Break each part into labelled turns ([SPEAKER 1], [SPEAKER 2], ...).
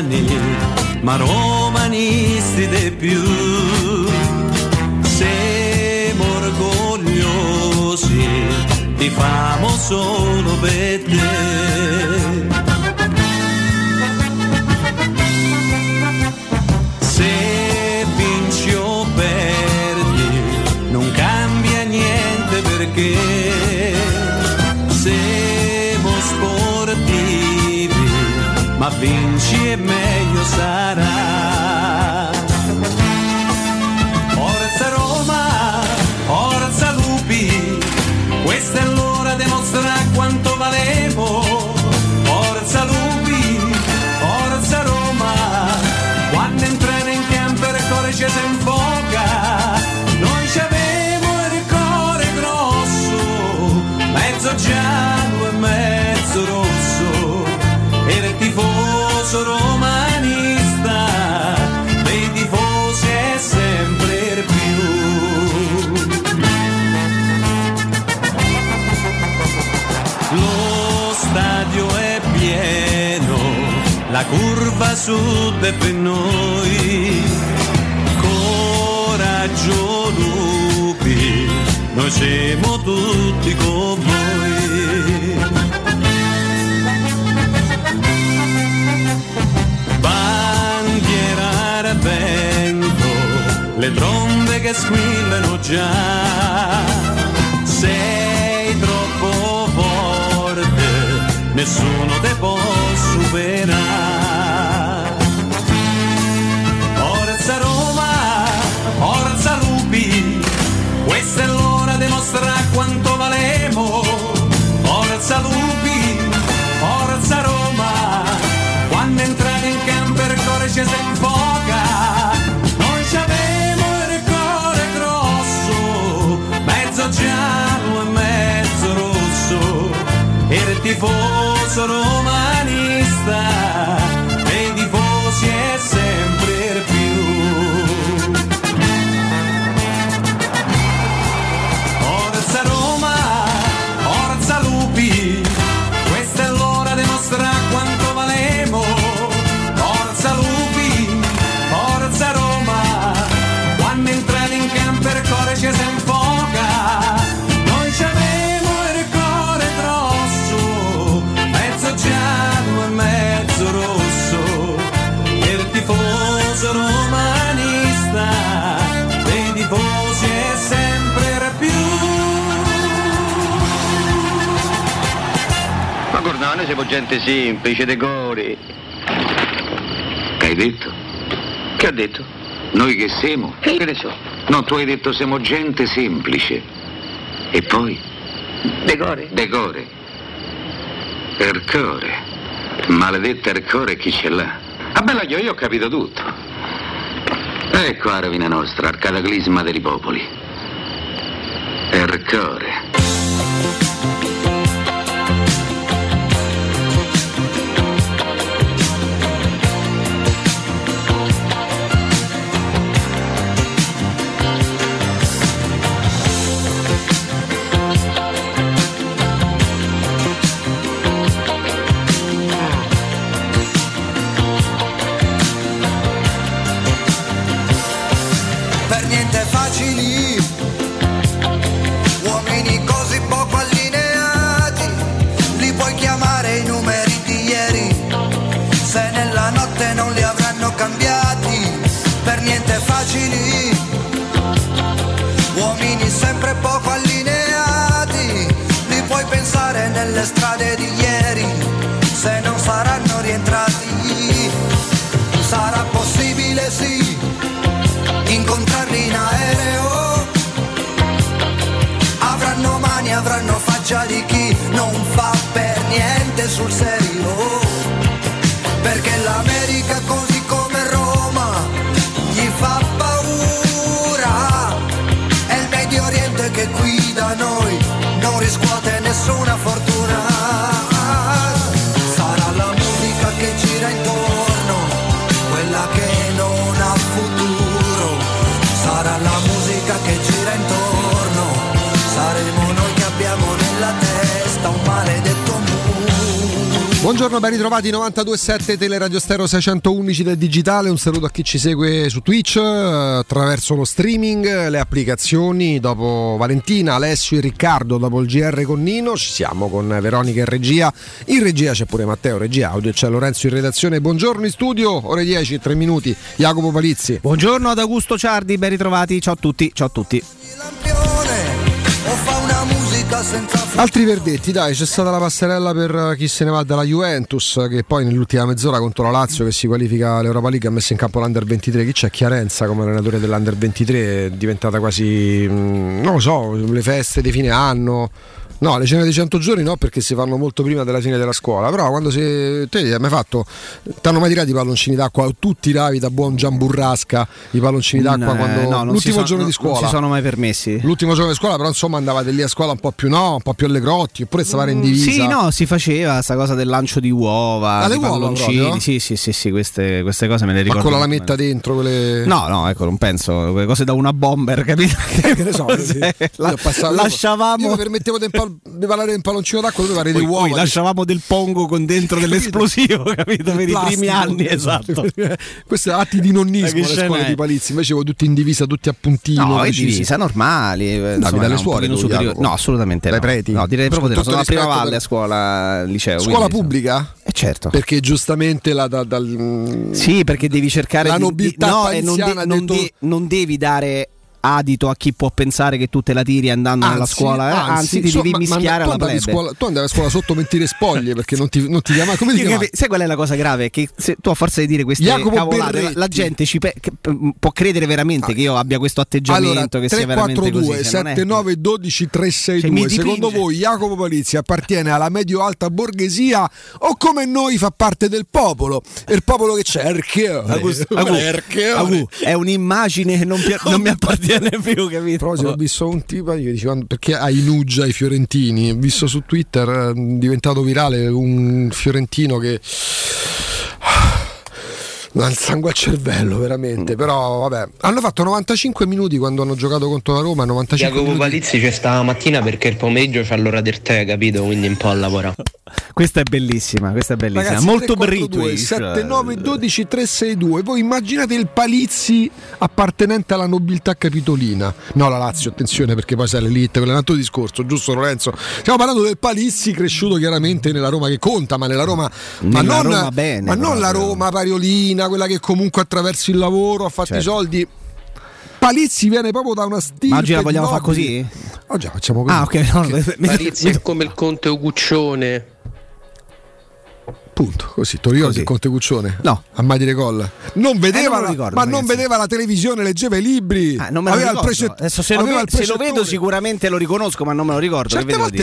[SPEAKER 1] romani, ma romanisti di più. Siamo orgogliosi, ti famo solo per te. Se vinci o perdi, non cambia niente perché siamo sportivi, ma vinci e meglio sarà. Forza Roma, forza Lupi, questa è l'ora di mostrare quanto valemo. Forza Lupi, forza Roma, quando entrare in campo il cuore ci si infoca. Noi ci avevo il cuore grosso, mezzo giallo e mezzo rosso, era il tifoso romanista, dei tifosi è sempre più. Lo stadio è pieno, la curva sud è per noi. Coraggio Lupi, noi siamo tutti con voi. Bandiera al vento, le trombe che squillano già. Sei troppo forte, nessuno te può superare. Forza Roma, forza Lupi, questa è l'ora di mostrare quanto valemo. Forza Lupi, forza Roma, quando entrate in campo il cuore ci si infoca. Noi ci avevo il cuore grosso, mezzo giallo e mezzo rosso, era il tifoso romanista, dei tifosi è sempre più. Forza Roma, forza Lupi, questa è l'ora di mostrare quanto valemo. Forza Lupi, forza Roma, quando entrate in campo il cuore ci si infoca. Noi ci avevo il cuore grosso, mezzo giallo e mezzo rosso, il tifoso romanista, dei tifosi è sempre più.
[SPEAKER 2] Ma guarda, noi siamo gente semplice, decori. Che hai detto? Che ha detto? Noi che siamo? Che ne so? No, tu hai detto siamo gente semplice. E poi?
[SPEAKER 3] Decore.
[SPEAKER 2] Decore. Ercore. Maledetta Ercore, chi ce l'ha? Ah bella, io ho capito tutto. Ecco la rovina nostra, il cataclisma dei popoli. Ercore.
[SPEAKER 4] Per niente facili, uomini così poco allineati, li puoi chiamare i numeri di ieri, se nella notte non li avranno cambiati. Per niente facili, uomini sempre poco allineati, li puoi pensare nelle strade di ieri, se non saranno rientrati. Sarà possibile sì incontrarli in aereo, avranno mani, avranno faccia di chi non fa per niente sul serio, perché l'America così come Roma gli fa paura, è il Medio Oriente che qui da noi non riscuote nessuna fortuna. Sarà la musica che gira intorno, quella che non ha futuro, sarà la musica che gira intorno, saremo noi che abbiamo nella testa un maledetto muro.
[SPEAKER 3] Buongiorno, ben ritrovati 92.7 Teleradio Stereo 611 del digitale. Un saluto a chi ci segue su Twitch attraverso lo streaming, le applicazioni. Dopo Valentina, Alessio e Riccardo, dopo il GR con Nino, ci siamo con Veronica in regia. In regia c'è pure Matteo, regia audio, c'è Lorenzo in redazione. Buongiorno in studio, ore 10 e 3 minuti. Jacopo Palizzi.
[SPEAKER 5] Buongiorno ad Augusto Ciardi, ben ritrovati. Ciao a tutti, ciao a tutti.
[SPEAKER 3] Altri verdetti, dai, c'è stata la passerella per chi se ne va dalla Juventus, che poi nell'ultima mezz'ora contro la Lazio, che si qualifica all'Europa League, ha messo in campo l'Under 23. Chi c'è? Chiarenza come allenatore dell'Under 23, è diventata quasi, non lo so, le feste di fine anno. No, le cene dei 100 giorni no, perché si fanno molto prima della fine della scuola. Però quando te hai mai fatto, t'hanno mai tirato i palloncini d'acqua? Tu tiravi da buon Gian Burrasca i palloncini d'acqua quando l'ultimo giorno di scuola?
[SPEAKER 5] Non si sono mai permessi.
[SPEAKER 3] L'ultimo giorno di scuola, però insomma andavate lì a scuola un po' più allegrotti, oppure stavate in divisa.
[SPEAKER 5] Sì, no, si faceva sta cosa del lancio di uova, di palloncini. Sì, queste cose me le ricordo.
[SPEAKER 3] Ma con la lametta dentro quelle...
[SPEAKER 5] No, ecco, non penso, quelle cose da una bomber, capito?
[SPEAKER 3] Che ne so,
[SPEAKER 5] lasciavamo.
[SPEAKER 3] Io mi permettevo di parlare in palloncino d'acqua, dove pare di uova.
[SPEAKER 5] Poi lasciavamo del pongo con dentro dell'esplosivo, capito? Per i primi anni, esatto.
[SPEAKER 3] Questi atti di nonnismo alle scuole di Palizzi, invece voi tutti in divisa, tutti a puntino.
[SPEAKER 5] No, in divisa, normali.
[SPEAKER 3] Andavi dalle suore?
[SPEAKER 5] No, assolutamente
[SPEAKER 3] dai
[SPEAKER 5] no.
[SPEAKER 3] preti?
[SPEAKER 5] No, direi proprio no. Sono alla prima valle a scuola, al liceo.
[SPEAKER 3] Scuola pubblica?
[SPEAKER 5] Certo.
[SPEAKER 3] Perché giustamente
[SPEAKER 5] sì, perché devi cercare
[SPEAKER 3] la nobiltà
[SPEAKER 5] non devi dare adito a chi può pensare che tu te la tiri andando nella scuola, anzi ti devi mischiare alla plebe.
[SPEAKER 3] Tu andavi a scuola sotto mentire spoglie, perché non ti chiama, come ti chiamavi?
[SPEAKER 5] Sai qual è la cosa grave? Che se tu a forza di dire queste cavolate, la gente può credere veramente che io abbia questo atteggiamento, che sia veramente così.
[SPEAKER 3] 79 12 362. Secondo voi Jacopo Palizzi appartiene alla medio-alta borghesia o come noi fa parte del popolo? E il popolo che c'è?
[SPEAKER 5] È un'immagine che non mi appartiene più, capito?
[SPEAKER 3] Però se ho visto un tipo che diceva perché hai Nugia i fiorentini, ho visto su Twitter, è diventato virale un fiorentino che ha il sangue al cervello veramente. Però vabbè, hanno fatto 95 minuti quando hanno giocato contro la Roma. 95
[SPEAKER 6] Jacopo Palizzi c'è sta mattina perché il pomeriggio c'è l'ora del tè, capito? Quindi un po' a lavorare.
[SPEAKER 5] Questa è bellissima,
[SPEAKER 3] ragazzi,
[SPEAKER 5] molto
[SPEAKER 3] 2 7 9 12 362. Voi immaginate il Palizzi appartenente alla nobiltà capitolina. No, la Lazio, attenzione, perché poi sai l'elite, quello è un altro discorso, giusto Lorenzo? Stiamo parlando del Palizzi cresciuto chiaramente nella Roma che conta, ma nella Roma non la Roma pariolina, quella che comunque attraverso il lavoro ha fatto i soldi. Palizzi viene proprio da una stirpe.
[SPEAKER 5] Ma oggi la vogliamo fare così?
[SPEAKER 3] Oggi la facciamo così.
[SPEAKER 5] Ok,
[SPEAKER 6] Palizzi è come il Conte Uguccione.
[SPEAKER 3] Punto, così. Tu ricordi il Conte Cuccione?
[SPEAKER 5] No.
[SPEAKER 3] A mai dire gol. Non vedeva,
[SPEAKER 5] non
[SPEAKER 3] vedeva la televisione, leggeva i libri.
[SPEAKER 5] Non me lo
[SPEAKER 3] aveva
[SPEAKER 5] ricordo.
[SPEAKER 3] il
[SPEAKER 5] Adesso se lo vedo sicuramente lo riconosco, ma non me lo ricordo.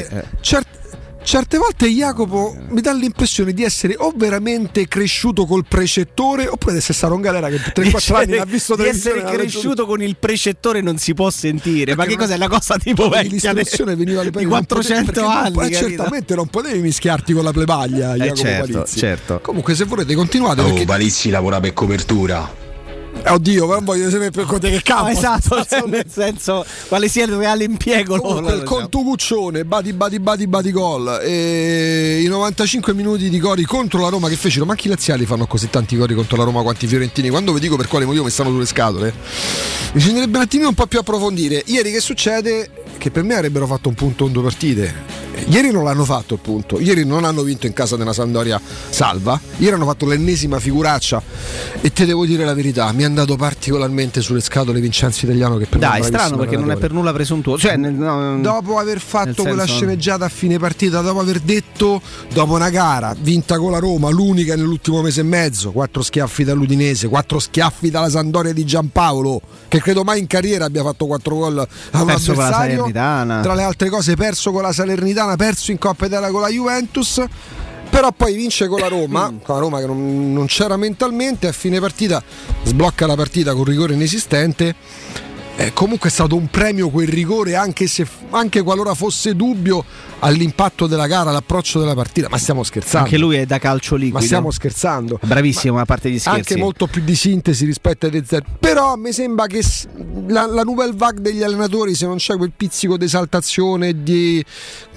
[SPEAKER 3] Certe volte Jacopo mi dà l'impressione di essere o veramente cresciuto col precettore, oppure di essere stato in galera che per 3-4 anni ha visto televisione.
[SPEAKER 5] Di essere cresciuto con il precettore non si può sentire. Ma che cos'è? La cosa tipo vecchia
[SPEAKER 3] l'istruzione veniva
[SPEAKER 5] di 400 anni.
[SPEAKER 3] Certamente non potevi mischiarti con la plebaglia, Jacopo Palizzi.
[SPEAKER 5] Certo.
[SPEAKER 3] Comunque se volete continuate perché
[SPEAKER 2] Palizzi lavora per copertura.
[SPEAKER 3] Oddio, ma non voglio sapere per conte che campo.
[SPEAKER 5] Esatto, nel senso quale sia il reale impiego.
[SPEAKER 3] Comunque il Conte Cuccione, badi gol. E i 95 minuti di cori contro la Roma che fecero. Ma chi laziali fanno così tanti cori contro la Roma quanti fiorentini? Quando vi dico per quale motivo mi stanno sulle scatole, bisognerebbe un attimino un po' più approfondire. Ieri che succede? Che per me avrebbero fatto un punto in 2 partite. Ieri non l'hanno fatto il punto. Ieri non hanno vinto in casa della Sampdoria salva. Ieri hanno fatto l'ennesima figuraccia. E te devo dire la verità, mi è andato particolarmente sulle scatole Vincenzo Italiano, che per me
[SPEAKER 5] è strano perché non è per nulla presuntuoso.
[SPEAKER 3] Dopo aver fatto quella sceneggiata a fine partita, dopo aver detto, dopo una gara vinta con la Roma, l'unica nell'ultimo mese e mezzo, 4 schiaffi dall'Udinese, 4 schiaffi dalla Sampdoria di Giampaolo, che credo mai in carriera abbia fatto 4 gol a un avversario. Tra le altre cose perso con la Salernitana, perso in Coppa Italia con la Juventus, però poi vince con la Roma che non c'era mentalmente, a fine partita sblocca la partita con rigore inesistente. Comunque è stato un premio quel rigore, anche qualora fosse dubbio all'impatto della gara, all'approccio della partita. Ma stiamo scherzando?
[SPEAKER 5] Anche lui è da calcio liquido.
[SPEAKER 3] Ma stiamo scherzando?
[SPEAKER 5] Bravissimo, a parte gli scherzi.
[SPEAKER 3] Anche molto più di sintesi rispetto ai zero. Però mi sembra che la nouvelle vague degli allenatori, se non c'è quel pizzico di esaltazione che poi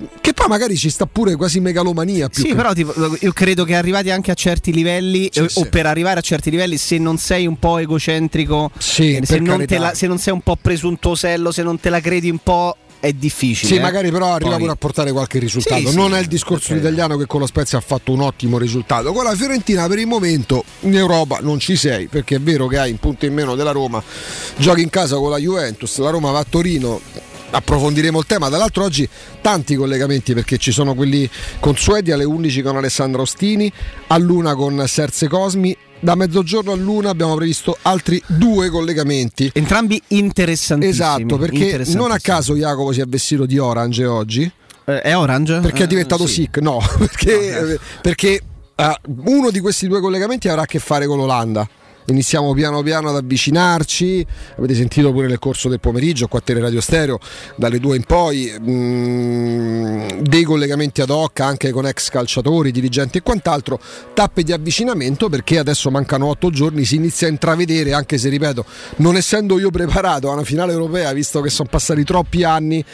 [SPEAKER 3] Però magari ci sta pure quasi megalomania più.
[SPEAKER 5] Sì,
[SPEAKER 3] che...
[SPEAKER 5] però io credo che arrivati anche a certi livelli, o per arrivare a certi livelli, se non sei un po' egocentrico, se non sei un po' presuntuosello, se non te la credi un po', è difficile.
[SPEAKER 3] Sì, magari però arriva pure a portare qualche risultato. Non è il discorso italiano che con lo Spezia ha fatto un ottimo risultato. Con la Fiorentina per il momento in Europa non ci sei, perché è vero che hai un punto in meno della Roma, giochi in casa con la Juventus, la Roma va a Torino. Approfondiremo il tema. Dall'altro oggi tanti collegamenti, perché ci sono quelli consueti alle 11 con Alessandro Ostini, all'1 con Serse Cosmi. Da mezzogiorno all'1 abbiamo previsto altri 2 collegamenti,
[SPEAKER 5] entrambi interessantissimi.
[SPEAKER 3] Esatto, perché non a caso Jacopo si è vestito di orange oggi.
[SPEAKER 5] È orange?
[SPEAKER 3] Perché è diventato sick? No, perché uno di questi 2 collegamenti avrà a che fare con l'Olanda. Iniziamo piano piano ad avvicinarci, avete sentito pure nel corso del pomeriggio qua a Teleradio Stereo dalle 2 in poi dei collegamenti ad hoc anche con ex calciatori, dirigenti e quant'altro, tappe di avvicinamento, perché adesso mancano 8 giorni, si inizia a intravedere, anche se ripeto, non essendo io preparato a una finale europea, visto che sono passati troppi anni,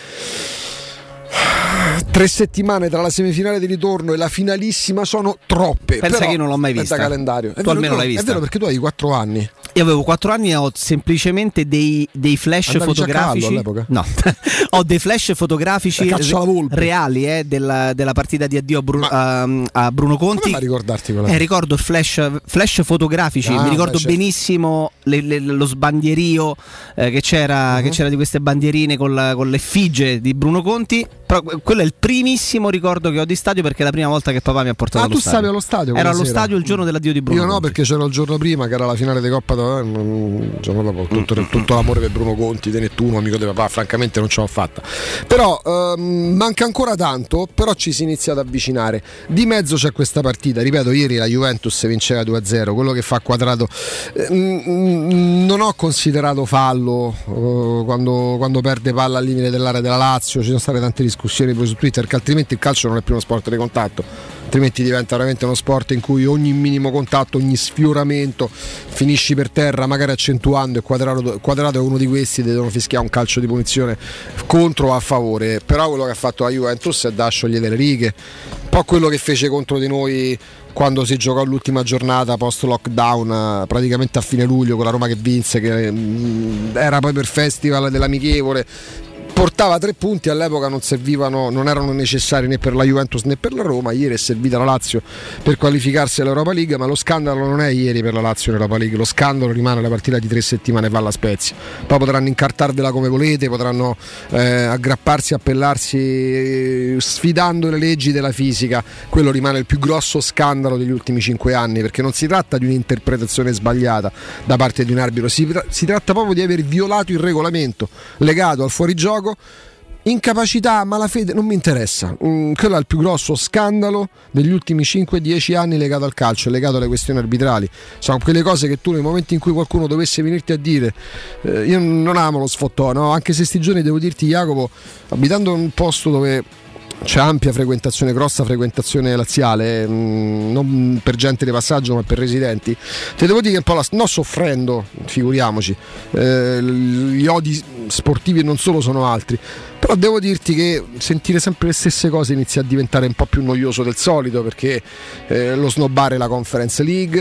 [SPEAKER 3] 3 settimane tra la semifinale di ritorno e la finalissima sono troppe.
[SPEAKER 5] Pensa
[SPEAKER 3] però,
[SPEAKER 5] che io non l'ho mai vista.
[SPEAKER 3] Calendario.
[SPEAKER 5] Tu almeno l'hai vista.
[SPEAKER 3] È vero, perché tu hai 4 anni.
[SPEAKER 5] Io avevo 4 anni e ho semplicemente dei flash fotografici.
[SPEAKER 3] All'epoca?
[SPEAKER 5] No, ho dei flash fotografici reali della partita di addio a Bruno Conti.
[SPEAKER 3] Come fa a ricordarti quella?
[SPEAKER 5] Ricordo flash fotografici. Mi ricordo benissimo lo sbandierio che c'era di queste bandierine con l'effigie di Bruno Conti. Però quello è il primissimo ricordo che ho di stadio, perché è la prima volta che papà mi ha portato allo stadio.
[SPEAKER 3] Tu stavi allo stadio?
[SPEAKER 5] Ero allo stadio il giorno dell'addio di Bruno
[SPEAKER 3] Conti.
[SPEAKER 5] Conti.
[SPEAKER 3] Perché c'era il giorno prima, che era la finale di Coppa, il giorno dopo, tutto l'amore per Bruno Conti, De Nettuno, amico di papà, francamente non ce l'ho fatta. Però manca ancora tanto, però ci si inizia ad avvicinare. Di mezzo c'è questa partita, ripeto, ieri la Juventus vinceva 2-0, quello che fa Quadrato. Non ho considerato fallo quando perde palla al limite dell'area della Lazio. Ci sono state tante discussioni poi su Twitter, che altrimenti il calcio non è più uno sport di contatto, altrimenti diventa veramente uno sport in cui ogni minimo contatto, ogni sfioramento finisci per terra, magari accentuando, e Quadrato è uno di questi, devono fischiare un calcio di punizione contro o a favore. Però quello che ha fatto la Juventus è da sciogliere le righe, un po' quello che fece contro di noi quando si giocò l'ultima giornata post lockdown, praticamente a fine luglio, con la Roma che vinse, che era poi per festival dell'amichevole, portava 3 punti, all'epoca non erano necessari né per la Juventus né per la Roma. Ieri è servita la Lazio per qualificarsi all'Europa League, ma lo scandalo non è ieri per la Lazio in Europa League, lo scandalo rimane la partita di 3 settimane fa alla Spezia. Poi potranno incartarvela come volete, potranno aggrapparsi, appellarsi sfidando le leggi della fisica, quello rimane il più grosso scandalo degli ultimi 5 anni, perché non si tratta di un'interpretazione sbagliata da parte di un arbitro, si tratta proprio di aver violato il regolamento legato al fuorigioco. Incapacità, malafede, non mi interessa. Quello è il più grosso scandalo degli ultimi 5-10 anni legato al calcio, legato alle questioni arbitrali. Sono quelle cose che tu, nel momento in cui qualcuno dovesse venirti a dire, io non amo lo sfottò, no? Anche se sti giorni devo dirti, Jacopo, abitando in un posto dove c'è ampia frequentazione, grossa frequentazione laziale, non per gente di passaggio ma per residenti, te devo dire che un po' non soffrendo, figuriamoci, gli odi sportivi non solo sono altri, però devo dirti che sentire sempre le stesse cose inizia a diventare un po' più noioso del solito, perché lo snobbare la Conference League,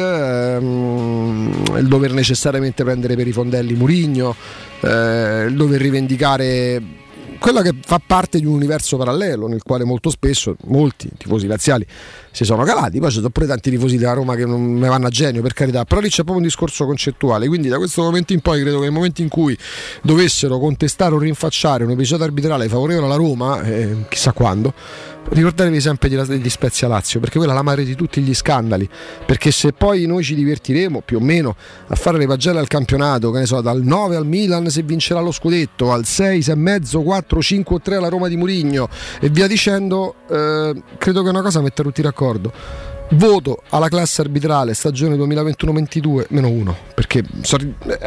[SPEAKER 3] il dover necessariamente prendere per i fondelli Mourinho, il dover rivendicare quella che fa parte di un universo parallelo nel quale molto spesso molti tifosi laziali si sono calati. Poi ci sono pure tanti tifosi della Roma che non ne vanno a genio, per carità, però lì c'è proprio un discorso concettuale. Quindi da questo momento in poi credo che nel momento in cui dovessero contestare o rinfacciare un episodio arbitrale favorevole alla Roma, chissà quando, ricordatevi sempre di Spezia Lazio, perché quella è la madre di tutti gli scandali, perché se poi noi ci divertiremo più o meno a fare le pagelle al campionato, che ne so, dal 9 al Milan se vincerà lo scudetto, al 6, 6,5, 4, 5 o 3 alla Roma di Mourinho e via dicendo, credo che una cosa metta tutti d'accordo: voto alla classe arbitrale stagione 2021-22 -1, perché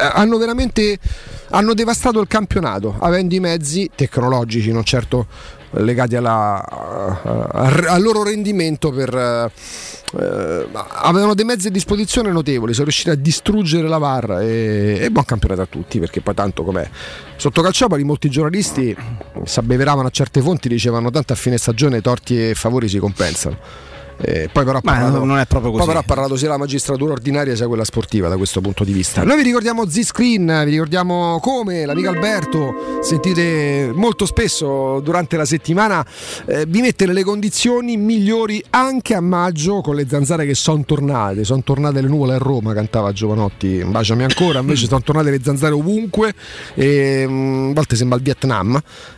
[SPEAKER 3] hanno devastato il campionato, avendo i mezzi tecnologici, non certo legati al loro rendimento avevano dei mezzi a disposizione notevoli, sono riusciti a distruggere la VAR e buon campionato a tutti, perché poi tanto com'è sotto Calciopoli molti giornalisti s'abbeveravano a certe fonti, dicevano tanto a fine stagione torti e favori si compensano. Poi però
[SPEAKER 5] non è proprio così.
[SPEAKER 3] Poi però ha parlato sia la magistratura ordinaria sia quella sportiva da questo punto di vista. Noi vi ricordiamo Z-Screen, vi ricordiamo come l'amico Alberto, sentite molto spesso durante la settimana, vi mette nelle condizioni migliori anche a maggio con le zanzare che sono tornate le nuvole a Roma, cantava Giovanotti, baciami ancora, invece sono tornate le zanzare ovunque e a volte sembra il Vietnam,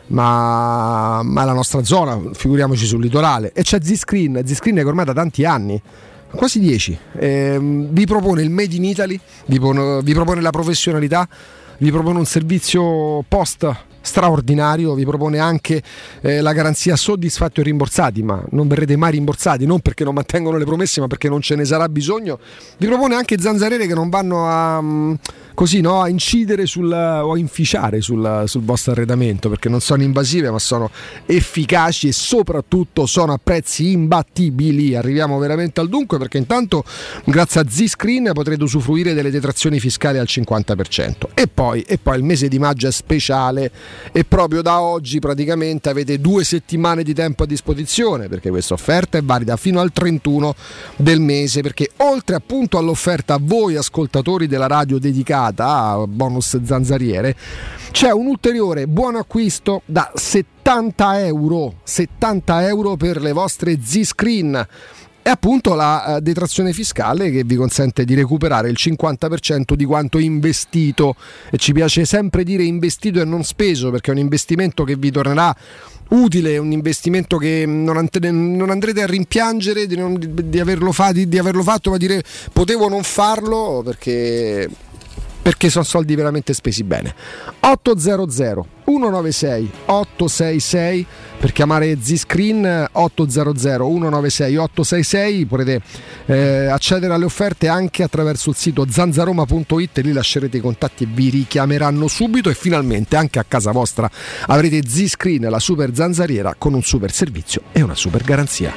[SPEAKER 3] ma è la nostra zona, figuriamoci sul litorale. E c'è Z-Screen che ormai da tanti anni, quasi 10, vi propone il Made in Italy, vi propone la professionalità, vi propone un servizio post straordinario, vi propone anche la garanzia soddisfatti o rimborsati, ma non verrete mai rimborsati, non perché non mantengono le promesse ma perché non ce ne sarà bisogno. Vi propone anche zanzariere che non vanno a incidere o a inficiare sul vostro arredamento, perché non sono invasive ma sono efficaci e soprattutto sono a prezzi imbattibili. Arriviamo veramente al dunque, perché intanto grazie a Z-Screen potrete usufruire delle detrazioni fiscali al 50%. E poi il mese di maggio è speciale e proprio da oggi praticamente avete 2 settimane di tempo a disposizione, perché questa offerta è valida fino al 31 del mese, perché oltre appunto all'offerta a voi ascoltatori della radio dedicata a bonus zanzariere, c'è un ulteriore buon acquisto da 70 euro per le vostre Z-Screen. È appunto la detrazione fiscale che vi consente di recuperare il 50% di quanto investito, e ci piace sempre dire investito e non speso, perché è un investimento che vi tornerà utile, è un investimento che non andrete a rimpiangere di averlo fatto, ma dire potevo non farlo, perché sono soldi veramente spesi bene. 800 196 866 per chiamare Z-Screen, 800 196 866. Potete accedere alle offerte anche attraverso il sito zanzaroma.it, lì lascerete i contatti e vi richiameranno subito, e finalmente anche a casa vostra avrete Z-Screen, la super zanzariera con un super servizio e una super garanzia.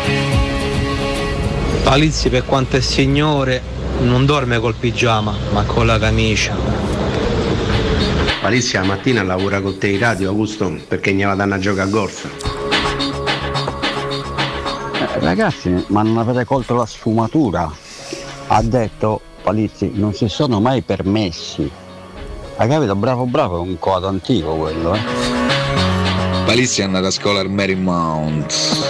[SPEAKER 6] Palizzi, per quanto è signore, non dorme col pigiama ma con la camicia.
[SPEAKER 7] Palizzi la mattina lavora con te in radio, Augusto, perché ne vanno a giocare a golf.
[SPEAKER 8] Ragazzi, ma non avete colto la sfumatura? Ha detto Palizzi, non si sono mai permessi. Hai capito? Bravo, è un coato antico quello,
[SPEAKER 2] Palizzi è andata a scuola al Marymount.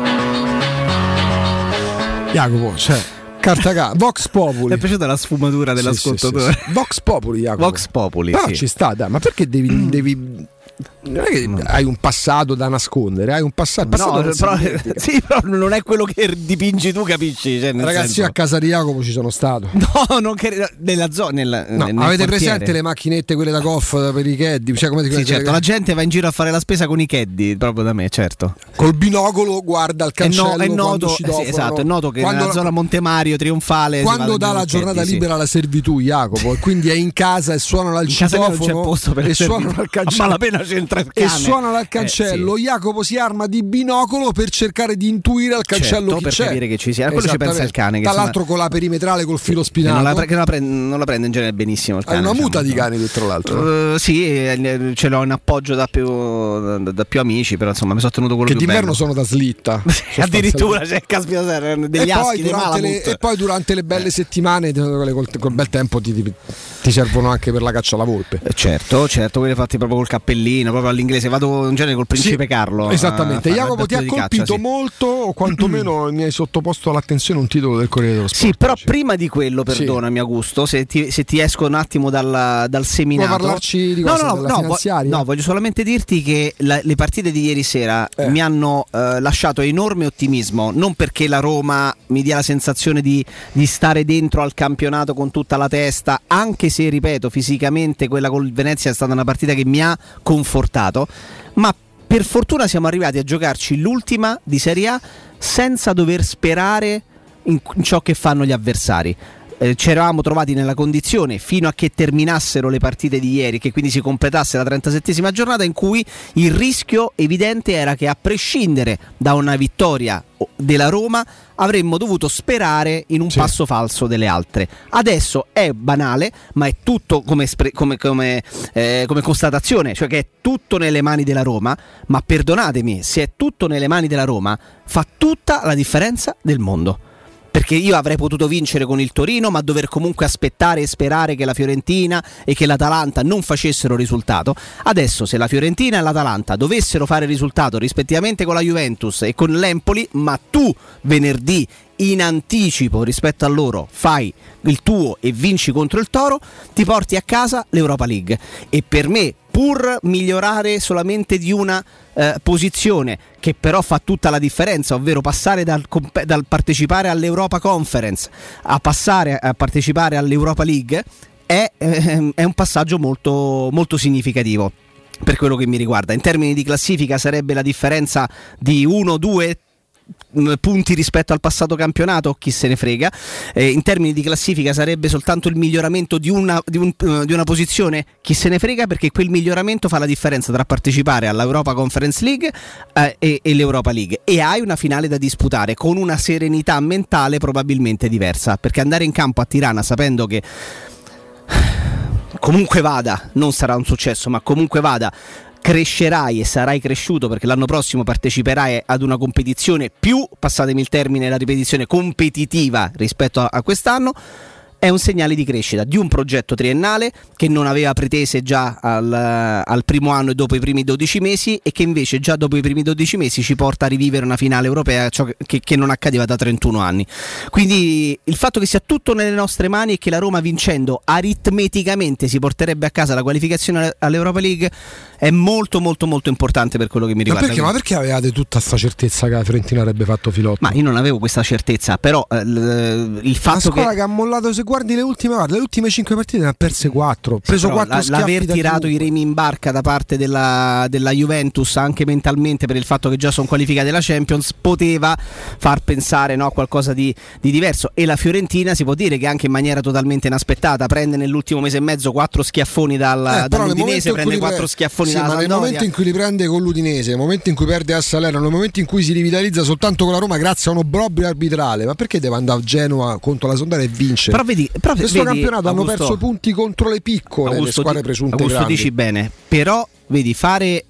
[SPEAKER 3] Jacopo, carta Vox Populi.
[SPEAKER 5] Mi è piaciuta la sfumatura dell'ascoltatore.
[SPEAKER 3] Sì. Vox Populi, Jacopo.
[SPEAKER 5] Vox Populi,
[SPEAKER 3] però
[SPEAKER 5] sì.
[SPEAKER 3] Ci sta, dai, ma perché devi non è che hai un passato da nascondere, hai un passato.
[SPEAKER 5] No, però non è quello che dipingi tu, capisci? Cioè,
[SPEAKER 3] ragazzi, io a casa di Jacopo ci sono stato.
[SPEAKER 5] No, non nella zona.
[SPEAKER 3] Avete
[SPEAKER 5] quartiere.
[SPEAKER 3] Presente le macchinette, quelle da golf per i caddy? Cioè, come
[SPEAKER 5] sì, certo, la gente va in giro a fare la spesa con i caddy, proprio da me, certo.
[SPEAKER 3] Col binocolo guarda il cancello.
[SPEAKER 5] È noto, sì, esatto, è noto che nella zona Montemario trionfale.
[SPEAKER 3] Quando dà la giornata libera la servitù, Jacopo, e quindi è in casa e suonano al citofono e suonano al cancello.
[SPEAKER 5] Ma la pena c'entra il cane.
[SPEAKER 3] Suonano al cancello, sì. Jacopo si arma di binocolo per cercare di intuire al cancello chi
[SPEAKER 5] per
[SPEAKER 3] c'è,
[SPEAKER 5] capire che ci sia. Quello ci pensa il cane, che
[SPEAKER 3] tra l'altro con la perimetrale col filo spinato,
[SPEAKER 5] non la prende in genere benissimo il cane.
[SPEAKER 3] Hai una muta di cani, tra l'altro.
[SPEAKER 5] Sì, ce l'ho in appoggio da più amici, però insomma mi sono tenuto quello
[SPEAKER 3] che
[SPEAKER 5] più
[SPEAKER 3] d'inverno
[SPEAKER 5] bello.
[SPEAKER 3] sono da slitta.
[SPEAKER 5] Addirittura caspita, degli aschi dei Malamut.
[SPEAKER 3] E poi durante le belle settimane col bel tempo ti servono anche per la caccia alla volpe.
[SPEAKER 5] Certo, quelli fatti proprio col cappellino, proprio all'inglese. Vado in genere col principe Carlo.
[SPEAKER 3] Esattamente. Jacopo, ti ha colpito molto, o quantomeno mi hai sottoposto all'attenzione un titolo del Corriere dello Sport.
[SPEAKER 5] Sì, però prima di quello, perdonami Augusto, se ti esco un attimo dal seminato.
[SPEAKER 3] Vuoi parlarci di cosa? Della finanziaria?
[SPEAKER 5] No, voglio solamente dirti che le partite di ieri sera mi hanno lasciato enorme ottimismo, non perché la Roma mi dia la sensazione di stare dentro al campionato con tutta la testa, anche se, ripeto, fisicamente quella col Venezia è stata una partita che mi ha confortato, ma per fortuna siamo arrivati a giocarci l'ultima di Serie A senza dover sperare in ciò che fanno gli avversari. ci eravamo trovati nella condizione, fino a che terminassero le partite di ieri, che quindi si completasse la 37esima giornata, in cui il rischio evidente era che, a prescindere da una vittoria della Roma, avremmo dovuto sperare in un passo falso delle altre. Adesso è banale, ma è tutto come constatazione, cioè che è tutto nelle mani della Roma. Ma perdonatemi, se è tutto nelle mani della Roma, fa tutta la differenza del mondo. Perché io avrei potuto vincere con il Torino, ma dover comunque aspettare e sperare che la Fiorentina e che l'Atalanta non facessero risultato. Adesso, se la Fiorentina e l'Atalanta dovessero fare risultato rispettivamente con la Juventus e con l'Empoli, ma tu venerdì in anticipo rispetto a loro fai il tuo e vinci contro il Toro, ti porti a casa l'Europa League. E per me, pur migliorare solamente di una posizione, che però fa tutta la differenza, ovvero passare dal partecipare all'Europa Conference a passare a partecipare all'Europa League, è un passaggio molto, molto significativo per quello che mi riguarda. In termini di classifica sarebbe la differenza di 1-2 punti rispetto al passato campionato, chi se ne frega. In termini di classifica sarebbe soltanto il miglioramento di una posizione, chi se ne frega, perché quel miglioramento fa la differenza tra partecipare all'Europa Conference League e l'Europa League, e hai una finale da disputare con una serenità mentale probabilmente diversa, perché andare in campo a Tirana sapendo che comunque vada, non sarà un successo, ma comunque vada, crescerai e sarai cresciuto, perché l'anno prossimo parteciperai ad una competizione più, passatemi il termine, la ripetizione, competitiva rispetto a quest'anno. È un segnale di crescita di un progetto triennale che non aveva pretese già al primo anno e dopo i primi 12 mesi, e che invece già dopo i primi 12 mesi ci porta a rivivere una finale europea, ciò che non accadeva da 31 anni. Quindi il fatto che sia tutto nelle nostre mani e che la Roma, vincendo, aritmeticamente si porterebbe a casa la qualificazione all'Europa League è molto molto molto importante per quello che mi riguarda.
[SPEAKER 3] Ma perché avevate tutta questa certezza che la Fiorentina avrebbe fatto filotto?
[SPEAKER 5] Ma io non avevo questa certezza, però il fatto
[SPEAKER 3] la squadra che ha mollato, se guardi le ultime 5 partite, ne ha perse 4, preso 4 schiaffi.
[SPEAKER 5] L'aver tirato i remi in barca da parte della Juventus, anche mentalmente, per il fatto che già sono qualificati alla Champions, poteva far pensare, no, a qualcosa di diverso. E la Fiorentina, si può dire che anche in maniera totalmente inaspettata, prende nell'ultimo mese e mezzo 4 schiaffoni dall'Udinese, prende 4 schiaffoni dalla Sampdoria.
[SPEAKER 3] Nel momento in cui li prende con l'Udinese, nel momento in cui perde a Salerno, nel momento in cui si rivitalizza soltanto con la Roma grazie a un obbrobrio arbitrale, ma perché deve andare a Genova contro la Sampdoria e vincere?
[SPEAKER 5] Però
[SPEAKER 3] questo campionato hanno perso punti contro le piccole, le squadre presunte grandi.
[SPEAKER 5] Dici bene, però vedi, fare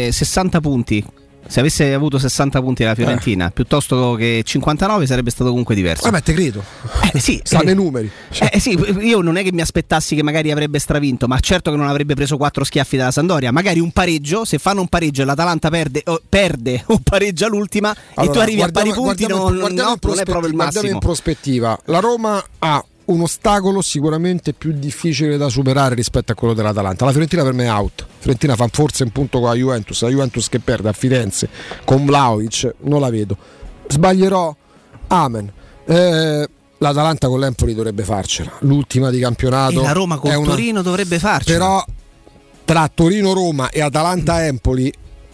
[SPEAKER 5] 60 punti, se avesse avuto 60 punti la Fiorentina piuttosto che 59, sarebbe stato comunque diverso.
[SPEAKER 3] Vabbè, te credo.
[SPEAKER 5] Sì,
[SPEAKER 3] stanno i numeri.
[SPEAKER 5] Sì, io non è che mi aspettassi che magari avrebbe stravinto, ma certo che non avrebbe preso 4 schiaffi dalla Sampdoria. Magari un pareggio, se fanno un pareggio e l'Atalanta perde o pareggia l'ultima, allora, e tu arrivi a pari punti, non è proprio il massimo.
[SPEAKER 3] Guardiamo in prospettiva. La Roma ha un ostacolo sicuramente più difficile da superare rispetto a quello dell'Atalanta. La Fiorentina per me è out. Fiorentina fa forse un punto con la Juventus che perde a Firenze con Vlahovic, non la vedo. Sbaglierò, amen. L'Atalanta con l'Empoli dovrebbe farcela, l'ultima di campionato.
[SPEAKER 5] E la Roma con Torino dovrebbe farcela.
[SPEAKER 3] Però tra Torino-Roma e Atalanta-Empoli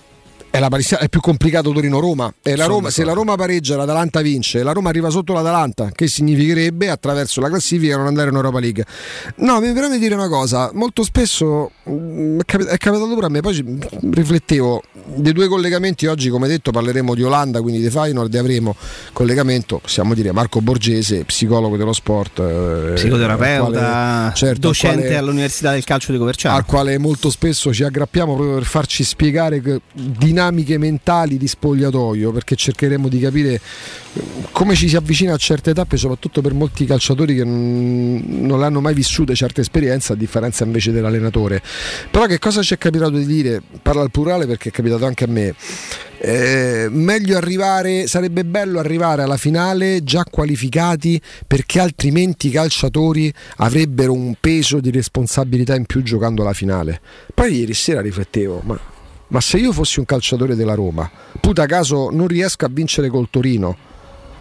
[SPEAKER 3] è più complicato Torino-Roma. E se la Roma pareggia, l'Atalanta vince, e la Roma arriva sotto l'Atalanta, che significherebbe attraverso la classifica non andare in Europa League. No, mi verrebbe dire una cosa, molto spesso è capitato pure a me, poi riflettevo dei 2 collegamenti. Oggi, come detto, parleremo di Olanda, quindi di Feyenoord, e avremo collegamento, possiamo dire, Marco Borgese, psicologo dello sport,
[SPEAKER 5] psicoterapeuta, docente all'Università del Calcio di Coverciano,
[SPEAKER 3] al quale molto spesso ci aggrappiamo proprio per farci spiegare dinamiche mentali di spogliatoio, perché cercheremo di capire come ci si avvicina a certe tappe, soprattutto per molti calciatori che non l'hanno mai vissute certe esperienze, a differenza invece dell'allenatore. Però che cosa ci è capitato di dire? Parla al plurale perché è capitato anche a me. Sarebbe bello arrivare alla finale già qualificati, perché altrimenti i calciatori avrebbero un peso di responsabilità in più giocando la finale. Poi ieri sera riflettevo, ma se io fossi un calciatore della Roma, puta caso non riesco a vincere col Torino,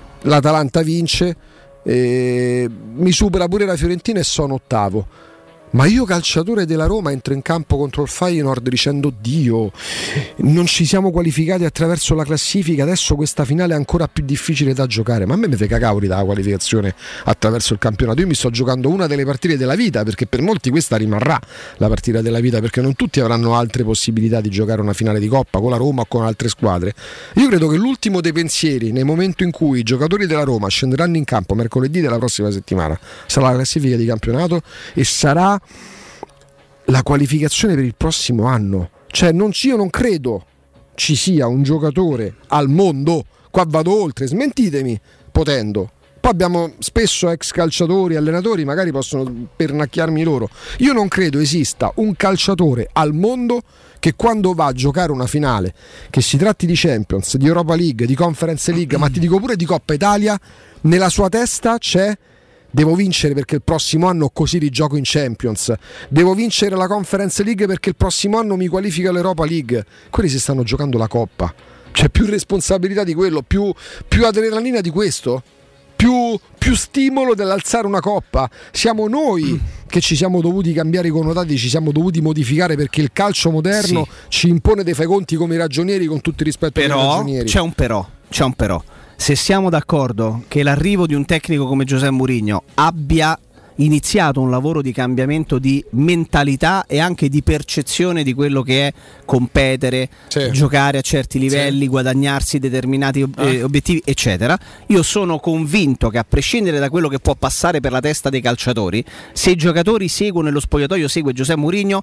[SPEAKER 3] l'Atalanta vince, mi supera pure la Fiorentina e sono ottavo, Ma io calciatore della Roma entro in campo contro il Feyenoord dicendo Dio, non ci siamo qualificati attraverso la classifica, adesso questa finale è ancora più difficile da giocare. Ma a me mi frega cavoli dalla qualificazione attraverso il campionato. Io mi sto giocando una delle partite della vita, perché per molti questa rimarrà la partita della vita, perché non tutti avranno altre possibilità di giocare una finale di Coppa con la Roma o con altre squadre. Io credo che l'ultimo dei pensieri nel momento in cui i giocatori della Roma scenderanno in campo mercoledì della prossima settimana sarà la classifica di campionato e sarà la qualificazione per il prossimo anno. Cioè io non credo ci sia un giocatore al mondo, qua vado oltre, smentitemi potendo, poi abbiamo spesso ex calciatori, allenatori, magari possono pernacchiarmi loro, io non credo esista un calciatore al mondo che quando va a giocare una finale, che si tratti di Champions, di Europa League, di Conference League, ma ti dico pure di Coppa Italia, nella sua testa c'è: devo vincere perché il prossimo anno così rigioco in Champions, devo vincere la Conference League perché il prossimo anno mi qualifica l'Europa League. Quelli si stanno giocando la Coppa, c'è più responsabilità di quello, più adrenalina di questo, più stimolo dell'alzare una Coppa. Siamo noi che ci siamo dovuti cambiare i connotati, ci siamo dovuti modificare perché il calcio moderno ci impone dei fai conti come i ragionieri, con tutto il rispetto per i ragionieri.
[SPEAKER 5] C'è un però. Se siamo d'accordo che l'arrivo di un tecnico come José Mourinho abbia iniziato un lavoro di cambiamento di mentalità e anche di percezione di quello che è competere, giocare a certi livelli, guadagnarsi determinati obiettivi, eccetera, io sono convinto che, a prescindere da quello che può passare per la testa dei calciatori, se i giocatori seguono e lo spogliatoio segue José Mourinho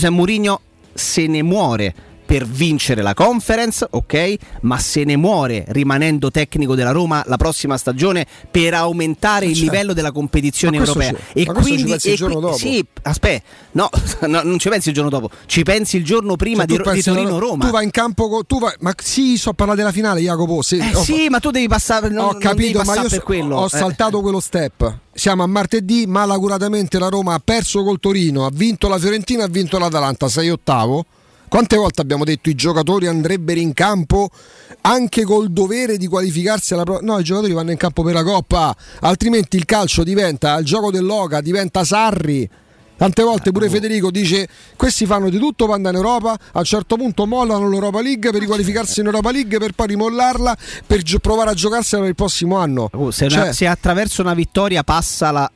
[SPEAKER 5] se ne muore per vincere la Conference, ok, ma se ne muore rimanendo tecnico della Roma la prossima stagione per aumentare il livello della competizione europea. E quindi
[SPEAKER 3] ci pensi il giorno dopo?
[SPEAKER 5] Sì, aspetta, no, non ci pensi il giorno dopo, ci pensi il giorno prima di Torino-Roma.
[SPEAKER 3] Tu vai in campo, ma sì, so parlare della finale, Jacopo. Sì,
[SPEAKER 5] ma tu devi passare.
[SPEAKER 3] Ho capito, ma io
[SPEAKER 5] per quello.
[SPEAKER 3] Ho saltato quello step. Siamo a martedì, malacuratamente la Roma ha perso col Torino, ha vinto la Fiorentina, ha vinto l'Atalanta, 6/8. Quante volte abbiamo detto i giocatori andrebbero in campo anche col dovere di qualificarsi alla no, i giocatori vanno in campo per la Coppa, altrimenti il calcio diventa il gioco dell'oca, diventa Sarri. Tante volte pure Federico dice: questi fanno di tutto per andare in Europa, a un certo punto mollano l'Europa League per riqualificarsi in Europa League, per poi rimollarla per provare a giocarsela per il prossimo anno.
[SPEAKER 5] Se attraverso una vittoria passa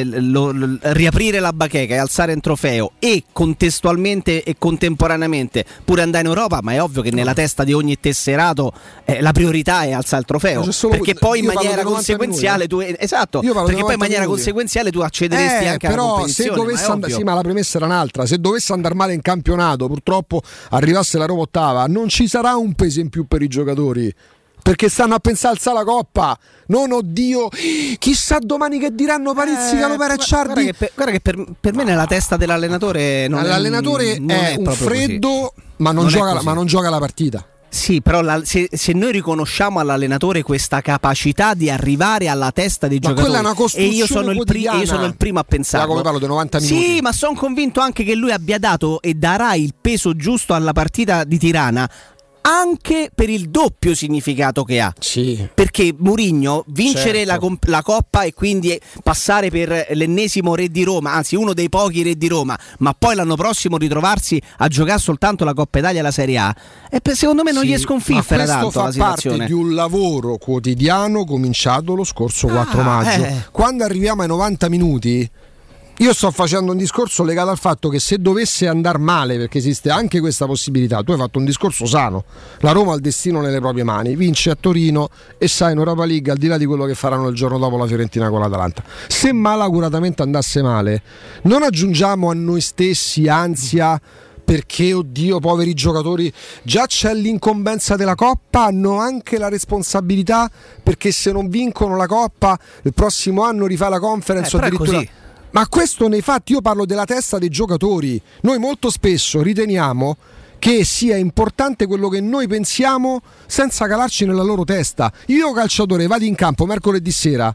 [SPEAKER 5] riaprire la bacheca e alzare un trofeo e contestualmente e contemporaneamente pure andare in Europa, ma è ovvio che nella testa di ogni tesserato la priorità è alzare il trofeo, perché poi in maniera conseguenziale tu conseguenziale tu accederesti anche alla competizione.
[SPEAKER 3] Sì, ma la premessa era un'altra. Se dovesse andare male in campionato, purtroppo arrivasse la Roma ottava, non ci sarà un peso in più per i giocatori, perché stanno a pensare alzare la Coppa. Non oddio, chissà domani che diranno Parizzi, Calopera e Ciardi.
[SPEAKER 5] Guarda che per me nella testa dell'allenatore
[SPEAKER 3] l'allenatore è un freddo, ma non gioca la partita.
[SPEAKER 5] Sì, però se noi riconosciamo all'allenatore questa capacità di arrivare alla testa dei giocatori,
[SPEAKER 3] quella è una costruzione
[SPEAKER 5] e io sono il primo a pensarlo.
[SPEAKER 3] Come parlo di 90 minuti.
[SPEAKER 5] Sì, ma sono convinto anche che lui abbia dato e darà il peso giusto alla partita di Tirana, anche per il doppio significato che ha.
[SPEAKER 3] Sì.
[SPEAKER 5] Perché Mourinho vincere la Coppa e quindi passare per l'ennesimo re di Roma, anzi uno dei pochi re di Roma, ma poi l'anno prossimo ritrovarsi a giocare soltanto la Coppa Italia e la Serie A, e secondo me non gli sconfiffera tanto la situazione.
[SPEAKER 3] Questo fa parte di un lavoro quotidiano cominciato lo scorso 4 maggio. Quando arriviamo ai 90 minuti, io sto facendo un discorso legato al fatto che se dovesse andare male, perché esiste anche questa possibilità, tu hai fatto un discorso sano, la Roma ha il destino nelle proprie mani, vince a Torino e sa in Europa League, al di là di quello che faranno il giorno dopo la Fiorentina con l'Atalanta. Se malacuratamente andasse male, non aggiungiamo a noi stessi ansia perché oddio poveri giocatori, già c'è l'incombenza della Coppa, hanno anche la responsabilità perché se non vincono la Coppa il prossimo anno rifà la Conference o addirittura. Ma questo nei fatti, io parlo della testa dei giocatori. Noi molto spesso riteniamo che sia importante quello che noi pensiamo senza calarci nella loro testa. Io calciatore vado in campo mercoledì sera,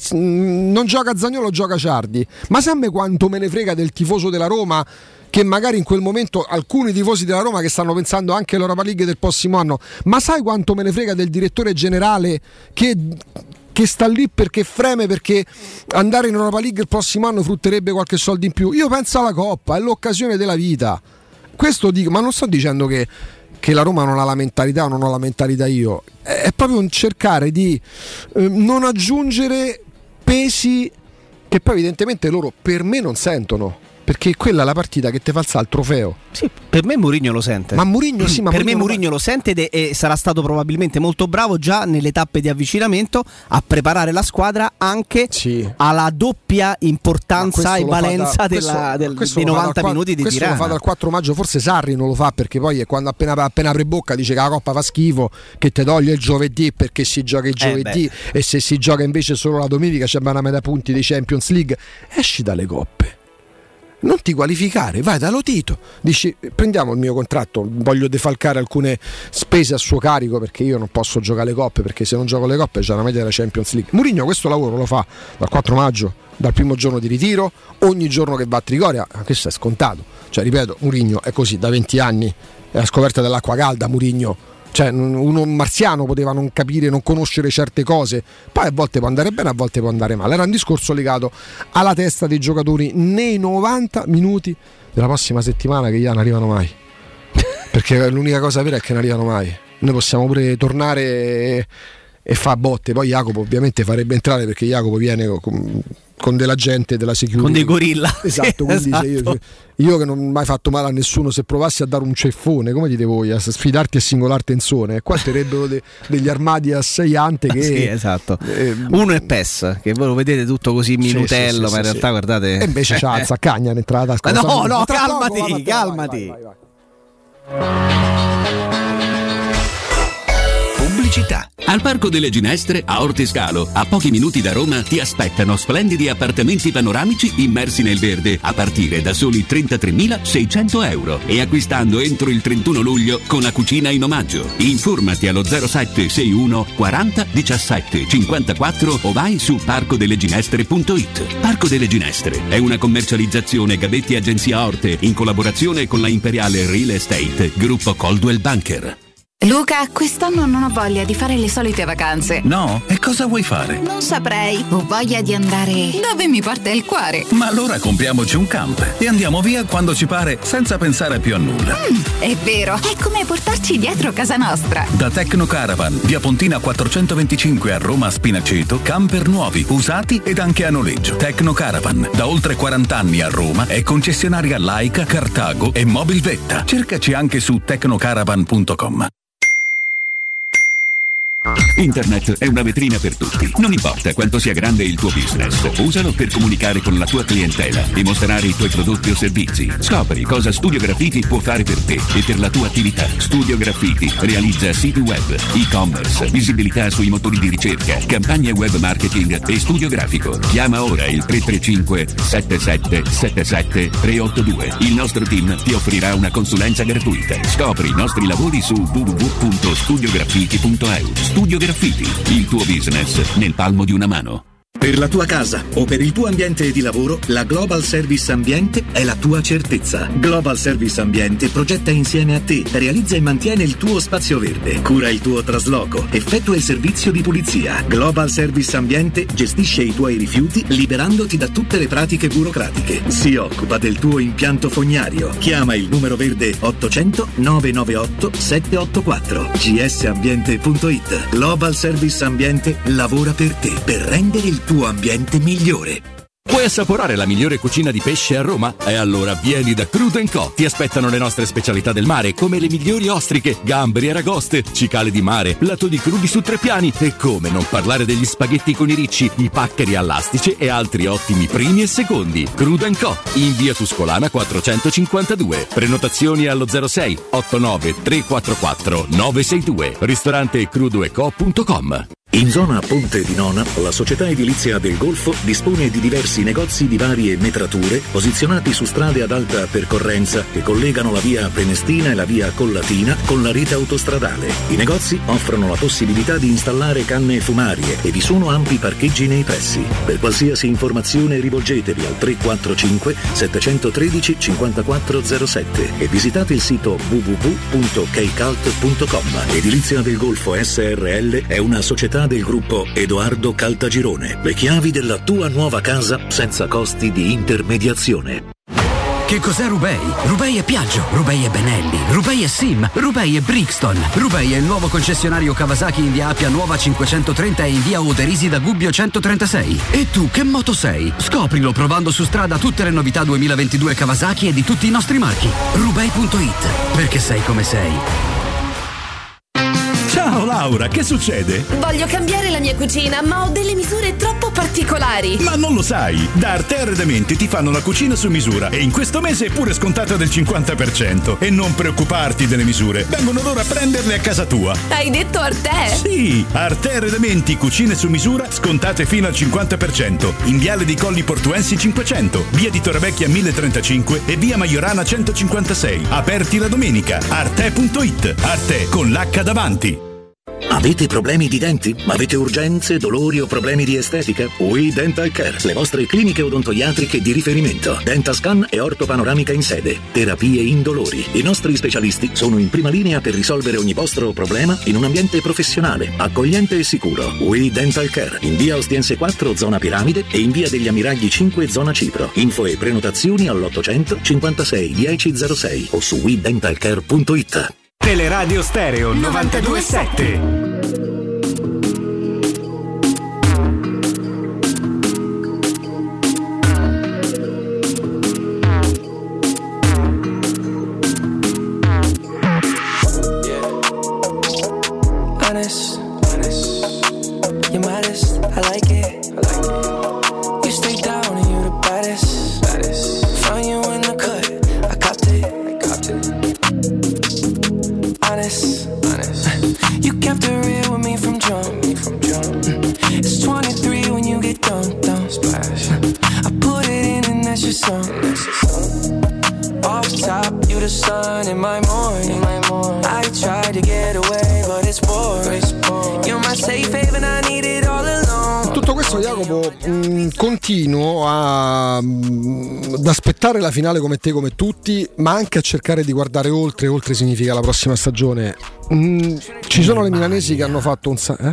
[SPEAKER 3] non gioca Zaniolo, gioca Ciardi, ma sai a me quanto me ne frega del tifoso della Roma, che magari in quel momento alcuni tifosi della Roma che stanno pensando anche all'Europa League del prossimo anno, ma sai quanto me ne frega del direttore generale che che sta lì perché freme, perché andare in Europa League il prossimo anno frutterebbe qualche soldo in più. Io penso alla Coppa, è l'occasione della vita, questo dico, ma non sto dicendo che la Roma non ha la mentalità o non ho la mentalità io, è proprio un cercare di non aggiungere pesi che poi evidentemente loro per me non sentono, perché quella è la partita che ti fa alzare il trofeo.
[SPEAKER 5] Sì, per me Mourinho lo sente.
[SPEAKER 3] Ma Mourinho sì, ma
[SPEAKER 5] per me Mourinho lo sente e sarà stato probabilmente molto bravo già nelle tappe di avvicinamento a preparare la squadra anche alla doppia importanza e valenza dei 90 minuti di Tirana.
[SPEAKER 3] Questo lo fa dal 4 maggio, forse Sarri non lo fa perché poi è quando appena apre bocca dice che la Coppa fa schifo, che te toglie il giovedì perché si gioca il giovedì e se si gioca invece solo la domenica c'è una metà punti di Champions League. Esci dalle coppe, non ti qualificare, vai dallo Tito, dici prendiamo il mio contratto, voglio defalcare alcune spese a suo carico perché io non posso giocare le coppe, perché se non gioco le coppe c'è una media della Champions League. Mourinho questo lavoro lo fa dal 4 maggio, dal primo giorno di ritiro, ogni giorno che va a Trigoria, questo è scontato, cioè ripeto, Mourinho è così da 20 anni, è la scoperta dell'acqua calda Mourinho. Cioè un marziano poteva non capire, non conoscere certe cose, poi a volte può andare bene, a volte può andare male. Era un discorso legato alla testa dei giocatori nei 90 minuti della prossima settimana, che non arrivano mai perché l'unica cosa vera è che non arrivano mai. Noi possiamo pure tornare e fa botte, poi Jacopo ovviamente farebbe entrare perché Jacopo viene con della gente della security,
[SPEAKER 5] con dei gorilla,
[SPEAKER 3] esatto, quindi esatto. Io che non ho mai fatto male a nessuno, se provassi a dare un ceffone, come dite voi, a sfidarti a singolar tensione, qua sarebbero degli armadi a 6 ante che
[SPEAKER 5] sì, esatto. Uno è PES, che voi lo vedete tutto così minutello, sì, ma in realtà guardate,
[SPEAKER 3] e invece c'ha la zaccagna dentro la tasca.
[SPEAKER 5] No, calmati.
[SPEAKER 9] Vai. Pubblicità. Al Parco delle Ginestre, a Ortiscalo, a pochi minuti da Roma, ti aspettano splendidi appartamenti panoramici immersi nel verde a partire da soli 33.600 euro e acquistando entro il 31 luglio con la cucina in omaggio. Informati allo 0761 40 17 54 o vai su parcodelleginestre.it. Parco delle Ginestre è una commercializzazione Gabetti Agenzia Orte in collaborazione con la Imperiale Real Estate, gruppo Coldwell Banker.
[SPEAKER 10] Luca, quest'anno non ho voglia di fare le solite vacanze.
[SPEAKER 9] No? E cosa vuoi fare?
[SPEAKER 10] Non saprei. Ho voglia di andare dove mi porta il cuore.
[SPEAKER 9] Ma allora compriamoci un camper e andiamo via quando ci pare, senza pensare più a nulla.
[SPEAKER 10] È vero, è come portarci dietro casa nostra.
[SPEAKER 9] Da Tecno Caravan, via Pontina 425 a Roma Spinaceto, camper nuovi, usati ed anche a noleggio. Tecno Caravan, da oltre 40 anni a Roma, è concessionaria Laika, Cartago e Mobilvetta. Cercaci anche su tecnocaravan.com. Internet è una vetrina per tutti. Non importa quanto sia grande il tuo business, usalo per comunicare con la tua clientela, dimostrare i tuoi prodotti o servizi. Scopri cosa Studio Graffiti può fare per te e per la tua attività. Studio Graffiti realizza siti web, e-commerce, visibilità sui motori di ricerca, campagne web marketing e studio grafico. Chiama ora il 335 77 77 382. Il nostro team ti offrirà una consulenza gratuita. Scopri i nostri lavori su www.studiograffiti.eu. Studio Graffiti, il tuo business nel palmo di una mano.
[SPEAKER 11] Per la tua casa o per il tuo ambiente di lavoro, la Global Service Ambiente è la tua certezza. Global Service Ambiente progetta insieme a te, realizza e mantiene il tuo spazio verde, cura il tuo trasloco, effettua il servizio di pulizia. Global Service Ambiente gestisce i tuoi rifiuti liberandoti da tutte le pratiche burocratiche. Si occupa del tuo impianto fognario. Chiama il numero verde 800 998 784. gsambiente.it. Global Service Ambiente lavora per te, per rendere il tuo ambiente migliore.
[SPEAKER 12] Vuoi assaporare la migliore cucina di pesce a Roma? E allora vieni da Crudo & Co. Ti aspettano le nostre specialità del mare, come le migliori ostriche, gamberi e aragoste, cicale di mare, platò di crudi su 3 piani e come non parlare degli spaghetti con i ricci, i paccheri all'astice e altri ottimi primi e secondi. Crudo & Co. in via Tuscolana 452. Prenotazioni allo 06 89 344 962. Ristorante crudoeco.com.
[SPEAKER 11] In zona Ponte di Nona, la società edilizia del Golfo dispone di diversi negozi di varie metrature posizionati su strade ad alta percorrenza che collegano la via Prenestina e la via Collatina con la rete autostradale. I negozi offrono la possibilità di installare canne fumarie e vi sono ampi parcheggi nei pressi. Per qualsiasi informazione rivolgetevi al 345 713 5407 e visitate il sito www.kcult.com. Edilizia del Golfo SRL è una società proprietà del gruppo Edoardo Caltagirone. Le chiavi della tua nuova casa senza costi di intermediazione.
[SPEAKER 13] Che cos'è Rubei? Rubei è Piaggio, Rubei è Benelli, Rubei è Sim, Rubei è Brixton. Rubei è il nuovo concessionario Kawasaki in via Appia Nuova 530 e in via Oderisi da Gubbio 136. E tu che moto sei? Scoprilo provando su strada tutte le novità 2022 Kawasaki e di tutti i nostri marchi. Rubei.it, perché sei come sei.
[SPEAKER 14] Ciao Laura, che succede?
[SPEAKER 15] Voglio cambiare la mia cucina, ma ho delle misure troppo particolari.
[SPEAKER 14] Ma non lo sai, da Arte Arredamenti ti fanno la cucina su misura e in questo mese è pure scontata del 50%. E non preoccuparti delle misure, vengono loro a prenderle a casa tua.
[SPEAKER 15] Hai detto Arte?
[SPEAKER 14] Sì, Arte Arredamenti, cucine su misura, scontate fino al 50%. In Viale dei Colli Portuensi 500, via di Torrevecchia 1035 e via Maiorana 156. Aperti la domenica. Arte.it, Arte con l'H davanti.
[SPEAKER 11] Avete problemi di denti? Avete urgenze, dolori o problemi di estetica? We Dental Care, le vostre cliniche odontoiatriche di riferimento. Dentascan e ortopanoramica in sede. Terapie indolori. I nostri specialisti sono in prima linea per risolvere ogni vostro problema in un ambiente professionale, accogliente e sicuro. We Dental Care, in via Ostiense 4, zona Piramide e in via degli Ammiragli 5, zona Cipro. Info e prenotazioni all'800 56 1006 o su wedentalcare.it.
[SPEAKER 16] Teleradio Stereo 92.7.
[SPEAKER 3] Tutto questo, Jacopo, continuo ad aspettare la finale come te, come tutti, ma anche a cercare di guardare oltre. Oltre significa la prossima stagione. Ci sono le milanesi che hanno fatto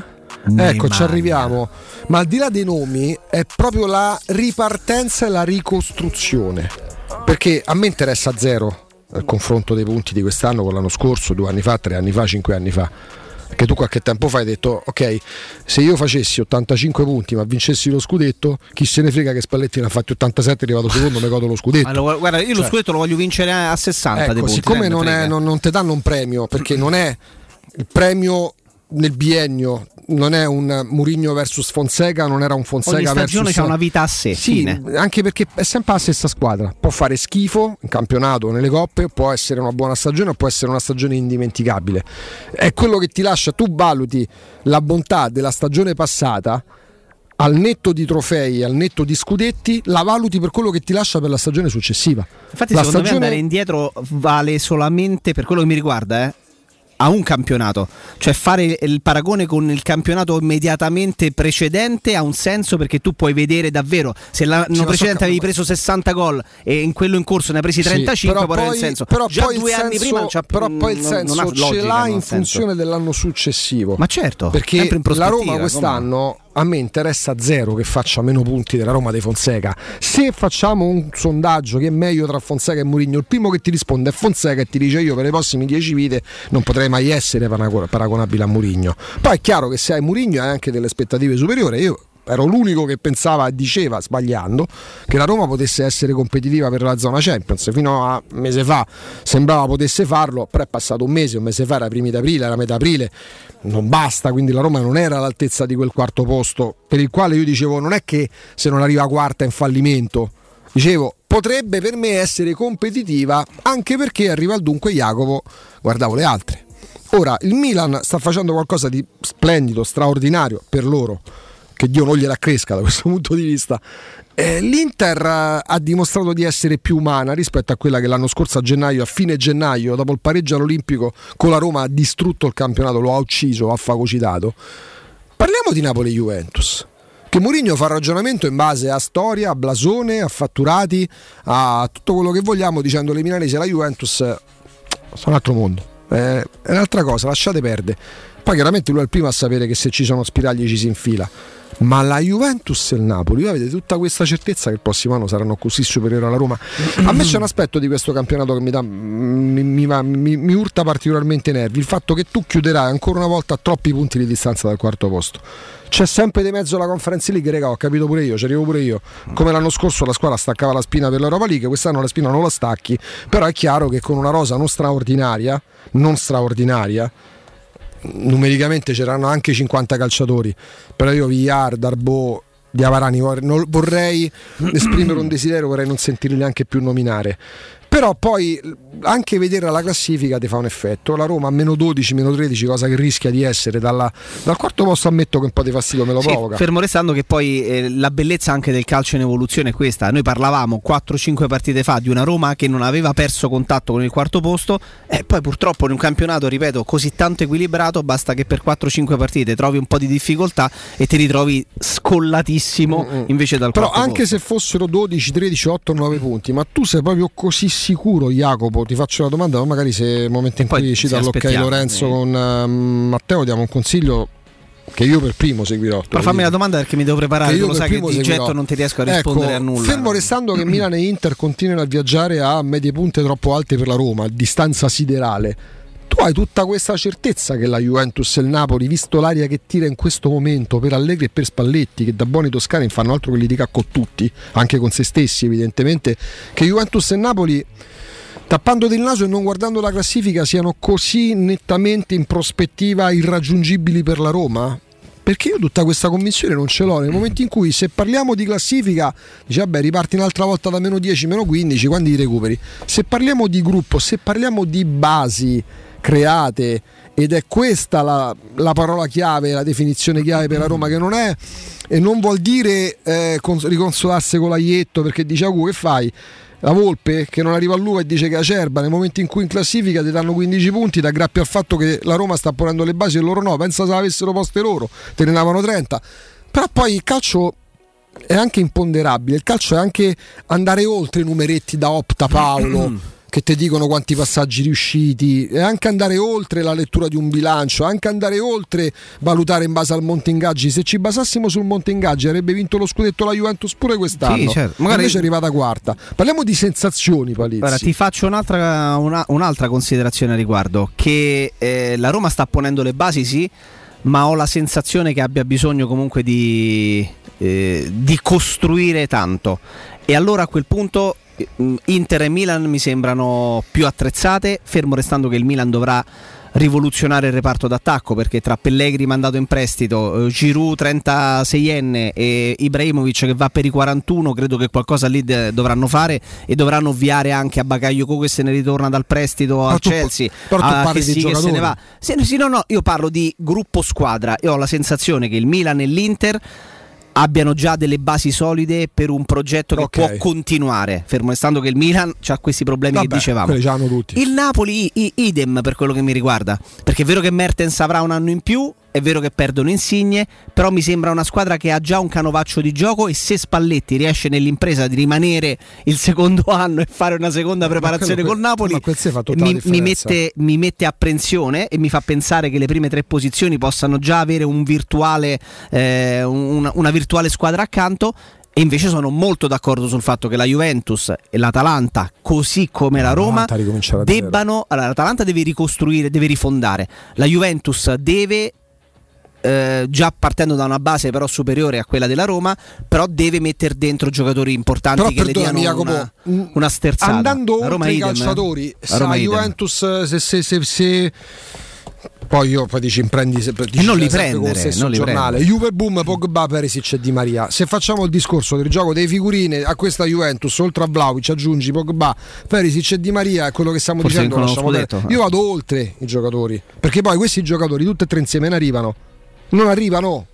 [SPEAKER 3] ecco, ci arriviamo. Ma al di là dei nomi è proprio la ripartenza e la ricostruzione, perché a me interessa zero il confronto dei punti di quest'anno con l'anno scorso, 2 anni fa, 3 anni fa, 5 anni fa. Perché tu qualche tempo fa hai detto: ok, se io facessi 85 punti ma vincessi lo scudetto, chi se ne frega che Spalletti ne ha fatti 87, è arrivato secondo, mi godo lo scudetto.
[SPEAKER 5] Allora, guarda, io lo scudetto lo voglio vincere a 60
[SPEAKER 3] ecco,
[SPEAKER 5] dei punti,
[SPEAKER 3] siccome non ti danno un premio, perché non è il premio nel biennio, non è un Mourinho versus Fonseca, non era un Fonseca versus...
[SPEAKER 5] Ogni stagione c'ha una vita a sé,
[SPEAKER 3] sì,
[SPEAKER 5] fine.
[SPEAKER 3] Anche perché è sempre la stessa squadra, può fare schifo in campionato, nelle coppe, può essere una buona stagione o può essere una stagione indimenticabile. È quello che ti lascia, tu valuti la bontà della stagione passata al netto di trofei, al netto di scudetti, la valuti per quello che ti lascia per la stagione successiva.
[SPEAKER 5] Infatti secondo me andare indietro vale solamente, per quello che mi riguarda, a un campionato, cioè fare il paragone con il campionato immediatamente precedente ha un senso, perché tu puoi vedere davvero se l'anno precedente avevi preso 60 gol e in quello in corso ne hai presi 35,
[SPEAKER 3] sì,
[SPEAKER 5] però poi, il senso
[SPEAKER 3] però
[SPEAKER 5] già
[SPEAKER 3] poi
[SPEAKER 5] 2 anni prima non c'ha più,
[SPEAKER 3] però poi il senso
[SPEAKER 5] non ha logica,
[SPEAKER 3] ce l'ha in
[SPEAKER 5] senso.
[SPEAKER 3] Funzione dell'anno successivo,
[SPEAKER 5] ma certo,
[SPEAKER 3] perché la Roma quest'anno a me interessa zero che faccia meno punti della Roma dei Fonseca. Se facciamo un sondaggio che è meglio tra Fonseca e Mourinho, il primo che ti risponde è Fonseca e ti dice: io per le prossime 10 vite non potrei mai essere paragonabile a Mourinho. Poi è chiaro che se hai Mourinho hai anche delle aspettative superiori. Io ero l'unico che pensava e diceva, sbagliando, che la Roma potesse essere competitiva per la zona Champions. Fino a un mese fa sembrava potesse farlo, però è passato un mese fa era primi d'aprile, era metà aprile, non basta, quindi la Roma non era all'altezza di quel quarto posto, per il quale io dicevo non è che se non arriva quarta è in fallimento, dicevo potrebbe per me essere competitiva, anche perché arriva al dunque Jacopo, guardavo le altre. Ora il Milan sta facendo qualcosa di splendido, straordinario per loro, che Dio non gliela accresca da questo punto di vista. L'Inter ha dimostrato di essere più umana rispetto a quella che l'anno scorso a fine gennaio, dopo il pareggio all'Olimpico con la Roma, ha distrutto il campionato, lo ha ucciso, ha fagocitato. Parliamo di Napoli-Juventus, che Mourinho fa il ragionamento in base a storia, a blasone, a fatturati, a tutto quello che vogliamo, dicendo le milanesi e la Juventus sono un altro mondo, è un'altra cosa, lasciate perdere. Poi chiaramente lui è il primo a sapere che se ci sono spiragli ci si infila. Ma la Juventus e il Napoli, voi avete tutta questa certezza che il prossimo anno saranno così superiori alla Roma? A me c'è un aspetto di questo campionato che mi urta particolarmente i nervi, il fatto che tu chiuderai ancora una volta a troppi punti di distanza dal quarto posto. C'è sempre di mezzo la Conference League, raga, ho capito pure io, ci arrivo pure io. Come l'anno scorso la squadra staccava la spina per l'Europa League, quest'anno la spina non la stacchi, però è chiaro che con una rosa non straordinaria, numericamente c'erano anche 50 calciatori, però io Villar, Darboe, Diavarani vorrei esprimere un desiderio, vorrei non sentirli neanche più nominare. Però poi anche vedere la classifica ti fa un effetto. La Roma a meno 12, meno 13, cosa che rischia di essere dal quarto posto, ammetto che un po' di fastidio me lo provoca.
[SPEAKER 5] Fermo restando che poi la bellezza anche del calcio in evoluzione è questa. Noi parlavamo 4-5 partite fa di una Roma che non aveva perso contatto con il quarto posto, e poi purtroppo in un campionato, ripeto, così tanto equilibrato, basta che per 4-5 partite trovi un po' di difficoltà e ti ritrovi scollatissimo invece dal quarto
[SPEAKER 3] posto. Però anche
[SPEAKER 5] posto.
[SPEAKER 3] Se fossero 12, 13, 8, 9 punti, ma tu sei proprio così sicuro, Jacopo? Ti faccio una domanda, ma magari se nel momento in cui cita l'ok Lorenzo con Matteo diamo un consiglio che io per primo seguirò.
[SPEAKER 5] Però fammi la domanda perché mi devo preparare, tu lo sai che di getto non ti riesco a rispondere a nulla.
[SPEAKER 3] Fermo restando che Milan e Inter continuano a viaggiare a medie punte troppo alte per la Roma, a distanza siderale, tu hai tutta questa certezza che la Juventus e il Napoli, visto l'aria che tira in questo momento per Allegri e per Spalletti, che da buoni toscani non fanno altro che litigare con tutti, anche con se stessi evidentemente, che Juventus e Napoli, tappando del naso e non guardando la classifica, siano così nettamente in prospettiva irraggiungibili per la Roma? Perché io tutta questa convinzione non ce l'ho. Nel momento in cui, se parliamo di classifica, dice vabbè, riparti un'altra volta da meno 10, meno 15, quando li recuperi? Se parliamo di gruppo, se parliamo di basi create, ed è questa la parola chiave, la definizione chiave per la Roma, che non è e non vuol dire riconsolarsi con l'aietto, perché dice che fai? La Volpe che non arriva all'uva e dice che Acerba, nel momento in cui in classifica ti danno 15 punti, ti aggrappi al fatto che la Roma sta ponendo le basi e loro no, pensa se avessero poste loro te ne davano 30. Però poi il calcio è anche imponderabile, il calcio è anche andare oltre i numeretti da Opta Paolo che ti dicono quanti passaggi riusciti, e anche andare oltre la lettura di un bilancio, anche andare oltre valutare in base al monte ingaggi. Se ci basassimo sul monte ingaggi avrebbe vinto lo scudetto la Juventus pure quest'anno,
[SPEAKER 5] sì, certo. Magari
[SPEAKER 3] invece è arrivata quarta. Parliamo di sensazioni, Palizzi.
[SPEAKER 5] Ora ti faccio un'altra considerazione a riguardo, che la Roma sta ponendo le basi, sì, ma ho la sensazione che abbia bisogno comunque di costruire tanto, e allora a quel punto Inter e Milan mi sembrano più attrezzate, fermo restando che il Milan dovrà rivoluzionare il reparto d'attacco, perché tra Pellegrini mandato in prestito, Giroud 36enne e Ibrahimovic che va per i 41, credo che qualcosa lì dovranno fare, e dovranno ovviare anche a Bakayoko che se ne ritorna dal prestito al Chelsea, a che se ne va. No, io parlo di gruppo squadra. Io ho la sensazione che il Milan e l'Inter abbiano già delle basi solide per un progetto che può continuare, fermo restando che il Milan ha questi problemi che dicevamo.
[SPEAKER 3] Tutti.
[SPEAKER 5] Il Napoli idem per quello che mi riguarda, perché è vero che Mertens avrà un anno in più, è vero che perdono Insigne, però mi sembra una squadra che ha già un canovaccio di gioco, e se Spalletti riesce nell'impresa di rimanere il secondo anno e fare una seconda preparazione col Napoli, mi mette apprensione e mi fa pensare che le prime 3 posizioni possano già avere un virtuale una virtuale squadra accanto. E invece sono molto d'accordo sul fatto che la Juventus e l'Atalanta, così come la Roma, debbano. Allora, l'Atalanta deve ricostruire, deve rifondare. La Juventus deve, già partendo da una base però superiore a quella della Roma, però deve mettere dentro giocatori importanti, però, che le diano una sterzata.
[SPEAKER 3] Andando oltre i calciatori, la Juventus se poi dici imprendi
[SPEAKER 5] non li prendere,
[SPEAKER 3] non li giornale. Juve boom, Pogba, Perisic e Di Maria. Se facciamo il discorso del gioco dei figurine, a questa Juventus oltre a Vlahovic aggiungi Pogba, Perisic e Di Maria, è quello che stiamo dicendo. Io vado oltre i giocatori, perché poi questi giocatori tutti e tre insieme non arrivano,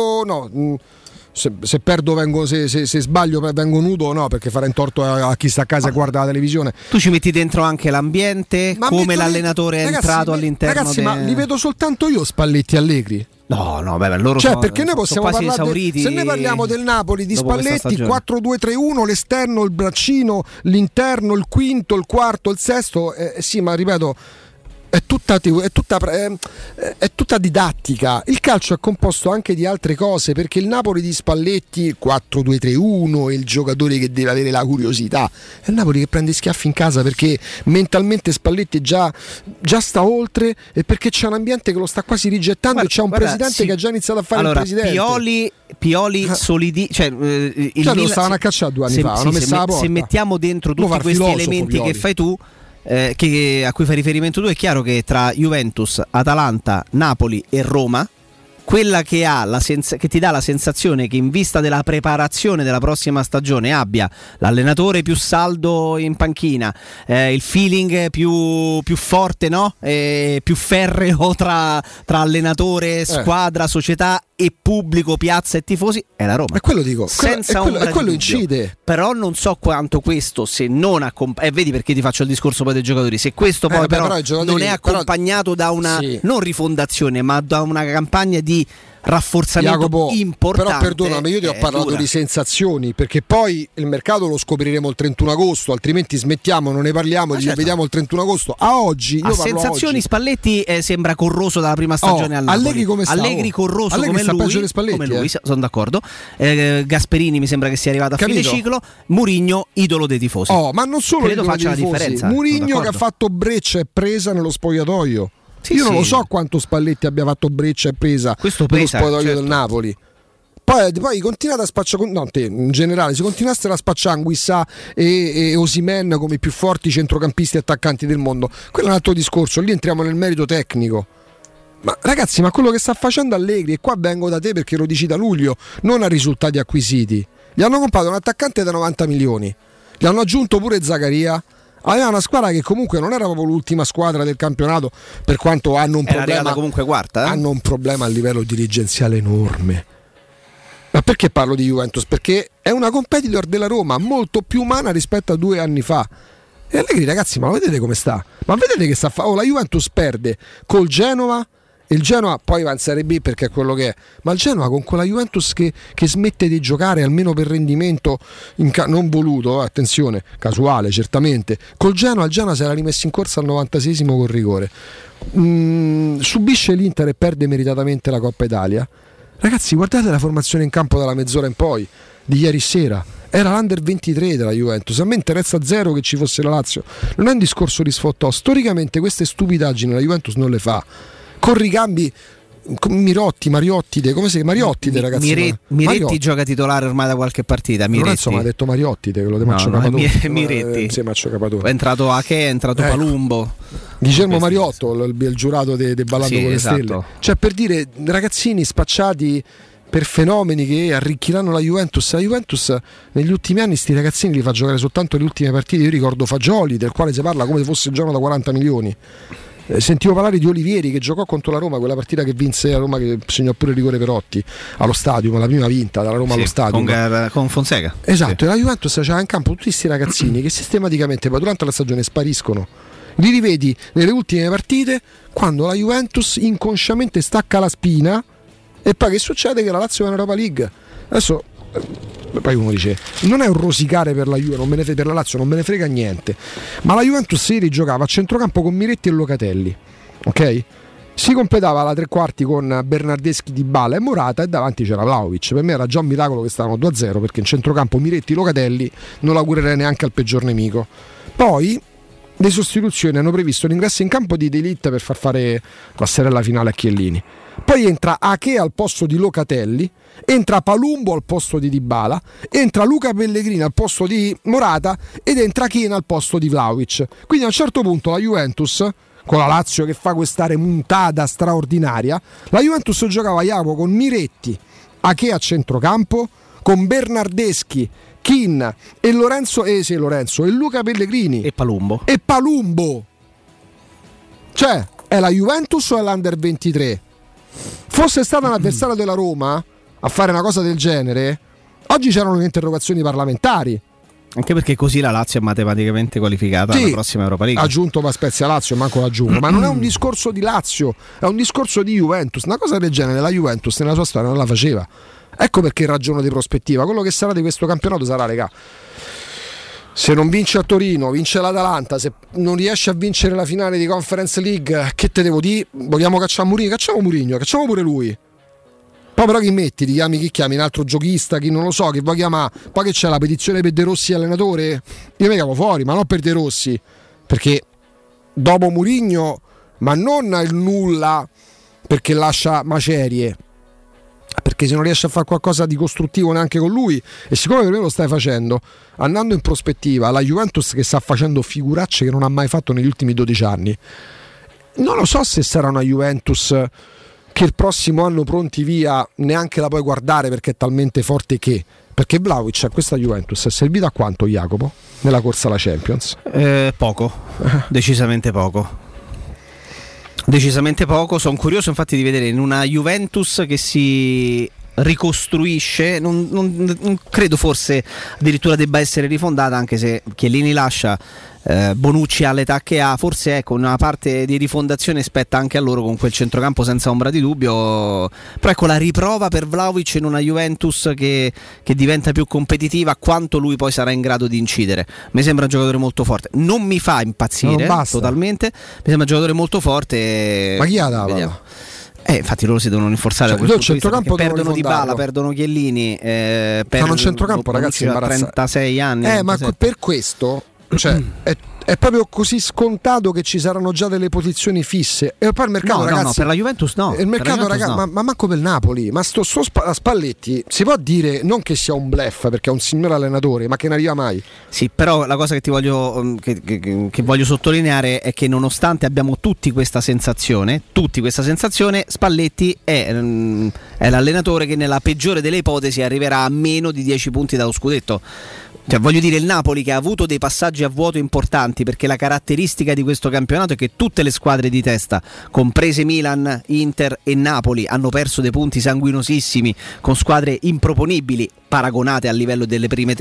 [SPEAKER 3] se perdo vengo, se sbaglio vengo nudo o no, perché farei un torto a chi sta a casa e guarda la televisione.
[SPEAKER 5] Tu ci metti dentro anche l'ambiente, come l'allenatore è entrato all'interno.
[SPEAKER 3] Ragazzi, ma li vedo soltanto io Spalletti e Allegri.
[SPEAKER 5] No, loro
[SPEAKER 3] perché noi possiamo parlare esauriti. Se noi parliamo del Napoli di Spalletti, 4-2-3-1, l'esterno, il braccino, l'interno, il quinto, il quarto, il sesto, sì, ma ripeto, è tutta didattica. Il calcio è composto anche di altre cose, perché il Napoli di Spalletti 4-2-3-1 e il giocatore che deve avere la curiosità è il Napoli che prende schiaffi in casa, perché mentalmente Spalletti già sta oltre, e perché c'è un ambiente che lo sta quasi rigettando, e c'è un presidente che ha già iniziato a fare il presidente.
[SPEAKER 5] Pioli solidi,
[SPEAKER 3] lo stavano a cacciare 2 anni fa, hanno messo la porta.
[SPEAKER 5] Se mettiamo dentro tutti questi elementi
[SPEAKER 3] Pioli,
[SPEAKER 5] che fai tu, a cui fai riferimento tu, è chiaro che tra Juventus, Atalanta, Napoli e Roma, quella che ti dà la sensazione che in vista della preparazione della prossima stagione abbia l'allenatore più saldo in panchina, il feeling più forte, no? Più ferreo tra allenatore, squadra, società e pubblico, piazza e tifosi, è la Roma.
[SPEAKER 3] E quello dico,
[SPEAKER 5] senza
[SPEAKER 3] quello incide.
[SPEAKER 5] Però non so quanto questo, se non vedi perché ti faccio il discorso poi dei giocatori, se questo poi però non è accompagnato da una non rifondazione, ma da una campagna di rafforzamento importante.
[SPEAKER 3] Però perdonami, io ti ho parlato di sensazioni, perché poi il mercato lo scopriremo il 31 agosto, altrimenti smettiamo, non ne parliamo, vediamo il 31 agosto. A oggi
[SPEAKER 5] a sensazioni oggi. Spalletti sembra corroso dalla prima stagione al Napoli.
[SPEAKER 3] Allegri come sta?
[SPEAKER 5] Allegri corroso come lui, sono d'accordo. Gasperini mi sembra che sia arrivato a fine ciclo. Mourinho idolo dei tifosi.
[SPEAKER 3] Ma non solo
[SPEAKER 5] credo faccia la differenza.
[SPEAKER 3] Mourinho che ha fatto breccia e presa nello spogliatoio. Io non lo so quanto Spalletti abbia fatto breccia e presa nello spogliatoio del Napoli. Poi continuate a spacciare, in generale, se continuaste a spacciare Anguissà e Osimhen come i più forti centrocampisti e attaccanti del mondo, quello è un altro discorso, lì entriamo nel merito tecnico. Ma ragazzi, ma quello che sta facendo Allegri, e qua vengo da te perché lo dici da luglio, non a risultati acquisiti. Gli hanno comprato un attaccante da 90 milioni, gli hanno aggiunto pure Zaccaria. Aveva una squadra che comunque non era proprio l'ultima squadra del campionato, per quanto hanno un problema,
[SPEAKER 5] comunque quarta,
[SPEAKER 3] hanno un problema a livello dirigenziale enorme. Ma perché parlo di Juventus? Perché è una competitor della Roma molto più umana rispetto a 2 anni fa. E Allegri, ragazzi, ma lo vedete come sta? Ma vedete che sta la Juventus perde col Genova, il Genoa poi va in Serie B perché è quello che è, ma il Genoa con quella Juventus che smette di giocare almeno per rendimento non voluto, attenzione, casuale certamente, col Genoa, il Genoa si era rimesso in corsa al 96esimo col rigore, subisce l'Inter e perde meritatamente la Coppa Italia. Ragazzi, guardate la formazione in campo dalla mezz'ora in poi di ieri sera, era l'Under 23 della Juventus. A me interessa zero che ci fosse la Lazio, non è un discorso di sfottò, storicamente queste stupidaggini la Juventus non le fa. Con ricambi Mariotti, ragazzi.
[SPEAKER 5] Miretti gioca titolare ormai da qualche partita.
[SPEAKER 3] Lorenzo mi ha detto Mariotti, te lo
[SPEAKER 5] Miretti.
[SPEAKER 3] È
[SPEAKER 5] entrato Ache, è entrato Palumbo.
[SPEAKER 3] Guillermo Mariotto, il giurato di Ballando con le Stelle. Cioè, per dire, ragazzini spacciati per fenomeni che arricchiranno la Juventus. La Juventus negli ultimi anni sti ragazzini li fa giocare soltanto le ultime partite. Io ricordo Fagioli, del quale si parla come se fosse il giorno da 40 milioni. Sentivo parlare di Olivieri che giocò contro la Roma, quella partita che vinse la Roma, che segnò pure il rigore Perotti allo stadio, la prima vinta dalla Roma allo stadio
[SPEAKER 5] con Fonseca.
[SPEAKER 3] Esatto, e la Juventus c'era in campo tutti questi ragazzini che sistematicamente poi durante la stagione spariscono. Li rivedi nelle ultime partite quando la Juventus inconsciamente stacca la spina, e poi che succede? Che la Lazio va in Europa League. Adesso poi uno dice non è un rosicare per la Juve, per la Lazio non me ne frega niente, ma la Juventus ieri giocava a centrocampo con Miretti e Locatelli, ok? Si completava la tre quarti con Bernardeschi, Dybala e Morata, e davanti c'era Vlahovic. Per me era già un miracolo che stavano 2-0, perché in centrocampo Miretti, Locatelli non l'augurerei neanche al peggior nemico. Poi le sostituzioni hanno previsto l'ingresso in campo di De Ligt per far fare la serella finale a Chiellini. Poi entra Ache al posto di Locatelli, entra Palumbo al posto di Dybala, entra Luca Pellegrini al posto di Morata ed entra Chiesa al posto di Vlahovic. Quindi a un certo punto la Juventus, con la Lazio che fa questa remontata straordinaria, la Juventus giocava con Miretti, Ache a centrocampo, con Bernardeschi, Kin e Lorenzo e Luca Pellegrini
[SPEAKER 5] e Palumbo.
[SPEAKER 3] Cioè, è la Juventus o è l'Under 23? Fosse stata un avversario della Roma a fare una cosa del genere, oggi c'erano le interrogazioni parlamentari.
[SPEAKER 5] Anche perché così la Lazio è matematicamente qualificata alla prossima Europa League.
[SPEAKER 3] Aggiunto ma Spezia Lazio, manco l'aggiungo. Ma non è un discorso di Lazio, è un discorso di Juventus. Una cosa del genere la Juventus nella sua storia non la faceva. Ecco perché ragiono di prospettiva. Quello che sarà di questo campionato sarà, regà, Se non vince a Torino, vince l'Atalanta, se non riesce a vincere la finale di Conference League, che te devo dire? Vogliamo cacciare Mourinho? Cacciamo pure lui. Poi però chi metti? Chi chiami? Un altro giochista? Chi non lo so, che vuoi chiamare? Poi che c'è la petizione per De Rossi allenatore? Io mi chiamo fuori, ma non per De Rossi, perché dopo Mourinho, ma non il nulla perché lascia macerie, perché se non riesci a fare qualcosa di costruttivo neanche con lui, e siccome per me lo stai facendo, andando in prospettiva, la Juventus che sta facendo figuracce che non ha mai fatto negli ultimi 12 anni, non lo so se sarà una Juventus che il prossimo anno pronti via neanche la puoi guardare perché è talmente forte che, perché Vlahovic a questa Juventus è servito a quanto, Jacopo, nella corsa alla Champions?
[SPEAKER 5] Poco, decisamente poco. Decisamente poco, sono curioso infatti di vedere in una Juventus che si ricostruisce, non credo forse addirittura debba essere rifondata, anche se Chiellini lascia, Bonucci ha l'età che ha, forse ecco una parte di rifondazione spetta anche a loro con quel centrocampo senza ombra di dubbio, però ecco la riprova per Vlahovic in una Juventus che diventa più competitiva, quanto lui poi sarà in grado di incidere. Mi sembra un giocatore molto forte, non mi fa impazzire totalmente, mi sembra un giocatore molto forte.
[SPEAKER 3] Ma chi ha dato?
[SPEAKER 5] Infatti loro si devono rinforzare,
[SPEAKER 3] cioè, il centrocampo
[SPEAKER 5] perdono Dybala, perdono Chiellini,
[SPEAKER 3] fanno un centrocampo ragazzi
[SPEAKER 5] 36 anni,
[SPEAKER 3] ma per questo cioè, è proprio così scontato che ci saranno già delle posizioni fisse, e poi il mercato ragazzi,
[SPEAKER 5] per la Juventus no,
[SPEAKER 3] il mercato ragazzi, no. Ma manco per il Napoli, ma sto Spalletti si può dire non che sia un bluff perché è un signor allenatore, ma che non arriva mai.
[SPEAKER 5] Sì, però la cosa che ti voglio che voglio sottolineare è che nonostante abbiamo tutti questa sensazione, Spalletti è l'allenatore che nella peggiore delle ipotesi arriverà a meno di 10 punti dallo scudetto. Cioè, voglio dire, il Napoli che ha avuto dei passaggi a vuoto importanti, perché la caratteristica di questo campionato è che tutte le squadre di testa, comprese Milan, Inter e Napoli, hanno perso dei punti sanguinosissimi con squadre improponibili paragonate al livello delle prime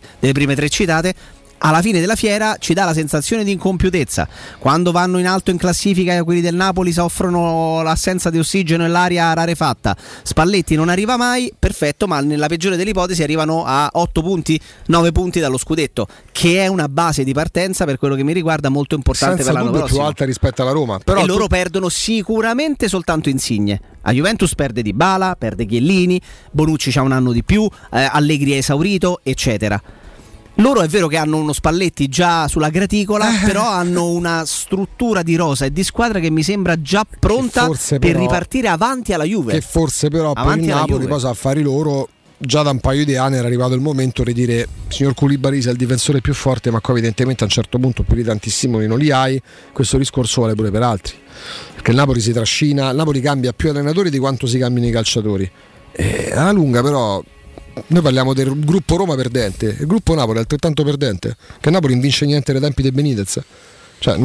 [SPEAKER 5] tre citate. Alla fine della fiera ci dà la sensazione di incompiutezza. Quando vanno in alto in classifica, quelli del Napoli soffrono l'assenza di ossigeno e l'aria rarefatta. Spalletti non arriva mai, perfetto, ma nella peggiore delle ipotesi arrivano a 8 punti, 9 punti dallo scudetto, che è una base di partenza per quello che mi riguarda molto importante
[SPEAKER 3] senza
[SPEAKER 5] per l'anno prossimo.
[SPEAKER 3] Più alta rispetto alla Roma, però
[SPEAKER 5] e loro perdono sicuramente soltanto Insigne. A Juventus perde Dybala, perde Chiellini, Bonucci c'ha un anno di più, Allegri è esaurito, eccetera. Loro è vero che hanno uno Spalletti già sulla graticola, però hanno una struttura di rosa e di squadra che mi sembra già pronta per ripartire avanti alla Juve.
[SPEAKER 3] Che forse però per il Napoli poi sa affari loro. Già da un paio di anni era arrivato il momento di dire: signor Koulibaly sei il difensore più forte, ma qua evidentemente a un certo punto più di tantissimi non li hai. Questo discorso vale pure per altri, perché il Napoli si trascina, il Napoli cambia più allenatori di quanto si cambino i calciatori, e alla lunga però noi parliamo del gruppo Roma perdente, il gruppo Napoli è altrettanto perdente, che Napoli non vince niente nei tempi dei Benitez. Cioè,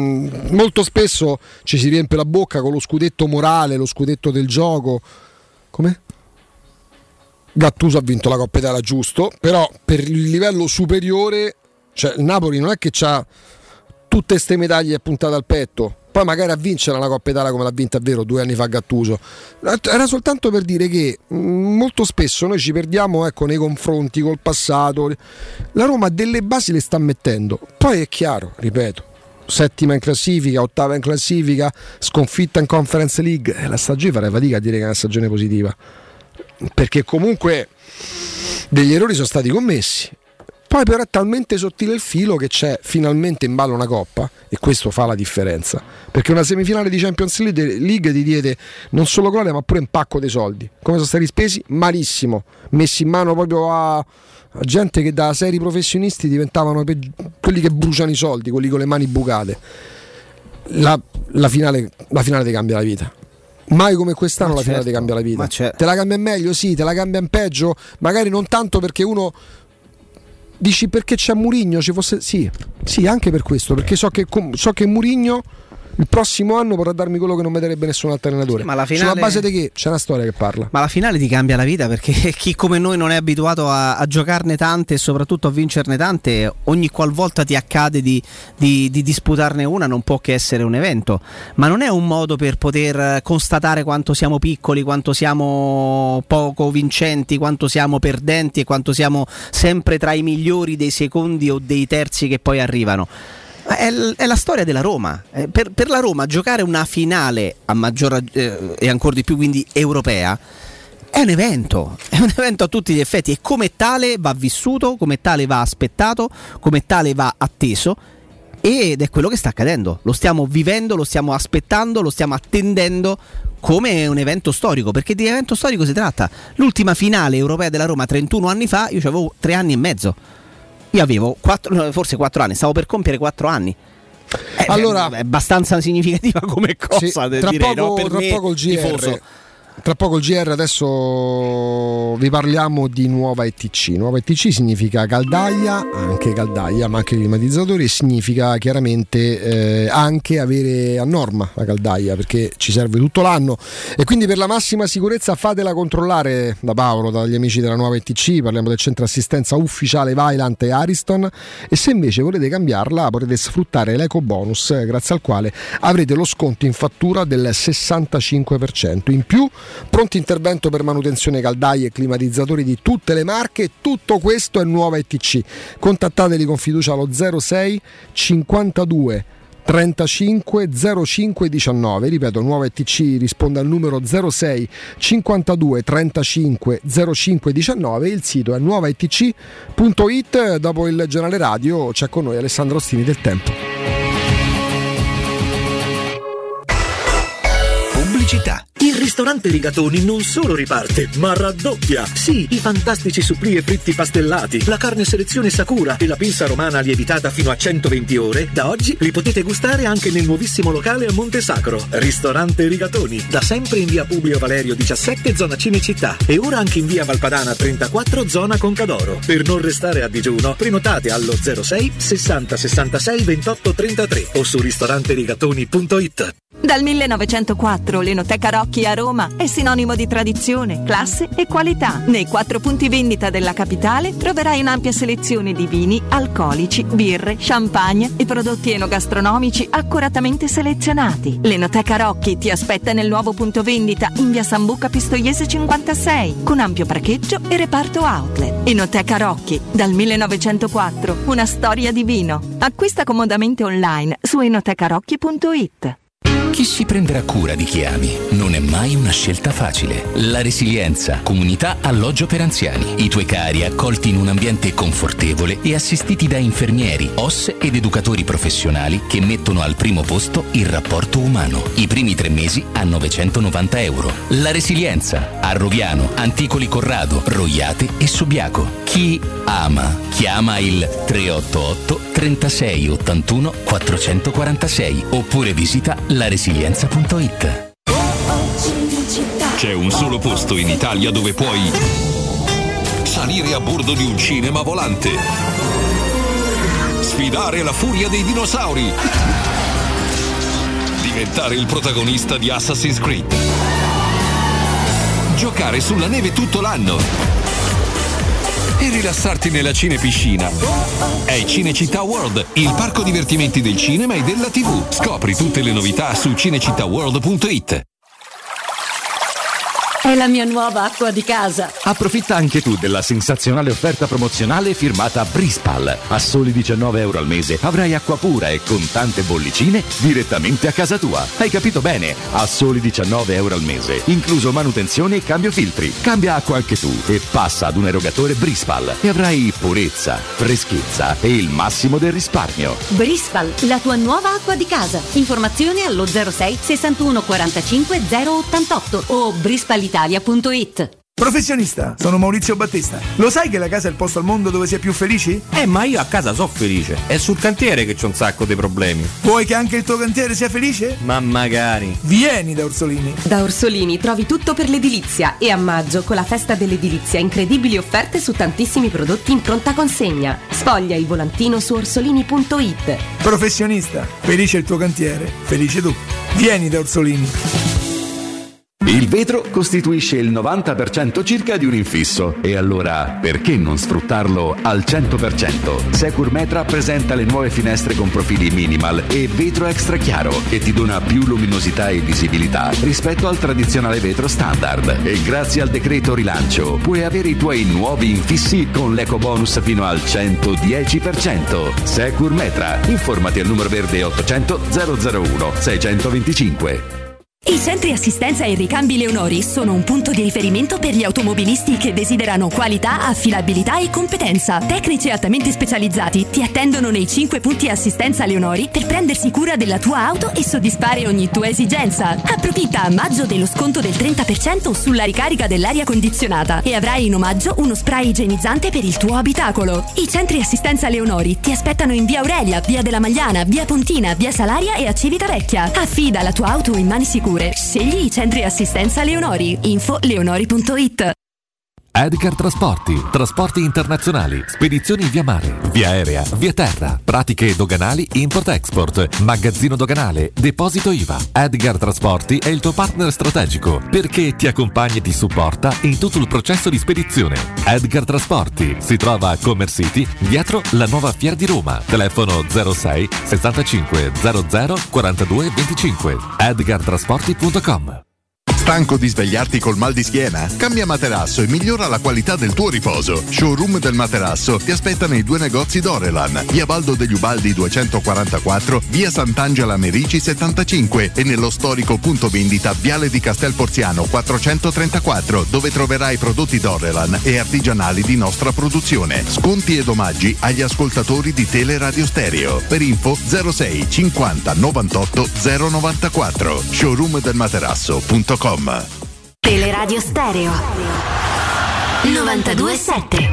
[SPEAKER 3] molto spesso ci si riempie la bocca con lo scudetto morale, lo scudetto del gioco. Come? Gattuso ha vinto la Coppa Italia, giusto, però per il livello superiore, cioè il Napoli non è che c'ha tutte queste medaglie puntate al petto, poi magari a vincere la Coppa Italia come l'ha vinta, è vero, 2 anni fa Gattuso. Era soltanto per dire che molto spesso noi ci perdiamo, ecco, nei confronti col passato. La Roma delle basi le sta mettendo, poi è chiaro, ripeto, 7ª in classifica, 8ª in classifica, sconfitta in Conference League, la stagione farei fatica a dire che è una stagione positiva, perché comunque degli errori sono stati commessi. Poi però è talmente sottile il filo che c'è finalmente in ballo una coppa, e questo fa la differenza, perché una semifinale di Champions League ti diede non solo gloria ma pure un pacco dei soldi. Come sono stati spesi? Malissimo, messi in mano proprio a gente che da seri professionisti diventavano quelli che bruciano i soldi, quelli con le mani bucate. La finale ti cambia la vita. Mai come quest'anno la finale ti cambia la vita. Te la cambia in meglio? Sì. Te la cambia in peggio? Magari non tanto, perché uno dici perché c'è Mourinho, ci fosse sì, anche per questo, perché so che Mourinho il prossimo anno potrà darmi quello che non mi darebbe nessun altro allenatore.
[SPEAKER 5] Ma la finale...
[SPEAKER 3] Sulla base di che? C'è una storia che parla.
[SPEAKER 5] Ma la finale ti cambia la vita, perché chi come noi non è abituato a giocarne tante e soprattutto a vincerne tante, ogni qualvolta ti accade di disputarne una non può che essere un evento, ma non è un modo per poter constatare quanto siamo piccoli, quanto siamo poco vincenti, quanto siamo perdenti e quanto siamo sempre tra i migliori dei secondi o dei terzi che poi arrivano. È la storia della Roma. Per la Roma giocare una finale a maggior e ancora di più quindi europea è un evento a tutti gli effetti, e come tale va vissuto, come tale va aspettato, come tale va atteso, ed è quello che sta accadendo. Lo stiamo vivendo, lo stiamo aspettando, lo stiamo attendendo come un evento storico, perché di evento storico si tratta. L'ultima finale europea della Roma 31 anni fa, io avevo 3 anni e mezzo. Io avevo forse 4 anni, stavo per compiere 4 anni.
[SPEAKER 3] Allora,
[SPEAKER 5] è abbastanza significativa come cosa,
[SPEAKER 3] sì, tra
[SPEAKER 5] direi,
[SPEAKER 3] poco,
[SPEAKER 5] no? Per
[SPEAKER 3] tra
[SPEAKER 5] me,
[SPEAKER 3] poco il GR.
[SPEAKER 5] tifoso.
[SPEAKER 3] Tra poco il GR, adesso vi parliamo di nuova ETC. Nuova ETC significa caldaia, anche caldaia, ma anche climatizzatori, e significa chiaramente anche avere a norma la caldaia, perché ci serve tutto l'anno, e quindi per la massima sicurezza fatela controllare da Paolo, dagli amici della nuova ETC. Parliamo del centro assistenza ufficiale Vaillant e Ariston, e se invece volete cambiarla potete sfruttare l'eco bonus, grazie al quale avrete lo sconto in fattura del 65%. In più, pronti intervento per manutenzione caldaie e climatizzatori di tutte le marche. Tutto questo è nuova ETC. Contattateli con fiducia allo 06 52 35 05 19. Ripeto, nuova ETC risponde al numero 06 52 35 05 19. Il sito è nuovaetc.it. Dopo il giornale radio c'è con noi Alessandro Ostini del Tempo.
[SPEAKER 11] Pubblicità. Il ristorante Rigatoni non solo riparte, ma raddoppia. Sì, i fantastici supplì e fritti pastellati, la carne selezione Sakura e la pinza romana lievitata fino a 120 ore, da oggi li potete gustare anche nel nuovissimo locale a Monte Sacro. Ristorante Rigatoni, da sempre in via Publio Valerio 17, zona Cinecittà, e ora anche in via Valpadana 34, zona Concadoro. Per non restare a digiuno, prenotate allo 06 60 66 28 33 o su ristoranterigatoni.it.
[SPEAKER 17] Dal 1904 l'Enoteca Rocchi a Roma è sinonimo di tradizione, classe e qualità. Nei 4 punti vendita della capitale troverai un'ampia selezione di vini, alcolici, birre, champagne e prodotti enogastronomici accuratamente selezionati. L'Enoteca Rocchi ti aspetta nel nuovo punto vendita in via Sambuca Pistoiese 56, con ampio parcheggio e reparto outlet. Enoteca Rocchi, dal 1904, una storia di vino. Acquista comodamente online su enotecarocchi.it.
[SPEAKER 18] Chi si prenderà cura di chi ami? Non è mai una scelta facile. La Resilienza, comunità alloggio per anziani. I tuoi cari accolti in un ambiente confortevole e assistiti da infermieri, OSS ed educatori professionali che mettono al primo posto il rapporto umano. I primi 3 mesi a €990. La Resilienza, a Roviano, Anticoli Corrado, Roiate e Subiaco. Chi ama, chiama il 388 36 81 446 oppure visita laresilienza.it.
[SPEAKER 19] C'è un solo posto in Italia dove puoi salire a bordo di un cinema volante, sfidare la furia dei dinosauri, diventare il protagonista di Assassin's Creed, giocare sulla neve tutto l'anno e rilassarti nella cinepiscina. È Cinecittà World, il parco divertimenti del cinema e della TV. Scopri tutte le novità su cinecittàworld.it.
[SPEAKER 20] È la mia nuova acqua di casa.
[SPEAKER 12] Approfitta anche tu della sensazionale offerta promozionale firmata Brispal. A soli €19 al mese avrai acqua pura e con tante bollicine direttamente a casa tua. Hai capito bene? A soli €19 al mese, incluso manutenzione e cambio filtri. Cambia acqua anche tu e passa ad un erogatore Brispal e avrai purezza, freschezza e il massimo del risparmio.
[SPEAKER 20] Brispal, la tua nuova acqua di casa. Informazioni allo 06 61 45 088 o brispalitalia.it.
[SPEAKER 21] Professionista, sono Maurizio Battista. Lo sai che la casa è il posto al mondo dove si è più felici?
[SPEAKER 22] Ma io a casa so felice. È sul cantiere che c'ho un sacco di problemi.
[SPEAKER 21] Vuoi che anche il tuo cantiere sia felice?
[SPEAKER 22] Ma magari.
[SPEAKER 21] Vieni da Orsolini.
[SPEAKER 23] Da Orsolini trovi tutto per l'edilizia e a maggio, con la festa dell'edilizia, incredibili offerte su tantissimi prodotti in pronta consegna. Sfoglia il volantino su orsolini.it.
[SPEAKER 21] Professionista, felice il tuo cantiere, felice tu. Vieni da Orsolini.
[SPEAKER 12] Il vetro costituisce il 90% circa di un infisso e allora perché non sfruttarlo al 100%? Securmetra presenta le nuove finestre con profili minimal e vetro extra chiaro che ti dona più luminosità e visibilità rispetto al tradizionale vetro standard e grazie al decreto rilancio puoi avere i tuoi nuovi infissi con l'eco bonus fino al 110%. Securmetra, informati al numero verde 800 001 625.
[SPEAKER 24] I centri assistenza e ricambi Leonori sono un punto di riferimento per gli automobilisti che desiderano qualità, affidabilità e competenza. Tecnici altamente specializzati ti attendono nei 5 punti assistenza Leonori per prendersi cura della tua auto e soddisfare ogni tua esigenza. Approfitta a maggio dello sconto del 30% sulla ricarica dell'aria condizionata e avrai in omaggio uno spray igienizzante per il tuo abitacolo. I centri assistenza Leonori ti aspettano in via Aurelia, via della Magliana, via Pontina, via Salaria e a Civitavecchia. Affida la tua auto in mani sicure. Scegli i centri assistenza Leonori. Info leonori.it.
[SPEAKER 25] Edgar trasporti internazionali, spedizioni via mare, via aerea, via terra, pratiche doganali, import-export, magazzino doganale, deposito IVA. Edgar Trasporti è il tuo partner strategico perché ti accompagna e ti supporta in tutto il processo di spedizione. Edgar Trasporti si trova a Commerce City, dietro la nuova Fiera di Roma. Telefono 06 65 00 42 25. edgartrasporti.com.
[SPEAKER 26] Stanco di svegliarti col mal di schiena? Cambia materasso e migliora la qualità del tuo riposo. Showroom del materasso ti aspetta nei 2 negozi Dorelan, via Baldo degli Ubaldi 244, via Sant'Angela Merici 75 e nello storico punto vendita Viale di Castel Porziano 434, dove troverai prodotti Dorelan e artigianali di nostra produzione. Sconti ed omaggi agli ascoltatori di Teleradio Stereo. Per info 06 50 98 094. showroomdelmaterasso.com.
[SPEAKER 20] Teleradio Stereo 92.7.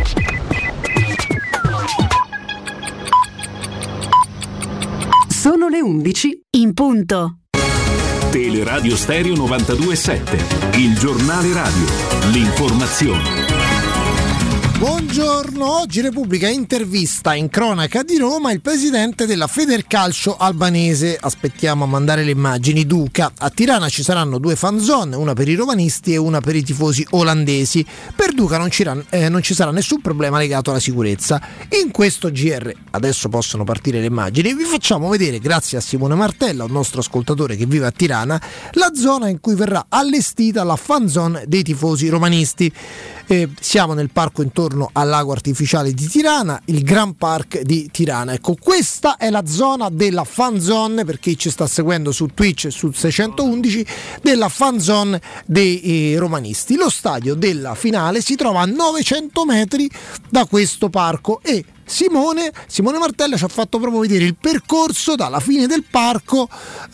[SPEAKER 27] Sono le 11 in punto.
[SPEAKER 16] Teleradio Stereo 92.7, il giornale radio, l'informazione.
[SPEAKER 3] Buongiorno, oggi Repubblica intervista in cronaca di Roma il presidente della Federcalcio albanese. Aspettiamo a mandare le immagini. Duca. A Tirana ci saranno 2 fan zone, una per i romanisti e una per i tifosi olandesi. Per Duca non ci sarà nessun problema legato alla sicurezza. In questo GR, adesso possono partire le immagini, vi facciamo vedere, grazie a Simone Martella, un nostro ascoltatore che vive a Tirana, la zona in cui verrà allestita la fan zone dei tifosi romanisti. Siamo nel parco intorno al lago artificiale di Tirana, il Grand Park di Tirana. Ecco, questa è la zona della fan zone, per chi ci sta seguendo su Twitch e su 611, della fan zone dei romanisti. Lo stadio della finale si trova a 900 metri da questo parco e Simone Martella ci ha fatto proprio vedere il percorso dalla fine del parco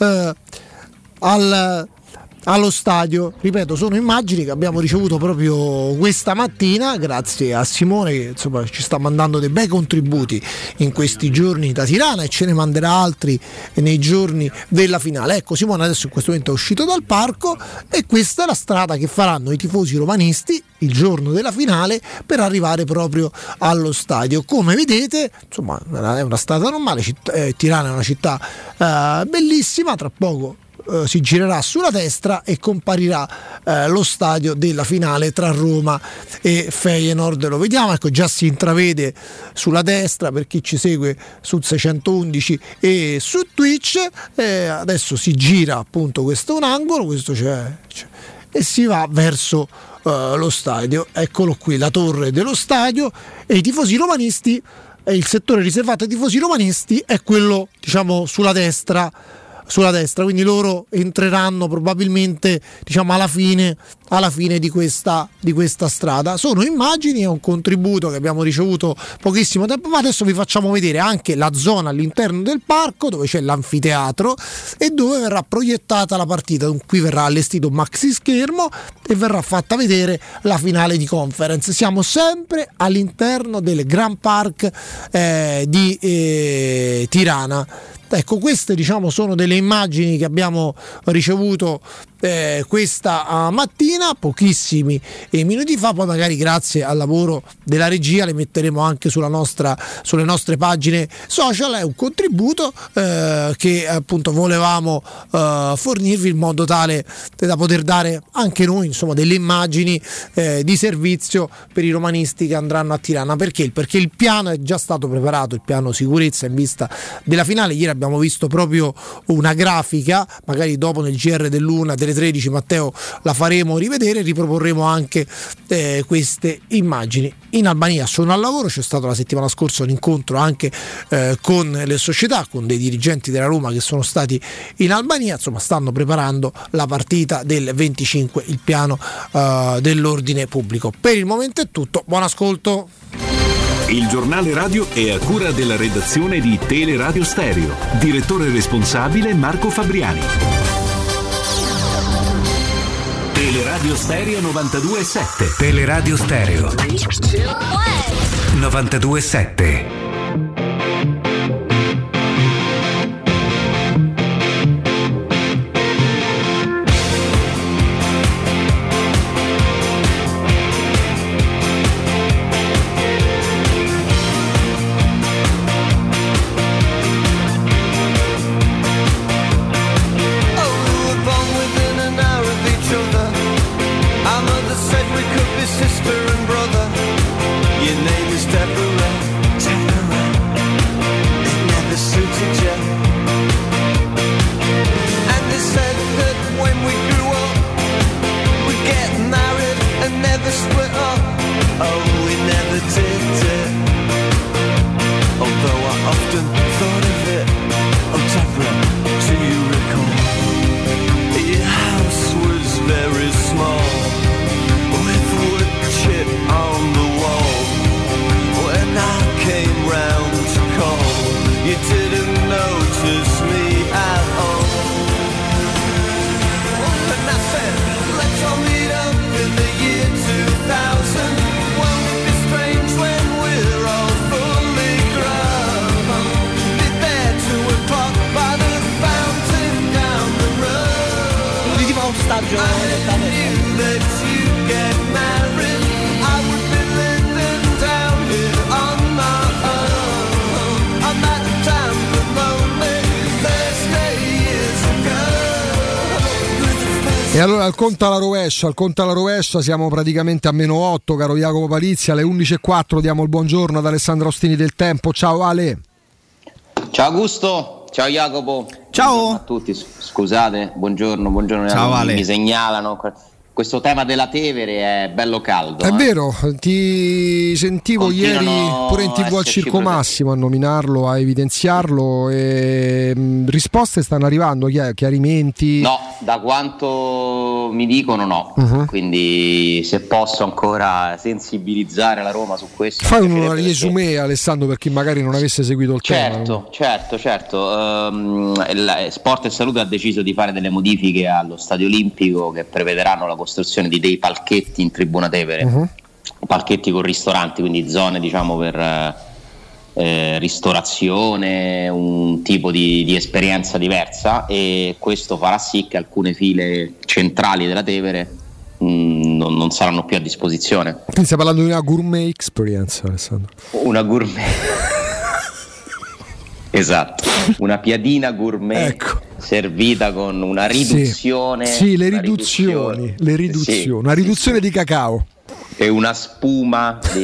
[SPEAKER 3] allo stadio. Ripeto, sono immagini che abbiamo ricevuto proprio questa mattina grazie a Simone, che insomma ci sta mandando dei bei contributi in questi giorni da Tirana e ce ne manderà altri nei giorni della finale. Ecco, Simone adesso in questo momento è uscito dal parco e questa è la strada che faranno i tifosi romanisti il giorno della finale per arrivare proprio allo stadio. Come vedete, insomma, è una strada normale. Tirana è una città bellissima. Tra poco si girerà sulla destra e comparirà lo stadio della finale tra Roma e Feyenoord. Lo vediamo, ecco, già si intravede sulla destra per chi ci segue sul 611 e su Twitch. Adesso si gira appunto, questo è un angolo, questo c'è e si va verso lo stadio. Eccolo qui, la torre dello stadio, e i tifosi romanisti, il settore riservato ai tifosi romanisti è quello, diciamo, sulla destra
[SPEAKER 1] sulla destra, quindi loro entreranno probabilmente, diciamo, alla fine di questa strada. Sono immagini, è un contributo che abbiamo ricevuto pochissimo tempo fa. Adesso vi facciamo vedere anche la zona all'interno del parco dove c'è l'anfiteatro e dove verrà proiettata la partita. Qui verrà allestito un maxi schermo e verrà fatta vedere la finale di Conference. Siamo sempre all'interno del Grand Park di Tirana. Ecco, queste, diciamo, sono delle immagini che abbiamo ricevuto questa mattina, pochissimi minuti fa. Poi magari grazie al lavoro della regia le metteremo anche sulle nostre pagine social. È un contributo che appunto volevamo fornirvi in modo tale da poter dare anche noi, insomma, delle immagini di servizio per i romanisti che andranno a Tirana. Perché il piano è già stato preparato, il piano sicurezza in vista della finale. Ieri abbiamo visto proprio una grafica, magari dopo nel GR dell'1 delle 13 Matteo la faremo rivedere, riproporremo anche queste immagini. In Albania sono al lavoro, c'è stato la settimana scorsa un incontro anche con le società, con dei dirigenti della Roma che sono stati in Albania, insomma stanno preparando la partita del 25, il piano dell'ordine pubblico. Per il momento è tutto, buon ascolto.
[SPEAKER 16] Il giornale radio è a cura della redazione di Teleradio Stereo. Direttore responsabile Marco Fabriani. Teleradio Stereo 92.7.
[SPEAKER 2] Teleradio Stereo 92.7.
[SPEAKER 3] E allora al conto alla rovescia siamo praticamente a -8, caro Jacopo Palizzi. Alle 11.04 diamo il buongiorno ad Alessandro Ostini del Tempo. Ciao Ale.
[SPEAKER 4] Ciao Augusto, ciao Jacopo.
[SPEAKER 5] Ciao
[SPEAKER 4] buongiorno a tutti, scusate, buongiorno.
[SPEAKER 5] Ciao Ale.
[SPEAKER 4] Mi segnalano questo tema della Tevere è bello caldo.
[SPEAKER 3] È vero, ti sentivo ieri pure in TV al Circo Massimo a nominarlo, a evidenziarlo, e risposte stanno arrivando, chiarimenti?
[SPEAKER 4] No, da quanto mi dicono no, quindi se posso ancora sensibilizzare la Roma su questo.
[SPEAKER 3] Fai un riesumé, Alessandro, per chi magari non avesse seguito il tema.
[SPEAKER 4] Certo. Sport e Salute ha deciso di fare delle modifiche allo Stadio Olimpico che prevederanno la costruzione di dei palchetti in Tribuna Tevere, palchetti con ristoranti, quindi zone, diciamo, per ristorazione, un tipo di esperienza diversa, e questo farà sì che alcune file centrali della Tevere non saranno più a disposizione.
[SPEAKER 3] Quindi stai parlando di una gourmet experience, Alessandro?
[SPEAKER 4] Una gourmet esatto, una piadina gourmet, ecco, servita con una riduzione.
[SPEAKER 3] Sì, le riduzioni. Sì, una riduzione di cacao
[SPEAKER 4] e una spuma di...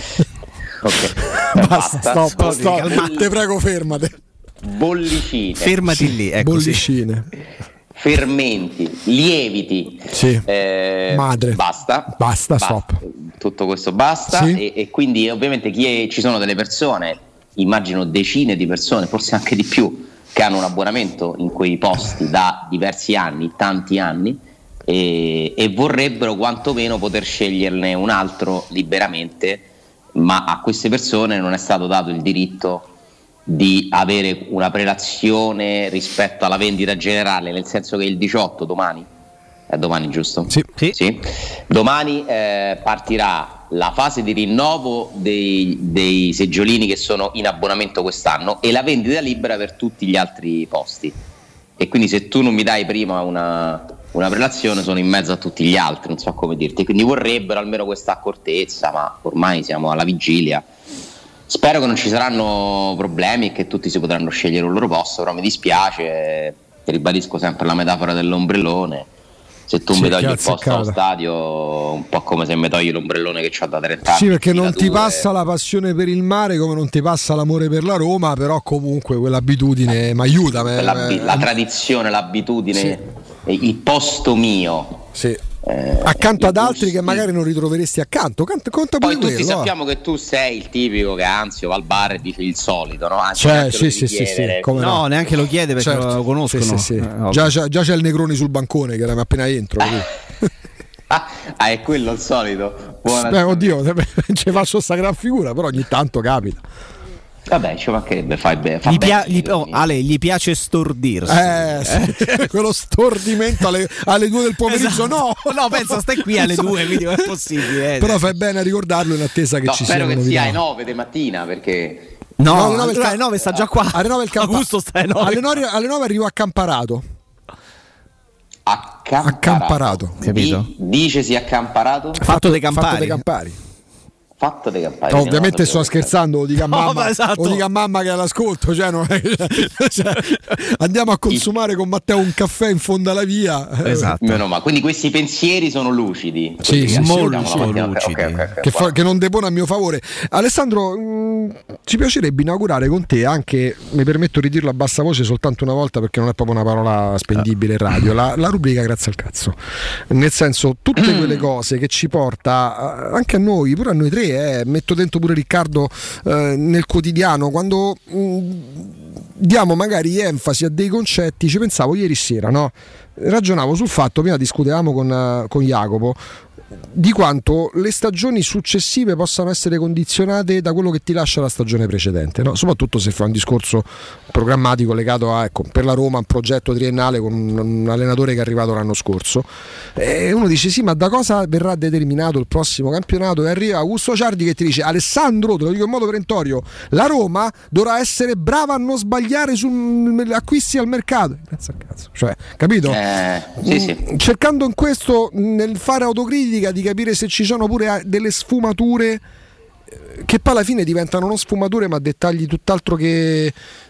[SPEAKER 4] ok.
[SPEAKER 3] Basta, stop. Te prego, fermate.
[SPEAKER 4] Bollicine.
[SPEAKER 5] Fermati lì, ecco.
[SPEAKER 3] Bollicine.
[SPEAKER 4] Fermenti, lieviti.
[SPEAKER 3] Sì. Madre.
[SPEAKER 4] Basta.
[SPEAKER 3] Stop.
[SPEAKER 4] Tutto questo basta, sì. E quindi ovviamente ci sono delle persone, immagino decine di persone, forse anche di più, che hanno un abbonamento in quei posti da diversi anni, tanti anni, e vorrebbero quantomeno poter sceglierne un altro liberamente, ma a queste persone non è stato dato il diritto di avere una prelazione rispetto alla vendita generale, nel senso che il 18 domani, è domani giusto? Sì. Domani partirà la fase di rinnovo dei seggiolini che sono in abbonamento quest'anno e la vendita libera per tutti gli altri posti, e quindi se tu non mi dai prima una prelazione sono in mezzo a tutti gli altri, non so come dirti, quindi vorrebbero almeno questa accortezza, ma ormai siamo alla vigilia. Spero che non ci saranno problemi e che tutti si potranno scegliere un loro posto, però mi dispiace, ribadisco sempre la metafora dell'ombrellone. Se tu mi togli il posto allo stadio, un po' come se mi togli l'ombrellone che ho da 30 anni.
[SPEAKER 3] Sì, perché non ti passa la passione per il mare come non ti passa l'amore per la Roma, però comunque quell'abitudine mi aiuta.
[SPEAKER 4] La tradizione, l'abitudine, il posto mio.
[SPEAKER 3] Sì. Accanto ad altri che magari non ritroveresti accanto.
[SPEAKER 4] Poi tutti sappiamo che tu sei il tipico che anzi va al bar e dice il solito, no? Anzi,
[SPEAKER 5] no, neanche lo chiede perché lo conoscono.
[SPEAKER 3] Già c'è il Negroni sul bancone che era appena entro.
[SPEAKER 4] È quello il solito.
[SPEAKER 3] Oddio, ci faccio sta gran figura, però ogni tanto capita.
[SPEAKER 4] Vabbè, ci mancherebbe,
[SPEAKER 5] Ale, gli piace stordirsi.
[SPEAKER 3] Quello stordimento alle 2 del pomeriggio. Esatto.
[SPEAKER 5] No, penso stai qui alle 2, quindi non è possibile.
[SPEAKER 3] Però fai bene a ricordarlo in attesa che ci sia.
[SPEAKER 4] Spero che sia alle 9 di mattina, perché
[SPEAKER 5] alle 9 sta già qua.
[SPEAKER 3] Alle 9
[SPEAKER 5] Augusto sta alle 9.
[SPEAKER 3] Alle 9 arrivo a Camparato.
[SPEAKER 4] Accamparato.
[SPEAKER 5] Capito?
[SPEAKER 4] Dicesi accamparato.
[SPEAKER 5] Fatto dei Campari.
[SPEAKER 4] Fatto dei Campari.
[SPEAKER 3] No, ovviamente sto scherzando, lo dica mamma,
[SPEAKER 5] esatto.
[SPEAKER 3] lo dica mamma che è all'ascolto, cioè andiamo a consumare con Matteo un caffè in fondo alla via.
[SPEAKER 5] Esatto.
[SPEAKER 4] Ma quindi questi pensieri sono lucidi.
[SPEAKER 3] Sì,
[SPEAKER 5] molto lucidi.
[SPEAKER 3] Che non depone a mio favore. Alessandro, ci piacerebbe inaugurare con te anche, mi permetto di dirlo a bassa voce soltanto una volta perché non è proprio una parola spendibile in radio, la rubrica Grazie al cazzo. Nel senso, tutte quelle cose che ci porta anche a noi, pure a noi tre, metto dentro pure Riccardo nel quotidiano, quando diamo magari enfasi a dei concetti. Ci pensavo ieri sera, no? Ragionavo sul fatto, prima discutevamo con Jacopo, di quanto le stagioni successive possano essere condizionate da quello che ti lascia la stagione precedente, no? Soprattutto se fa un discorso programmatico legato a, per la Roma, un progetto triennale con un allenatore che è arrivato l'anno scorso, e uno dice sì, ma da cosa verrà determinato il prossimo campionato? E arriva Augusto Ciardi che ti dice: Alessandro, te lo dico in modo perentorio, la Roma dovrà essere brava a non sbagliare sugli acquisti al mercato. Grazie al cazzo, cioè, capito?
[SPEAKER 4] Sì.
[SPEAKER 3] Cercando in questo, nel fare autocritica, di capire se ci sono pure delle sfumature che poi alla fine diventano non sfumature ma dettagli tutt'altro che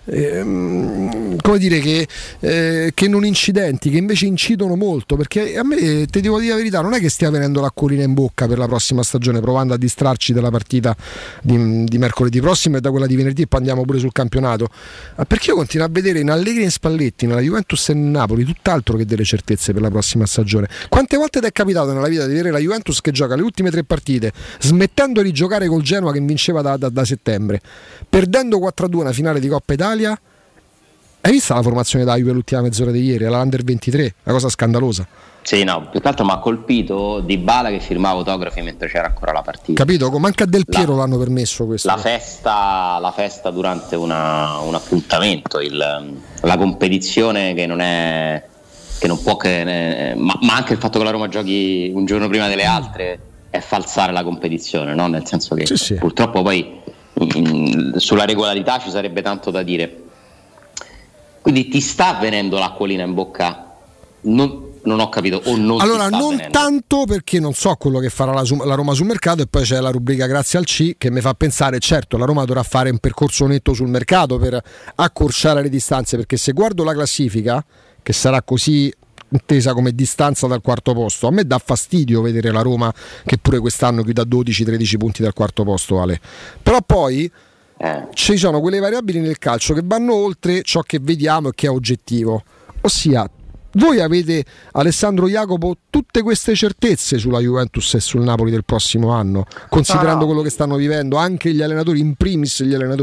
[SPEAKER 3] come dire che non incidenti, che invece incidono molto, perché a me, te devo dire la verità, non è che stia venendo l'acquolina in bocca per la prossima stagione, provando a distrarci dalla partita di mercoledì prossimo e da quella di venerdì, e poi andiamo pure sul campionato, perché io continuo a vedere in Allegri e in Spalletti, nella Juventus e in Napoli, tutt'altro che delle certezze per la prossima stagione. Quante volte ti è capitato nella vita di vedere la Juventus che gioca le ultime 3 partite smettendo di giocare col Genoa che vinceva da settembre, perdendo 4-2 una finale di Coppa Italia? Hai visto la formazione da Juve l'ultima mezz'ora di ieri, all'Under 23, una cosa scandalosa.
[SPEAKER 4] Sì, no, più che altro mi ha colpito Dybala che firmava autografi mentre c'era ancora la partita.
[SPEAKER 3] Capito? Manca a Del Piero l'hanno permesso questo.
[SPEAKER 4] La festa durante un appuntamento, la competizione che non è, che non può ma anche il fatto che la Roma giochi un giorno prima delle altre è falsare la competizione, no? Nel senso che
[SPEAKER 3] sì.
[SPEAKER 4] Purtroppo poi sulla regolarità ci sarebbe tanto da dire. Quindi ti sta venendo l'acquolina in bocca? Non ho capito, o non
[SPEAKER 3] allora
[SPEAKER 4] ti sta
[SPEAKER 3] non
[SPEAKER 4] venendo?
[SPEAKER 3] Tanto, perché non so quello che farà la Roma sul mercato, e poi c'è la rubrica Grazie al C che mi fa pensare, certo, la Roma dovrà fare un percorso netto sul mercato per accorciare le distanze, perché se guardo la classifica, che sarà così intesa come distanza dal quarto posto, a me dà fastidio vedere la Roma che pure quest'anno chiude a 12-13 punti dal quarto posto, Ale. Però poi ci sono quelle variabili nel calcio che vanno oltre ciò che vediamo e che è oggettivo, ossia, voi avete, Alessandro, Jacopo, tutte queste certezze sulla Juventus e sul Napoli del prossimo anno, considerando quello che stanno vivendo anche gli allenatori, in primis gli allenatori?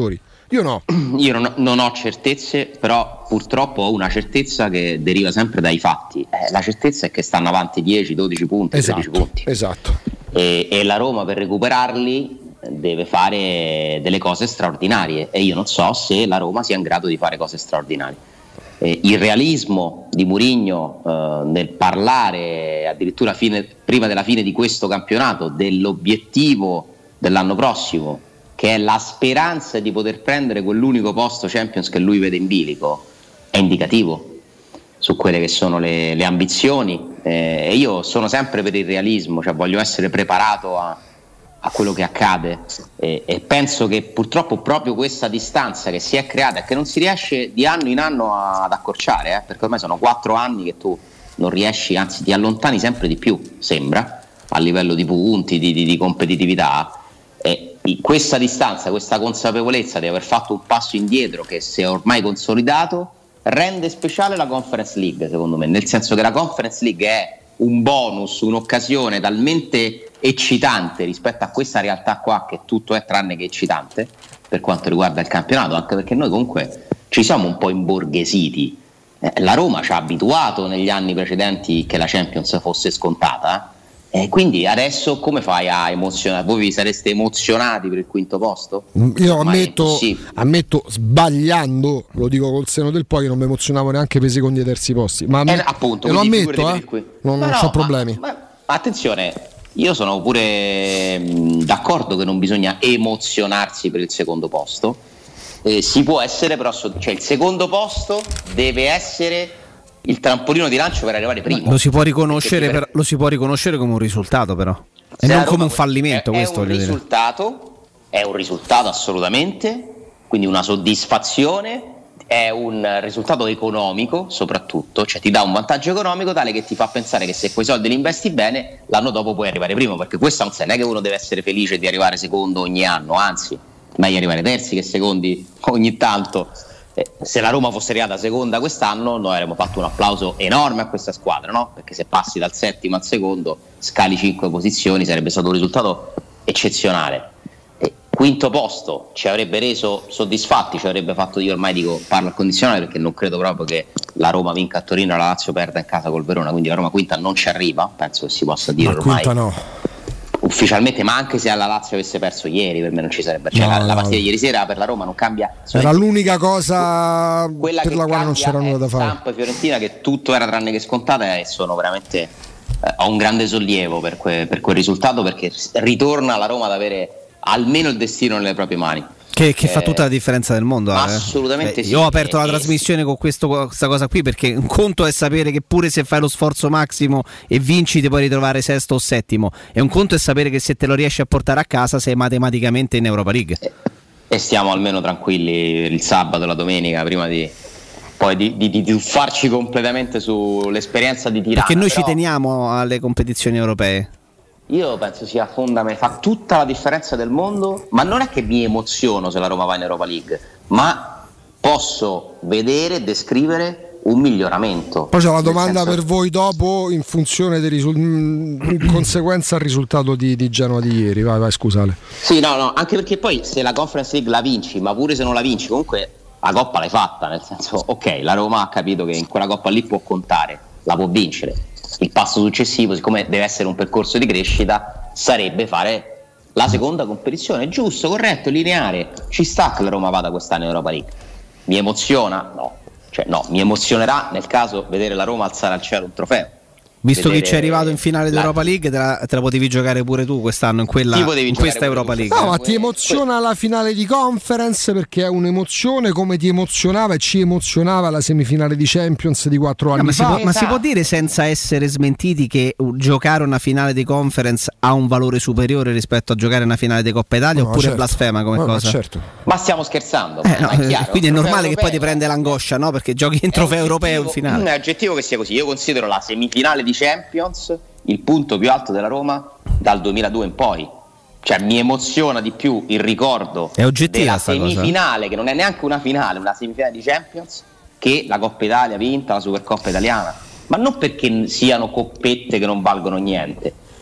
[SPEAKER 3] Io no.
[SPEAKER 4] Io non ho certezze, però purtroppo ho una certezza che deriva sempre dai fatti. La certezza è che stanno avanti 10, 12 punti, 13 punti.
[SPEAKER 3] Esatto.
[SPEAKER 4] E la Roma per recuperarli deve fare delle cose straordinarie e io non so se la Roma sia in grado di fare cose straordinarie. Il realismo di Mourinho nel parlare addirittura prima della fine di questo campionato dell'obiettivo dell'anno prossimo, che è la speranza di poter prendere quell'unico posto Champions che lui vede in bilico, è indicativo su quelle che sono le ambizioni. E io sono sempre per il realismo, cioè voglio essere preparato a quello che accade e penso che purtroppo proprio questa distanza che si è creata e che non si riesce di anno in anno ad accorciare, perché ormai sono 4 anni che tu non riesci, anzi ti allontani sempre di più, sembra, a livello di punti, di competitività, e questa distanza, questa consapevolezza di aver fatto un passo indietro che si è ormai consolidato rende speciale la Conference League, secondo me, nel senso che la Conference League è un bonus, un'occasione talmente eccitante rispetto a questa realtà qua, che tutto è tranne che eccitante per quanto riguarda il campionato, anche perché noi comunque ci siamo un po' imborghesiti. La Roma ci ha abituato negli anni precedenti che la Champions fosse scontata, e quindi adesso come fai a emozionare? Voi vi sareste emozionati per il quinto posto?
[SPEAKER 3] Io ammetto sbagliando, lo dico col seno del poi, che non mi emozionavo neanche per i secondi e terzi posti, ma
[SPEAKER 4] appunto,
[SPEAKER 3] lo ammetto, non ho problemi.
[SPEAKER 4] Ma attenzione, io sono pure d'accordo che non bisogna emozionarsi per il secondo posto, si può essere, però cioè il secondo posto deve essere il trampolino di lancio per arrivare primo.
[SPEAKER 5] Lo si può riconoscere come un risultato, però, e non come un fallimento. Questo
[SPEAKER 4] è un risultato assolutamente, quindi una soddisfazione, è un risultato economico soprattutto, cioè ti dà un vantaggio economico tale che ti fa pensare che se quei soldi li investi bene l'anno dopo puoi arrivare primo, perché questo non è che uno deve essere felice di arrivare secondo ogni anno, anzi meglio arrivare terzi che secondi ogni tanto. Se la Roma fosse arrivata seconda quest'anno noi avremmo fatto un applauso enorme a questa squadra, no? Perché se passi dal settimo al secondo scali 5 posizioni, sarebbe stato un risultato eccezionale. Quinto posto ci avrebbe reso soddisfatti, ci avrebbe fatto, io ormai dico parlo al condizionale perché non credo proprio che la Roma vinca a Torino e la Lazio perda in casa col Verona, quindi la Roma quinta non ci arriva, penso che si possa dire ormai ufficialmente, ma anche se alla Lazio avesse perso ieri per me non ci sarebbe, cioè la partita di ieri sera per la Roma non cambia,
[SPEAKER 3] era l'unica cosa
[SPEAKER 4] quella
[SPEAKER 3] per la quale non c'era nulla da fare.
[SPEAKER 4] Samp e Fiorentina che tutto era tranne che scontata, e sono veramente ho un grande sollievo per quel risultato, perché ritorna la Roma ad avere almeno il destino nelle proprie mani.
[SPEAKER 5] Che fa tutta la differenza del mondo.
[SPEAKER 4] Assolutamente sì.
[SPEAKER 5] Io ho aperto la trasmissione con questa cosa qui, perché un conto è sapere che pure se fai lo sforzo massimo e vinci ti puoi ritrovare sesto o settimo, e un conto è sapere che se te lo riesci a portare a casa sei matematicamente in Europa League.
[SPEAKER 4] E stiamo almeno tranquilli il sabato, la domenica, prima di tuffarci completamente sull'esperienza di Tirana.
[SPEAKER 5] Perché noi ci teniamo alle competizioni europee.
[SPEAKER 4] Io penso sia fondamentale, fa tutta la differenza del mondo, ma non è che mi emoziono se la Roma va in Europa League, ma posso vedere e descrivere un miglioramento.
[SPEAKER 3] Poi c'è la domanda per voi dopo, in funzione in conseguenza al risultato di Genoa di ieri. Vai, scusate.
[SPEAKER 4] Sì, no, anche perché poi se la Conference League la vinci, ma pure se non la vinci, comunque la Coppa l'hai fatta, nel senso, ok, la Roma ha capito che in quella Coppa lì può contare, la può vincere. Il passo successivo, siccome deve essere un percorso di crescita, sarebbe fare la seconda competizione, giusto, corretto, lineare. Ci sta che la Roma vada quest'anno in Europa League. Mi emoziona? No, mi emozionerà nel caso vedere la Roma alzare al cielo un trofeo.
[SPEAKER 5] Visto che ci è arrivato in finale d'Europa League, te la potevi giocare pure tu quest'anno in questa Europa League.
[SPEAKER 3] No, ma ti emoziona la finale di Conference perché è un'emozione, come ti emozionava e ci emozionava la semifinale di Champions di 4 anni fa.
[SPEAKER 5] Ma si può dire senza essere smentiti che giocare una finale di Conference ha un valore superiore rispetto a giocare una finale di Coppa Italia, oppure certo. È blasfema come cosa?
[SPEAKER 3] Certo.
[SPEAKER 4] Ma stiamo scherzando?
[SPEAKER 5] Quindi è normale che poi ti prende l'angoscia, no? Perché giochi in trofeo europeo in finale.
[SPEAKER 4] È oggettivo che sia così. Io considero la semifinale di Champions il punto più alto della Roma dal 2002 in poi, cioè mi emoziona di più il ricordo della semifinale, che non è neanche una finale, una semifinale di Champions, che la Coppa Italia vinta, la Supercoppa italiana, ma non perché siano coppette che non valgono niente,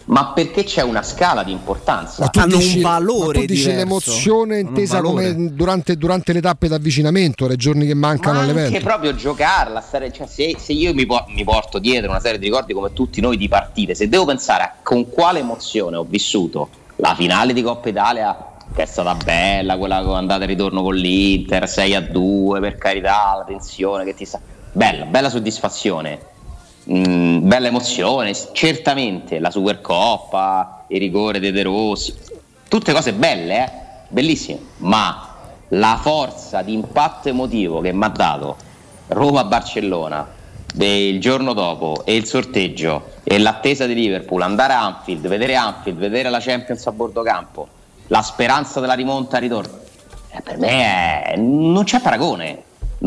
[SPEAKER 4] ma perché c'è una scala di importanza.
[SPEAKER 5] Hanno un valore
[SPEAKER 3] tu dici
[SPEAKER 5] diverso.
[SPEAKER 3] L'emozione intesa come durante le tappe d'avvicinamento, le giorni che mancano all'evento.
[SPEAKER 4] Anche proprio giocarla, stare, cioè se io mi porto dietro una serie di ricordi come tutti noi di partite, se devo pensare a con quale emozione ho vissuto la finale di Coppa Italia, che è stata bella, quella andata e ritorno con l'Inter 6-2, per carità, la tensione che ti sta, bella soddisfazione, bella emozione, certamente la Supercoppa, il rigore dei De Rossi, tutte cose belle, bellissime, ma la forza di impatto emotivo che mi ha dato Roma-Barcellona il giorno dopo, e il sorteggio e l'attesa di Liverpool, andare a Anfield, vedere la Champions a bordo campo, la speranza della rimonta a ritorno, per me non c'è paragone.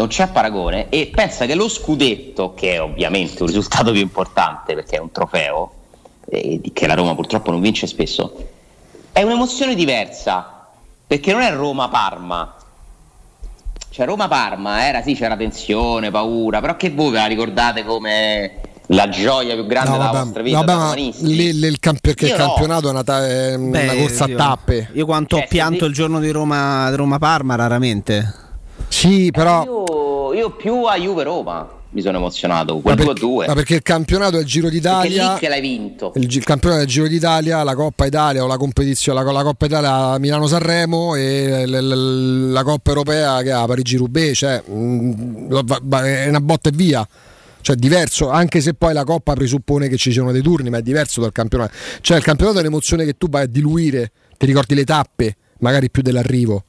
[SPEAKER 4] E pensa che lo scudetto, che è ovviamente un risultato più importante perché è un trofeo che la Roma purtroppo non vince spesso, è un'emozione diversa, perché non è Roma-Parma. Cioè Roma-Parma c'era tensione, paura, però che voi ve la ricordate come la gioia più grande della vostra vita da romanisti?
[SPEAKER 3] Perché il campionato è una corsa a tappe.
[SPEAKER 5] Io quanto ho pianto il giorno di Roma-Parma raramente.
[SPEAKER 3] Sì, però
[SPEAKER 4] io più a Juve-Roma mi sono emozionato, quel 2-2.
[SPEAKER 3] Ma perché il campionato è il Giro d'Italia.
[SPEAKER 4] Perché lì che l'hai vinto.
[SPEAKER 3] Il campionato è il Giro d'Italia, la Coppa Italia o la competizione, la Coppa Italia Milano-Sanremo e la Coppa Europea che ha Parigi-Roubaix, cioè è una botta e via. Cioè è diverso, anche se poi la Coppa presuppone che ci siano dei turni, ma è diverso dal campionato. Cioè il campionato è un'emozione che tu vai a diluire, ti ricordi le tappe, magari più dell'arrivo.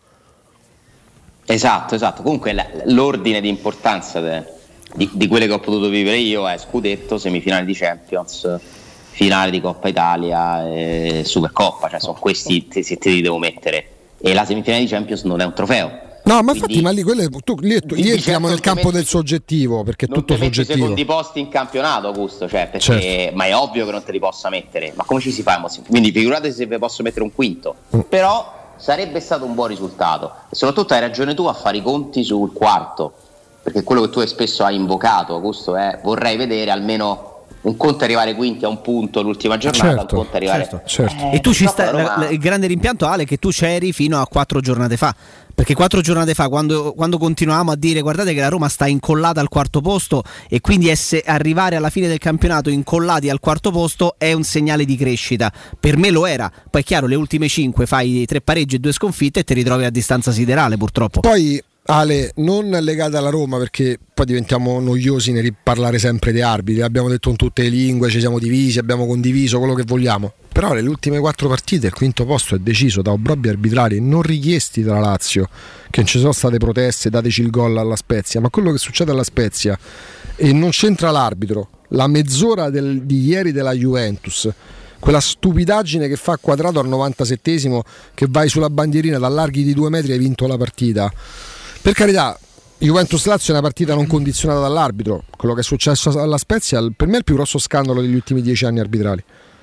[SPEAKER 4] Esatto. Comunque l'ordine di importanza di quelle che ho potuto vivere io è scudetto, semifinale di Champions, finale di Coppa Italia e Supercoppa, cioè sono questi se te li devo mettere, e la semifinale di Champions non è un trofeo.
[SPEAKER 3] No, ma infatti, ma lì entriamo nel campo del soggettivo, perché è tutto soggettivo.
[SPEAKER 4] Secondi posti in campionato, Augusto, cioè perché certo. Ma è ovvio che non te li possa mettere, ma come ci si fa? Quindi figurate se vi posso mettere un quinto, però sarebbe stato un buon risultato, e soprattutto hai ragione tu a fare i conti sul quarto, perché quello che tu spesso hai invocato, Augusto, è vorrei vedere almeno un conto arrivare quinti a un punto l'ultima giornata, un conto arrivare
[SPEAKER 5] certo. E tu ci stai, il grande rimpianto, Ale, che tu c'eri fino a 4 giornate fa, perché 4 giornate fa quando continuavamo a dire guardate che la Roma sta incollata al quarto posto, e quindi arrivare alla fine del campionato incollati al quarto posto è un segnale di crescita. Per me lo era, poi è chiaro, le ultime 5 fai 3 pareggi e 2 sconfitte e ti ritrovi a distanza siderale, purtroppo.
[SPEAKER 3] Poi Ale, non legata alla Roma, perché poi diventiamo noiosi nel parlare sempre di arbitri, abbiamo detto in tutte le lingue, ci siamo divisi, abbiamo condiviso quello che vogliamo, però le ultime 4 partite il quinto posto è deciso da obbrobbi arbitrali non richiesti dalla Lazio, che non ci sono state proteste, dateci il gol alla Spezia, ma quello che succede alla Spezia, e non c'entra l'arbitro, la mezz'ora di ieri della Juventus, quella stupidaggine che fa Quadrato al 97esimo, che vai sulla bandierina d'allarghi di 2 metri e hai vinto la partita. Per carità, Juventus-Lazio è una partita non condizionata dall'arbitro. Quello che è successo alla Spezia per me è il più grosso scandalo degli ultimi 10 anni arbitrali.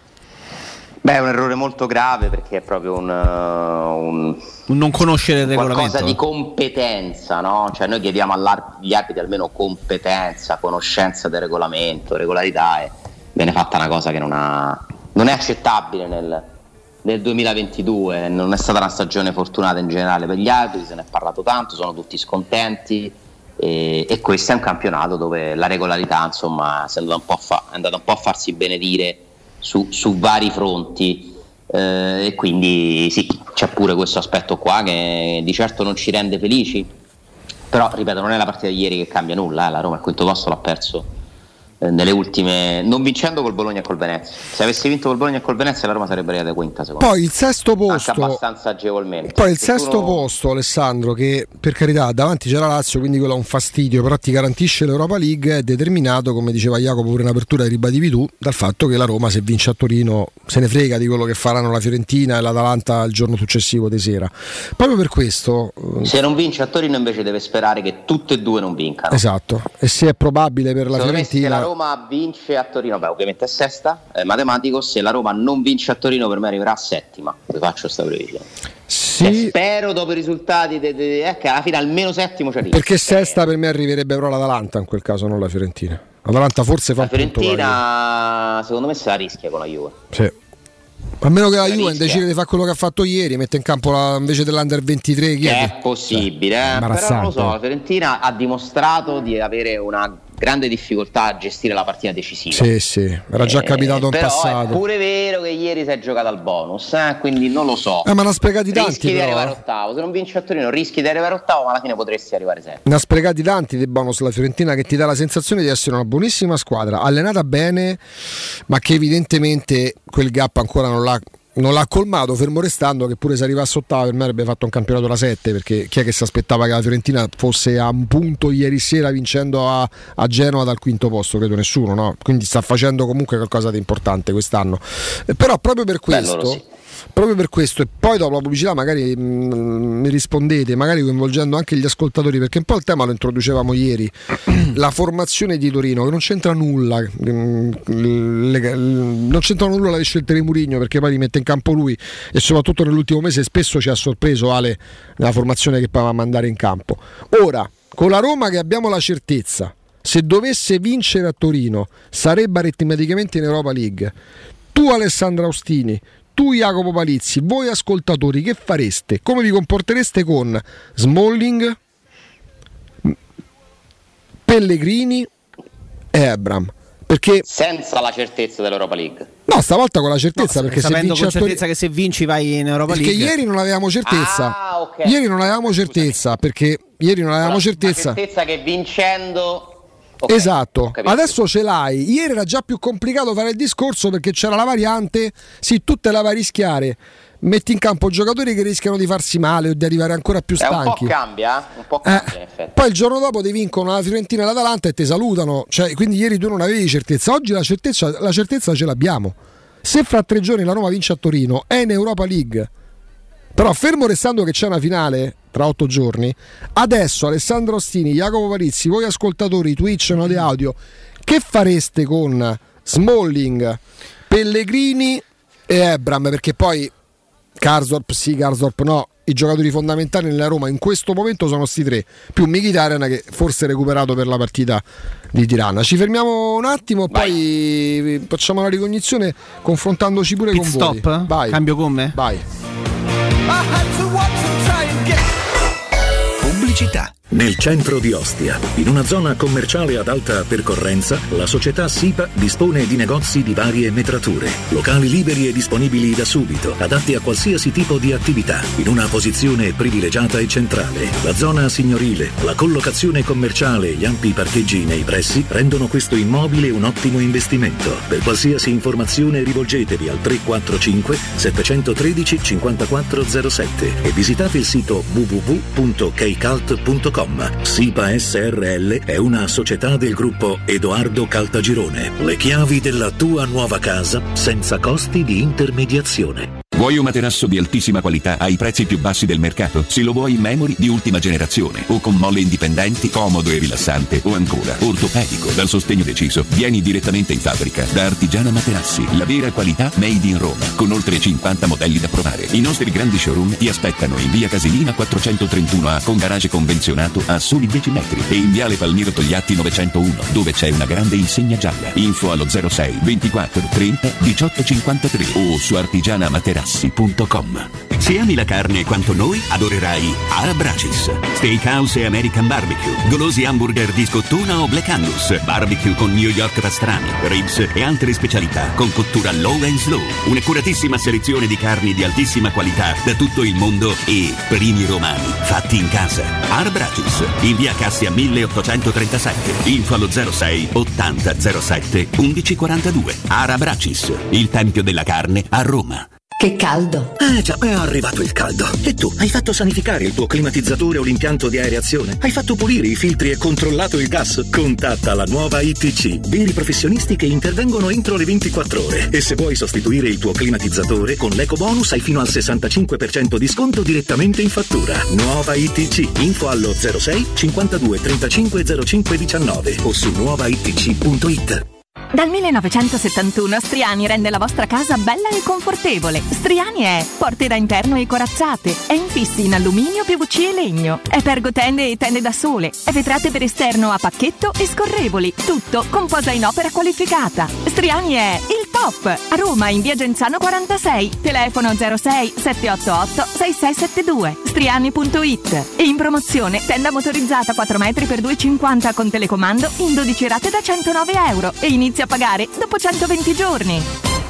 [SPEAKER 4] È un errore molto grave, perché è proprio un
[SPEAKER 5] non conoscere il regolamento,
[SPEAKER 4] qualcosa di competenza, no? Cioè noi chiediamo agli arbitri almeno competenza, conoscenza del regolamento, regolarità, e viene fatta una cosa che non è accettabile nel 2022. Non è stata una stagione fortunata in generale per gli arbitri, se ne è parlato tanto, sono tutti scontenti, e questo è un campionato dove la regolarità, insomma, è andata un po' a farsi benedire su vari fronti, e quindi sì, c'è pure questo aspetto qua che di certo non ci rende felici, però ripeto, non è la partita di ieri che cambia nulla, la Roma al quinto posto l'ha perso nelle ultime, non vincendo col Bologna e col Venezia. Se avesse vinto col Bologna e col Venezia la Roma sarebbe arrivata quinta, secondo me.
[SPEAKER 3] Poi il sesto posto,
[SPEAKER 4] anche abbastanza agevolmente.
[SPEAKER 3] Poi il sesto posto, Alessandro, che per carità davanti c'è la Lazio, quindi quello è un fastidio, però ti garantisce l'Europa League, è determinato, come diceva Jacopo pure in apertura, ribadivi tu, dal fatto che la Roma, se vince a Torino, se ne frega di quello che faranno la Fiorentina e l'Atalanta il giorno successivo di sera. Proprio per questo,
[SPEAKER 4] se non vince a Torino invece deve sperare che tutte e due non vincano.
[SPEAKER 3] Esatto, e se è probabile per la Fiorentina,
[SPEAKER 4] Roma vince a Torino, ovviamente è sesta, è matematico. Se la Roma non vince a Torino, per me arriverà a settima. Vi faccio sta previsione.
[SPEAKER 3] Sì.
[SPEAKER 4] Spero dopo i risultati che alla fine almeno settimo ci arriva.
[SPEAKER 3] Perché sesta per me arriverebbe però l'Atalanta in quel caso, non la Fiorentina. L'Atalanta forse fa
[SPEAKER 4] la Fiorentina, secondo me se la rischia con la Juve.
[SPEAKER 3] Sì. A meno che la Juve decide di fare quello che ha fatto ieri, mette in campo invece dell'Under 23,
[SPEAKER 4] è possibile, però non lo so. La Fiorentina ha dimostrato di avere una grande difficoltà a gestire la partita decisiva.
[SPEAKER 3] Sì, era già capitato in passato.
[SPEAKER 4] È pure vero che ieri si è giocato al bonus, quindi non lo so.
[SPEAKER 3] Ma ne ha sprecati tanti.
[SPEAKER 4] Rischi di arrivare ottavo, se non vinci a Torino rischi di arrivare ottavo, ma alla fine potresti arrivare sempre.
[SPEAKER 3] Ne ha sprecati tanti dei bonus la Fiorentina, che ti dà la sensazione di essere una buonissima squadra, allenata bene, ma che evidentemente quel gap ancora non l'ha colmato, fermo restando che pure se arrivasse ottava per me avrebbe fatto un campionato da 7, perché chi è che si aspettava che la Fiorentina fosse a un punto ieri sera vincendo a Genova dal quinto posto? Credo nessuno, no? Quindi sta facendo comunque qualcosa di importante quest'anno, però proprio per questo e poi dopo la pubblicità magari mi rispondete, magari coinvolgendo anche gli ascoltatori, perché un po' il tema lo introducevamo ieri, la formazione di Torino, che non c'entra nulla le scelte di Mourinho, perché poi li mette in campo lui, e soprattutto nell'ultimo mese spesso ci ha sorpreso Ale nella formazione che poteva mandare in campo. Ora, con la Roma che abbiamo la certezza, se dovesse vincere a Torino sarebbe aritmeticamente in Europa League, tu Alessandro Austini, tu Jacopo Palizzi, voi ascoltatori, che fareste? Come vi comportereste con Smalling, Pellegrini e Abraham? Perché
[SPEAKER 4] senza la certezza dell'Europa League.
[SPEAKER 3] No, stavolta con la certezza, perché
[SPEAKER 5] sapendo con certezza che se vinci vai in Europa League.
[SPEAKER 3] Perché ieri non avevamo certezza.
[SPEAKER 4] Okay.
[SPEAKER 3] Ieri non avevamo certezza, perché ieri non avevamo certezza.
[SPEAKER 4] La certezza che vincendo.
[SPEAKER 3] Okay, esatto, adesso ce l'hai. Ieri era già più complicato fare il discorso perché c'era la variante, sì, tu te la vai a rischiare, metti in campo giocatori che rischiano di farsi male o di arrivare ancora più stanchi.
[SPEAKER 4] Un po' cambia in effetti.
[SPEAKER 3] Poi il giorno dopo ti vincono la Fiorentina e l'Atalanta e ti salutano, cioè, quindi ieri tu non avevi certezza, oggi la certezza ce l'abbiamo. Se fra 3 giorni la Roma vince a Torino è in Europa League. Però fermo restando che c'è una finale tra 8 giorni, adesso Alessandro Ostini, Jacopo Palizzi, voi ascoltatori Twitch, Note Audio, che fareste con Smalling, Pellegrini e Abraham? Perché poi Karsdorp sì, Karsdorp no, i giocatori fondamentali nella Roma in questo momento sono sti 3, più Mkhitaryan che forse è recuperato per la partita di Tirana. Ci fermiamo un attimo, poi facciamo la ricognizione confrontandoci pure
[SPEAKER 5] Pit
[SPEAKER 3] con
[SPEAKER 5] stop?
[SPEAKER 3] voi. Vai.
[SPEAKER 5] Cambio gomme?
[SPEAKER 3] Vai.
[SPEAKER 11] Pubblicità. Nel centro di Ostia, in una zona commerciale ad alta percorrenza, la società SIPA dispone di negozi di varie metrature, locali liberi e disponibili da subito, adatti a qualsiasi tipo di attività, in una posizione privilegiata e centrale. La zona signorile, la collocazione commerciale e gli ampi parcheggi nei pressi rendono questo immobile un ottimo investimento. Per qualsiasi informazione rivolgetevi al 345 713 5407 e visitate il sito www.kcalt.com. SIPA SRL è una società del gruppo Edoardo Caltagirone. Le chiavi della tua nuova casa senza costi di intermediazione.
[SPEAKER 12] Vuoi un materasso di altissima qualità ai prezzi più bassi del mercato? Se lo vuoi in memory di ultima generazione o con molle indipendenti, comodo e rilassante, o ancora ortopedico dal sostegno deciso, vieni direttamente in fabbrica da Artigiana Materassi, la vera qualità made in Roma, con oltre 50 modelli da provare. I nostri grandi showroom ti aspettano in via Casilina 431A con garage convenzionato a soli 10 metri e in viale Palmiro Togliatti 901, dove c'è una grande insegna gialla. Info allo 06 24 30 18 53 o su artigianamaterassi.com.
[SPEAKER 6] Se ami la carne quanto noi, adorerai Arabracis. Steakhouse e American Barbecue, golosi hamburger di scottuna o Black Angus, barbecue con New York pastrami, ribs e altre specialità con cottura low and slow. Un'accuratissima selezione di carni di altissima qualità da tutto il mondo e primi romani fatti in casa. Arabracis, in via Cassia 1837. Info allo 06 80 07 1142. Arabracis, il tempio della carne a Roma.
[SPEAKER 20] Che caldo!
[SPEAKER 11] Già, è arrivato il caldo. E tu, hai fatto sanificare il tuo climatizzatore o l'impianto di areazione? Hai fatto pulire i filtri e controllato il gas? Contatta la nuova ITC, veri professionisti che intervengono entro le 24 ore. E se vuoi sostituire il tuo climatizzatore, con l'eco bonus hai fino al 65% di sconto direttamente in fattura. Nuova ITC, info allo 06 52 35 05 19 o su nuovaitc.it.
[SPEAKER 17] Dal 1971 Striani rende la vostra casa bella e confortevole. Striani è porte da interno e corazzate, è infissi in alluminio, PVC e legno, è pergotende e tende da sole, è vetrate per esterno a pacchetto e scorrevoli, tutto con posa in opera qualificata. Striani è il top Pop, a Roma in via Genzano 46, telefono 06 788 6672, striani.it. E in promozione tenda motorizzata 4 metri per 2,50 con telecomando in 12 rate da €109 e inizia a pagare dopo 120 giorni.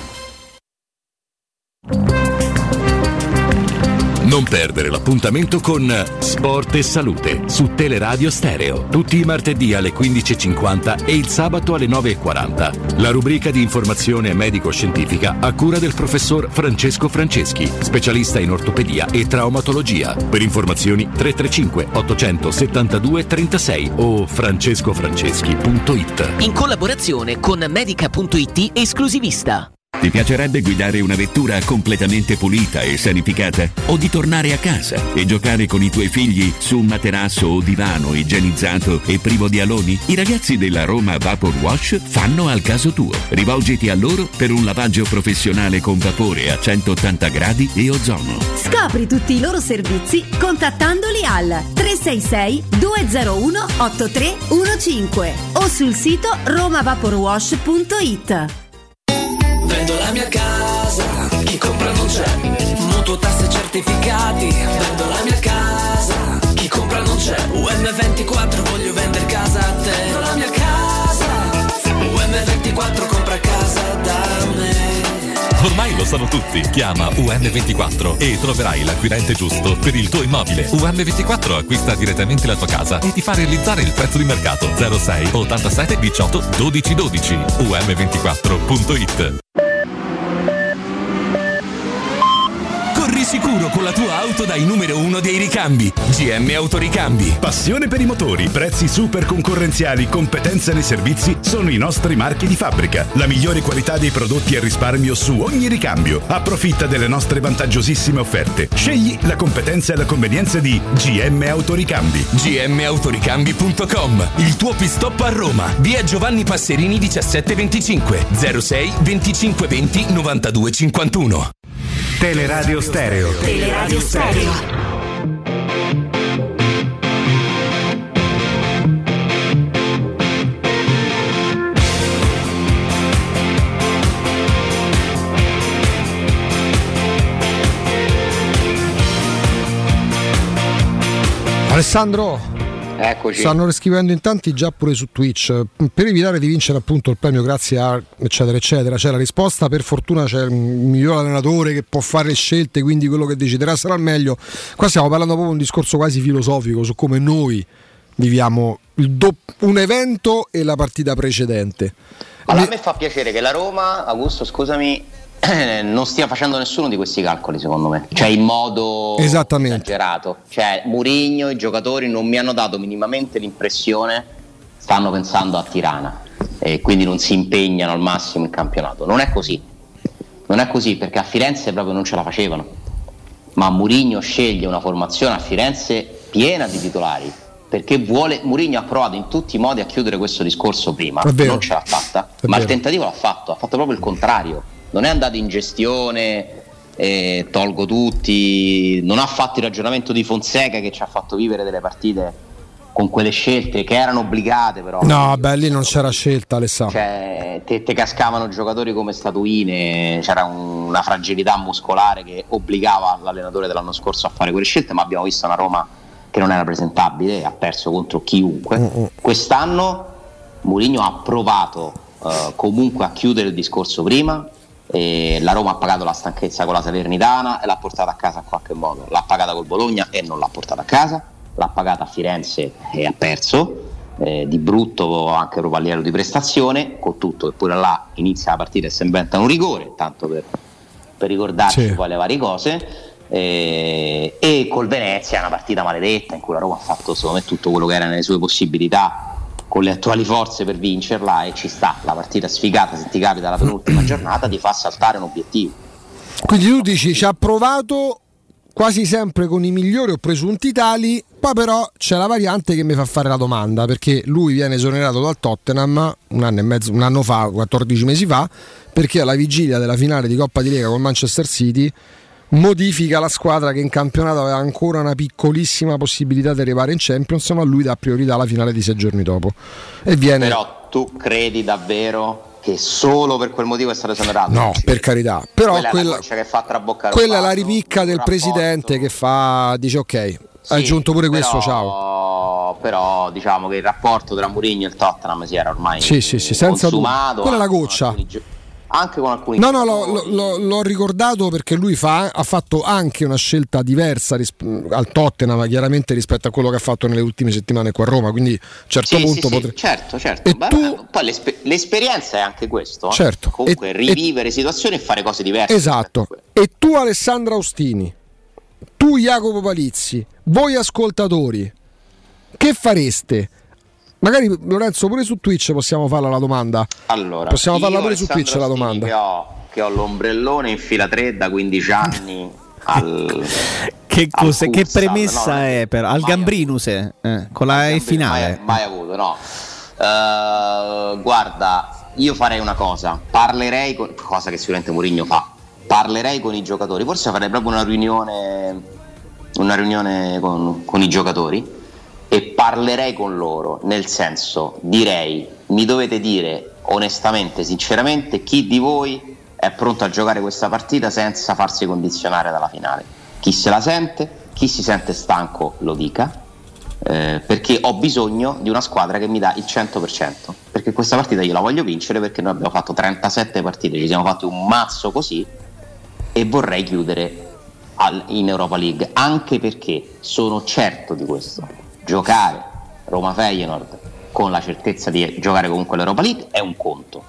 [SPEAKER 12] Non perdere l'appuntamento con Sport e Salute su Teleradio Stereo, tutti i martedì alle 15.50 e il sabato alle 9.40. La rubrica di informazione medico-scientifica a cura del professor Francesco Franceschi, specialista in ortopedia e traumatologia. Per informazioni 335 872 36 o francescofranceschi.it.
[SPEAKER 7] In collaborazione con Medica.it esclusivista.
[SPEAKER 6] Ti piacerebbe guidare una vettura completamente pulita e sanificata? O di tornare a casa e giocare con i tuoi figli su un materasso o divano igienizzato e privo di aloni? I ragazzi della Roma Vapor Wash fanno al caso tuo. Rivolgiti a loro per un lavaggio professionale con vapore a 180 gradi e ozono.
[SPEAKER 20] Scopri tutti i loro servizi contattandoli al 366 201 8315 o sul sito romavaporwash.it.
[SPEAKER 8] Vendo la mia casa, chi compra non c'è. Mutuo, tasse, certificati. Vendo la mia casa, chi compra non c'è. UM24 voglio vendere casa a te. Vendo la mia casa, UM24 compra casa da me.
[SPEAKER 25] Ormai lo sanno tutti. Chiama UM24 e troverai l'acquirente giusto per il tuo immobile. UM24 acquista direttamente la tua casa e ti fa realizzare il prezzo di mercato. 06 87 18 12 12. UM24.it.
[SPEAKER 9] Corri sicuro con la tua auto dai numero 1 dei ricambi. GM Autoricambi.
[SPEAKER 10] Passione per i motori, prezzi super concorrenziali, competenza nei servizi sono i nostri marchi di fabbrica. La migliore qualità dei prodotti e risparmio su ogni ricambio. Approfitta delle nostre vantaggiosissime offerte. Scegli la competenza e la convenienza di GM Autoricambi.
[SPEAKER 9] gmautoricambi.com. Il tuo pit-stop a Roma. Via Giovanni Passerini 1725 06 25 20 92 51.
[SPEAKER 2] Teleradio Stereo.
[SPEAKER 9] Teleradio Stereo.
[SPEAKER 3] Alessandro,
[SPEAKER 4] eccoci.
[SPEAKER 3] Stanno scrivendo in tanti già pure su Twitch. Per evitare di vincere appunto il premio grazie a eccetera eccetera, c'è la risposta. Per fortuna c'è il miglior allenatore che può fare le scelte, quindi quello che deciderà sarà il meglio. Qua stiamo parlando proprio di un discorso quasi filosofico su come noi viviamo un evento e la partita precedente.
[SPEAKER 4] Allora, a me fa piacere che la Roma, Augusto, scusami, non stia facendo nessuno di questi calcoli, secondo me, cioè in modo esagerato. Cioè Mourinho, i giocatori non mi hanno dato minimamente l'impressione stanno pensando a Tirana e quindi non si impegnano al massimo in campionato. Non è così perché a Firenze proprio non ce la facevano, ma Mourinho sceglie una formazione a Firenze piena di titolari perché Mourinho ha provato in tutti i modi a chiudere questo discorso prima, non ce l'ha fatta, ma il tentativo ha fatto proprio il contrario. Non è andato in gestione, tolgo tutti, non ha fatto il ragionamento di Fonseca che ci ha fatto vivere delle partite con quelle scelte che erano obbligate, però.
[SPEAKER 3] No, beh, lì non c'era scelta, Alessandro.
[SPEAKER 4] Cioè, te cascavano giocatori come statuine, c'era una fragilità muscolare che obbligava l'allenatore dell'anno scorso a fare quelle scelte, ma abbiamo visto una Roma che non era presentabile, ha perso contro chiunque. Quest'anno Mourinho ha provato comunque a chiudere il discorso prima. La Roma ha pagato la stanchezza con la Salernitana e l'ha portata a casa in qualche modo, l'ha pagata col Bologna e non l'ha portata a casa, l'ha pagata a Firenze e ha perso di brutto anche proprio a livello di prestazione, con tutto che pure là inizia la partita e si inventa un rigore, tanto per ricordarci poi le varie cose, e col Venezia è una partita maledetta in cui la Roma ha fatto secondo me tutto quello che era nelle sue possibilità con le attuali forze per vincerla, e ci sta, la partita sfigata, se ti capita la penultima giornata ti fa saltare un obiettivo.
[SPEAKER 3] Quindi tu dici ci ha provato quasi sempre con i migliori o presunti tali, poi però c'è la variante che mi fa fare la domanda, perché lui viene esonerato dal Tottenham un anno fa, 14 mesi fa, perché alla vigilia della finale di Coppa di Lega con Manchester City modifica la squadra che in campionato aveva ancora una piccolissima possibilità di arrivare in Champions, ma lui dà priorità alla finale di 6 giorni dopo. E viene...
[SPEAKER 4] Però tu credi davvero che solo per quel motivo è stato esonerato.
[SPEAKER 3] No, per carità. Però
[SPEAKER 4] quella che fa traboccare
[SPEAKER 3] quella è la ripicca del presidente che dice ok, hai aggiunto pure questo, ciao.
[SPEAKER 4] Però diciamo che il rapporto tra Mourinho e il Tottenham si era ormai
[SPEAKER 3] senza
[SPEAKER 4] consumato.
[SPEAKER 3] Quella è la goccia.
[SPEAKER 4] Anche con alcuni
[SPEAKER 3] l'ho ricordato perché lui ha fatto anche una scelta diversa al Tottenham, chiaramente, rispetto a quello che ha fatto nelle ultime settimane qua a Roma, quindi certo.
[SPEAKER 4] E poi l'esperienza è anche questo,
[SPEAKER 3] certo.
[SPEAKER 4] Comunque rivivere situazioni e fare cose diverse.
[SPEAKER 3] Esatto. E tu, Alessandro Austini, tu, Jacopo Palizzi, voi ascoltatori, che fareste? Magari, Lorenzo, pure su Twitch possiamo farla la domanda.
[SPEAKER 4] Allora,
[SPEAKER 3] possiamo farla pure su Twitch la domanda.
[SPEAKER 4] Che ho l'ombrellone in fila 3 da 15 anni
[SPEAKER 5] che premessa è al Gambrinus con la E finale.
[SPEAKER 4] Mai avuto, no. Guarda, io farei una cosa, parlerei cosa che sicuramente Mourinho fa. Parlerei con i giocatori, forse farei proprio una riunione con i giocatori. E parlerei con loro, nel senso, direi, mi dovete dire onestamente, sinceramente, chi di voi è pronto a giocare questa partita senza farsi condizionare dalla finale. Chi se la sente, chi si sente stanco lo dica, perché ho bisogno di una squadra che mi dà il 100%, perché questa partita io la voglio vincere, perché noi abbiamo fatto 37 partite, ci siamo fatti un mazzo così e vorrei chiudere in Europa League, anche perché sono certo di questo. Giocare Roma-Feyenoord con la certezza di giocare comunque l'Europa League è un conto,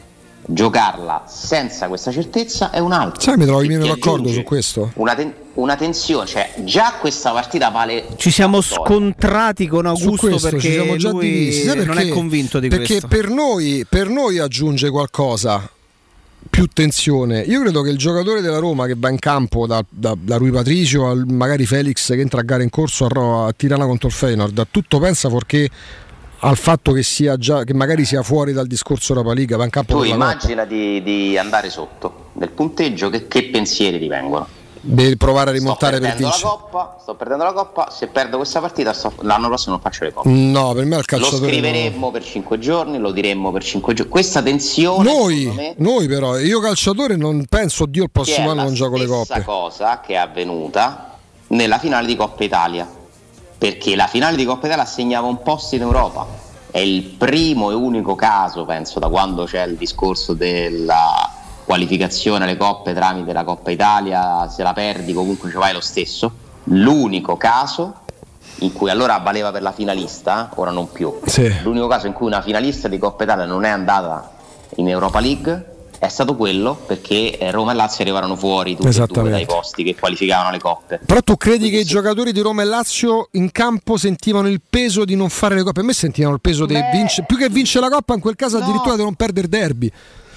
[SPEAKER 4] giocarla senza questa certezza è un altro.
[SPEAKER 3] Sai, mi trovi meno d'accordo su questo?
[SPEAKER 4] Una tensione, cioè già questa partita vale.
[SPEAKER 5] Ci siamo scontrati con Augusto questo, perché ci siamo già divisi.
[SPEAKER 3] Non
[SPEAKER 5] è convinto di questo.
[SPEAKER 3] Perché per noi aggiunge qualcosa, più tensione. Io credo che il giocatore della Roma che va in campo da Rui Patricio a magari Felix che entra a gara in corso a Tirana contro il Feyenoord, tutto pensa fuorché al fatto che sia già, che magari sia fuori dal discorso Europa League, va in campo.
[SPEAKER 4] Tu immagina di andare sotto del punteggio, che pensieri ti vengono?
[SPEAKER 3] Devi provare a rimontare per vincere.
[SPEAKER 4] Sto perdendo la Coppa, se perdo questa partita l'anno prossimo non faccio le Coppe.
[SPEAKER 3] No, per me il calciatore
[SPEAKER 4] lo scriveremmo per 5 giorni, lo diremmo per 5 giorni. Questa tensione
[SPEAKER 3] noi però, io calciatore non penso, Dio, il prossimo anno non gioco le Coppe.
[SPEAKER 4] È la stessa cosa che è avvenuta nella finale di Coppa Italia, perché la finale di Coppa Italia assegnava un posto in Europa. È il primo e unico caso, penso, da quando c'è il discorso della qualificazione alle coppe tramite la Coppa Italia, se la perdi comunque ci vai lo stesso. L'unico caso in cui allora valeva per la finalista, ora non più.
[SPEAKER 3] Sì.
[SPEAKER 4] L'unico caso in cui una finalista di Coppa Italia non è andata in Europa League è stato quello, perché Roma e Lazio arrivarono fuori tutti e due dai posti che qualificavano le coppe.
[SPEAKER 3] Però tu credi che i giocatori di Roma e Lazio in campo sentivano il peso di non fare le coppe? A me sentivano il peso di più che vincere la Coppa, in quel caso addirittura di non perdere il derby.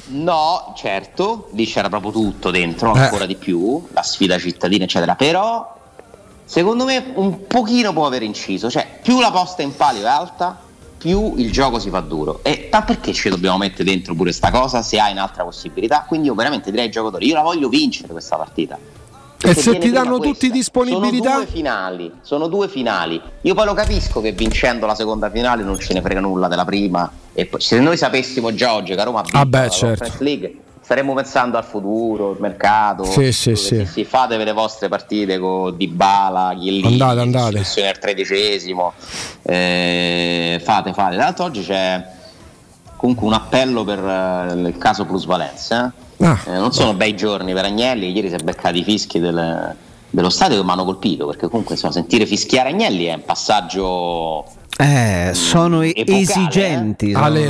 [SPEAKER 4] No, certo, lì c'era proprio tutto dentro, ancora di più, la sfida cittadina eccetera, però secondo me un pochino può aver inciso, cioè più la posta in palio è alta, più il gioco si fa duro, e perché ci dobbiamo mettere dentro pure sta cosa se hai un'altra possibilità? Quindi io veramente direi ai giocatori, io la voglio vincere questa partita.
[SPEAKER 3] E se ti danno tutti disponibilità?
[SPEAKER 4] Sono due finali. Io poi lo capisco che vincendo la seconda finale non ce ne frega nulla della prima. E poi, se noi sapessimo già oggi che Roma ha vinto la Conference League, staremmo pensando al futuro, al mercato.
[SPEAKER 3] Sì.
[SPEAKER 4] Fatevi le vostre partite con Dybala, Chiellini,
[SPEAKER 3] andate.
[SPEAKER 4] Al 13esimo. Fate. Tra l'altro oggi c'è comunque un appello per il caso plusvalenza. Non sono bei giorni per Agnelli. Ieri si è beccato i fischi dello stadio che mi hanno colpito, perché comunque sentire fischiare Agnelli è un passaggio
[SPEAKER 5] sono epocale, esigenti.
[SPEAKER 3] Ale,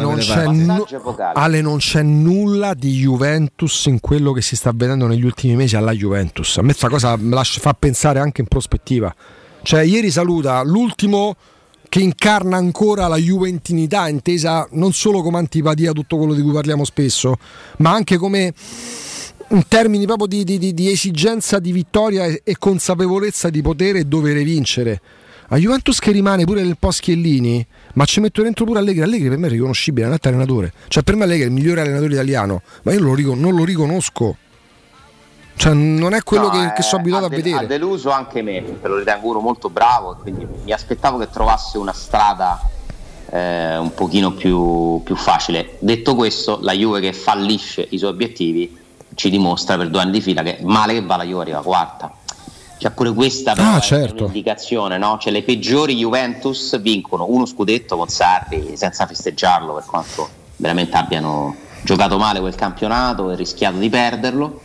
[SPEAKER 3] non c'è nulla di Juventus in quello che si sta vedendo negli ultimi mesi alla Juventus. A me questa cosa me fa pensare anche in prospettiva. Cioè ieri saluta l'ultimo che incarna ancora la juventinità, intesa non solo come antipatia, tutto quello di cui parliamo spesso, ma anche come in termini proprio di esigenza di vittoria e consapevolezza di potere e dovere vincere. A Juventus che rimane pure nel post Chiellini, ma ci metto dentro pure Allegri per me è riconoscibile, è un altro allenatore. Cioè per me Allegri è il migliore allenatore italiano, ma io non lo riconosco. Cioè non è quello che sono abituato a vedere.
[SPEAKER 4] Ha deluso anche me, perché lo ritengo uno molto bravo, quindi mi aspettavo che trovasse una strada un pochino più facile. Detto questo, la Juve che fallisce i suoi obiettivi ci dimostra per 2 anni di fila che male che va la Juve arriva quarta. Cioè pure questa però è un'indicazione, no? Cioè le peggiori Juventus vincono uno scudetto con Sarri senza festeggiarlo, per quanto veramente abbiano giocato male quel campionato e rischiato di perderlo,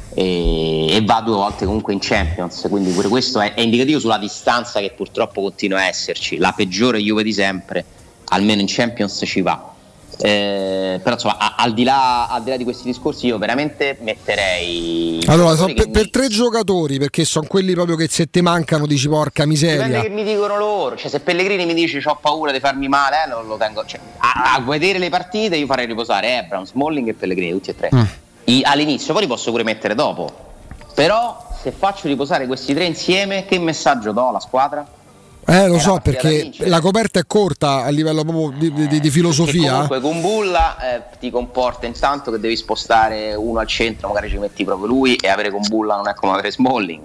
[SPEAKER 4] e va 2 volte comunque in Champions, quindi pure questo è indicativo sulla distanza che purtroppo continua a esserci. La peggiore Juve di sempre almeno in Champions ci va. Però insomma al di là di questi discorsi io veramente metterei
[SPEAKER 3] per 3 giocatori, perché sono quelli proprio che se te mancano dici porca miseria.
[SPEAKER 4] Dipende che mi dicono loro, cioè se Pellegrini mi dice ho paura di farmi male, non lo tengo, cioè, a vedere le partite io farei riposare Abraham, Smalling e Pellegrini, tutti e 3 all'inizio, poi li posso pure mettere dopo, però se faccio riposare questi 3 insieme che messaggio do alla squadra?
[SPEAKER 3] Lo so, perché la coperta è corta a livello proprio di filosofia.
[SPEAKER 4] Comunque con Bulla ti comporta intanto che devi spostare uno al centro, magari ci metti proprio lui, e avere con Bulla non è come avere Smalling.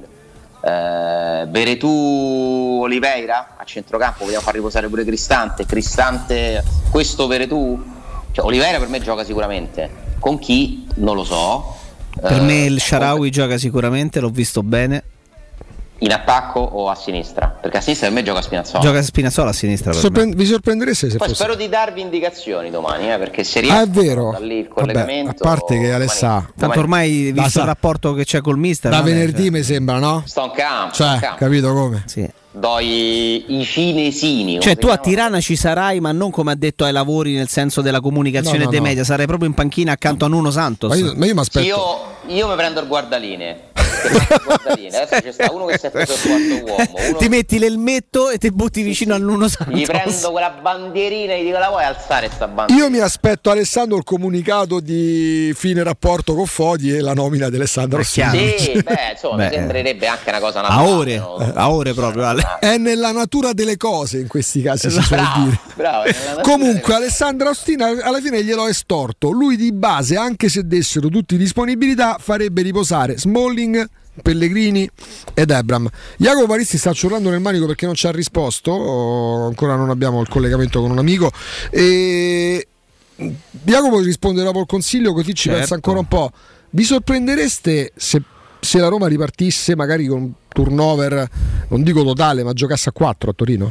[SPEAKER 4] Veretù Oliveira a centrocampo, vogliamo far riposare pure Cristante, questo Veretù, cioè Oliveira per me gioca sicuramente, con chi non lo so.
[SPEAKER 5] Per me il Shaarawy gioca sicuramente, l'ho visto bene.
[SPEAKER 4] In attacco o a sinistra? Perché a sinistra per me gioca Spinazzola.
[SPEAKER 5] Gioca Spinazzola a sinistra.
[SPEAKER 3] Vi sorprendereste se
[SPEAKER 4] poi
[SPEAKER 3] fosse...
[SPEAKER 4] Spero di darvi indicazioni domani, perché se riesco
[SPEAKER 3] è vero.
[SPEAKER 4] Da lì il collegamento.
[SPEAKER 3] Vabbè, a parte che Alessà,
[SPEAKER 5] tanto ormai visto il rapporto che c'è col mister,
[SPEAKER 3] da venerdì mi sembra, no?
[SPEAKER 4] Sto in campo.
[SPEAKER 3] Cioè, capito come?
[SPEAKER 5] Sì.
[SPEAKER 4] Do i cinesini.
[SPEAKER 5] Cioè tu a Tirana ci sarai, ma non come ha detto ai lavori, nel senso della comunicazione dei media, sarai proprio in panchina accanto a Nuno Santos.
[SPEAKER 3] Ma io mi aspetto.
[SPEAKER 4] Io mi prendo il guardaline. Adesso c'è sta uno che si è preso il quarto uomo,
[SPEAKER 5] ti metti l'elmetto e ti butti vicino a Nuno Santos.
[SPEAKER 4] Gli prendo quella bandierina e gli dico: la vuoi alzare sta bandiera?
[SPEAKER 3] Io mi aspetto, Alessandro, il comunicato di fine rapporto con Fodi e la nomina di Alessandro Rossini.
[SPEAKER 4] Sì, insomma, mi sembrerebbe anche una cosa naturale.
[SPEAKER 5] A ore proprio, Ale.
[SPEAKER 3] È nella natura delle cose in questi casi, si suol dire.
[SPEAKER 4] Bravo,
[SPEAKER 3] comunque Alessandro Ostina alla fine glielo è estorto. Lui di base, anche se dessero tutti disponibilità, farebbe riposare Smalling, Pellegrini ed Abraham. Jacopo Paristi sta ciurlando nel manico perché non ci ha risposto, ancora non abbiamo il collegamento con un amico, e Jacopo risponde dopo il consiglio, così ci pensa ancora un po'. Vi sorprendereste se la Roma ripartisse magari con un turnover, non dico totale, ma giocasse a 4 a Torino?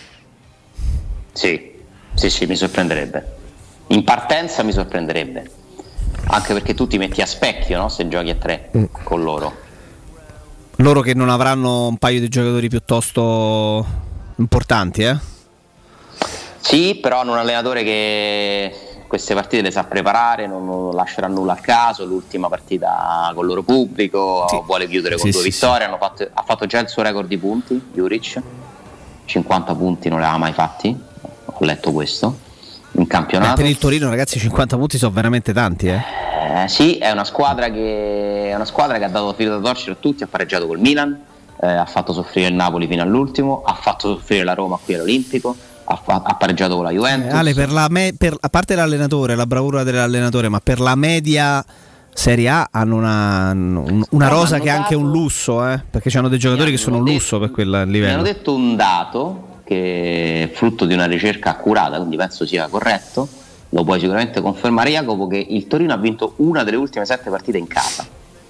[SPEAKER 4] Sì, mi sorprenderebbe. In partenza mi sorprenderebbe, anche perché tu ti metti a specchio, no? Se giochi a 3 con loro
[SPEAKER 5] che non avranno un paio di giocatori piuttosto importanti,
[SPEAKER 4] Sì, però hanno un allenatore che queste partite le sa preparare, non lascerà nulla al caso. L'ultima partita con il loro pubblico, vuole chiudere con 2 vittorie. Ha fatto già il suo record di punti, Juric, 50 punti non li aveva mai fatti, ho letto questo in campionato.
[SPEAKER 5] Per il Torino, ragazzi, 50 punti sono veramente tanti,
[SPEAKER 4] Sì, è una squadra che ha dato filo da torcere a tutti, ha pareggiato col Milan, ha fatto soffrire il Napoli fino all'ultimo, ha fatto soffrire la Roma qui all'Olimpico, ha pareggiato con la Juventus.
[SPEAKER 5] Ale, a parte l'allenatore, la bravura dell'allenatore, ma per la media Serie A hanno una rosa che è anche un lusso, perché c'hanno dei giocatori che sono un lusso per quel livello.
[SPEAKER 4] Mi hanno detto un dato che è frutto di una ricerca accurata, quindi penso sia corretto, lo puoi sicuramente confermare, Jacopo, che il Torino ha vinto una delle ultime 7 partite in casa.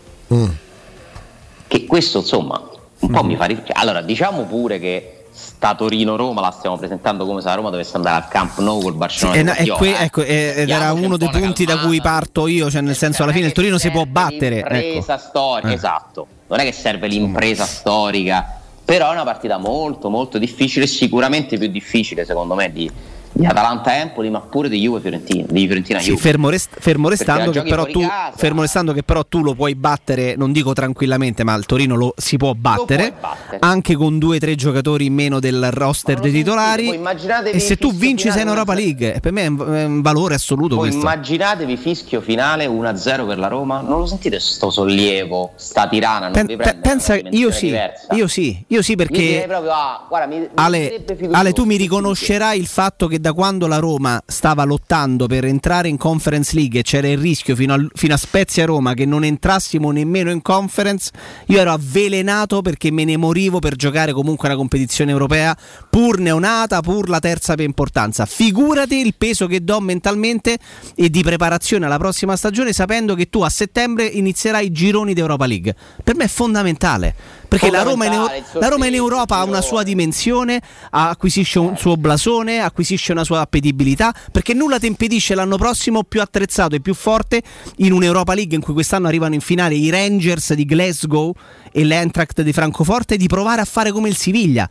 [SPEAKER 4] Che questo insomma un po' mi fa riflettere. Allora, diciamo pure che sta Torino-Roma la stiamo presentando come se la Roma dovesse andare al Camp Nou col Barcellona.
[SPEAKER 5] Ed era uno dei punti da cui parto io, cioè nel senso, alla fine il Torino si può battere.
[SPEAKER 4] L'impresa storica, esatto. Non è che serve l'impresa storica, però è una partita molto molto difficile, sicuramente più difficile secondo me di Atalanta-Empoli, ma pure di Juve-Fiorentina, di Fiorentina-Juve.
[SPEAKER 5] Fermo restando che però tu lo puoi battere, non dico tranquillamente, ma il Torino lo si può battere, anche con 2-3 giocatori in meno del roster dei titolari, e se tu vinci sei in Europa League, per me è un valore assoluto.
[SPEAKER 4] Poi
[SPEAKER 5] questo.
[SPEAKER 4] Immaginatevi fischio finale 1-0 per la Roma, non lo sentite sto sollievo, sta tirana, non vi prende
[SPEAKER 5] pensa, io sì perché
[SPEAKER 4] proprio,
[SPEAKER 5] Ale, tu mi riconoscerai il fatto che che da quando la Roma stava lottando per entrare in Conference League e c'era il rischio fino a Spezia Roma che non entrassimo nemmeno in Conference, io ero avvelenato perché me ne morivo per giocare comunque una competizione europea, pur neonata, pur la terza per importanza. Figurati il peso che do mentalmente e di preparazione alla prossima stagione, sapendo che tu a settembre inizierai i gironi d'Europa League. Per me è fondamentale, perché la Roma in Europa ha una sua dimensione, acquisisce un suo blasone, acquisisce una sua appetibilità, perché nulla ti impedisce l'anno prossimo, più attrezzato e più forte, in un'Europa League in cui quest'anno arrivano in finale i Rangers di Glasgow e l'Eintracht di Francoforte, di provare a fare come il Siviglia,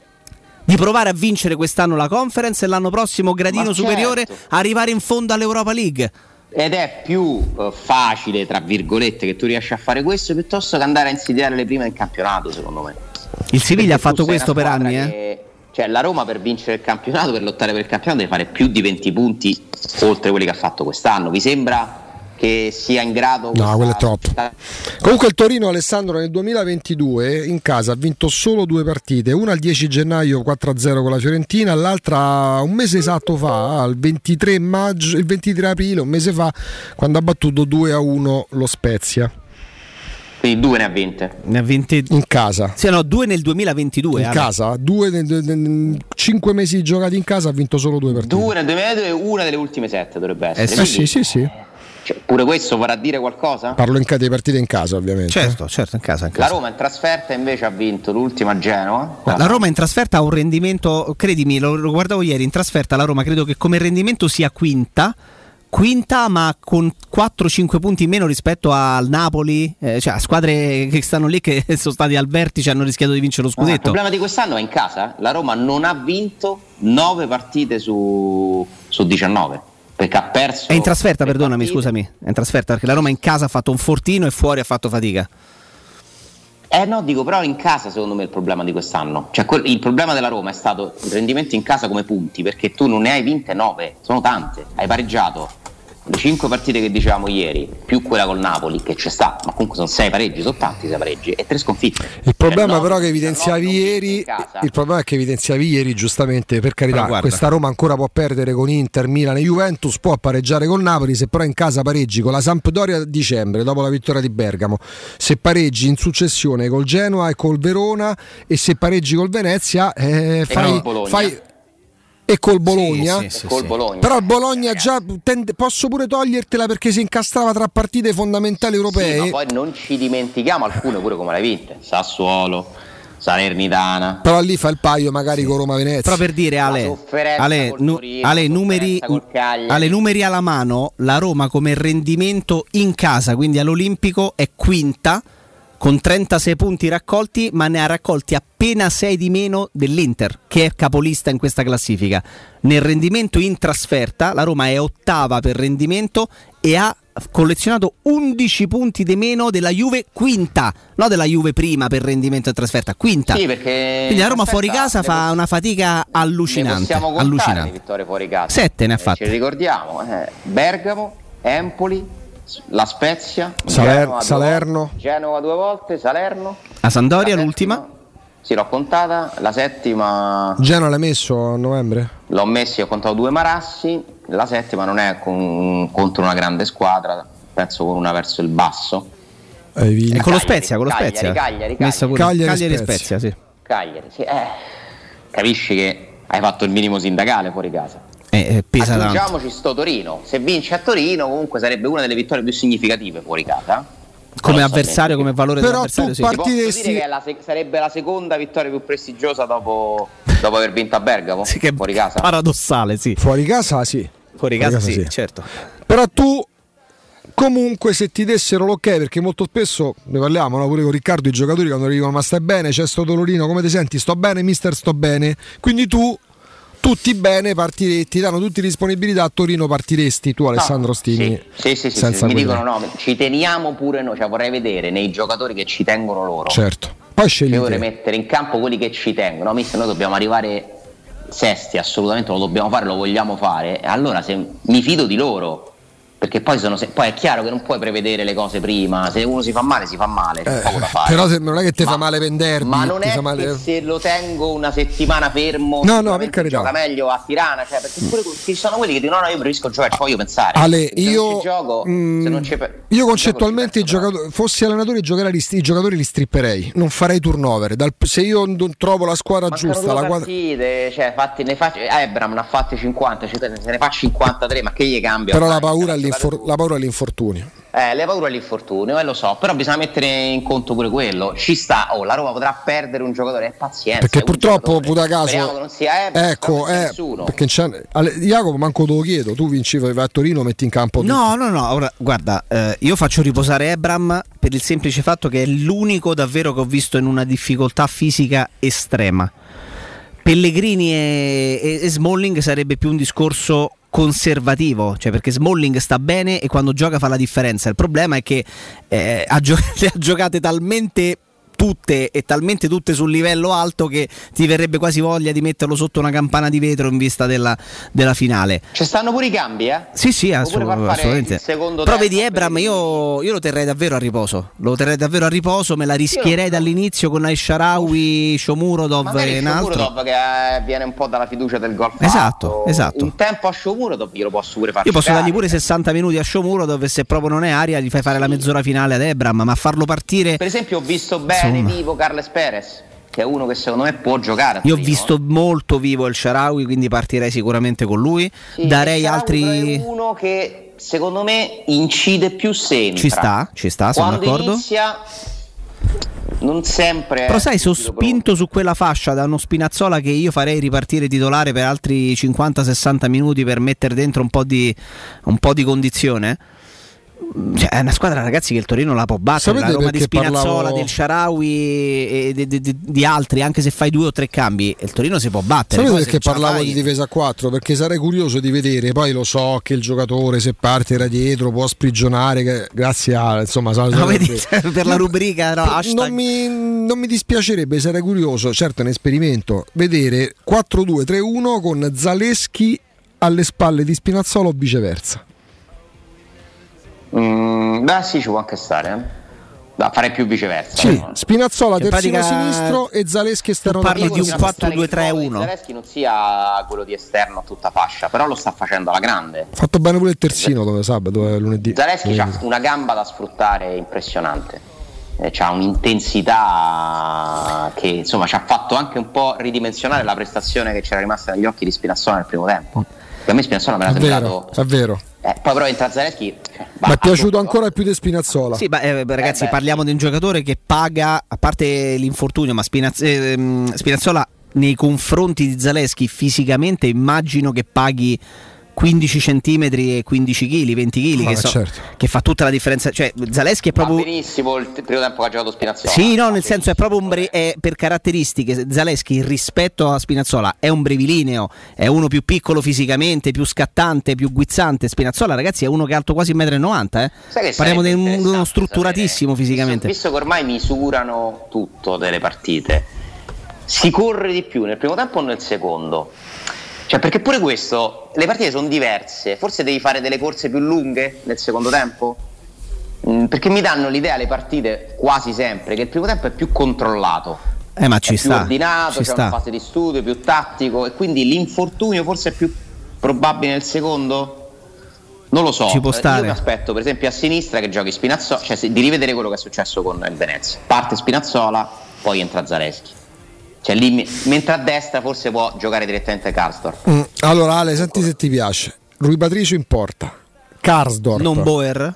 [SPEAKER 5] di provare a vincere quest'anno la Conference e l'anno prossimo gradino superiore, arrivare in fondo all'Europa League.
[SPEAKER 4] Ed è più facile, tra virgolette, che tu riesci a fare questo piuttosto che andare a insidiare le prime del campionato, secondo me.
[SPEAKER 5] Il Siviglia ha fatto questo per anni,
[SPEAKER 4] Cioè la Roma per vincere il campionato, per lottare per il campionato, deve fare più di 20 punti oltre quelli che ha fatto quest'anno. Vi sembra che sia in grado?
[SPEAKER 3] No, quello è troppo. Comunque il Torino, Alessandro, nel 2022 in casa ha vinto solo 2 partite, una il 10 gennaio 4-0 con la Fiorentina, l'altra un mese esatto fa, il 23 aprile, un mese fa, quando ha battuto 2-1 lo Spezia.
[SPEAKER 4] Quindi 2 ne ha vinte.
[SPEAKER 5] Ne ha vinte
[SPEAKER 3] in casa.
[SPEAKER 5] Sì, no, 2 nel 2022.
[SPEAKER 3] In casa, 2 5 mesi giocati in casa, ha vinto solo 2 partite.
[SPEAKER 4] 2 nel 2022 e una delle ultime 7 dovrebbe essere.
[SPEAKER 3] Sì.
[SPEAKER 4] Cioè, pure questo vorrà dire qualcosa?
[SPEAKER 3] Parlo di partite in casa, ovviamente.
[SPEAKER 5] Certo, in casa.
[SPEAKER 4] La Roma in trasferta invece ha vinto l'ultima a Genova.
[SPEAKER 5] La Roma in trasferta ha un rendimento, credimi, lo guardavo ieri, in trasferta la Roma credo che come rendimento sia quinta, ma con 4-5 punti in meno rispetto al Napoli, cioè a squadre che stanno lì, che sono stati al vertice, hanno rischiato di vincere lo scudetto.
[SPEAKER 4] Il problema di quest'anno è in casa. La Roma non ha vinto 9 partite su 19, perché ha perso.
[SPEAKER 5] È in trasferta, perdonami, scusami. È in trasferta perché la Roma in casa ha fatto un fortino e fuori ha fatto fatica.
[SPEAKER 4] No, dico, però in casa secondo me è il problema di quest'anno. Cioè il problema della Roma è stato il rendimento in casa come punti, perché tu non ne hai vinte 9, sono tante. Hai pareggiato le 5 partite che dicevamo ieri, più quella col Napoli che c'è sta, ma comunque sono 6 pareggi, sono tanti 6 pareggi e 3 sconfitte.
[SPEAKER 3] Il problema però che evidenziavi ieri, il problema è che evidenziavi ieri, giustamente, per carità, questa Roma ancora può perdere con Inter, Milan e Juventus, può pareggiare con Napoli, se però in casa pareggi con la Sampdoria a dicembre dopo la vittoria di Bergamo, se pareggi in successione col Genoa e col Verona, e se pareggi col Venezia fai e col Bologna.
[SPEAKER 4] Sì. Bologna.
[SPEAKER 3] Però il Bologna già posso pure togliertela perché si incastrava tra partite fondamentali europee.
[SPEAKER 4] Sì, ma poi non ci dimentichiamo alcune pure come le vinte: Sassuolo, Salernitana.
[SPEAKER 3] Però lì fa il paio magari con Roma Venezia.
[SPEAKER 5] Però per dire Ale, numeri alla mano, la Roma come rendimento in casa, quindi all'Olimpico, è quinta con 36 punti raccolti, ma ne ha raccolti appena 6 di meno dell'Inter, che è capolista in questa classifica. Nel rendimento in trasferta la Roma è ottava per rendimento e ha collezionato 11 punti di meno della Juve quinta, no della Juve prima per rendimento in trasferta, quinta.
[SPEAKER 4] Sì, perché
[SPEAKER 5] quindi la Roma fuori casa fa una fatica allucinante.
[SPEAKER 4] Possiamo contare le vittorie fuori casa.
[SPEAKER 5] 7 ne ha fatte.
[SPEAKER 4] Ci ricordiamo, Bergamo, Empoli, la Spezia,
[SPEAKER 3] Salerno,
[SPEAKER 4] Genova 2 volte, Salerno,
[SPEAKER 5] a Sampdoria l'ultima.
[SPEAKER 4] Sì, l'ho contata, la settima.
[SPEAKER 3] Genova l'hai messo a novembre?
[SPEAKER 4] L'ho messo, ho contato 2 Marassi, la settima non è contro una grande squadra, penso con una verso il basso.
[SPEAKER 5] E con lo Spezia,
[SPEAKER 4] Cagliari
[SPEAKER 5] e Spezia, sì.
[SPEAKER 4] Cagliari, sì. Capisci che hai fatto il minimo sindacale fuori casa.
[SPEAKER 5] Pesa
[SPEAKER 4] aggiungiamoci sto Torino, se vince a Torino comunque sarebbe una delle vittorie più significative fuori casa
[SPEAKER 5] come avversario, come valore dell'avversario.
[SPEAKER 4] Però tu partiresti... Posso dire che sarebbe la seconda vittoria più prestigiosa dopo aver vinto a Bergamo,
[SPEAKER 5] sì, che
[SPEAKER 4] fuori casa.
[SPEAKER 5] Paradossale, sì.
[SPEAKER 3] Fuori casa sì.
[SPEAKER 5] Fuori casa sì, certo.
[SPEAKER 3] Però tu comunque, se ti dessero l'ok, perché molto spesso ne parliamo, no? Pure con Riccardo, i giocatori quando dicono ma stai bene, c'è sto dolorino, come ti senti? Sto bene mister, sto bene. Quindi tu tutti bene, ti danno tutti disponibilità, a Torino partiresti tu, Alessandro Stini?
[SPEAKER 4] Sì, mi dicono no, ci teniamo pure noi, cioè vorrei vedere nei giocatori che ci tengono loro.
[SPEAKER 3] Certo. Poi scegli
[SPEAKER 4] vorrei mettere in campo quelli che ci tengono. Mister, noi dobbiamo arrivare sesti, assolutamente lo dobbiamo fare, lo vogliamo fare. Allora se mi fido di loro, perché poi è chiaro che non puoi prevedere le cose prima, se uno si fa male c'è poco da fare.
[SPEAKER 3] Però non è che ti fa male vendermi,
[SPEAKER 4] ma non è che se lo tengo una settimana fermo
[SPEAKER 3] no, per carità,
[SPEAKER 4] gioca meglio a Tirana, cioè, perché pure ci sono quelli che dicono no, io preferisco giocare, ci voglio pensare.
[SPEAKER 3] Ale,
[SPEAKER 4] io
[SPEAKER 3] concettualmente fossi allenatore i giocatori li stripperei, non farei turnover. Se io non trovo la squadra giusta, la
[SPEAKER 4] partite, cioè, Ebram ne ha fatte 50, se ne fa 53, ma che gli cambia?
[SPEAKER 3] Però la paura all'infortunio.
[SPEAKER 4] Le paure all'infortunio, lo so, però bisogna mettere in conto pure quello. Ci sta, la Roma potrà perdere un giocatore, pazienza.
[SPEAKER 3] Perché purtroppo, puta caso,
[SPEAKER 4] speriamo che non sia nessuno.
[SPEAKER 3] Perché Jacopo, manco te lo chiedo, tu vinci, vai a Torino, metti in campo tutti.
[SPEAKER 5] No, ora guarda, io faccio riposare Ebram per il semplice fatto che è l'unico davvero che ho visto in una difficoltà fisica estrema. Pellegrini e Smalling sarebbe più un discorso conservativo, cioè perché Smalling sta bene e quando gioca fa la differenza. Il problema è che le ha giocate talmente tutte sul livello alto che ti verrebbe quasi voglia di metterlo sotto una campana di vetro in vista della finale.
[SPEAKER 4] Ci stanno pure i cambi, eh?
[SPEAKER 5] Sì, assolutamente. Però vedi Ebram, io lo terrei davvero a riposo. Me la rischierei dall'inizio con El Shaarawy, Shomurodov e un altro.
[SPEAKER 4] Shomurodov che viene un po' dalla fiducia del gol.
[SPEAKER 5] Esatto.
[SPEAKER 4] Un tempo a Shomurodov io lo posso pure fare.
[SPEAKER 5] Io posso dargli pure 60 minuti a Shomurodov e se proprio non è aria gli fai fare la mezz'ora finale ad Ebram, ma farlo partire.
[SPEAKER 4] Per esempio ho visto bene vivo Carles Perez, che è uno che secondo me può giocare.
[SPEAKER 5] Io ho visto molto vivo El Shaarawy, quindi partirei sicuramente con lui. Darei altri.
[SPEAKER 4] È uno che secondo me incide più se entra.
[SPEAKER 5] Ci sta, sono
[SPEAKER 4] quando
[SPEAKER 5] d'accordo.
[SPEAKER 4] Inizia non sempre.
[SPEAKER 5] Però sai, sono spinto su quella fascia da uno Spinazzola che io farei ripartire titolare per altri 50-60 minuti per mettere dentro un po' di condizione. Cioè, è una squadra, ragazzi, che il Torino la può battere. La Roma di Spinazzola, del Shaarawy e di altri, anche se fai 2 o 3 cambi, il Torino si può battere.
[SPEAKER 3] Sapete perché parlavo di difesa a 4? Perché sarei curioso di vedere. Poi lo so che il giocatore, se parte da dietro, può sprigionare, grazie a
[SPEAKER 5] per la rubrica,
[SPEAKER 3] non mi dispiacerebbe, sarei curioso, certo è un esperimento, vedere 4-2-3-1 con Zaleschi alle spalle di Spinazzola o viceversa.
[SPEAKER 4] Sì, ci può anche stare. Farei più viceversa.
[SPEAKER 3] Sì, Spinazzola terzino sinistro e Zaleschi esterno.
[SPEAKER 5] Parli di un 4-2-3-1.
[SPEAKER 4] Zaleschi non sia quello di esterno a tutta fascia, però lo sta facendo alla grande.
[SPEAKER 3] Ha fatto bene pure il terzino dove lunedì.
[SPEAKER 4] Zaleschi ha una gamba da sfruttare impressionante. C'ha un'intensità che insomma ci ha fatto anche un po' ridimensionare la prestazione che c'era rimasta negli occhi di Spinazzola nel primo tempo. A me Spinazzola me l'ha sembrato.
[SPEAKER 3] È vero.
[SPEAKER 4] Poi però entra Zaleschi.
[SPEAKER 3] Mi è piaciuto ancora più di Spinazzola.
[SPEAKER 5] Sì, ragazzi, parliamo di un giocatore che paga, a parte l'infortunio, ma Spinazzola nei confronti di Zaleschi fisicamente immagino che paghi 15 centimetri e 15 kg, 20 kg, che fa tutta la differenza. Cioè, Zaleschi è proprio.
[SPEAKER 4] Va benissimo il primo tempo che ha giocato Spinazzola.
[SPEAKER 5] Sì, no, nel senso è proprio è per caratteristiche. Zaleschi rispetto a Spinazzola è un brevilineo, è uno più piccolo fisicamente, più scattante, più guizzante. Spinazzola, ragazzi, è uno che è alto quasi 1,90 m. Parliamo di uno strutturatissimo fisicamente.
[SPEAKER 4] Visto che ormai misurano tutto delle partite, si corre di più nel primo tempo o nel secondo? Cioè, perché pure questo, le partite sono diverse, forse devi fare delle corse più lunghe nel secondo tempo? Perché mi danno l'idea le partite quasi sempre che il primo tempo è più controllato,
[SPEAKER 5] ma ci
[SPEAKER 4] più ordinato, c'è una fase di studio più tattico e quindi l'infortunio forse è più probabile nel secondo? Non lo so,
[SPEAKER 5] ci può stare.
[SPEAKER 4] Io mi aspetto per esempio a sinistra che giochi Spinazzola, cioè di rivedere quello che è successo con il Venezia, parte Spinazzola, poi entra Zaleschi. Cioè lì, mentre a destra forse può giocare direttamente Karsdorp.
[SPEAKER 3] Allora Ale, senti se ti piace. Rui Patricio in porta, Karsdorp,
[SPEAKER 5] non Boer.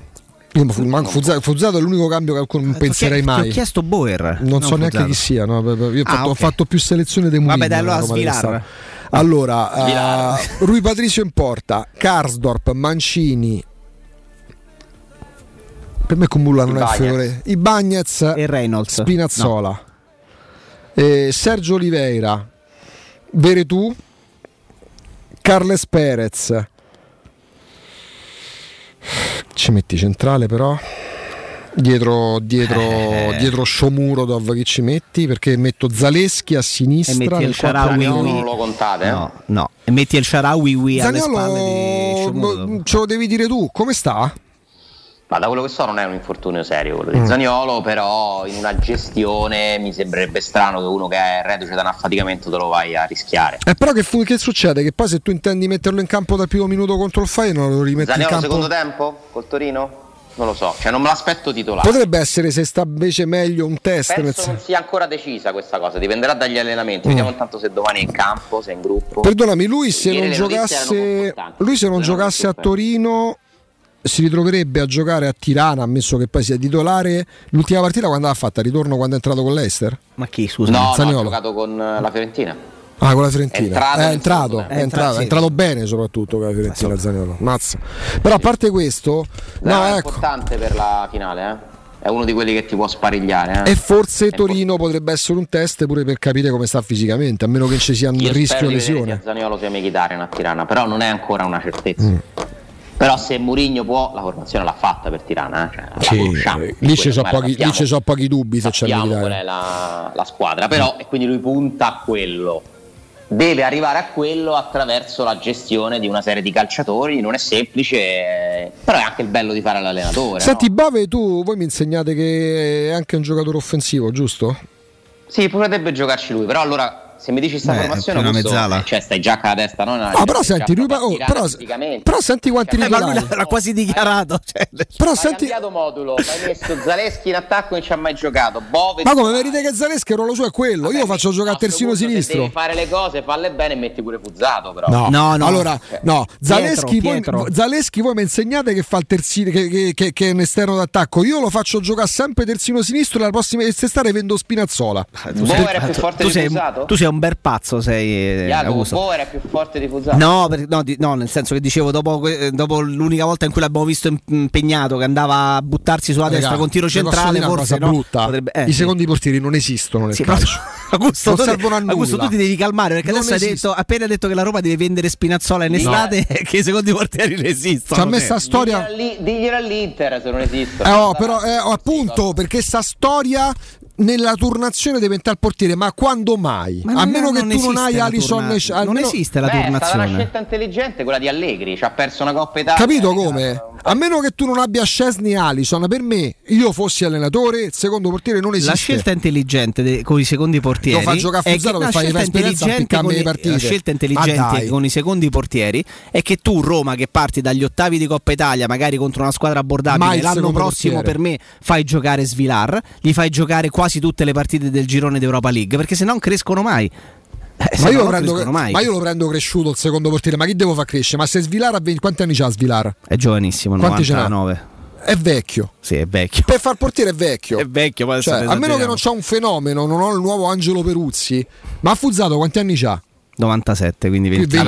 [SPEAKER 3] Fuzzato è l'unico cambio che non penserei mai.
[SPEAKER 5] Ti ho chiesto Boer.
[SPEAKER 3] Non so neanche chi sia, no? Io ho fatto più selezione dei Mourinho.
[SPEAKER 5] Vabbè, dai, allora Svilar.
[SPEAKER 3] Allora, Rui Patricio in porta, Karsdorp, Mancini. Per me Kumbulla non è inferiore. Ibañez
[SPEAKER 5] e Reynolds,
[SPEAKER 3] Spinazzola. No. Sergio Oliveira, Veretù, Carles Perez. Ci metti centrale però dietro Shomurodov, che ci metti? Perché metto Zaleschi a sinistra
[SPEAKER 5] e metti il Shaarawy,
[SPEAKER 4] non lo contate,
[SPEAKER 5] no, e metti il Shaarawy alle spalle di
[SPEAKER 3] ce lo devi dire tu, come sta?
[SPEAKER 4] Ma da quello che so non è un infortunio serio quello di Zaniolo, però in una gestione mi sembrerebbe strano che uno che è reduce da un affaticamento te lo vai a rischiare.
[SPEAKER 3] Però che succede? Che poi se tu intendi metterlo in campo dal primo minuto contro il Feyenoord lo rimetti
[SPEAKER 4] Zaniolo
[SPEAKER 3] in campo
[SPEAKER 4] secondo tempo col Torino? Non lo so, cioè non me l'aspetto titolare.
[SPEAKER 3] Potrebbe essere, se sta invece meglio, un test.
[SPEAKER 4] Penso non sia ancora decisa questa cosa, dipenderà dagli allenamenti. Vediamo intanto se domani è in campo, se è in gruppo.
[SPEAKER 3] Perdonami, lui se non giocasse a Torino si ritroverebbe a giocare a Tirana, ammesso che poi sia titolare. L'ultima partita quando l'ha fatta? Ritorno quando è entrato con l'Eister?
[SPEAKER 5] Ma chi, scusa?
[SPEAKER 4] No, ha giocato con la Fiorentina.
[SPEAKER 3] Ah, con la Fiorentina. È entrato
[SPEAKER 5] Sì.
[SPEAKER 3] bene soprattutto con la Fiorentina, Zaniolo. Mazza. Però a parte questo,
[SPEAKER 4] è importante per la finale, È uno di quelli che ti può sparigliare.
[SPEAKER 3] E forse Torino potrebbe essere un test pure per capire come sta fisicamente, a meno che ci sia un rischio lesione.
[SPEAKER 4] Che Zaniolo sia Mkhitaryan a Tirana, però non è ancora una certezza. Però se Mourinho può, la formazione l'ha fatta per Tirana,
[SPEAKER 3] lì ci sono pochi dubbi se c'è
[SPEAKER 4] Mkhitaryan. Qual è la squadra, però e quindi lui punta a quello. Deve arrivare a quello attraverso la gestione di una serie di calciatori, non è semplice, però è anche il bello di fare l'allenatore.
[SPEAKER 3] Senti, no? Bove, voi mi insegnate che è anche un giocatore offensivo, giusto?
[SPEAKER 4] Sì, potrebbe giocarci lui, però allora se mi dici sta formazione
[SPEAKER 5] una mezzala.
[SPEAKER 4] Cioè stai già con la testa, no?
[SPEAKER 3] Però senti, però senti quanti regolari.
[SPEAKER 5] Ma lui l'ha quasi dichiarato.
[SPEAKER 3] Però
[SPEAKER 4] hai cambiato modulo, hai messo Zaleschi in attacco e non ci ha mai giocato. Bove,
[SPEAKER 3] ma come vedete che Zaleschi il ruolo suo è quello? Io faccio giocare a terzino sinistro.
[SPEAKER 4] Devi fare le cose, falle bene e metti pure Fuzzato, però.
[SPEAKER 3] No. Allora, no, Zaleschi voi mi insegnate che fa il terzino, che è un esterno d'attacco. Io lo faccio giocare sempre terzino sinistro e la prossima estate vendo Spinazzola.
[SPEAKER 4] Bove era più forte di Fuzzato?
[SPEAKER 5] Tu sei un bel pazzo, sei Augusto.
[SPEAKER 4] Bove era più forte di Fuzzato?
[SPEAKER 5] No, nel senso che dicevo dopo l'unica volta in cui l'abbiamo visto impegnato che andava a buttarsi sulla destra con tiro centrale, forse
[SPEAKER 3] I secondi portieri non esistono nel calcio.
[SPEAKER 5] Augusto,
[SPEAKER 3] non servono a nulla.
[SPEAKER 5] Augusto, tu ti devi calmare perché adesso appena detto che la Roma deve vendere Spinazzola in estate che i secondi portieri non esistono.
[SPEAKER 3] Cioè, a me sta storia
[SPEAKER 4] diglielo all'Inter se non esistono.
[SPEAKER 3] Però appunto perché sta storia nella turnazione deve diventare il portiere, ma quando mai? A meno che tu non hai Alisson,
[SPEAKER 5] non esiste la turnazione. È stata
[SPEAKER 4] una scelta intelligente quella di Allegri, ci ha perso una Coppa Italia.
[SPEAKER 3] Capito come? A meno che tu non abbia Szczesny e Alisson, per me, io fossi allenatore, il secondo portiere non esiste.
[SPEAKER 5] La scelta intelligente con i secondi portieri
[SPEAKER 3] lo fa giocare a Fuzzato per fare esperienza a piccarmi le partite.
[SPEAKER 5] La scelta intelligente con i secondi portieri è che tu, Roma, che parti dagli ottavi di Coppa Italia, magari contro una squadra abbordabile, l'anno prossimo per me fai giocare Svilar, gli fai giocare quasi tutte le partite del girone d'Europa League, perché se no non crescono mai.
[SPEAKER 3] Ma io lo prendo cresciuto il secondo portiere, ma chi devo far crescere? Ma se Svilar ha 20, quanti anni c'ha Svilar?
[SPEAKER 5] È giovanissimo,
[SPEAKER 3] quanti
[SPEAKER 5] 99.
[SPEAKER 3] È vecchio.
[SPEAKER 5] Sì, è vecchio.
[SPEAKER 3] Per far portiere è vecchio.
[SPEAKER 5] È vecchio, ma
[SPEAKER 3] cioè, a meno che non c'ha un fenomeno, non ho il nuovo Angelo Peruzzi. Ma Fuzzato quanti anni c'ha?
[SPEAKER 5] 97, quindi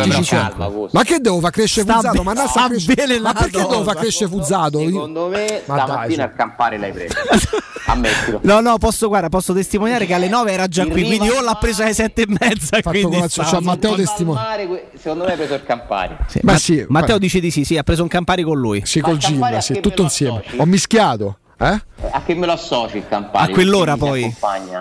[SPEAKER 3] 25. Ma che devo far crescere Fuzzato? Ma perché devo far crescere Fuzzato?
[SPEAKER 4] Secondo me stamattina al Campari l'hai preso. Ammettilo.
[SPEAKER 5] No, posso testimoniare che alle 9 era già qui, quindi o l'ha preso alle 7:30.
[SPEAKER 3] Matteo testimone.
[SPEAKER 4] Secondo me hai preso il Campari.
[SPEAKER 5] Sì, Matteo dice di sì, ha preso un Campari con lui.
[SPEAKER 3] Sì, col Gilla, sì, tutto insieme. Ho mischiato.
[SPEAKER 4] A che me lo associ il Campari?
[SPEAKER 5] A quell'ora poi.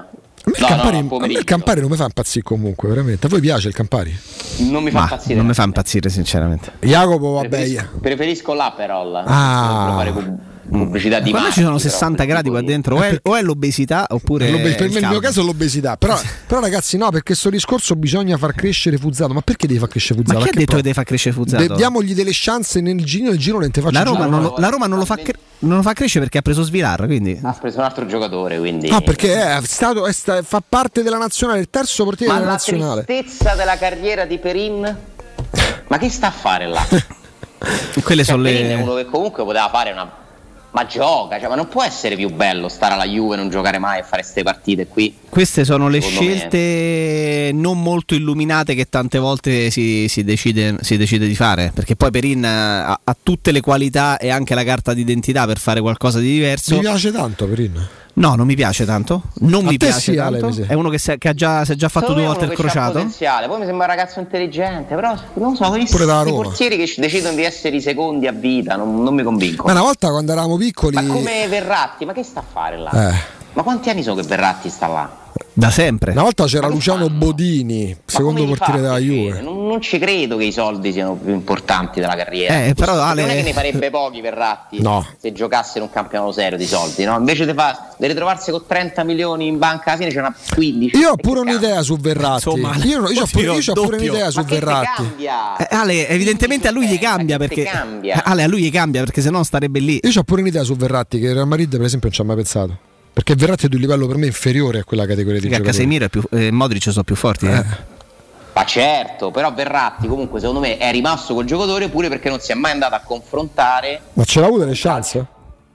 [SPEAKER 3] A me il Campari non mi fa impazzire comunque, veramente. A voi piace il Campari?
[SPEAKER 4] Non mi fa impazzire.
[SPEAKER 5] Non mi fa impazzire, sinceramente.
[SPEAKER 3] Jacopo, vabbè.
[SPEAKER 4] Preferisco l'Aperol.
[SPEAKER 3] Ah.
[SPEAKER 4] Pubblicità di
[SPEAKER 5] ci sono 60 gradi qua dentro, o è l'obesità oppure
[SPEAKER 3] per me, nel mio caso è l'obesità. Però ragazzi, no, perché sto discorso bisogna far crescere Fuzzato. Ma perché devi far crescere Fuzzato?
[SPEAKER 5] Ma chi ha detto che deve far crescere Fuzzato?
[SPEAKER 3] Diamogli delle chance nel giro non te faccio
[SPEAKER 5] la Roma non lo fa crescere perché ha preso Svilar, quindi
[SPEAKER 4] ha preso un altro giocatore, quindi
[SPEAKER 3] no, perché fa parte della nazionale, il terzo portiere della nazionale.
[SPEAKER 4] Ma la tristezza della carriera di Perin, ma che sta a fare là?
[SPEAKER 5] Quelle sono
[SPEAKER 4] Perin è uno che comunque poteva fare una. Ma gioca, ma non può essere più bello stare alla Juve, non giocare mai e fare queste partite qui.
[SPEAKER 5] Queste sono le scelte non molto illuminate che tante volte si decide di fare, perché poi Perin ha tutte le qualità e anche la carta d'identità per fare qualcosa di diverso.
[SPEAKER 3] Mi piace tanto Perin.
[SPEAKER 5] No, non mi piace tanto. Non mi piace
[SPEAKER 3] sì,
[SPEAKER 5] tanto. È uno che si è già fatto 2 volte il crociato.
[SPEAKER 4] Potenziale. Poi mi sembra un ragazzo intelligente, però non so, questi portieri che decidono di essere i secondi a vita non mi convincono.
[SPEAKER 3] Ma una volta quando eravamo piccoli.
[SPEAKER 4] Ma come Verratti, ma che sta a fare là? Ma quanti anni sono che Verratti sta là?
[SPEAKER 5] Da sempre.
[SPEAKER 3] Una volta c'era Luciano Bodini, secondo portiere della Juve.
[SPEAKER 4] Non ci credo che i soldi siano più importanti della carriera.
[SPEAKER 5] Però Ale...
[SPEAKER 4] non è che ne farebbe pochi Verratti se giocasse in un campionato serio di soldi, no? Invece di ritrovarsi con 30 milioni in banca, alla fine c'è una 15.
[SPEAKER 3] Io ho pure un'idea su Verratti. Io ho pure un'idea su Verratti.
[SPEAKER 5] Ale, evidentemente a lui gli cambia perché Ale, a lui gli cambia perché sennò starebbe lì.
[SPEAKER 3] Io ho pure un'idea su Verratti che il Real Madrid per esempio non ci ha mai pensato. Perché Verratti è di un livello per me inferiore a quella categoria di giocatori.
[SPEAKER 5] Casemiro e Modric sono più forti.
[SPEAKER 4] Ma certo, però Verratti comunque secondo me è rimasto col giocatore pure perché non si è mai andato a confrontare.
[SPEAKER 3] Ma ce l'ha avuto le chance?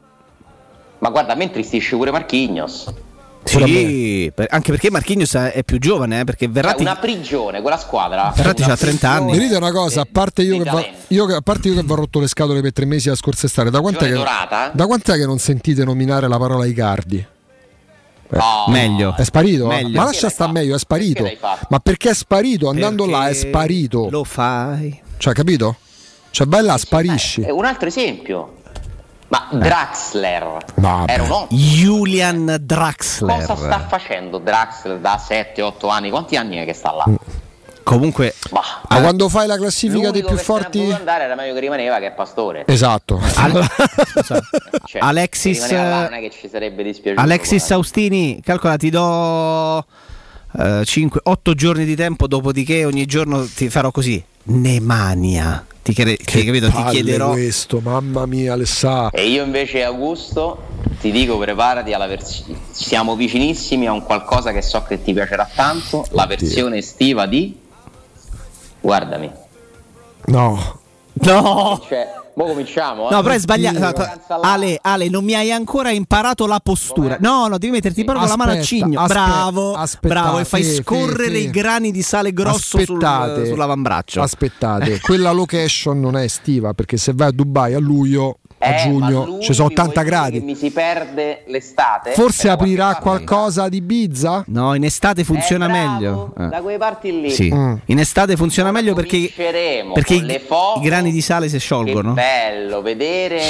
[SPEAKER 4] Ma guarda, a me intristisce pure Marquinhos.
[SPEAKER 5] Sì, anche perché Marquinhos è più giovane, perché Verratti
[SPEAKER 4] una prigione, quella squadra.
[SPEAKER 5] Verratti ha 30 anni.
[SPEAKER 3] Mi dite una cosa, a parte io che va rotto le scatole per 3 mesi la scorsa estate, da quant'è che non sentite nominare la parola Icardi?
[SPEAKER 5] Meglio.
[SPEAKER 3] È sparito?
[SPEAKER 5] Meglio.
[SPEAKER 3] Ma lascia sta meglio, è sparito. Ma perché è sparito? Andando là è sparito.
[SPEAKER 5] Lo fai.
[SPEAKER 3] Cioè, capito? Cioè, vai là, sparisci.
[SPEAKER 4] Un altro esempio. Ma Draxler era un
[SPEAKER 5] Julian Draxler.
[SPEAKER 4] Cosa sta facendo Draxler da 7-8 anni? Quanti anni è che sta là?
[SPEAKER 3] Comunque, ma quando fai la classifica dei più forti,
[SPEAKER 4] l'unico che andare era meglio che rimaneva, che è Pastore.
[SPEAKER 3] Esatto.
[SPEAKER 4] Cioè,
[SPEAKER 5] Alexis
[SPEAKER 4] là, non è che ci sarebbe dispiaciuto.
[SPEAKER 5] Alexis Austini, calcola, ti do 8 giorni di tempo, dopodiché ogni giorno ti farò così. Nemanja. Capito? Ti chiederò
[SPEAKER 3] questo, mamma mia, Alessà.
[SPEAKER 4] E io invece, Augusto, ti dico, preparati alla siamo vicinissimi a un qualcosa che so che ti piacerà tanto, la versione estiva di Guardami.
[SPEAKER 3] No.
[SPEAKER 4] Cioè, mo cominciamo.
[SPEAKER 5] No, però è sbagliato. Ale, non mi hai ancora imparato la postura. No, devi metterti proprio la mano a cigno. Bravo, e fai scorrere i grani di sale grosso sull'avambraccio.
[SPEAKER 3] Aspettate, quella location non è estiva, perché se vai a Dubai a luglio, a giugno ci sono 80 gradi.
[SPEAKER 4] Mi si perde l'estate.
[SPEAKER 3] Forse aprirà qualcosa di Ibiza?
[SPEAKER 5] No, in estate funziona meglio.
[SPEAKER 4] Da quelle parti lì.
[SPEAKER 5] Sì. In estate funziona meglio perché i grani di sale si sciolgono.
[SPEAKER 4] Che bello vedere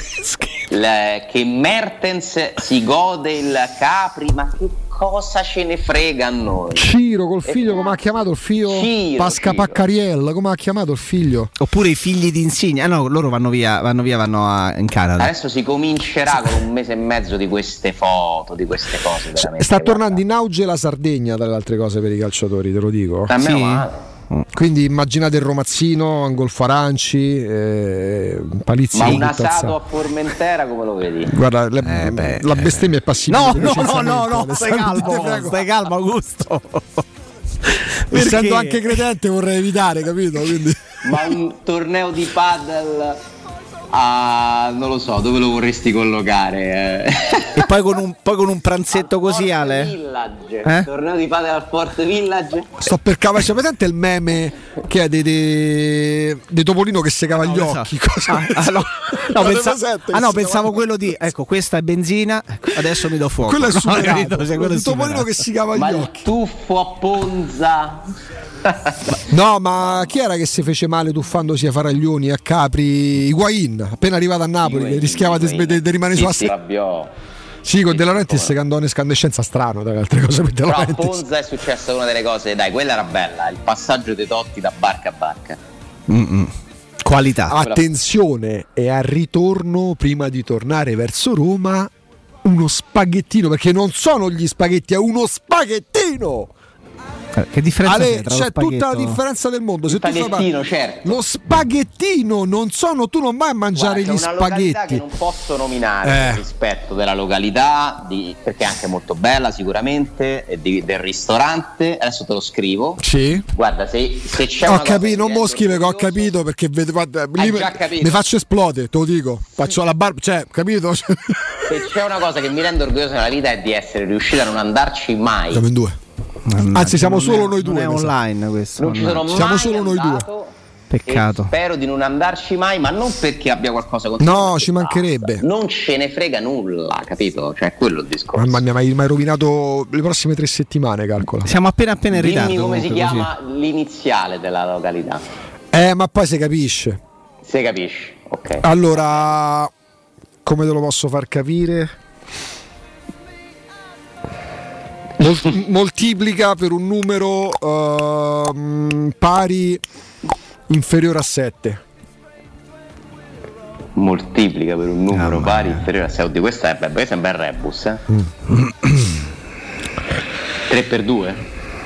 [SPEAKER 4] che Mertens si gode il Capri, ma che cosa ce ne frega a noi?
[SPEAKER 3] Ciro col figlio, come ha chiamato il figlio? Pasca Paccariella, come ha chiamato il figlio?
[SPEAKER 5] Oppure i figli di Insigne. Ah no, loro vanno in Canada.
[SPEAKER 4] Adesso si comincerà con un mese e mezzo di queste foto, di queste cose veramente.
[SPEAKER 3] Sta tornando in auge la Sardegna, dalle altre cose, per i calciatori, te lo dico.
[SPEAKER 4] Meno male.
[SPEAKER 3] Quindi immaginate il Romazzino, Angolfo Aranci, Palizzi.
[SPEAKER 4] Ma un asato a Formentera come lo vedi?
[SPEAKER 3] Guarda, la bestemmia è passiva.
[SPEAKER 5] No, stai calmo Augusto.
[SPEAKER 3] Essendo anche credente vorrei evitare, capito? Quindi.
[SPEAKER 4] Ma un torneo di padel non lo so, dove lo vorresti collocare?
[SPEAKER 5] E poi con un pranzetto così, Ale?
[SPEAKER 4] Village. Torneo di padel al Fort Village.
[SPEAKER 3] Sto per cavare, c'è presente il meme che è di Topolino che si cava gli occhi?
[SPEAKER 5] Pensavo quello di ecco, questa è benzina, adesso mi do fuoco.
[SPEAKER 3] Quello è superato. Topolino che si cava gli occhi.
[SPEAKER 4] Il tuffo a Ponza.
[SPEAKER 3] No, ma chi era che si fece male tuffandosi a Faraglioni, a Capri? Higuain, appena arrivato a Napoli, che rischiava di rimanere sulla strada. Sì, con De Laurentiis che andò in escandescenza strano, tra le altre cose.
[SPEAKER 4] Però a Ponza è successa una delle cose, dai, quella era bella, il passaggio dei Totti da barca a barca.
[SPEAKER 5] Qualità.
[SPEAKER 3] Attenzione, e al ritorno, prima di tornare verso Roma, uno spaghettino, perché non sono gli spaghetti, è uno spaghettino.
[SPEAKER 5] Che differenza c'è
[SPEAKER 3] tutta la differenza del mondo. Se
[SPEAKER 4] spaghettino, certo.
[SPEAKER 3] Lo spaghettino tu non vai a mangiare gli spaghetti.
[SPEAKER 4] Che non posso nominare il rispetto della località, perché è anche molto bella sicuramente, del ristorante. Adesso te lo scrivo.
[SPEAKER 3] Sì.
[SPEAKER 4] Guarda, se c'è
[SPEAKER 3] ho capito, non me lo scrive che ho capito, perché guarda, mi faccio esplodere, te lo dico. Faccio la barba, cioè, capito?
[SPEAKER 4] Se c'è una cosa che mi rende orgoglioso nella vita è di essere riuscito a non andarci mai.
[SPEAKER 3] Siamo in due. Anzi, siamo solo noi due.
[SPEAKER 5] Non è online questo.
[SPEAKER 4] Non ci sono mai
[SPEAKER 3] siamo solo noi due.
[SPEAKER 5] Peccato.
[SPEAKER 4] Spero di non andarci mai, ma non perché abbia qualcosa contro.
[SPEAKER 3] No, ci mancherebbe.
[SPEAKER 4] Non ce ne frega nulla, capito? Cioè, quello il discorso.
[SPEAKER 3] Mamma mia, mi hai rovinato le prossime 3 settimane, calcola.
[SPEAKER 5] Siamo appena in ritardo.
[SPEAKER 4] Dimmi come si chiama l'iniziale della località.
[SPEAKER 3] Ma poi si capisce.
[SPEAKER 4] Si capisce, ok.
[SPEAKER 3] Allora, come te lo posso far capire? moltiplica per un numero pari inferiore a 7.
[SPEAKER 4] Moltiplica per un numero pari inferiore a 6. Oddio, questo è un bel rebus, 3 per 2?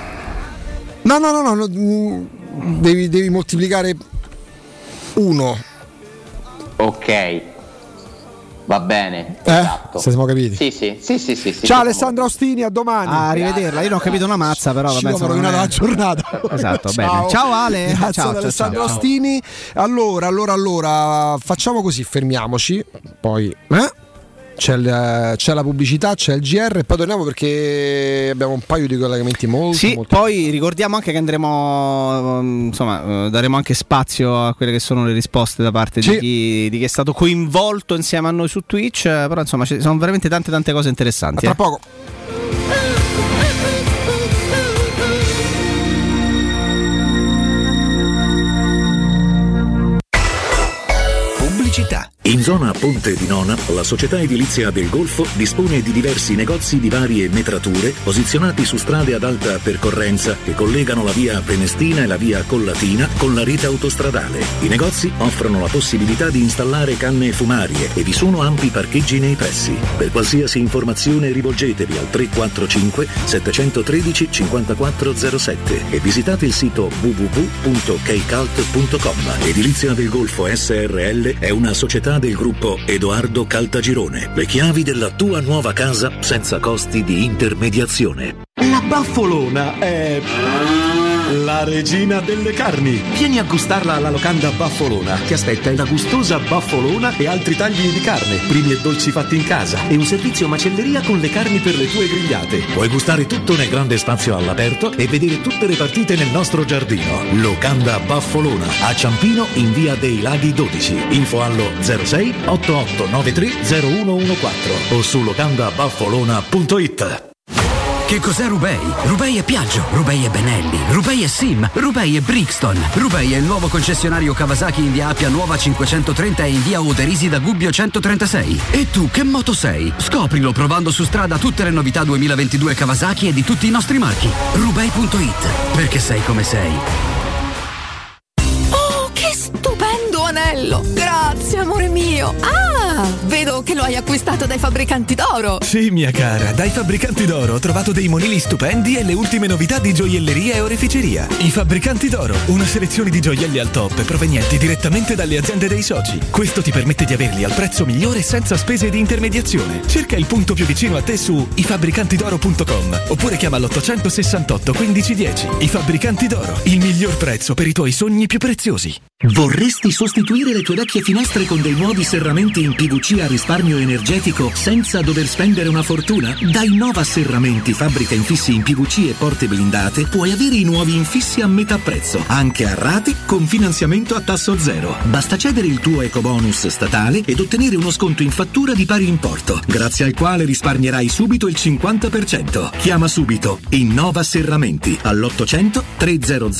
[SPEAKER 3] No, devi moltiplicare 1.
[SPEAKER 4] Ok, va bene. Esatto.
[SPEAKER 3] Se siamo capiti.
[SPEAKER 4] Sì.
[SPEAKER 3] Ciao Alessandro Austini, a domani.
[SPEAKER 5] Arrivederla. Io non ho capito una mazza, però vabbè,
[SPEAKER 3] ho rovinato la giornata.
[SPEAKER 5] Esatto, bene. Ciao Ale.
[SPEAKER 3] Grazie
[SPEAKER 5] ciao,
[SPEAKER 3] ad Alessandro
[SPEAKER 5] ciao.
[SPEAKER 3] Austini. Allora, facciamo così, fermiamoci. Poi c'è la pubblicità, c'è il GR e poi torniamo perché abbiamo un paio di collegamenti molto
[SPEAKER 5] poi ricordiamo anche che andremo daremo anche spazio a quelle che sono le risposte da parte di chi è stato coinvolto insieme a noi su Twitch, però insomma ci sono veramente tante cose interessanti.
[SPEAKER 3] Tra poco.
[SPEAKER 11] Pubblicità. In zona Ponte di Nona, la società edilizia del Golfo dispone di diversi negozi di varie metrature posizionati su strade ad alta percorrenza che collegano la via Prenestina e la via Collatina con la rete autostradale. I negozi offrono la possibilità di installare canne fumarie e vi sono ampi parcheggi nei pressi. Per qualsiasi informazione rivolgetevi al 345 713 5407 e visitate il sito www.keicalt.com. Edilizia del Golfo SRL è una società del gruppo Edoardo Caltagirone. Le chiavi della tua nuova casa senza costi di intermediazione.
[SPEAKER 13] La Baffolona è la regina delle carni. Vieni a gustarla alla locanda Baffolona. Ti aspetta la gustosa Baffolona e altri tagli di carne, primi e dolci fatti in casa e un servizio macelleria con le carni per le tue grigliate. Puoi gustare tutto nel grande spazio all'aperto e vedere tutte le partite nel nostro giardino. Locanda Baffolona a Ciampino in via dei Laghi 12. Info allo 06 8893 0114 o su locandabaffolona.it.
[SPEAKER 14] Che cos'è Rubei? Rubei è Piaggio, Rubei è Benelli, Rubei è Sim, Rubei è Brixton. Rubei è il nuovo concessionario Kawasaki in via Appia Nuova 530 e in via Oderisi da Gubbio 136. E tu che moto sei? Scoprilo provando su strada tutte le novità 2022 Kawasaki e di tutti i nostri marchi. Rubei.it, perché sei come sei.
[SPEAKER 15] Oh, che stupendo anello! Grazie, amore mio! Vedo che lo hai acquistato dai Fabbricanti d'Oro.
[SPEAKER 18] Sì, mia cara, dai Fabbricanti d'Oro ho trovato dei monili stupendi e le ultime novità di gioielleria e oreficeria. I Fabbricanti d'Oro, una selezione di gioielli al top provenienti direttamente dalle aziende dei soci. Questo ti permette di averli al prezzo migliore senza spese di intermediazione. Cerca il punto più vicino a te su ifabbricantidoro.com oppure chiama l'868 1510. I Fabbricanti d'Oro, il miglior prezzo per i tuoi sogni più preziosi.
[SPEAKER 11] Vorresti sostituire le tue vecchie finestre con dei nuovi serramenti in PVC a risparmio energetico senza dover spendere una fortuna? Da Innova Serramenti, fabbrica infissi in PVC e porte blindate, puoi avere i nuovi infissi a metà prezzo, anche a rate con finanziamento a tasso zero. Basta cedere il tuo ecobonus statale ed ottenere uno sconto in fattura di pari importo, grazie al quale risparmierai subito il 50%. Chiama subito Innova Serramenti all'800 300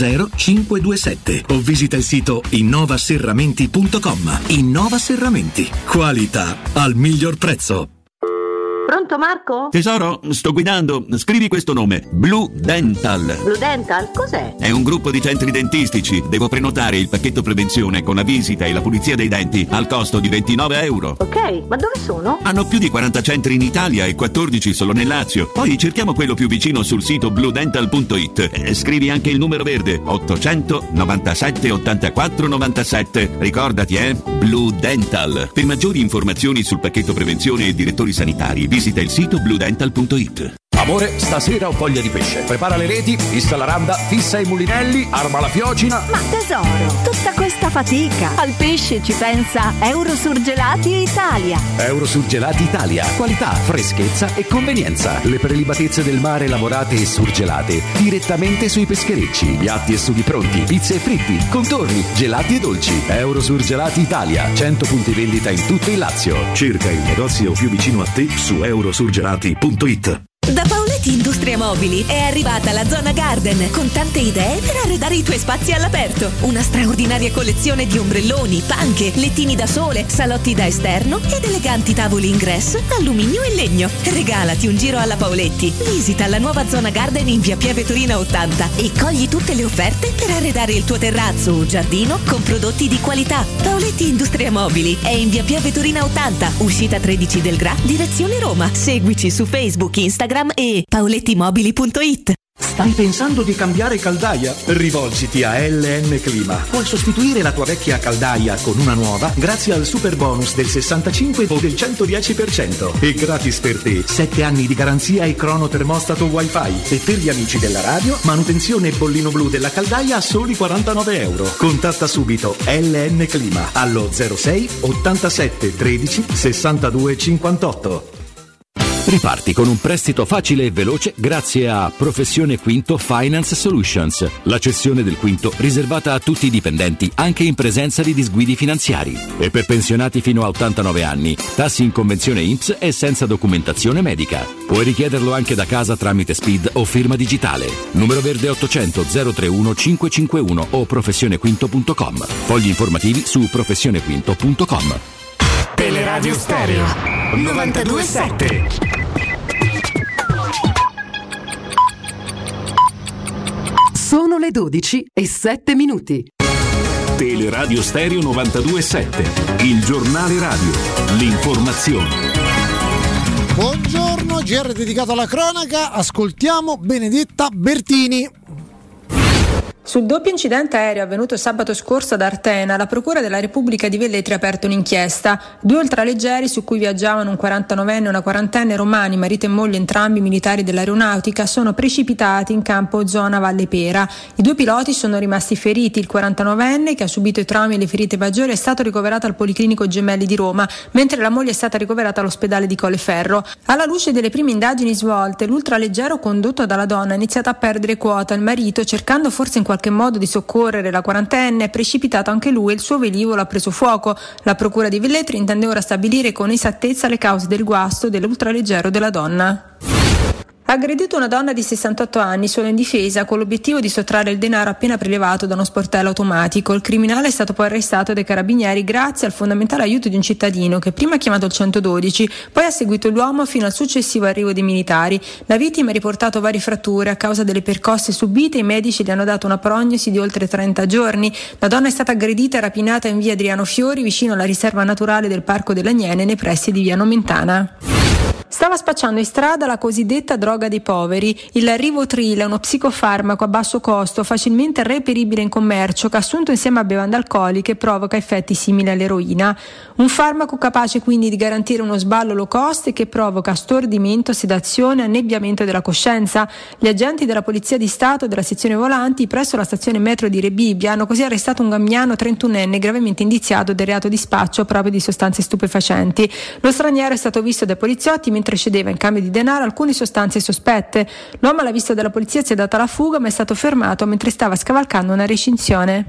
[SPEAKER 11] 527 o visita il sito innovaserramenti.com. Innova Serramenti, qualità al miglior prezzo.
[SPEAKER 19] Pronto Marco?
[SPEAKER 6] Tesoro, sto guidando. Scrivi questo nome: Blue Dental.
[SPEAKER 19] Blue Dental? Cos'è?
[SPEAKER 6] È un gruppo di centri dentistici. Devo prenotare il pacchetto prevenzione con la visita e la pulizia dei denti al costo di €29.
[SPEAKER 19] Ok, ma dove sono?
[SPEAKER 6] Hanno più di 40 centri in Italia e 14 solo nel Lazio. Poi cerchiamo quello più vicino sul sito bluedental.it. Scrivi anche il numero verde: 800 97 84 97. Ricordati, Blue Dental. Per maggiori informazioni sul pacchetto prevenzione e direttori sanitari, visita il sito bluedental.it.
[SPEAKER 22] Amore, stasera ho voglia di pesce. Prepara le reti, fissa la randa, fissa i mulinelli, arma la fiocina.
[SPEAKER 17] Ma tesoro, tutta questa fatica. Al pesce ci pensa Eurosurgelati Italia.
[SPEAKER 22] Eurosurgelati Italia. Qualità, freschezza e convenienza. Le prelibatezze del mare lavorate e surgelate direttamente sui pescherecci. Piatti e sughi pronti, pizze e fritti, contorni, gelati e dolci. Eurosurgelati Italia. 100 punti vendita in tutto il Lazio.
[SPEAKER 11] Cerca il negozio più vicino a te su eurosurgelati.it.
[SPEAKER 15] Da Paoletti
[SPEAKER 1] Pavoletti Industria Mobili è arrivata la Zona Garden con tante idee per arredare i tuoi spazi all'aperto. Una straordinaria collezione di ombrelloni, panche, lettini da sole, salotti da esterno ed eleganti tavoli ingresso, alluminio e legno. Regalati un giro alla Pavoletti. Visita la nuova Zona Garden in via Pieve Torina 80 e cogli tutte le offerte per arredare il tuo terrazzo o giardino con prodotti di qualità. Pavoletti Industria Mobili è in via Pieve Torina 80, uscita 13 del Gra, direzione Roma. Seguici su Facebook, Instagram e paolettimobili.it.
[SPEAKER 13] Stai pensando di cambiare caldaia? Rivolgiti a LN Clima. Puoi sostituire la tua vecchia caldaia con una nuova grazie al super bonus del 65 o del 110% e gratis per te 7 anni di garanzia e crono termostato wifi, e per gli amici della radio manutenzione bollino blu della caldaia a soli €49. Contatta subito LN Clima allo 06 87 13 62 58.
[SPEAKER 12] Riparti con un prestito facile e veloce grazie a Professione Quinto Finance Solutions, la cessione del quinto riservata a tutti i dipendenti anche in presenza di disguidi finanziari. E per pensionati fino a 89 anni, tassi in convenzione INPS e senza documentazione medica. Puoi richiederlo anche da casa tramite SPID o firma digitale. Numero verde 800 031 551 o professionequinto.com. Fogli informativi su professionequinto.com.
[SPEAKER 2] Teleradio Stereo 92.7.
[SPEAKER 16] Sono le 12:07.
[SPEAKER 21] Teleradio Stereo 92.7, il giornale radio, l'informazione.
[SPEAKER 23] Buongiorno, GR dedicato alla cronaca, ascoltiamo Benedetta Bertini.
[SPEAKER 24] Sul doppio incidente aereo avvenuto sabato scorso ad Artena, la Procura della Repubblica di Velletri ha aperto un'inchiesta. 2 ultraleggeri su cui viaggiavano un 49enne e una 40enne romani, marito e moglie entrambi militari dell'aeronautica, sono precipitati in campo zona Valle Pera. I 2 piloti sono rimasti feriti. Il 49enne, che ha subito i traumi e le ferite maggiori, è stato ricoverato al Policlinico Gemelli di Roma, mentre la moglie è stata ricoverata all'ospedale di Colleferro. Alla luce delle prime indagini svolte, l'ultraleggero condotto dalla donna ha iniziato a perdere quota. Il marito, cercando forse in qualche modo di soccorrere la 40enne, è precipitato anche lui e il suo velivolo ha preso fuoco. La Procura di Velletri intende ora stabilire con esattezza le cause del guasto dell'ultraleggero della donna. Ha aggredito una donna di 68 anni solo in difesa con l'obiettivo di sottrarre il denaro appena prelevato da uno sportello automatico. Il criminale è stato poi arrestato dai carabinieri grazie al fondamentale aiuto di un cittadino che prima ha chiamato il 112, poi ha seguito l'uomo fino al successivo arrivo dei militari. La vittima ha riportato varie fratture a causa delle percosse subite e i medici gli hanno dato una prognosi di oltre 30 giorni. La donna è stata aggredita e rapinata in via Adriano Fiori vicino alla riserva naturale del Parco dell'Agnene nei pressi di via Nomentana. Stava spacciando in strada la cosiddetta droga dei poveri. Il Rivotril è uno psicofarmaco a basso costo, facilmente reperibile in commercio, che assunto insieme a bevande alcoliche provoca effetti simili all'eroina. Un farmaco capace quindi di garantire uno sballo low cost e che provoca stordimento, sedazione, annebbiamento della coscienza. Gli agenti della Polizia di Stato della sezione volanti presso la stazione metro di Rebibbia hanno così arrestato un gamiano 31enne gravemente indiziato del reato di spaccio proprio di sostanze stupefacenti. Lo straniero è stato visto dai poliziotti mentre cedeva in cambio di denaro alcune sostanze sospette. L'uomo alla vista della polizia si è data la fuga ma è stato fermato mentre stava scavalcando una recinzione.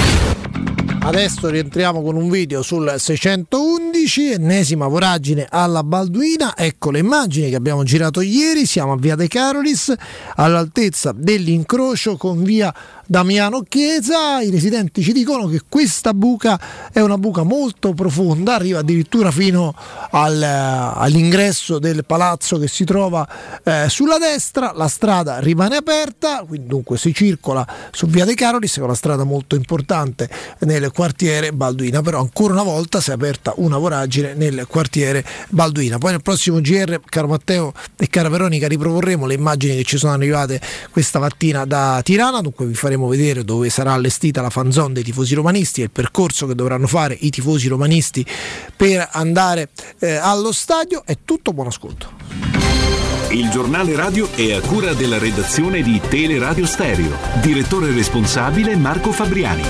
[SPEAKER 23] Adesso rientriamo con un video sul 611, ennesima voragine alla Balduina. Ecco le immagini che abbiamo girato ieri. Siamo a via De Carolis, all'altezza dell'incrocio con via Damiano Chiesa. I residenti ci dicono che questa buca è una buca molto profonda, arriva addirittura fino all'ingresso del palazzo che si trova sulla destra. La strada rimane aperta, quindi dunque si circola su via De Carolis, che è una strada molto importante nel quartiere Balduina, però ancora una volta si è aperta una voragine nel quartiere Balduina. Poi nel prossimo GR, caro Matteo e cara Veronica, riproporremo le immagini che ci sono arrivate questa mattina da Tirana, dunque vi faremo vedere dove sarà allestita la fan zone dei tifosi romanisti e il percorso che dovranno fare i tifosi romanisti per andare allo stadio. È tutto, buon ascolto.
[SPEAKER 21] Il giornale radio è a cura della redazione di Teleradio Stereo. Direttore responsabile Marco Fabriani.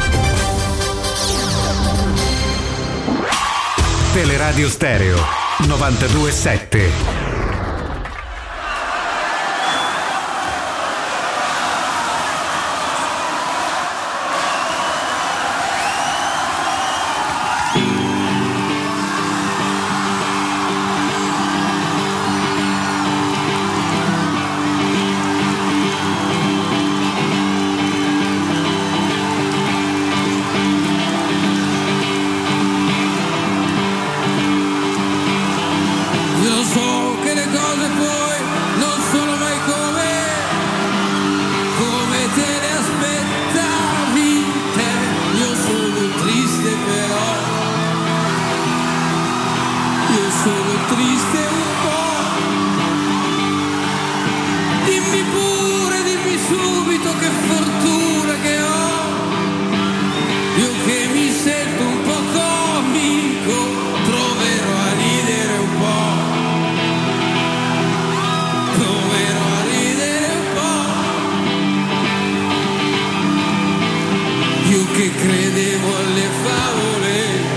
[SPEAKER 2] Teleradio Stereo 92.7.
[SPEAKER 7] triste un po'. Dimmi pure, dimmi subito che fortuna che ho. Io che mi sento un po' comico, troverò a ridere un po'. Troverò a ridere un po'. Io che credevo alle favole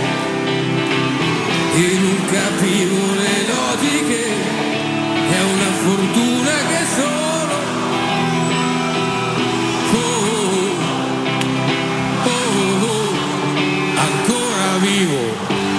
[SPEAKER 7] e non capivo le logiche, è una fortuna che sono. Ancora vivo.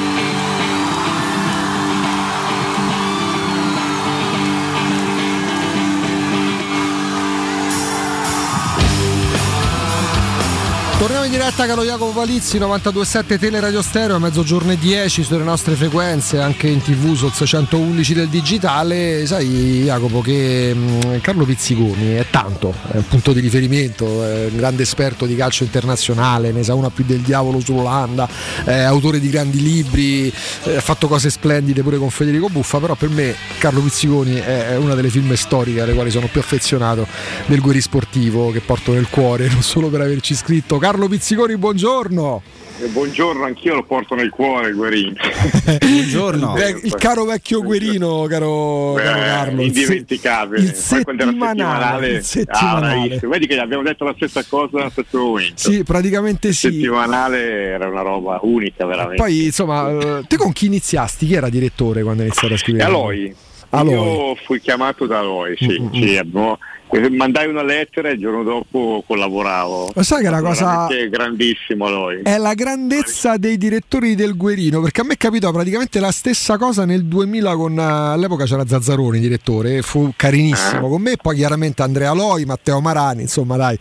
[SPEAKER 3] Torniamo in diretta, caro Jacopo Palizzi, 92.7 Teleradio Stereo, a mezzogiorno e 10 sulle nostre frequenze, anche in TV sul 611 del digitale. Sai, Jacopo, che Carlo Pizziconi è tanto, è un punto di riferimento, è un grande esperto di calcio internazionale, ne sa una più del diavolo sull'Olanda, è autore di grandi libri, ha fatto cose splendide pure con Federico Buffa, però per me Carlo Pizziconi è una delle film storiche alle quali sono più affezionato del Guerri Sportivo, che porto nel cuore, non solo per averci scritto. Carlo Pizziconi, buongiorno.
[SPEAKER 8] Buongiorno, anch'io lo porto nel cuore, Guerino.
[SPEAKER 3] Buongiorno. Il caro vecchio Guerino, caro Carlo.
[SPEAKER 8] Indimenticabile.
[SPEAKER 3] Il settimanale.
[SPEAKER 8] Vedi che abbiamo detto la stessa cosa allo stesso momento.
[SPEAKER 3] Sì, praticamente sì.
[SPEAKER 8] Il settimanale era una roba unica, veramente.
[SPEAKER 3] Poi, insomma, te con chi iniziasti? Chi era direttore quando hai iniziato a scrivere?
[SPEAKER 8] Aloy. Io fui chiamato da Aloy, sì, mandai una lettera e il giorno dopo collaboravo.
[SPEAKER 3] Ma sai che è una cosa
[SPEAKER 8] grandissimo Aloy.
[SPEAKER 3] È la grandezza dei direttori del Guerino, perché a me capitò praticamente la stessa cosa nel 2000 con all'epoca c'era Zazzaroni direttore, fu carinissimo con me, poi chiaramente Andrea Aloy, Matteo Marani, insomma dai,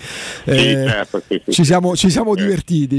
[SPEAKER 3] ci siamo divertiti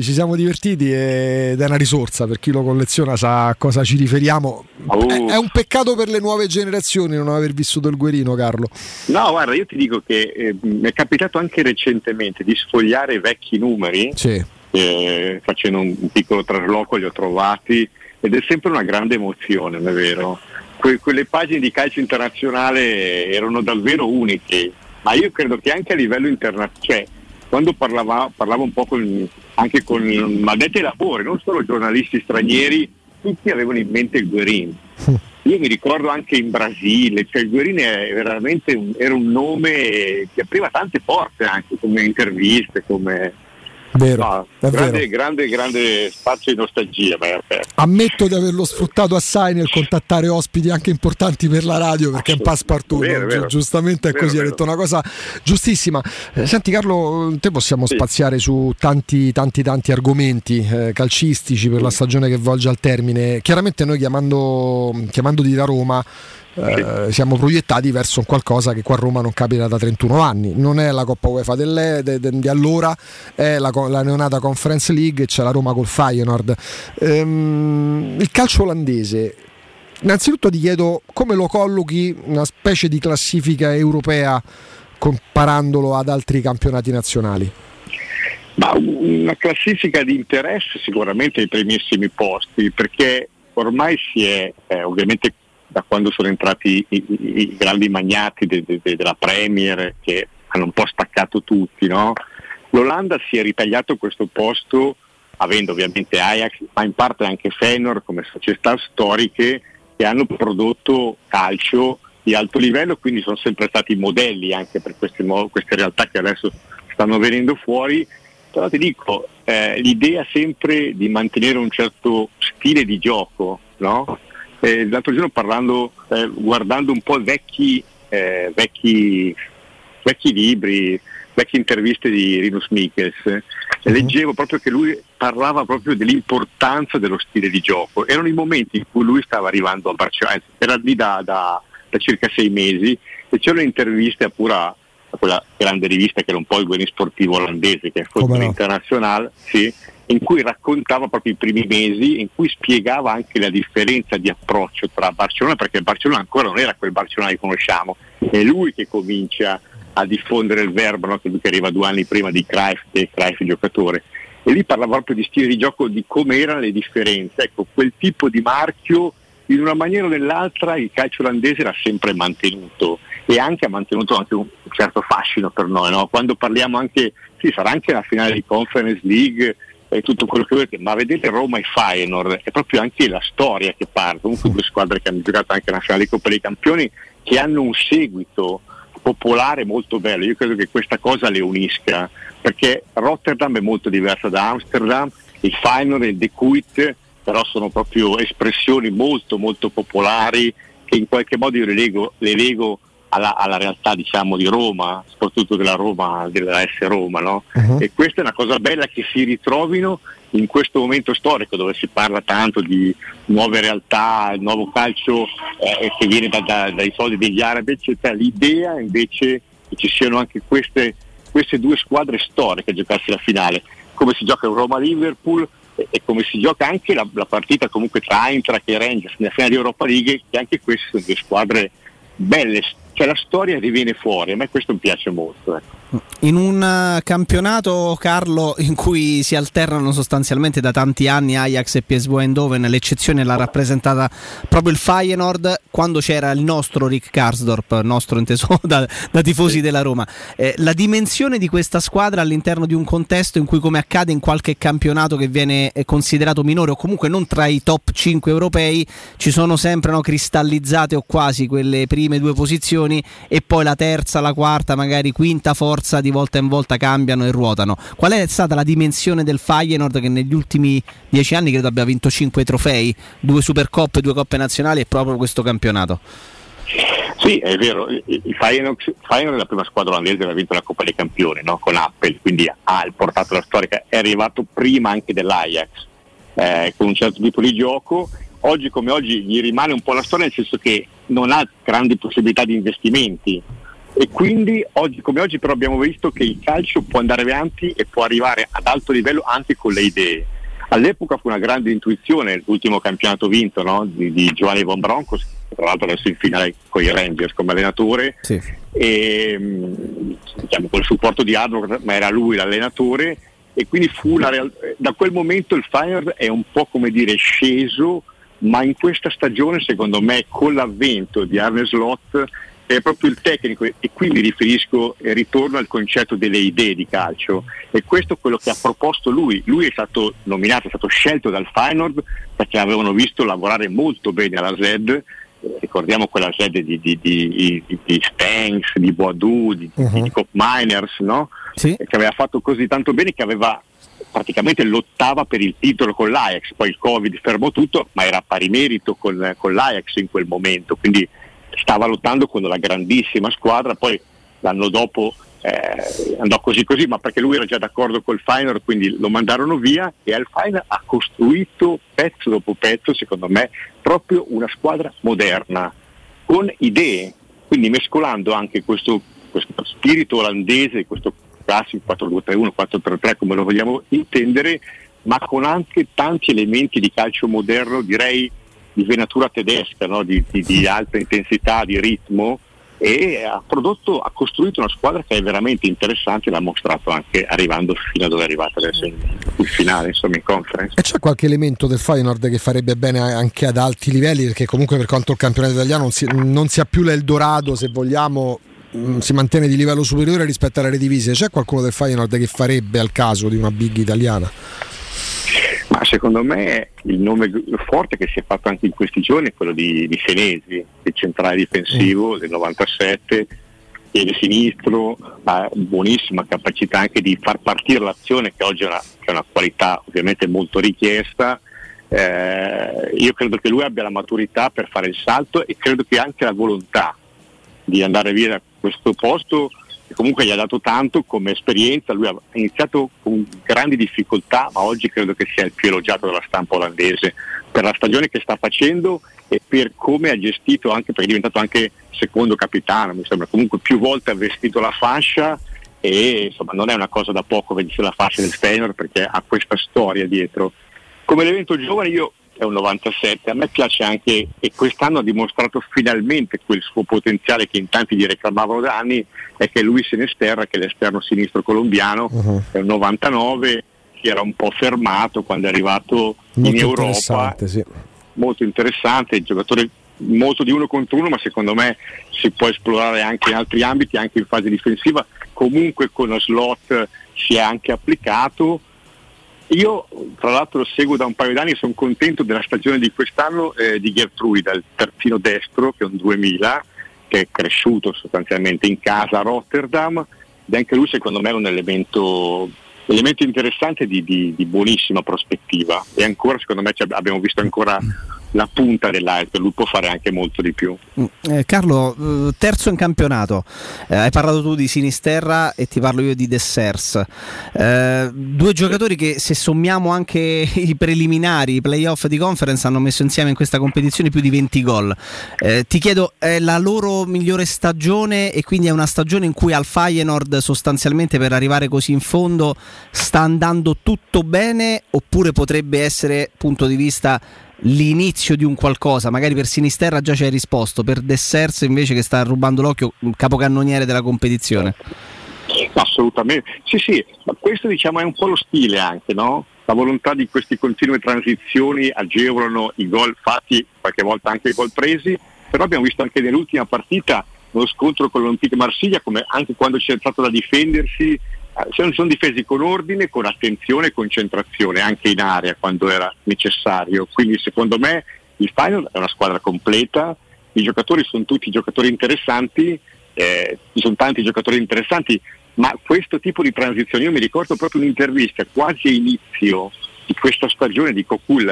[SPEAKER 3] ed è una risorsa per chi lo colleziona, sa a cosa ci riferiamo. È un peccato per le nuove generazioni non aver vissuto il Guerino, Carlo.
[SPEAKER 8] No, guarda, io ti dico che mi è capitato anche recentemente di sfogliare vecchi numeri, facendo un piccolo trasloco li ho trovati ed è sempre una grande emozione, non è vero? Quelle pagine di calcio internazionale erano davvero uniche, ma io credo che anche a livello internazionale, cioè quando parlavo un po' anche con addetti ai lavori, non solo giornalisti stranieri, tutti avevano in mente il Guerin. Io mi ricordo anche in Brasile, cioè il Guerin è veramente era un nome che apriva tante porte anche come interviste, come
[SPEAKER 3] vero,
[SPEAKER 8] grande spazio di nostalgia.
[SPEAKER 3] Ammetto di averlo sfruttato assai nel contattare ospiti anche importanti per la radio, perché è un passepartout, giustamente è così, hai detto una cosa giustissima. Senti Carlo, te possiamo spaziare su tanti argomenti calcistici per la stagione che volge al termine. Chiaramente noi chiamandoti da Roma siamo proiettati verso un qualcosa che qua a Roma non capita da 31 anni. Non è la Coppa UEFA di allora, è la neonata Conference League e c'è la Roma col Feyenoord. Il calcio olandese, innanzitutto ti chiedo come lo collochi, una specie di classifica europea comparandolo ad altri campionati nazionali.
[SPEAKER 8] Ma una classifica di interesse sicuramente ai primissimi posti, perché ormai si è ovviamente da quando sono entrati i grandi magnati della Premier, che hanno un po' staccato tutti, no? L'Olanda si è ritagliato questo posto avendo ovviamente Ajax, ma in parte anche Feyenoord come società storiche che hanno prodotto calcio di alto livello, quindi sono sempre stati modelli anche per queste realtà che adesso stanno venendo fuori. Però ti dico, l'idea sempre di mantenere un certo stile di gioco, no? L'altro giorno guardando un po' vecchi libri, vecchie interviste di Rinus Michels, leggevo proprio che lui parlava proprio dell'importanza dello stile di gioco. Erano i momenti in cui lui stava arrivando a Barcellona, era lì da circa 6 mesi, e c'erano interviste a quella grande rivista che era un po' il Guerri Sportivo olandese, che è Football International, sì, in cui raccontava proprio i primi mesi, in cui spiegava anche la differenza di approccio tra Barcellona, perché il Barcellona ancora non era quel Barcellona che conosciamo, è lui che comincia a diffondere il verbo, no? Che arriva 2 anni prima di Cruyff giocatore, e lì parlava proprio di stile di gioco, di come erano le differenze. Ecco, quel tipo di marchio in una maniera o nell'altra il calcio olandese l'ha sempre mantenuto, e anche ha mantenuto anche un certo fascino per noi, no? Quando parliamo anche, sì, sarà anche la finale di Conference League e tutto quello che volete, ma vedete Roma e Feyenoord, è proprio anche la storia che parte, comunque due squadre che hanno giocato anche la finale di Coppa dei Campioni, che hanno un seguito popolare molto bello. Io credo che questa cosa le unisca, perché Rotterdam è molto diversa da Amsterdam, il Feyenoord e il De Kuyt però sono proprio espressioni molto molto popolari che in qualche modo io le lego alla realtà, diciamo, di Roma, soprattutto della S Roma, no? E questa è una cosa bella, che si ritrovino in questo momento storico dove si parla tanto di nuove realtà, il nuovo calcio che viene dai soldi degli arabi, eccetera. L'idea invece che ci siano anche queste due squadre storiche a giocarsi la finale, come si gioca Roma-Liverpool e come si gioca anche la partita comunque tra Eintracht e Rangers nella finale di Europa League, che anche queste sono due squadre belle, cioè la storia riviene fuori, a me questo mi piace molto, ecco.
[SPEAKER 5] In un campionato, Carlo, in cui si alternano sostanzialmente da tanti anni Ajax e PSV Eindhoven, l'eccezione l'ha rappresentata proprio il Feyenoord quando c'era il nostro Rick Karsdorp, nostro inteso da tifosi della Roma. La dimensione di questa squadra all'interno di un contesto in cui, come accade in qualche campionato che viene considerato minore o comunque non tra i top 5 europei, ci sono sempre, no, cristallizzate o quasi quelle prime due posizioni e poi la terza, la quarta, magari quinta forza di volta in volta cambiano e ruotano. Qual è stata la dimensione del Feyenoord, che negli ultimi 10 anni credo abbia vinto 5 trofei, 2 Supercoppe, 2 Coppe Nazionali e proprio questo campionato?
[SPEAKER 8] Sì, è vero, il Feyenoord è la prima squadra olandese che ha vinto la Coppa dei Campioni, no? Con Appel, quindi ha portato la storica, è arrivato prima anche dell'Ajax, con un certo tipo di gioco. Oggi come oggi gli rimane un po' la storia, nel senso che non ha grandi possibilità di investimenti, e quindi oggi come oggi però abbiamo visto che il calcio può andare avanti e può arrivare ad alto livello anche con le idee. All'epoca fu una grande intuizione l'ultimo campionato vinto, no? di Giovanni von Bronckhorst, tra l'altro adesso in finale con i Rangers come allenatore, sì. E diciamo col supporto di Advocat, ma era lui l'allenatore, e quindi fu da quel momento il Feyenoord è un po' come dire sceso, ma in questa stagione secondo me con l'avvento di Arne Slot è proprio il tecnico, e qui mi riferisco e ritorno al concetto delle idee di calcio, e questo è quello che ha proposto lui è stato nominato, è stato scelto dal Feyenoord perché avevano visto lavorare molto bene alla Z, ricordiamo quella Z di Stengs, di Boadou, di Kopp Miners, no? Sì. Che aveva fatto così tanto bene che aveva praticamente lottava per il titolo con l'Ajax, poi il Covid fermò tutto, ma era a pari merito con l'Ajax in quel momento, quindi stava lottando con la grandissima squadra. Poi l'anno dopo andò così, ma perché lui era già d'accordo col Feyenoord, quindi lo mandarono via, e al Feyenoord ha costruito pezzo dopo pezzo, secondo me, proprio una squadra moderna, con idee, quindi mescolando anche questo spirito olandese, questo classico 4-2-3-1, 4-3-3 come lo vogliamo intendere, ma con anche tanti elementi di calcio moderno, direi di venatura tedesca, no? di alta intensità, di ritmo, e ha costruito una squadra che è veramente interessante, l'ha mostrato anche arrivando fino a dove è arrivata adesso in finale, insomma in conference.
[SPEAKER 3] E c'è qualche elemento del Feyenoord che farebbe bene anche ad alti livelli, perché comunque per quanto il campionato italiano non sia più l'Eldorado, se vogliamo, si mantiene di livello superiore rispetto alle divise. C'è qualcuno del Feyenoord che farebbe al caso di una big italiana?
[SPEAKER 8] Ma secondo me il nome forte che si è fatto anche in questi giorni è quello di Senesi, il centrale difensivo del 97, piede sinistro, ha buonissima capacità anche di far partire l'azione, che oggi è una qualità ovviamente molto richiesta. Io credo che lui abbia la maturità per fare il salto, e credo che anche la volontà di andare via da questo posto, che comunque gli ha dato tanto come esperienza. Lui ha iniziato con grandi difficoltà, ma oggi credo che sia il più elogiato dalla stampa olandese per la stagione che sta facendo e per come ha gestito, anche perché è diventato anche secondo capitano, mi sembra, comunque più volte ha vestito la fascia, e insomma non è una cosa da poco vestire la fascia del Feyenoord, perché ha questa storia dietro. Come l'evento giovane è un 97, a me piace anche, e quest'anno ha dimostrato finalmente quel suo potenziale che in tanti gli reclamavano da anni, è che Luis Sinisterra, che è l'esterno sinistro colombiano, è un 99, che era un po' fermato quando è arrivato molto in Europa, sì. molto interessante, giocatore molto di uno contro uno, ma secondo me si può esplorare anche in altri ambiti, anche in fase difensiva. Comunque con lo slot si è anche applicato. Io tra l'altro lo seguo da un paio d'anni e sono contento della stagione di quest'anno di Gertruida, il terzino destro, che è un 2000, che è cresciuto sostanzialmente in casa a Rotterdam, ed anche lui secondo me è un elemento interessante di buonissima prospettiva, e ancora secondo me abbiamo visto ancora la punta dell'iceberg, lui può fare anche molto di più.
[SPEAKER 5] Carlo, terzo in campionato, hai parlato tu di Sinisterra e ti parlo io di Dessers, due giocatori che, se sommiamo anche i preliminari, i playoff di conference, hanno messo insieme in questa competizione più di 20 gol. Ti chiedo, è la loro migliore stagione, e quindi è una stagione in cui al Feyenoord sostanzialmente per arrivare così in fondo sta andando tutto bene, oppure potrebbe essere, punto di vista, l'inizio di un qualcosa? Magari per Sinisterra già ci hai risposto, per Dessers invece, che sta rubando l'occhio, un capocannoniere della competizione.
[SPEAKER 8] Assolutamente, sì, ma questo diciamo è un po' lo stile anche, no? La volontà di queste continue transizioni agevolano i gol fatti, qualche volta anche i gol presi, però abbiamo visto anche nell'ultima partita lo scontro con l'Olympique Marsiglia, come anche quando c'è stato da difendersi, sono difesi con ordine, con attenzione e concentrazione anche in area quando era necessario. Quindi secondo me il Feyenoord è una squadra completa, i giocatori sono tutti giocatori interessanti, ci sono tanti giocatori interessanti, ma questo tipo di transizione, io mi ricordo proprio un'intervista quasi all'inizio di questa stagione di Kokul,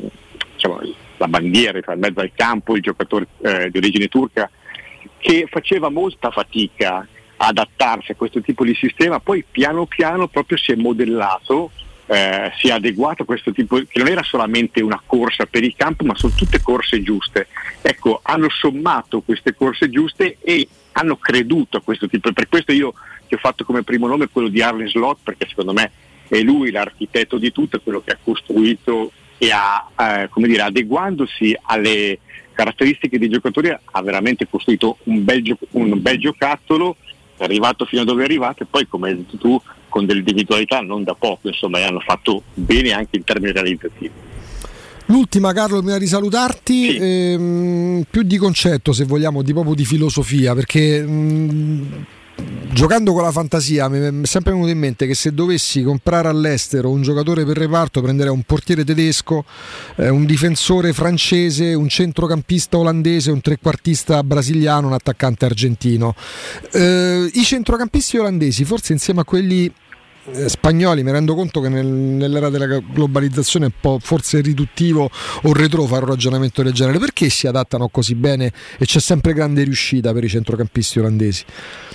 [SPEAKER 8] la bandiera tra il mezzo al campo, il giocatore di origine turca, che faceva molta fatica adattarsi a questo tipo di sistema, poi piano piano proprio si è modellato, si è adeguato a questo tipo, che non era solamente una corsa per il campo, ma sono tutte corse giuste. Ecco, hanno sommato queste corse giuste e hanno creduto a questo tipo. Per questo io che ho fatto come primo nome quello di Arne Slot, perché secondo me è lui l'architetto di tutto, quello che ha costruito e ha, adeguandosi alle caratteristiche dei giocatori, ha veramente costruito un bel giocattolo, è arrivato fino a dove è arrivato, e poi, come hai detto tu, con delle individualità non da poco, insomma, e hanno fatto bene anche in termini realizzativi.
[SPEAKER 3] L'ultima, Carlo, prima di salutarti, sì. Più di concetto, se vogliamo, proprio di filosofia, perché giocando con la fantasia mi è sempre venuto in mente che se dovessi comprare all'estero un giocatore per reparto prenderei un portiere tedesco, un difensore francese, un centrocampista olandese, un trequartista brasiliano, un attaccante argentino. I centrocampisti olandesi, forse insieme a quelli spagnoli, mi rendo conto che nell'era della globalizzazione è un po' forse riduttivo o retro fare un ragionamento del genere, perché si adattano così bene e c'è sempre grande riuscita per i centrocampisti olandesi?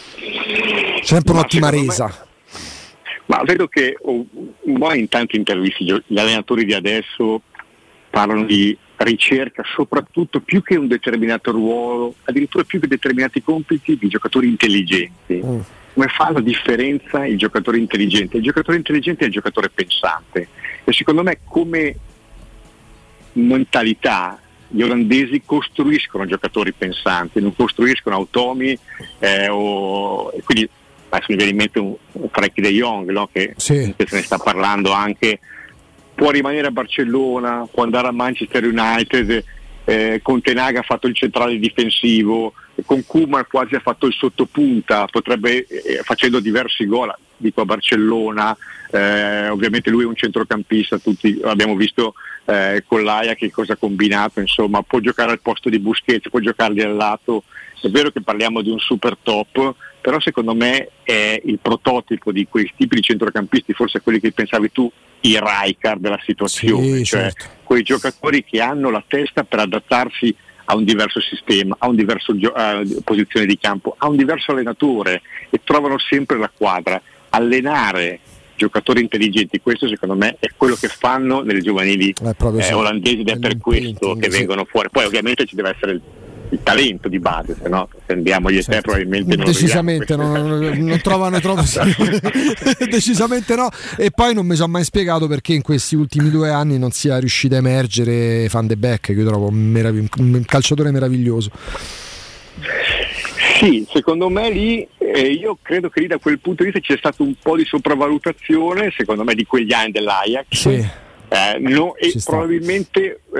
[SPEAKER 3] Sempre un'ottima resa.
[SPEAKER 8] Ma vedo che in tante interviste gli allenatori di adesso parlano di ricerca, soprattutto più che un determinato ruolo, addirittura più che determinati compiti, di giocatori intelligenti. Come fa la differenza il giocatore intelligente? Il giocatore intelligente è il giocatore pensante, e secondo me come mentalità gli olandesi costruiscono giocatori pensanti, non costruiscono automi, quindi adesso mi viene in mente un Frenkie de Jong, no? Che se ne sta parlando anche, può rimanere a Barcellona, può andare a Manchester United, con Ten Hag ha fatto il centrale difensivo, con Koeman quasi ha fatto il sottopunta, potrebbe facendo diversi gol, dico a Barcellona, ovviamente lui è un centrocampista, tutti abbiamo visto con l'Aia che cosa ha combinato, insomma può giocare al posto di Busquets, può giocarli al lato. È vero che parliamo di un super top, però secondo me è il prototipo di quei tipi di centrocampisti, forse quelli che pensavi tu, i Rijkaard della situazione, quei giocatori che hanno la testa per adattarsi a un diverso sistema, a un diverso posizione di campo, a un diverso allenatore, e trovano sempre la quadra. Allenare giocatori intelligenti, questo secondo me è quello che fanno nelle giovanili olandesi, ed è per questo che vengono fuori. Poi ovviamente ci deve essere il talento di base, se no se andiamo agli esterni probabilmente non
[SPEAKER 3] decisamente non trovano troppo decisamente no. E poi non mi sono mai spiegato perché in questi ultimi 2 anni non sia riuscito a emergere Van de Beek, che io trovo un calciatore meraviglioso.
[SPEAKER 8] Sì, secondo me lì io credo che lì da quel punto di vista c'è stato un po' di sopravvalutazione, secondo me, di quegli anni dell'Ajax. Sì. E probabilmente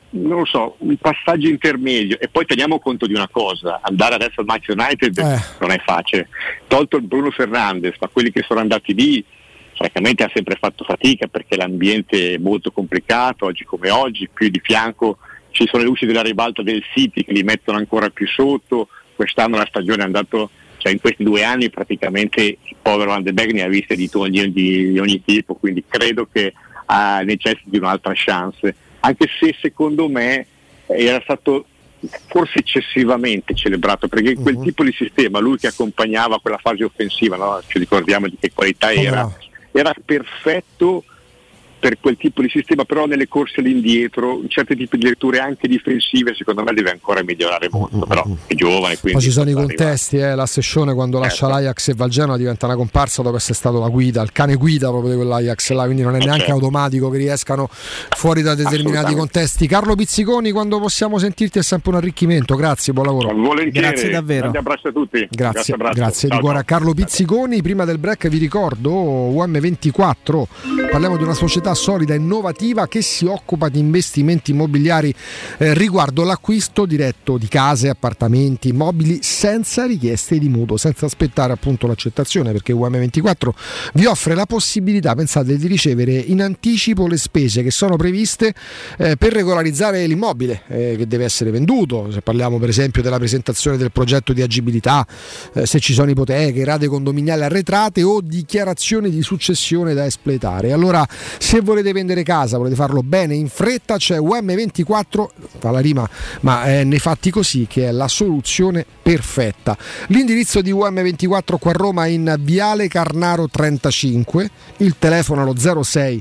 [SPEAKER 8] non lo so, un passaggio intermedio. E poi teniamo conto di una cosa: andare adesso al Manchester United non è facile, tolto il Bruno Fernandes, ma quelli che sono andati lì francamente ha sempre fatto fatica, perché l'ambiente è molto complicato oggi come oggi. Più di fianco ci sono le luci della ribalta del City che li mettono ancora più sotto. Quest'anno la stagione è andato, cioè in questi 2 anni praticamente il povero Van de Beek ne ha viste di ogni tipo, quindi credo che necessiti di un'altra chance, anche se secondo me era stato forse eccessivamente celebrato, perché quel tipo di sistema, lui che accompagnava quella fase offensiva, no? Ci ricordiamo di che qualità era perfetto per quel tipo di sistema, però nelle corse all'indietro, in certi tipi di letture anche difensive, secondo me deve ancora migliorare molto, però è giovane. Quindi
[SPEAKER 3] poi ci sono i contesti, la Sessione quando lascia l'Ajax e va al Genoa diventa una comparsa dopo essere stato la guida, il cane guida proprio di quell'Ajax là, quindi non è neanche automatico che riescano fuori da determinati contesti. Carlo Pizziconi, quando possiamo sentirti è sempre un arricchimento, grazie, buon lavoro.
[SPEAKER 8] Volentieri.
[SPEAKER 3] Grazie davvero.
[SPEAKER 8] Un abbraccio a tutti.
[SPEAKER 3] Grazie di cuore a Carlo Pizziconi. Prima del break vi ricordo UM24, parliamo di una società solida e innovativa che si occupa di investimenti immobiliari riguardo l'acquisto diretto di case, appartamenti, immobili senza richieste di mutuo, senza aspettare appunto l'accettazione, perché UM24 vi offre la possibilità, pensate, di ricevere in anticipo le spese che sono previste per regolarizzare l'immobile che deve essere venduto. Se parliamo per esempio della presentazione del progetto di agibilità, se ci sono ipoteche, rate condominiali arretrate o dichiarazioni di successione da espletare. Allora, se volete vendere casa, volete farlo bene in fretta, c'è UM24, fa la rima ma nei fatti così, che è la soluzione perfetta. L'indirizzo di UM24 qua a Roma in Viale Carnaro 35, il telefono allo 06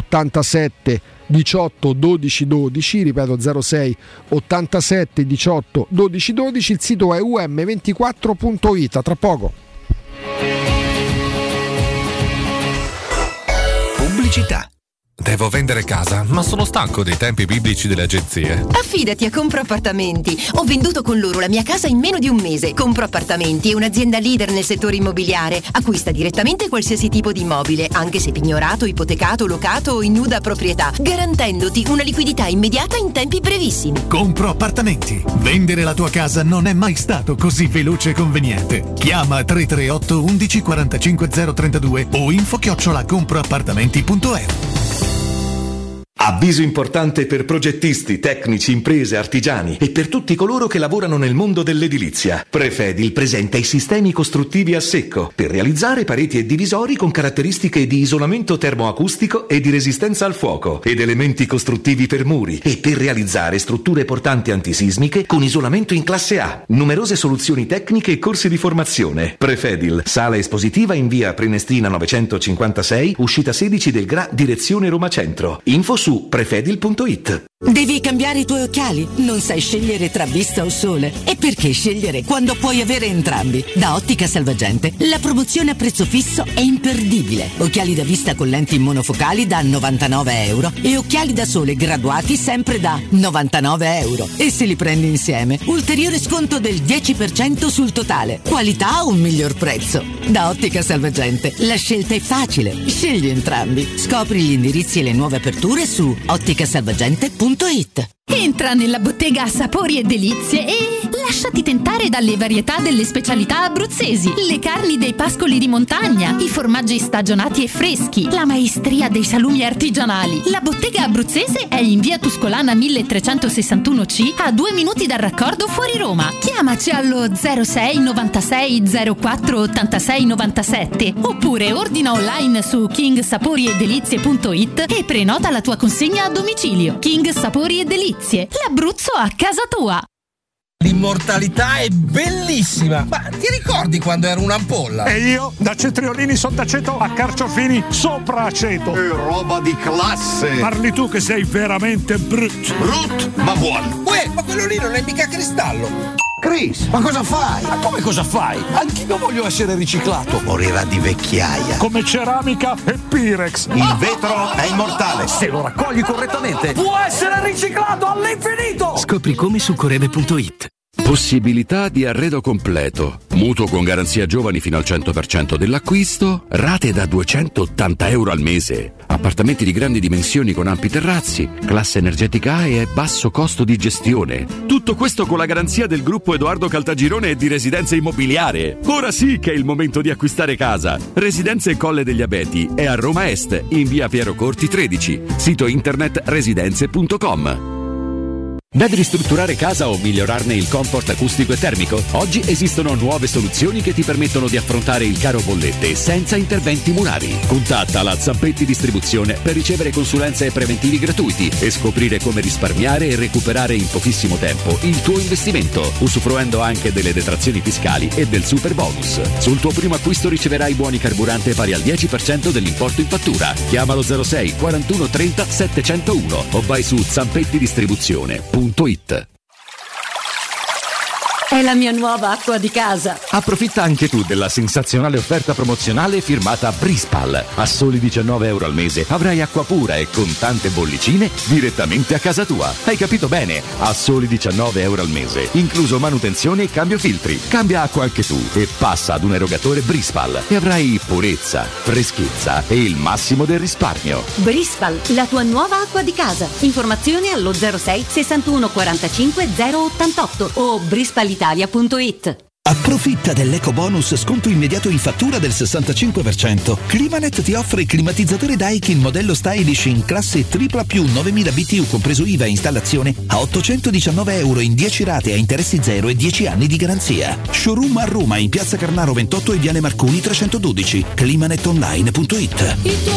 [SPEAKER 3] 87 18 12 12, ripeto 06 87 18 12 12, il sito è um24.it. A tra poco.
[SPEAKER 4] Pubblicità. Devo vendere casa, ma sono stanco dei tempi biblici delle agenzie.
[SPEAKER 9] Affidati a Compro Appartamenti. Ho venduto con loro la mia casa in meno di un mese. Compro Appartamenti è un'azienda leader nel settore immobiliare. Acquista direttamente qualsiasi tipo di immobile, anche se pignorato, ipotecato, locato o in nuda proprietà, garantendoti una liquidità immediata in tempi brevissimi.
[SPEAKER 10] Compro Appartamenti. Vendere la tua casa non è mai stato così veloce e conveniente. Chiama 338 11 45 032 o info@comproappartamenti.eu.
[SPEAKER 11] Avviso importante per progettisti, tecnici, imprese, artigiani e per tutti coloro che lavorano nel mondo dell'edilizia. Prefedil presenta i sistemi costruttivi a secco per realizzare pareti e divisori con caratteristiche di isolamento termoacustico e di resistenza al fuoco ed elementi costruttivi per muri e per realizzare strutture portanti antisismiche con isolamento in classe A. Numerose soluzioni tecniche e corsi di formazione. Prefedil, sala espositiva in via Prenestina 956, uscita 16 del Gra, direzione Roma Centro. Info su prefedil.it.
[SPEAKER 20] Devi cambiare i tuoi occhiali? Non sai scegliere tra vista o sole? E perché scegliere quando puoi avere entrambi? Da Ottica Salvagente la promozione a prezzo fisso è imperdibile. Occhiali da vista con lenti monofocali da €99 e occhiali da sole graduati sempre da €99. E se li prendi insieme, ulteriore sconto del 10% sul totale. Qualità o un miglior prezzo? Da Ottica Salvagente la scelta è facile. Scegli entrambi. Scopri gli indirizzi e le nuove aperture su otticasalvagente.it.
[SPEAKER 25] Entra nella bottega Sapori e Delizie e lasciati tentare dalle varietà delle specialità abruzzesi, le carni dei pascoli di montagna, i formaggi stagionati e freschi, la maestria dei salumi artigianali. La bottega abruzzese è in via Tuscolana 1361C, a 2 minuti dal raccordo fuori Roma. Chiamaci allo 06 96 04 86 97 oppure ordina online su kingsaporiedelizie.it e prenota la tua consegna a domicilio. King Sapori e Delizie, l'Abruzzo a casa tua.
[SPEAKER 26] L'immortalità è bellissima, ma ti ricordi quando ero un'ampolla?
[SPEAKER 27] E io da Cetriolini sotto aceto a Carciofini sopra aceto.
[SPEAKER 26] Roba di classe.
[SPEAKER 27] Parli tu che sei veramente brutto.
[SPEAKER 26] Brut, ma buono. Uè, ma quello lì non è mica cristallo. Chris, ma cosa fai? Ma come cosa fai? Anch'io voglio essere riciclato. Morirà di vecchiaia.
[SPEAKER 27] Come ceramica e Pirex.
[SPEAKER 26] Il vetro è immortale. Se lo raccogli correttamente, può essere riciclato all'infinito.
[SPEAKER 14] Scopri come su corebe.it.
[SPEAKER 12] Possibilità di arredo completo, mutuo con garanzia giovani fino al 100% dell'acquisto, rate da €280 al mese, appartamenti di grandi dimensioni con ampi terrazzi, classe energetica A e basso costo di gestione. Tutto questo con la garanzia del gruppo Edoardo Caltagirone e di Residenze Immobiliare. Ora sì che è il momento di acquistare casa. Residenze Colle degli Abeti è a Roma Est, in via Piero Corti 13, sito internet residenze.com. Devi ristrutturare casa o migliorarne il comfort acustico e termico? Oggi esistono nuove soluzioni che ti permettono di affrontare il caro bollette senza interventi murari. Contatta la Zampetti Distribuzione per ricevere consulenze e preventivi gratuiti e scoprire come risparmiare e recuperare in pochissimo tempo il tuo investimento, usufruendo anche delle detrazioni fiscali e del super bonus. Sul tuo primo acquisto riceverai buoni carburante pari al 10% dell'importo in fattura. Chiamalo 06 41 30 701 o vai su zampettidistribuzione.it.
[SPEAKER 20] È la mia nuova acqua di casa.
[SPEAKER 12] Approfitta anche tu della sensazionale offerta promozionale firmata Brispal. A soli €19 al mese avrai acqua pura e con tante bollicine direttamente a casa tua. Hai capito bene? A soli €19 al mese, incluso manutenzione e cambio filtri. Cambia acqua anche tu e passa ad un erogatore Brispal e avrai purezza, freschezza e il massimo del risparmio.
[SPEAKER 20] Brispal, la tua nuova acqua di casa. Informazioni allo 06 61 45 088 o brispalitalia.it.
[SPEAKER 1] Approfitta dell'eco bonus sconto immediato in fattura del 65%. Climanet ti offre il climatizzatore Daikin modello Stylish in classe AAA+, 9000 BTU compreso IVA e installazione a €819 in 10 rate a interessi zero e 10 anni di garanzia. Showroom a Roma in Piazza Carnaro 28 e Viale Marconi 312. climanetonline.it.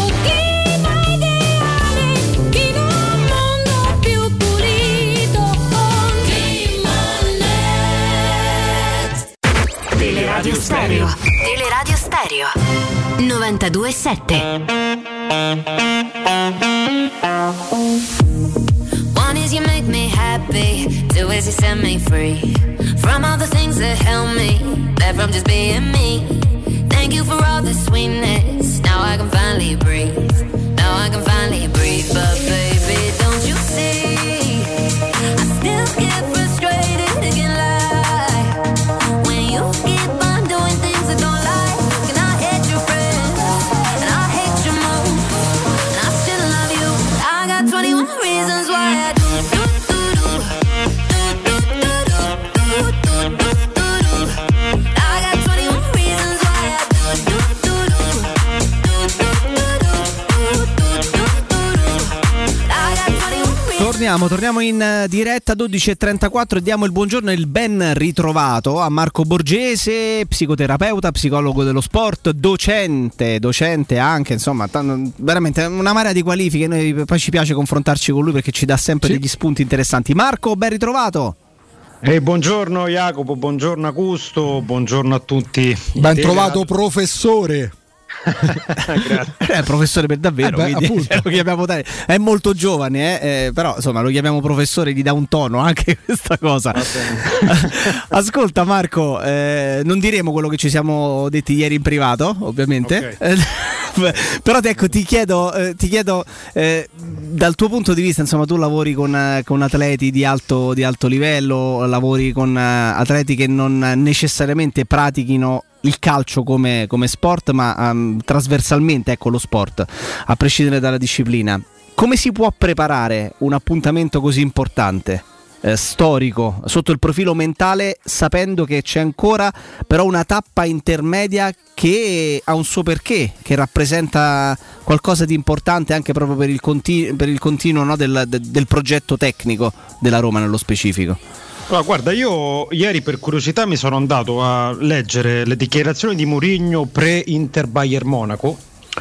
[SPEAKER 2] Teleradio Stereo.
[SPEAKER 9] Teleradio Stereo 92.7.
[SPEAKER 6] One is you make me happy, two is you set me free from all the things that held me back from just being me. Thank you for all the sweetness. Now I can finally breathe. Now I can finally breathe. But baby, don't you see? I still get frustrated again, like when you keep on doing things I don't like. And I hate your friends, and I hate your moves, and I still love you. I got 21 reasons why I do.
[SPEAKER 5] Torniamo in diretta 12.34 e diamo il buongiorno e il ben ritrovato a Marco Borgese, psicoterapeuta, psicologo dello sport, docente anche, insomma, veramente una marea di qualifiche. Noi poi ci piace confrontarci con lui perché ci dà sempre degli spunti interessanti. Marco, ben ritrovato.
[SPEAKER 15] Buongiorno Jacopo, buongiorno Augusto, buongiorno a tutti.
[SPEAKER 3] Ben trovato professore.
[SPEAKER 5] Professore per davvero, quindi lo chiamiamo è molto giovane, però insomma lo chiamiamo professore, gli dà un tono anche questa cosa. Ascolta Marco, non diremo quello che ci siamo detti ieri in privato, ovviamente. Okay. Però ecco, ti chiedo dal tuo punto di vista, insomma, tu lavori con atleti di alto livello, lavori con atleti che non necessariamente pratichino il calcio come sport, ma trasversalmente, ecco, lo sport, a prescindere dalla disciplina. Come si può preparare un appuntamento così importante, storico, sotto il profilo mentale, sapendo che c'è ancora però una tappa intermedia che ha un suo perché, che rappresenta qualcosa di importante anche proprio per il continuo, no, del progetto tecnico della Roma nello specifico?
[SPEAKER 15] Allora, guarda, io ieri per curiosità mi sono andato a leggere le dichiarazioni di Mourinho pre-Inter Bayern Monaco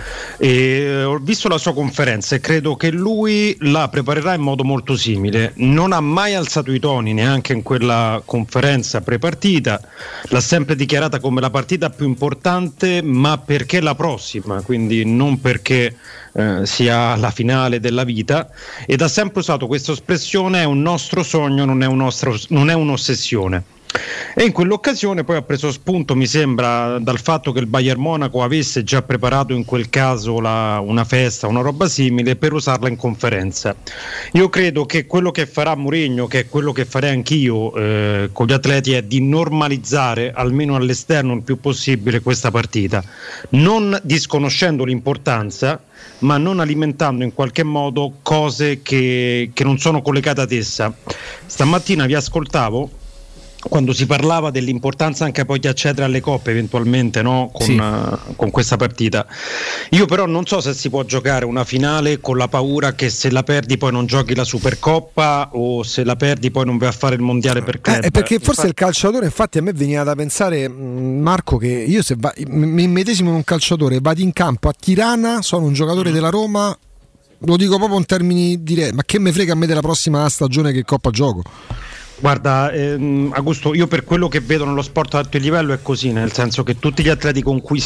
[SPEAKER 15] e ho visto la sua conferenza e credo che lui la preparerà in modo molto simile. Non ha mai alzato i toni neanche in quella conferenza pre-partita, l'ha sempre dichiarata come la partita più importante, ma perché la prossima, quindi non perché sia la finale della vita, ed ha sempre usato questa espressione: è un nostro sogno, non è un'ossessione. E in quell'occasione poi ha preso spunto, mi sembra, dal fatto che il Bayern Monaco avesse già preparato in quel caso una festa, una roba simile, per usarla in conferenza. Io credo che quello che farà Mourinho, che è quello che farei anch'io con gli atleti, è di normalizzare almeno all'esterno il più possibile questa partita, non disconoscendo l'importanza, ma non alimentando in qualche modo cose che non sono collegate ad essa. Stamattina vi ascoltavo quando si parlava dell'importanza anche poi di accedere alle coppe eventualmente, no? Con questa partita. Io però non so se si può giocare una finale con la paura che se la perdi poi non giochi la Supercoppa, o se la perdi poi non vai a fare il mondiale per club.
[SPEAKER 3] È perché forse il calciatore, infatti a me veniva da pensare, Marco, che io se mi immedesimo in un calciatore, vado in campo a Tirana, sono un giocatore della Roma, lo dico proprio in termini direi, ma che me frega a me della prossima stagione che Coppa gioco?
[SPEAKER 15] Guarda, Augusto, io per quello che vedo nello sport ad alto livello è così, nel senso che tutti gli atleti con cui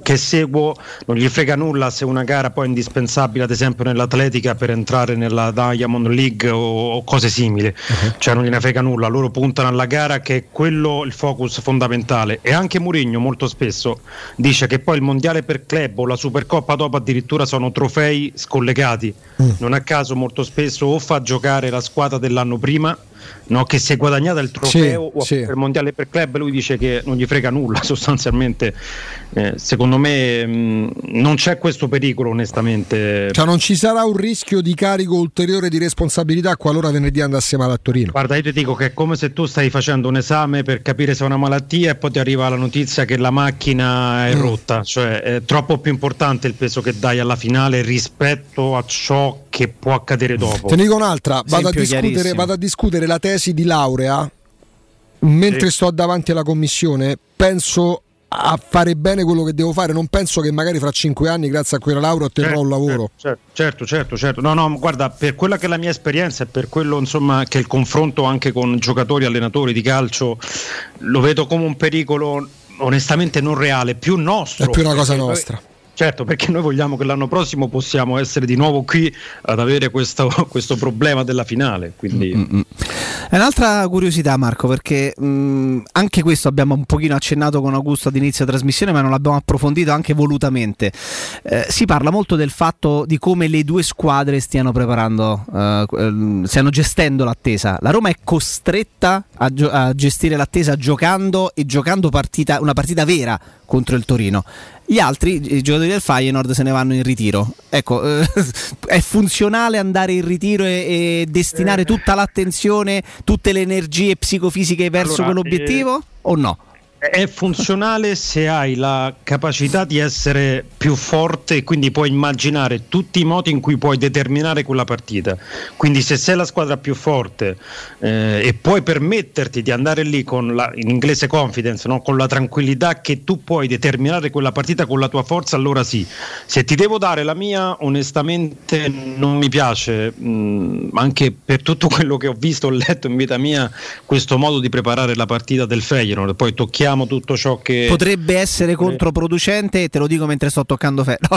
[SPEAKER 15] seguo non gli frega nulla se una gara poi è indispensabile, ad esempio nell'atletica, per entrare nella Diamond League o cose simili, cioè non gliene frega nulla, loro puntano alla gara, che è quello il focus fondamentale. E anche Mourinho molto spesso dice che poi il mondiale per club o la Supercoppa dopo addirittura sono trofei scollegati, non a caso molto spesso o fa giocare la squadra dell'anno prima, no, che si è guadagnata il trofeo, o il mondiale per club, lui dice che non gli frega nulla sostanzialmente. Secondo me non c'è questo pericolo, onestamente.
[SPEAKER 3] Cioè non ci sarà un rischio di carico ulteriore di responsabilità qualora venerdì andasse male a Torino?
[SPEAKER 15] Guarda, io ti dico che è come se tu stai facendo un esame per capire se è una malattia e poi ti arriva la notizia che la macchina è rotta, cioè è troppo più importante il peso che dai alla finale rispetto a ciò che può accadere dopo.
[SPEAKER 3] Te ne dico un'altra, vado a discutere la tesi di laurea mentre sto davanti alla commissione, penso a fare bene quello che devo fare, non penso che magari fra 5 anni grazie a quella laurea otterrò un lavoro.
[SPEAKER 15] Certo. No, guarda, per quella che è la mia esperienza e per quello, insomma, che il confronto anche con giocatori, allenatori di calcio, lo vedo come un pericolo onestamente non reale, più nostro.
[SPEAKER 3] È più una cosa nostra.
[SPEAKER 15] Certo, perché noi vogliamo che l'anno prossimo possiamo essere di nuovo qui ad avere questo problema della finale. Quindi.
[SPEAKER 5] È un'altra curiosità, Marco, perché anche questo abbiamo un pochino accennato con Augusto ad inizio trasmissione, ma non l'abbiamo approfondito anche volutamente. Si parla molto del fatto di come le due squadre stiano preparando, stiano gestendo l'attesa. La Roma è costretta a gestire l'attesa giocando una partita vera contro il Torino. Gli altri, i giocatori del Feyenoord, se ne vanno in ritiro. Ecco, è funzionale andare in ritiro e destinare tutta l'attenzione, tutte le energie psicofisiche verso quell'obiettivo o no?
[SPEAKER 15] È funzionale se hai la capacità di essere più forte e quindi puoi immaginare tutti i modi in cui puoi determinare quella partita. Quindi se sei la squadra più forte e puoi permetterti di andare lì con in inglese confidence, no? Con la tranquillità che tu puoi determinare quella partita con la tua forza, allora sì. Se ti devo dare la mia, onestamente non mi piace, anche per tutto quello che ho visto, ho letto in vita mia, questo modo di preparare la partita del Feyenoord. Poi tocchiamo tutto ciò che
[SPEAKER 5] potrebbe essere controproducente, e te lo dico mentre sto toccando ferro.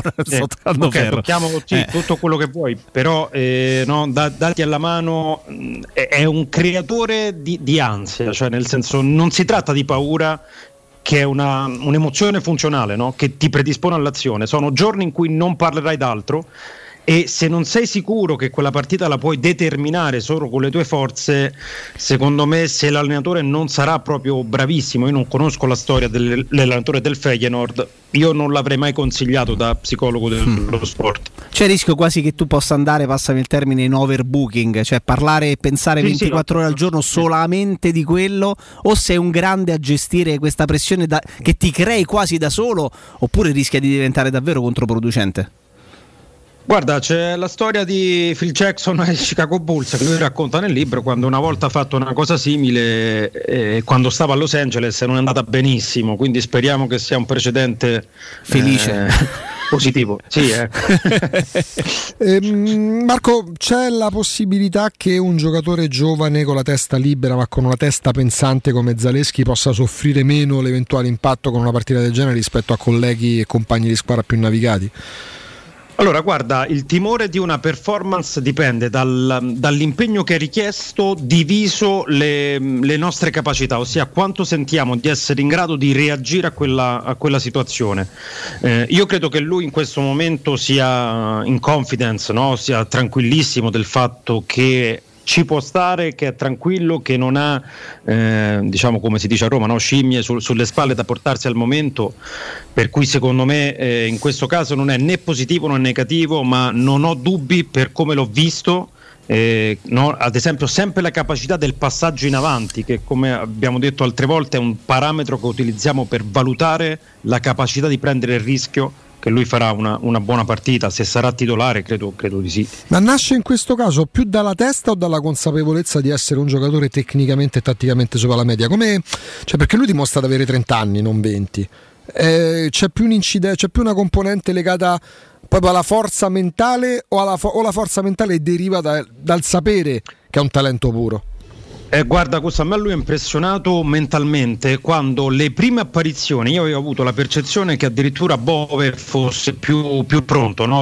[SPEAKER 15] Tocchiamo tutto quello che vuoi, però dati alla mano, è un creatore di ansia, cioè nel senso non si tratta di paura, che è un'emozione funzionale, no? Che ti predispone all'azione. Sono giorni in cui non parlerai d'altro, e se non sei sicuro che quella partita la puoi determinare solo con le tue forze, secondo me, se l'allenatore non sarà proprio bravissimo, io non conosco la storia dell'allenatore del Feyenoord, io non l'avrei mai consigliato da psicologo dello sport.
[SPEAKER 5] C'è il rischio quasi che tu possa andare, passami il termine, in overbooking, cioè parlare e pensare 24 ore al giorno solamente di quello, o sei un grande a gestire questa pressione che ti crei quasi da solo, oppure rischia di diventare davvero controproducente?
[SPEAKER 15] Guarda, c'è la storia di Phil Jackson ai Chicago Bulls, che lui racconta nel libro, quando una volta ha fatto una cosa simile, quando stava a Los Angeles, non è andata benissimo, quindi speriamo che sia un precedente
[SPEAKER 5] felice.
[SPEAKER 15] Positivo, sì.
[SPEAKER 3] Marco, c'è la possibilità che un giocatore giovane con la testa libera ma con una testa pensante come Zaleschi possa soffrire meno l'eventuale impatto con una partita del genere rispetto a colleghi e compagni di squadra più navigati?
[SPEAKER 15] Allora, guarda, il timore di una performance dipende dall'impegno che è richiesto diviso le nostre capacità, ossia quanto sentiamo di essere in grado di reagire a quella situazione. Io credo che lui in questo momento sia in confidence, no? Sia tranquillissimo del fatto che ci può stare, che è tranquillo, che non ha, diciamo come si dice a Roma, no? Scimmie sulle spalle da portarsi al momento, per cui secondo me in questo caso non è né positivo né negativo, ma non ho dubbi per come l'ho visto. No? Ad esempio sempre la capacità del passaggio in avanti, che come abbiamo detto altre volte è un parametro che utilizziamo per valutare la capacità di prendere il rischio che lui farà una buona partita. Se sarà titolare credo di sì.
[SPEAKER 3] Ma nasce in questo caso più dalla testa o dalla consapevolezza di essere un giocatore tecnicamente e tatticamente sopra la media? Cioè, perché lui dimostra di avere 30 anni, non 20. C'è più un incidente, c'è più una componente legata proprio alla forza mentale o la forza mentale deriva dal sapere che è un talento puro?
[SPEAKER 15] Guarda, a me lui ha impressionato mentalmente quando le prime apparizioni, io avevo avuto la percezione che addirittura Bove fosse più pronto, no?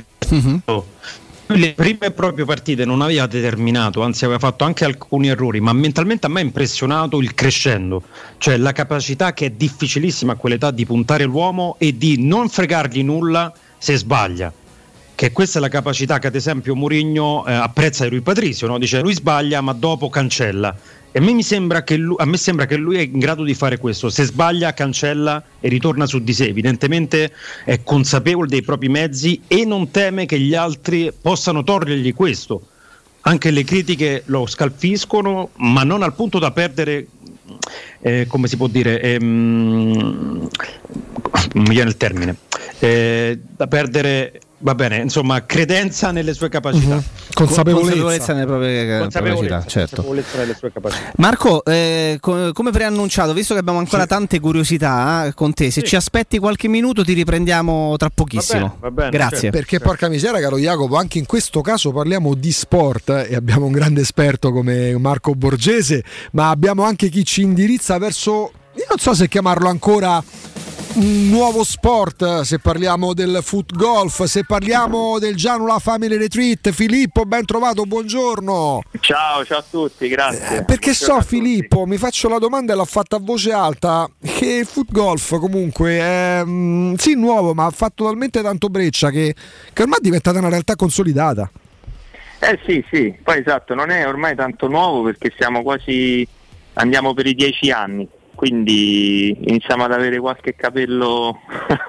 [SPEAKER 15] Le prime proprie partite non aveva determinato, anzi aveva fatto anche alcuni errori, ma mentalmente a me ha impressionato il crescendo, cioè la capacità che è difficilissima a quell'età di puntare l'uomo e di non fregargli nulla se sbaglia. Che questa è la capacità che ad esempio Mourinho apprezza di Rui Patricio, no? Dice lui sbaglia ma dopo cancella, e a me sembra che lui è in grado di fare questo, se sbaglia cancella e ritorna su di sé, evidentemente è consapevole dei propri mezzi e non teme che gli altri possano togliergli questo. Anche le critiche lo scalfiscono, ma non al punto da perdere, come si può dire, non mi viene il termine, da perdere, va bene, insomma, credenza nelle sue capacità,
[SPEAKER 5] consapevolezza nelle proprie capacità, certo.
[SPEAKER 15] Consapevolezza nelle sue capacità.
[SPEAKER 5] Marco, come preannunciato, visto che abbiamo ancora tante curiosità con te, se ci aspetti qualche minuto ti riprendiamo tra pochissimo.
[SPEAKER 15] Va bene,
[SPEAKER 5] grazie.
[SPEAKER 15] certo.
[SPEAKER 3] Perché porca miseria, caro Jacopo, anche in questo caso parliamo di sport e abbiamo un grande esperto come Marco Borgese, ma abbiamo anche chi ci indirizza verso, io non so se chiamarlo ancora un nuovo sport, se parliamo del foot golf, se parliamo del Gianula Family Retreat. Filippo, ben trovato, buongiorno.
[SPEAKER 13] Ciao a tutti, grazie.
[SPEAKER 3] Perché so, Filippo, mi faccio la domanda e l'ho fatta a voce alta, che il foot golf comunque è sì nuovo, ma ha fatto talmente tanto breccia che ormai è diventata una realtà consolidata.
[SPEAKER 13] Sì, poi esatto, non è ormai tanto nuovo perché andiamo per i 10 anni. Quindi iniziamo ad avere qualche capello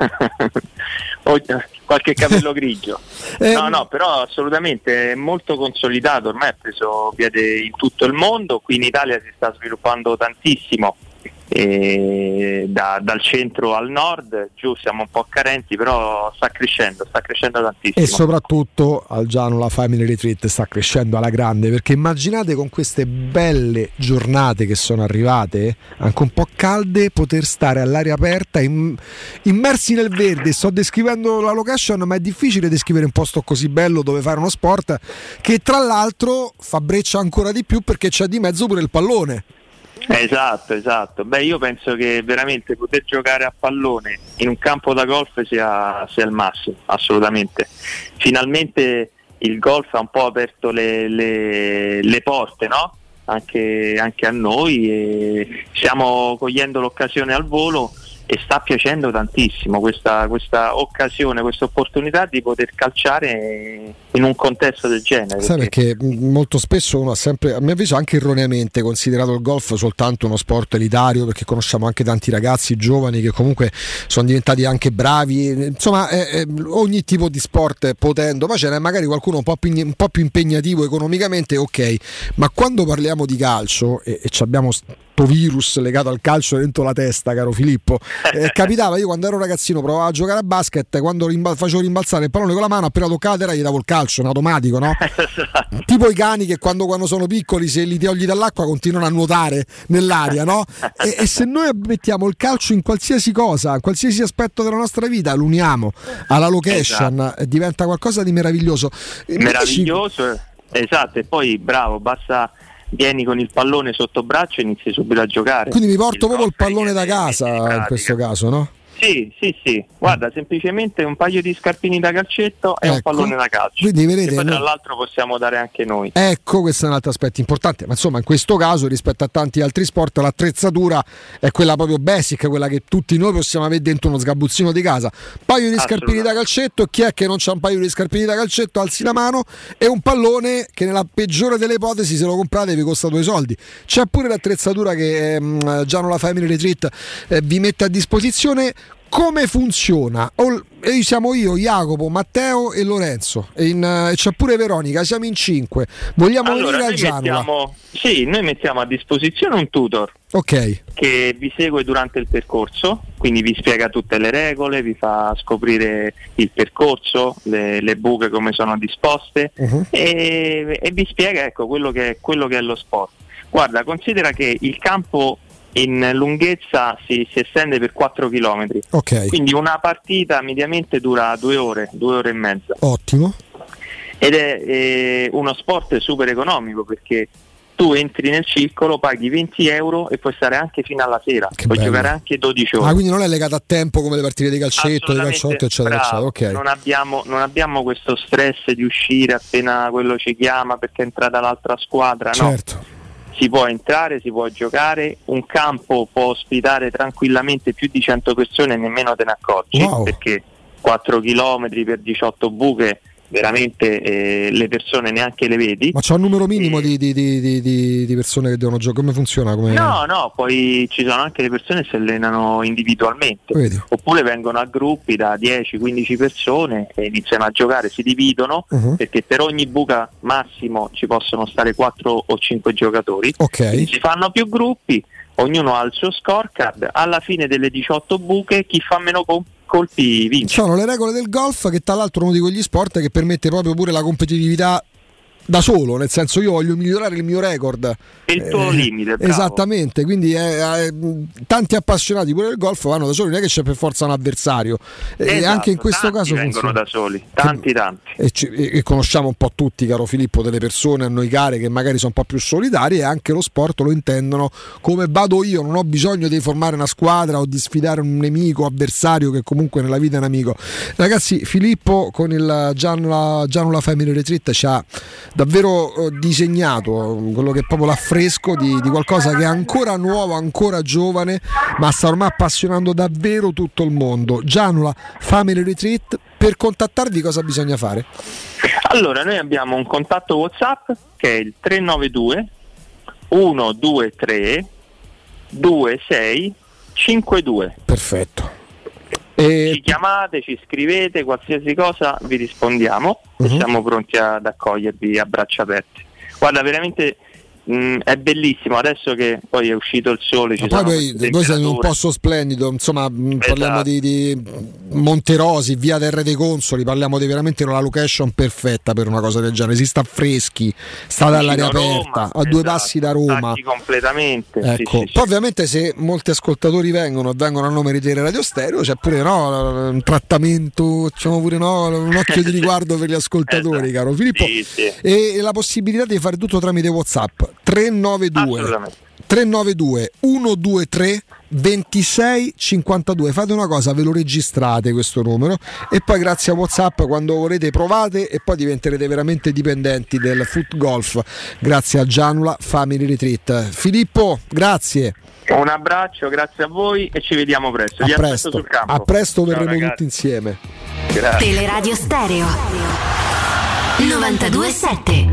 [SPEAKER 13] grigio. No, però assolutamente è molto consolidato, ormai ha preso piede in tutto il mondo, qui in Italia si sta sviluppando tantissimo, dal centro al nord, giù siamo un po' carenti, però sta crescendo tantissimo.
[SPEAKER 3] E soprattutto al Gianula Family Retreat sta crescendo alla grande, perché immaginate con queste belle giornate che sono arrivate, anche un po' calde, poter stare all'aria aperta, immersi nel verde. Sto descrivendo la location, ma è difficile descrivere un posto così bello dove fare uno sport che tra l'altro fa breccia ancora di più perché c'è di mezzo pure il pallone.
[SPEAKER 13] Esatto. Beh, io penso che veramente poter giocare a pallone in un campo da golf sia il massimo, assolutamente. Finalmente il golf ha un po' aperto le porte, no? Anche a noi, e stiamo cogliendo l'occasione al volo e sta piacendo tantissimo questa occasione, questa opportunità di poter calciare in un contesto del genere.
[SPEAKER 3] Sai, perché molto spesso uno ha sempre, a mio avviso anche erroneamente, considerato il golf soltanto uno sport elitario, perché conosciamo anche tanti ragazzi giovani che comunque sono diventati anche bravi, insomma ogni tipo di sport potendo, ma c'è magari qualcuno un po' più impegnativo economicamente, ok, ma quando parliamo di calcio e abbiamo virus legato al calcio dentro la testa, caro Filippo, capitava, io quando ero ragazzino provavo a giocare a basket, quando facevo rimbalzare il pallone con la mano, appena toccava la terra gli davo il calcio in automatico, no? Tipo i cani che quando sono piccoli, se li togli dall'acqua continuano a nuotare nell'aria, no? E se noi mettiamo il calcio in qualsiasi cosa, in qualsiasi aspetto della nostra vita, lo uniamo alla location, diventa qualcosa di meraviglioso.
[SPEAKER 13] Esatto, e poi bravo, basta, vieni con il pallone sotto braccio e inizi subito a giocare.
[SPEAKER 3] Quindi mi porto proprio il pallone da casa in questo caso, no?
[SPEAKER 13] Sì. Guarda, semplicemente un paio di scarpini da calcetto e un pallone da calcio.
[SPEAKER 3] Quindi vedete,
[SPEAKER 13] e poi tra l'altro possiamo dare anche noi.
[SPEAKER 3] Ecco, questo è un altro aspetto importante. Ma insomma, in questo caso, rispetto a tanti altri sport, l'attrezzatura è quella proprio basic, quella che tutti noi possiamo avere dentro uno sgabuzzino di casa. Un paio di scarpini da calcetto, chi è che non c'ha un paio di scarpini da calcetto, alzi la mano, e un pallone che nella peggiore delle ipotesi, se lo comprate, vi costa 2 soldi. C'è pure l'attrezzatura che Gianola Family Retreat vi mette a disposizione. Come funziona? Siamo io, Jacopo, Matteo e Lorenzo, e c'è pure Veronica, siamo in 5. Vogliamo venire al Gianola?
[SPEAKER 13] Noi mettiamo a disposizione un tutor, che vi segue durante il percorso, quindi vi spiega tutte le regole, vi fa scoprire il percorso, le buche come sono disposte, e vi spiega quello che è lo sport. Guarda, considera che il campo in lunghezza si estende per 4 km, quindi una partita mediamente dura 2 ore e mezza.
[SPEAKER 3] Ottimo.
[SPEAKER 13] Ed è uno sport super economico, perché tu entri nel circolo, paghi 20 euro e puoi stare anche fino alla sera, puoi giocare anche 12 ore.
[SPEAKER 3] Quindi non è legato a tempo come le partite di calcetto, di calciotto, eccetera, eccetera.
[SPEAKER 13] Non abbiamo questo stress di uscire appena quello ci chiama perché è entrata l'altra squadra,
[SPEAKER 3] certo.
[SPEAKER 13] Si può entrare, si può giocare, un campo può ospitare tranquillamente più di 100 persone e nemmeno te ne accorgi, perché 4 km per 18 buche veramente le persone neanche le vedi.
[SPEAKER 3] Ma c'è un numero minimo di persone che devono giocare? Come funziona?
[SPEAKER 13] No, poi ci sono anche le persone che si allenano individualmente. Oppure vengono a gruppi da 10-15 persone e iniziano a giocare, si dividono, perché per ogni buca massimo ci possono stare 4 o 5 giocatori. Si fanno più gruppi, ognuno ha il suo scorecard, alla fine delle 18 buche chi fa meno colpi vince.
[SPEAKER 3] Sono le regole del golf, che tra l'altro è uno di quegli sport che permette proprio pure la competitività da solo, nel senso, io voglio migliorare il mio record,
[SPEAKER 13] il tuo limite, bravo.
[SPEAKER 3] Esattamente, quindi tanti appassionati pure del golf vanno da soli, non è che c'è per forza un avversario, e anche in questo caso
[SPEAKER 13] vengono da soli, tanti
[SPEAKER 3] e conosciamo un po' tutti, caro Filippo, delle persone a noi care che magari sono un po' più solitarie, e anche lo sport lo intendono come vado io, non ho bisogno di formare una squadra o di sfidare un nemico avversario che comunque nella vita è un amico. Ragazzi, Filippo con il Gianola Family Retreat ci ha davvero disegnato quello che è proprio l'affresco di qualcosa che è ancora nuovo, ancora giovane, ma sta ormai appassionando davvero tutto il mondo. Gianola Family Retreat, per contattarvi cosa bisogna fare?
[SPEAKER 13] Allora, noi abbiamo un contatto WhatsApp che è il 392 123 2652.
[SPEAKER 3] Perfetto.
[SPEAKER 13] Ci chiamate, ci scrivete, qualsiasi cosa vi rispondiamo e siamo pronti ad accogliervi a braccia aperte. Guarda, veramente è bellissimo, adesso che poi è uscito il sole, ci sono
[SPEAKER 3] poi noi siamo in un posto splendido, insomma, parliamo di Monterosi, via Terre dei Consoli, parliamo di veramente una location perfetta per una cosa del genere, si sta freschi, state all'aria aperta, a 2 passi da Roma,
[SPEAKER 13] completamente.
[SPEAKER 3] Ecco. Poi ovviamente se molti ascoltatori vengono a nome di Tele Radio Stereo c'è pure un trattamento, diciamo pure un occhio di riguardo per gli ascoltatori, caro Filippo, e la possibilità di fare tutto tramite WhatsApp. 392 123 2652. Fate una cosa, ve lo registrate questo numero e poi grazie a WhatsApp, quando volete, provate e poi diventerete veramente dipendenti del foot golf grazie a Gianola Family Retreat. Filippo, grazie.
[SPEAKER 13] Un abbraccio, grazie a voi e ci vediamo presto.
[SPEAKER 3] Vi aspetto sul campo. A presto, verremo tutti insieme.
[SPEAKER 6] Grazie. Teleradio Stereo 92.7.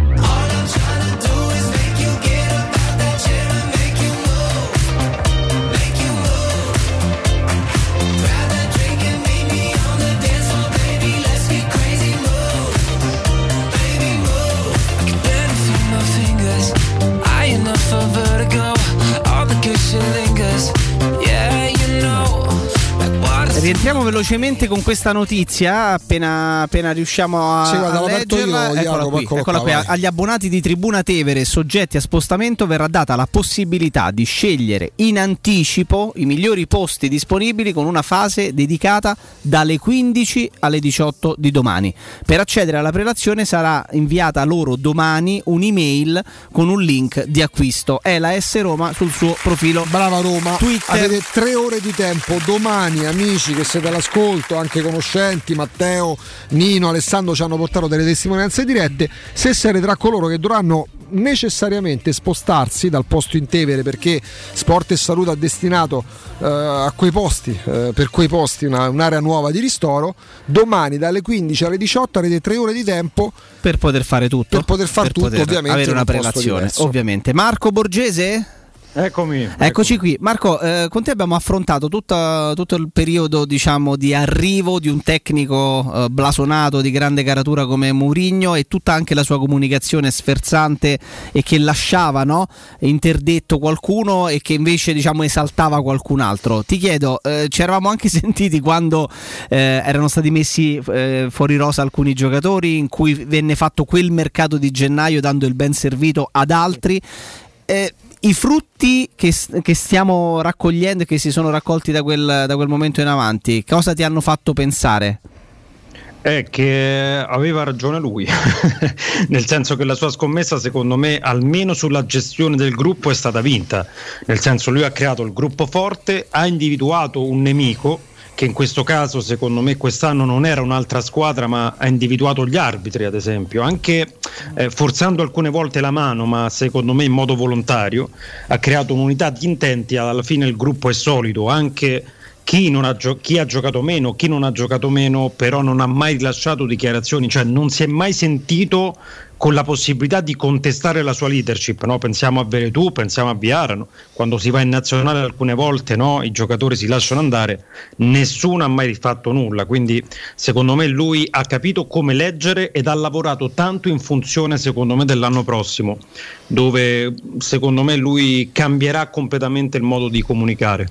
[SPEAKER 5] Rientriamo velocemente con questa notizia appena riusciamo a leggerla. Eccola qui. Agli abbonati di Tribuna Tevere soggetti a spostamento verrà data la possibilità di scegliere in anticipo i migliori posti disponibili con una fase dedicata dalle 15 alle 18 di domani. Per accedere alla prelazione sarà inviata loro domani un'email con un link di acquisto. È la S Roma sul suo profilo.
[SPEAKER 3] Brava Roma.
[SPEAKER 5] Twitter.
[SPEAKER 3] Avete 3 ore di tempo domani, amici, che siete all'ascolto, anche conoscenti, Matteo, Nino, Alessandro ci hanno portato delle testimonianze dirette. Se siete tra coloro che dovranno necessariamente spostarsi dal posto in Tevere, perché Sport e Salute ha destinato a quei posti, per quei posti un'area nuova di ristoro, domani dalle 15 alle 18 avrete 3 ore di tempo
[SPEAKER 5] per poter fare tutto,
[SPEAKER 3] ovviamente
[SPEAKER 5] avere una prelazione, ovviamente. Marco Borgese? Eccoci qui. Marco, con te abbiamo affrontato tutto il periodo, diciamo, di arrivo di un tecnico blasonato di grande caratura come Mourinho, e tutta anche la sua comunicazione sferzante e che lasciava, no, interdetto qualcuno e che invece, diciamo, esaltava qualcun altro. Ti chiedo, ci eravamo anche sentiti quando erano stati messi fuori rosa alcuni giocatori, in cui venne fatto quel mercato di gennaio dando il ben servito ad altri. I frutti che stiamo raccogliendo e che si sono raccolti da quel momento in avanti, cosa ti hanno fatto pensare?
[SPEAKER 15] È che aveva ragione lui, nel senso che la sua scommessa, secondo me, almeno sulla gestione del gruppo è stata vinta, nel senso lui ha creato il gruppo forte, ha individuato un nemico, che in questo caso secondo me quest'anno non era un'altra squadra, ma ha individuato gli arbitri, ad esempio, anche forzando alcune volte la mano, ma secondo me in modo volontario, ha creato un'unità di intenti. Alla fine il gruppo è solido, anche chi ha giocato meno, chi non ha giocato meno, però non ha mai rilasciato dichiarazioni, cioè non si è mai sentito con la possibilità di contestare la sua leadership, no? Pensiamo a Veretù, pensiamo a Viara, no? Quando si va in nazionale alcune volte, no? I giocatori si lasciano andare, nessuno ha mai rifatto nulla, quindi secondo me lui ha capito come leggere ed ha lavorato tanto in funzione, secondo me, dell'anno prossimo, dove secondo me lui cambierà completamente il modo di comunicare.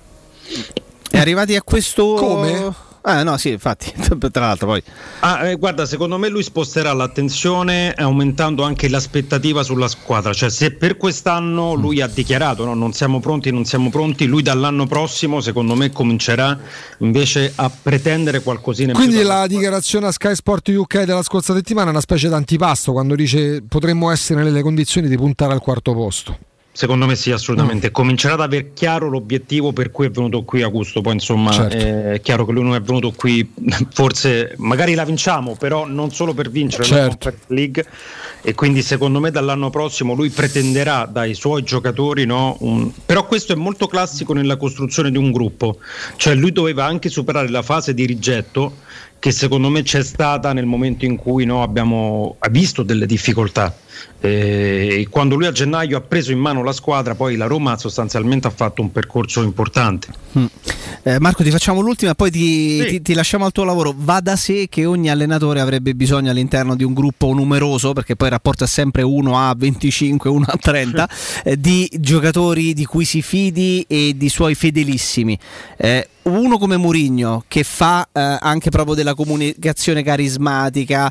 [SPEAKER 5] È arrivati a questo...
[SPEAKER 3] Come?
[SPEAKER 5] No, sì, infatti, tra l'altro poi.
[SPEAKER 15] Guarda, secondo me lui sposterà l'attenzione aumentando anche l'aspettativa sulla squadra, cioè se per quest'anno lui ha dichiarato, no, non siamo pronti, lui dall'anno prossimo secondo me comincerà invece a pretendere qualcosina in
[SPEAKER 3] Quindi
[SPEAKER 15] più.
[SPEAKER 3] la dichiarazione a Sky Sport UK della scorsa settimana è una specie di antipasto, quando dice potremmo essere nelle condizioni di puntare al quarto posto.
[SPEAKER 15] Secondo me sì, assolutamente. Comincerà ad aver chiaro l'obiettivo per cui è venuto qui Augusto. Poi insomma è chiaro che lui non è venuto qui, forse magari la vinciamo, però non solo per vincere la Conference League, e quindi secondo me dall'anno prossimo lui pretenderà dai suoi giocatori, no, però questo è molto classico nella costruzione di un gruppo, cioè lui doveva anche superare la fase di rigetto che secondo me c'è stata nel momento in cui abbiamo visto delle difficoltà. E quando lui a gennaio ha preso in mano la squadra, poi la Roma sostanzialmente ha fatto un percorso importante.
[SPEAKER 5] Marco, ti facciamo l'ultima, poi ti lasciamo al tuo lavoro. Va da sé che ogni allenatore avrebbe bisogno all'interno di un gruppo numeroso, perché poi il rapporto è sempre 1 a 25, 1 a 30, di giocatori di cui si fidi e di suoi fedelissimi. Uno come Mourinho, che fa anche proprio della comunicazione carismatica,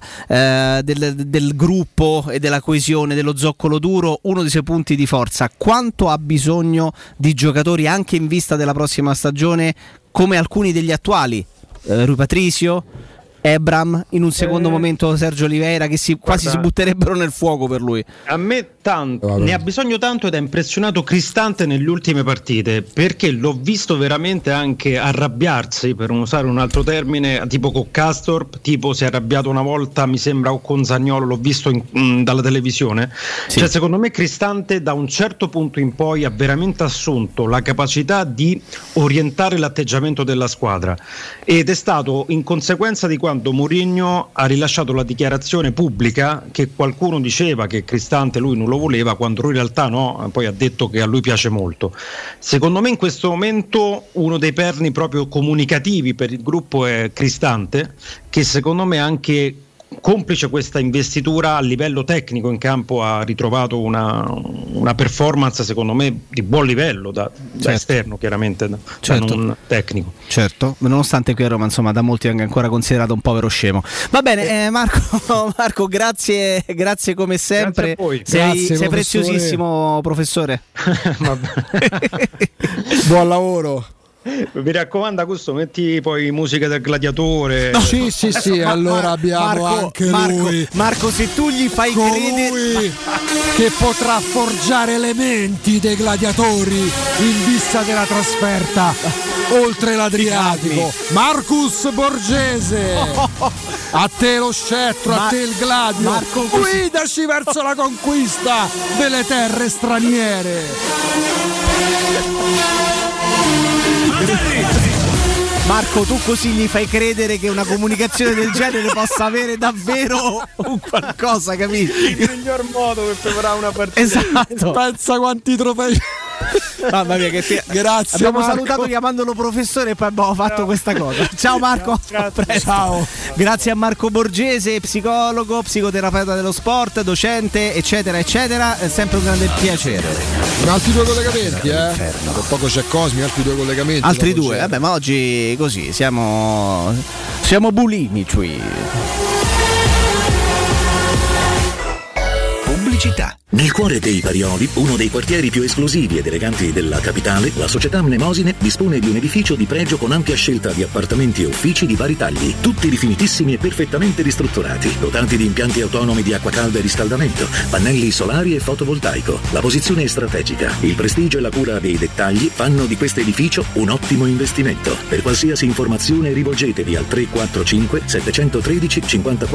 [SPEAKER 5] del gruppo e della coesione, dello zoccolo duro, uno dei suoi punti di forza. Quanto ha bisogno di giocatori anche in vista della prossima stagione, come alcuni degli attuali, Rui Patricio, Ebram, in un secondo momento Sergio Oliveira, che quasi si butterebbero nel fuoco per lui?
[SPEAKER 15] A me ne ha bisogno tanto, ed è impressionato Cristante nelle ultime partite, perché l'ho visto veramente anche arrabbiarsi, per usare un altro termine, tipo con Castorp, tipo si è arrabbiato una volta mi sembra, o con Zaniolo, l'ho visto dalla televisione. Cioè secondo me Cristante da un certo punto in poi ha veramente assunto la capacità di orientare l'atteggiamento della squadra, ed è stato in conseguenza di quando Mourinho ha rilasciato la dichiarazione pubblica che qualcuno diceva che Cristante lui non lo voleva, quando lui in realtà no, poi ha detto che a lui piace molto. Secondo me in questo momento uno dei perni proprio comunicativi per il gruppo è Cristante, che secondo me anche complice questa investitura a livello tecnico in campo ha ritrovato una performance secondo me di buon livello da esterno, chiaramente da non tecnico.
[SPEAKER 5] Certo, nonostante qui a Roma insomma da molti è ancora considerato un povero scemo. Va bene, Marco, grazie come sempre. Sei preziosissimo, professore.
[SPEAKER 3] Buon lavoro.
[SPEAKER 15] Mi raccomando, questo metti poi musica del gladiatore.
[SPEAKER 3] No. Sì, allora abbiamo anche lui.
[SPEAKER 5] Marco, se tu gli fai credere
[SPEAKER 3] che potrà forgiare elementi dei gladiatori in vista della trasferta oltre l'Adriatico. Marcus Borgese. A te lo scettro, a te il gladio.
[SPEAKER 5] Marco,
[SPEAKER 3] guidaci verso la conquista delle terre straniere.
[SPEAKER 5] Marco, tu così gli fai credere che una comunicazione del genere possa avere davvero un qualcosa, capisci?
[SPEAKER 15] Il miglior modo per preparare una partita.
[SPEAKER 5] Esatto.
[SPEAKER 3] Pensa quanti trofei.
[SPEAKER 5] Mamma mia,
[SPEAKER 3] grazie.
[SPEAKER 5] Abbiamo
[SPEAKER 3] Marco.
[SPEAKER 5] salutato chiamandolo professore e poi abbiamo fatto questa cosa. Ciao Marco.
[SPEAKER 3] Ciao.
[SPEAKER 5] Grazie a Marco Borgese, psicologo, psicoterapeuta dello sport, docente, eccetera, eccetera. È sempre un grande piacere.
[SPEAKER 3] Altri 2 collegamenti, Per poco c'è Cosmi, altri 2 collegamenti.
[SPEAKER 5] Altri 2, vabbè, ma oggi così siamo bulimici.
[SPEAKER 11] Pubblicità. Nel cuore dei Parioli, uno dei quartieri più esclusivi ed eleganti della capitale, la società Mnemosine dispone di un edificio di pregio con ampia scelta di appartamenti e uffici di vari tagli, tutti rifinitissimi e perfettamente ristrutturati, dotati di impianti autonomi di acqua calda e riscaldamento, pannelli solari e fotovoltaico. La posizione è strategica, il prestigio e la cura dei dettagli fanno di questo edificio un ottimo investimento. Per qualsiasi informazione rivolgetevi al 345 713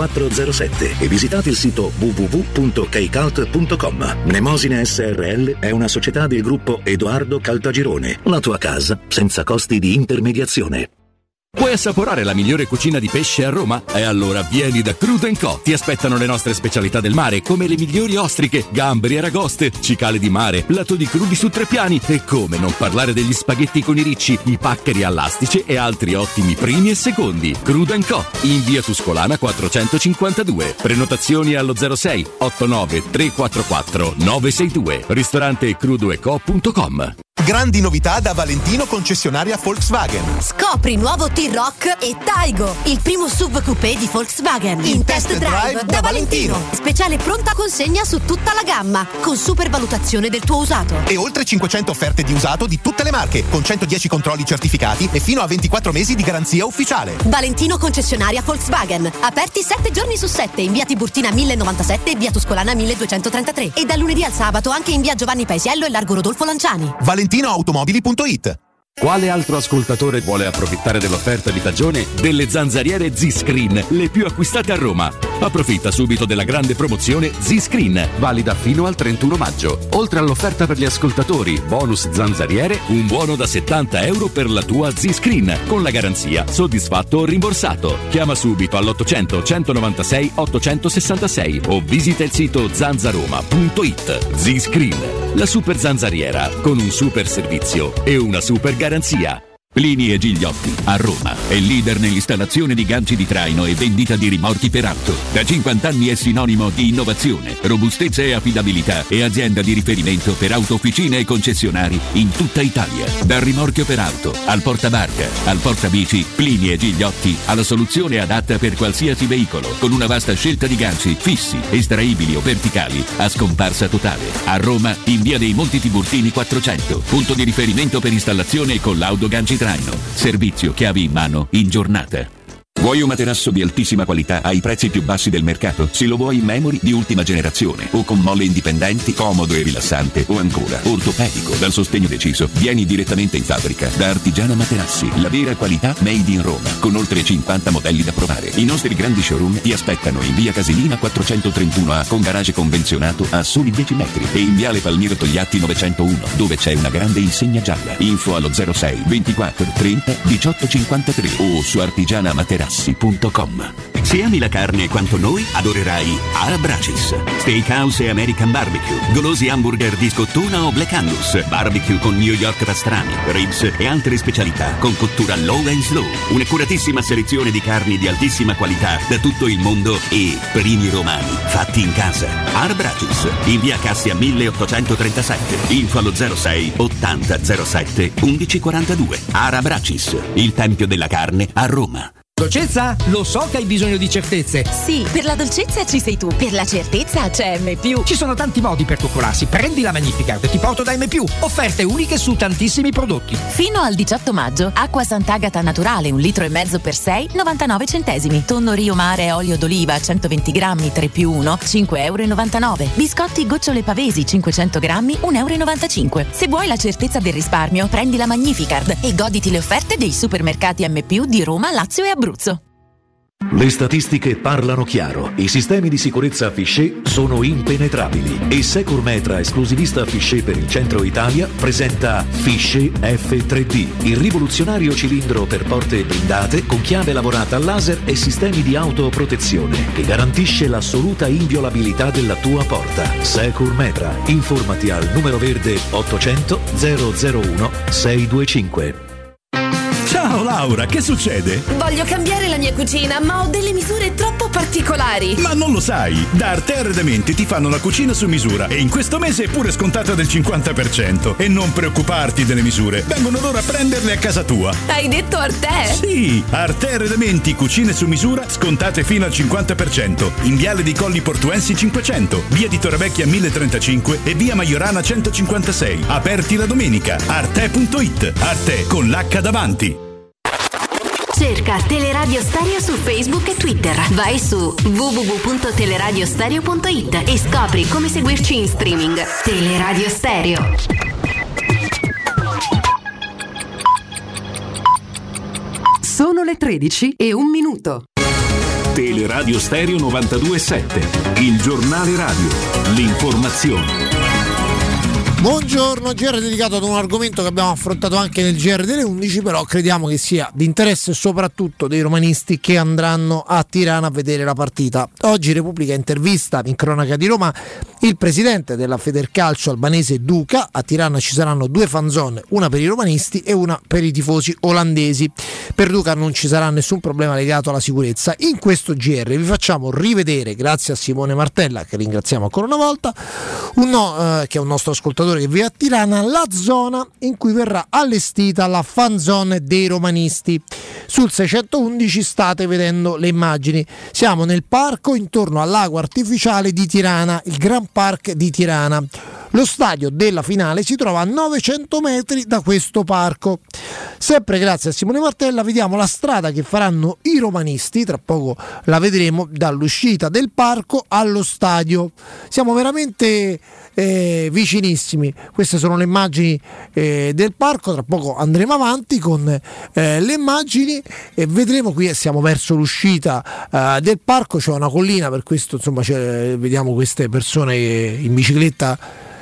[SPEAKER 11] 5407 e visitate il sito www.kcalt.com. Mnemosine SRL è una società del gruppo Edoardo Caltagirone. La tua casa senza costi di intermediazione.
[SPEAKER 12] Vuoi assaporare la migliore cucina di pesce a Roma? E allora vieni da Crudo & Co. Ti aspettano le nostre specialità del mare, come le migliori ostriche, gamberi e aragoste, cicale di mare, plato di crudi su 3 piani e come non parlare degli spaghetti con i ricci, i paccheri all'astice e altri ottimi primi e secondi. Crudo & Co. in via Tuscolana 452. Prenotazioni allo 06 89 344 962. Ristorante crudoeco.com.
[SPEAKER 16] Grandi novità da Valentino concessionaria Volkswagen.
[SPEAKER 17] Scopri nuovo T-Rock e Taigo, il primo SUV coupé di Volkswagen. In test drive da Valentino. Speciale pronta consegna su tutta la gamma, con supervalutazione del tuo usato.
[SPEAKER 16] E oltre 500 offerte di usato di tutte le marche, con 110 controlli certificati e fino a 24 mesi di garanzia ufficiale.
[SPEAKER 17] Valentino concessionaria Volkswagen. Aperti 7 giorni su 7 in via Tiburtina 1097 e via Tuscolana 1233. E da lunedì al sabato anche in via Giovanni Paesiello e largo Rodolfo Lanciani.
[SPEAKER 16] ValentinoAutomobili.it.
[SPEAKER 12] Quale altro ascoltatore vuole approfittare dell'offerta di stagione delle zanzariere Z-Screen, le più acquistate a Roma? Approfitta subito della grande promozione Z-Screen, valida fino al 31 maggio. Oltre all'offerta per gli ascoltatori, bonus zanzariere, un buono da €70 per la tua Z-Screen, con la garanzia soddisfatto o rimborsato. Chiama subito all'800 196 866 o visita il sito zanzaroma.it. Z-Screen, la super zanzariera, con un super servizio e una super garanzia. Plini e Gigliotti, a Roma, è leader nell'installazione di ganci di traino e vendita di rimorchi per auto. Da 50 anni è sinonimo di innovazione, robustezza e affidabilità e azienda di riferimento per autofficine e concessionari in tutta Italia. Dal rimorchio per auto, al portabarca, al portabici, Plini e Gigliotti ha la soluzione adatta per qualsiasi veicolo, con una vasta scelta di ganci fissi, estraibili o verticali, a scomparsa totale. A Roma, in via dei Monti Tiburtini 400, punto di riferimento per installazione con laudo ganci traino. Servizio chiavi in mano in giornata. Vuoi un materasso di altissima qualità ai prezzi più bassi del mercato? Se lo vuoi in memory di ultima generazione o con molle indipendenti, comodo e rilassante o ancora ortopedico dal sostegno deciso, vieni direttamente in fabbrica da Artigiana Materassi, la vera qualità made in Roma, con oltre 50 modelli da provare. I nostri grandi showroom ti aspettano in via Casilina 431A con garage convenzionato a soli 10 metri e in viale Palmiro Togliatti 901 dove c'è una grande insegna gialla. Info allo 06 24 30 18 53 o su artigianamaterassi.com. Se ami la carne quanto noi, adorerai Arabracis. Steakhouse e American Barbecue, golosi hamburger di scottuna o Black Angus, barbecue con New York pastrami, ribs e altre specialità con cottura low and slow. Un'accuratissima selezione di carni di altissima qualità da tutto il mondo e primi romani fatti in casa. Arabracis, in via Cassia 1837. Info allo 06 80 07 1142. Arabracis, il tempio della carne a Roma.
[SPEAKER 7] Dolcezza, lo so che hai bisogno di certezze.
[SPEAKER 18] Sì, per la dolcezza ci sei tu, per la certezza c'è M+.
[SPEAKER 7] Ci sono tanti modi per coccolarsi. Prendi la Magnificard e ti porto da M+. Offerte uniche su tantissimi prodotti.
[SPEAKER 18] Fino al 18 maggio, acqua Sant'Agata naturale 1,5 litri per 6, 99 centesimi. Tonno Rio Mare olio d'oliva 120 grammi 3+1, 5,99 €. Biscotti gocciole pavesi 500 grammi, 1,95 €. Se vuoi la certezza del risparmio, prendi la Magnificard e goditi le offerte dei supermercati M+ di Roma, Lazio e Abruzzo.
[SPEAKER 19] Le statistiche parlano chiaro. I sistemi di sicurezza Fichet sono impenetrabili e Securmetra, esclusivista Fichet per il centro Italia, presenta Fichet F3D, il rivoluzionario cilindro per porte blindate con chiave lavorata a laser e sistemi di autoprotezione che garantisce l'assoluta inviolabilità della tua porta. Securmetra. Informati al numero verde 800 001 625.
[SPEAKER 21] Ciao Laura, che succede?
[SPEAKER 22] Voglio cambiare la mia cucina, ma ho delle misure troppo particolari.
[SPEAKER 21] Ma non lo sai, da Arte Arredamenti ti fanno la cucina su misura e in questo mese è pure scontata del 50%. E non preoccuparti delle misure, vengono loro a prenderle a casa tua.
[SPEAKER 22] Hai detto Arte?
[SPEAKER 21] Sì, Arte Arredamenti, cucine su misura, scontate fino al 50%. In Viale dei Colli Portuensi 500, via di Torrevecchia 1035 e via Maiorana 156. Aperti la domenica. Arte.it. Arte con l'H davanti.
[SPEAKER 17] Cerca Teleradio Stereo su Facebook e Twitter. Vai su www.teleradiostereo.it e scopri come seguirci in streaming. Teleradio Stereo.
[SPEAKER 23] Sono le 13:01.
[SPEAKER 21] Teleradio Stereo 92.7, il giornale radio, l'informazione.
[SPEAKER 24] Buongiorno, GR dedicato ad un argomento che abbiamo affrontato anche nel GR delle 11, però crediamo che sia di interesse soprattutto dei romanisti che andranno a Tirana a vedere la partita. Oggi Repubblica intervista in cronaca di Roma il presidente della Federcalcio albanese Duca. A Tirana ci saranno 2 fan zone, una per i romanisti e una per i tifosi olandesi. Per Duca non ci sarà nessun problema legato alla sicurezza. In questo GR vi facciamo rivedere, grazie a Simone Martella, che ringraziamo ancora una volta, che è un nostro ascoltatore che vive a Tirana, la zona in cui verrà allestita la fan zone dei romanisti. Sul 611 state vedendo le immagini. Siamo nel parco intorno al lago artificiale di Tirana, il Grand Park di Tirana. Lo stadio della finale si trova a 900 metri da questo parco. Sempre grazie a Simone Martella vediamo la strada che faranno i romanisti, tra poco la vedremo, dall'uscita del parco allo stadio. Siamo veramente vicinissimi. Queste sono le immagini del parco, tra poco andremo avanti con le immagini e vedremo. Qui siamo verso l'uscita del parco, c'è una collina, per questo insomma vediamo queste persone in bicicletta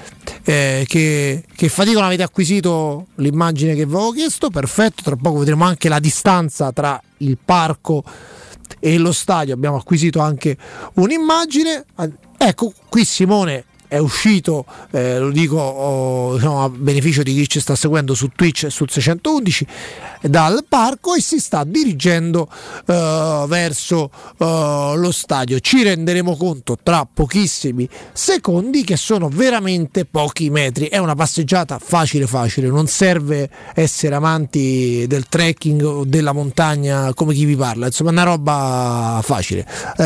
[SPEAKER 24] che faticano. Avete acquisito l'immagine che vi avevo chiesto, perfetto. Tra poco vedremo anche la distanza tra il parco e lo stadio, abbiamo acquisito anche un'immagine. Ecco, qui Simone è uscito, lo dico diciamo, a beneficio di chi ci sta seguendo su Twitch e sul 611, dal parco e si sta dirigendo verso lo stadio. Ci renderemo conto tra pochissimi secondi che sono veramente pochi metri. È una passeggiata facile, non serve essere amanti del trekking o della montagna come chi vi parla, insomma è una roba facile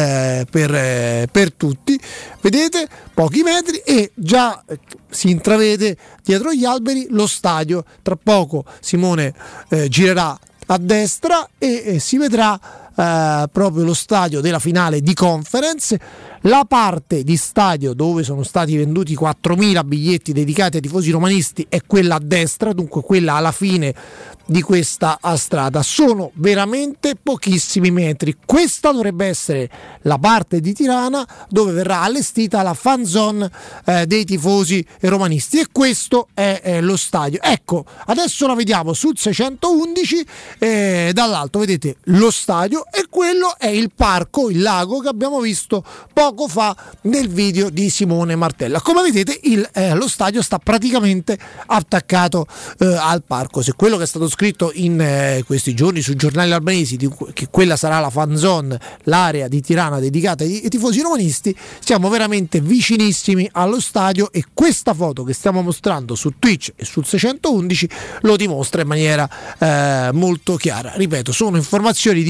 [SPEAKER 24] per tutti. Vedete, pochi metri e già si intravede dietro gli alberi lo stadio. Tra poco Simone girerà a destra e si vedrà proprio lo stadio della finale di Conference. La parte di stadio dove sono stati venduti 4.000 biglietti dedicati ai tifosi romanisti è quella a destra, dunque quella alla fine di questa strada. Sono veramente pochissimi metri. Questa dovrebbe essere la parte di Tirana dove verrà allestita la fan zone dei tifosi romanisti, e questo è lo stadio. Ecco, adesso la vediamo sul 611 dall'alto, vedete lo stadio e quello è il parco, il lago che abbiamo visto poco fa nel video di Simone Martella. Come vedete lo stadio sta praticamente attaccato al parco. Se quello che è stato scritto in questi giorni sui giornali albanesi che quella sarà la fan zone, l'area di Tirana dedicata ai tifosi romanisti, siamo veramente vicinissimi allo stadio e questa foto che stiamo mostrando su Twitch e sul 611 lo dimostra in maniera molto chiara. Ripeto, sono informazioni di servizio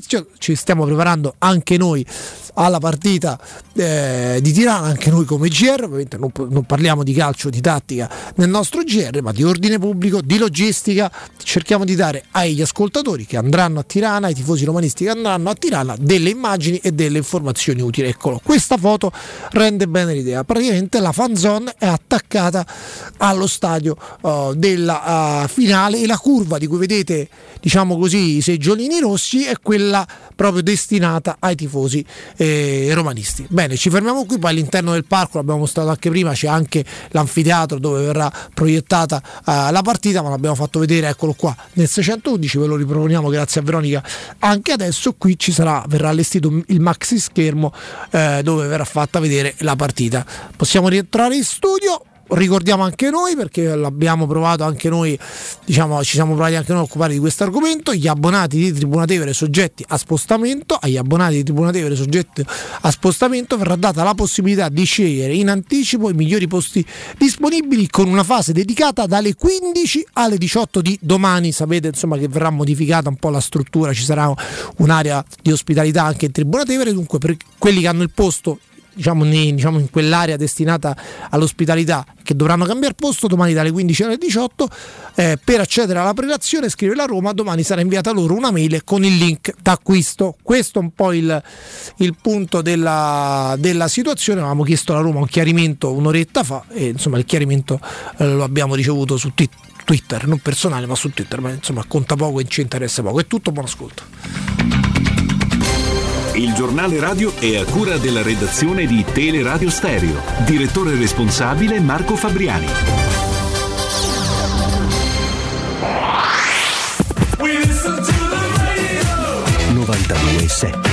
[SPEAKER 24] competizione. Ci stiamo preparando anche noi alla partita di Tirana, anche noi come GR. Ovviamente non parliamo di calcio, di tattica nel nostro GR, ma di ordine pubblico, di logistica. Cerchiamo di dare agli ascoltatori che andranno a Tirana, ai tifosi romanisti che andranno a Tirana, delle immagini e delle informazioni utili. Eccolo, questa foto rende bene l'idea. Praticamente la fan zone è attaccata allo stadio della finale, e la curva di cui vedete, diciamo così, i seggiolini rossi è quella proprio destinata ai tifosi romanisti. Bene, ci fermiamo qui. Poi all'interno del parco, l'abbiamo mostrato anche prima, c'è anche l'anfiteatro dove verrà proiettata la partita, ma l'abbiamo fatto vedere, eccolo qua, nel 611, ve lo riproponiamo grazie a Veronica anche adesso. Qui verrà allestito il maxi schermo dove verrà fatta vedere la partita. Possiamo rientrare in studio. Ricordiamo anche noi, perché l'abbiamo provato anche noi, diciamo, ci siamo provati anche noi a occupare di questo argomento: gli abbonati di Tribuna Tevere soggetti a spostamento. Agli abbonati di Tribuna Tevere soggetti a spostamento verrà data la possibilità di scegliere in anticipo i migliori posti disponibili, con una fase dedicata dalle 15 alle 18 di domani. Sapete insomma che verrà modificata un po' la struttura, ci sarà un'area di ospitalità anche in Tribuna Tevere, dunque per quelli che hanno il posto diciamo in quell'area destinata all'ospitalità, che dovranno cambiare posto domani dalle 15 alle 18, per accedere alla prelazione scrive la Roma, domani sarà inviata loro una mail con il link d'acquisto. Questo è un po' il punto della situazione. Avevamo chiesto alla Roma un chiarimento un'oretta fa e insomma il chiarimento lo abbiamo ricevuto su Twitter, non personale ma su Twitter, ma insomma conta poco e ci interessa poco. È tutto, buon ascolto.
[SPEAKER 21] Il giornale radio è a cura della redazione di Teleradio Stereo. Direttore responsabile Marco Fabriani.
[SPEAKER 19] 92.7.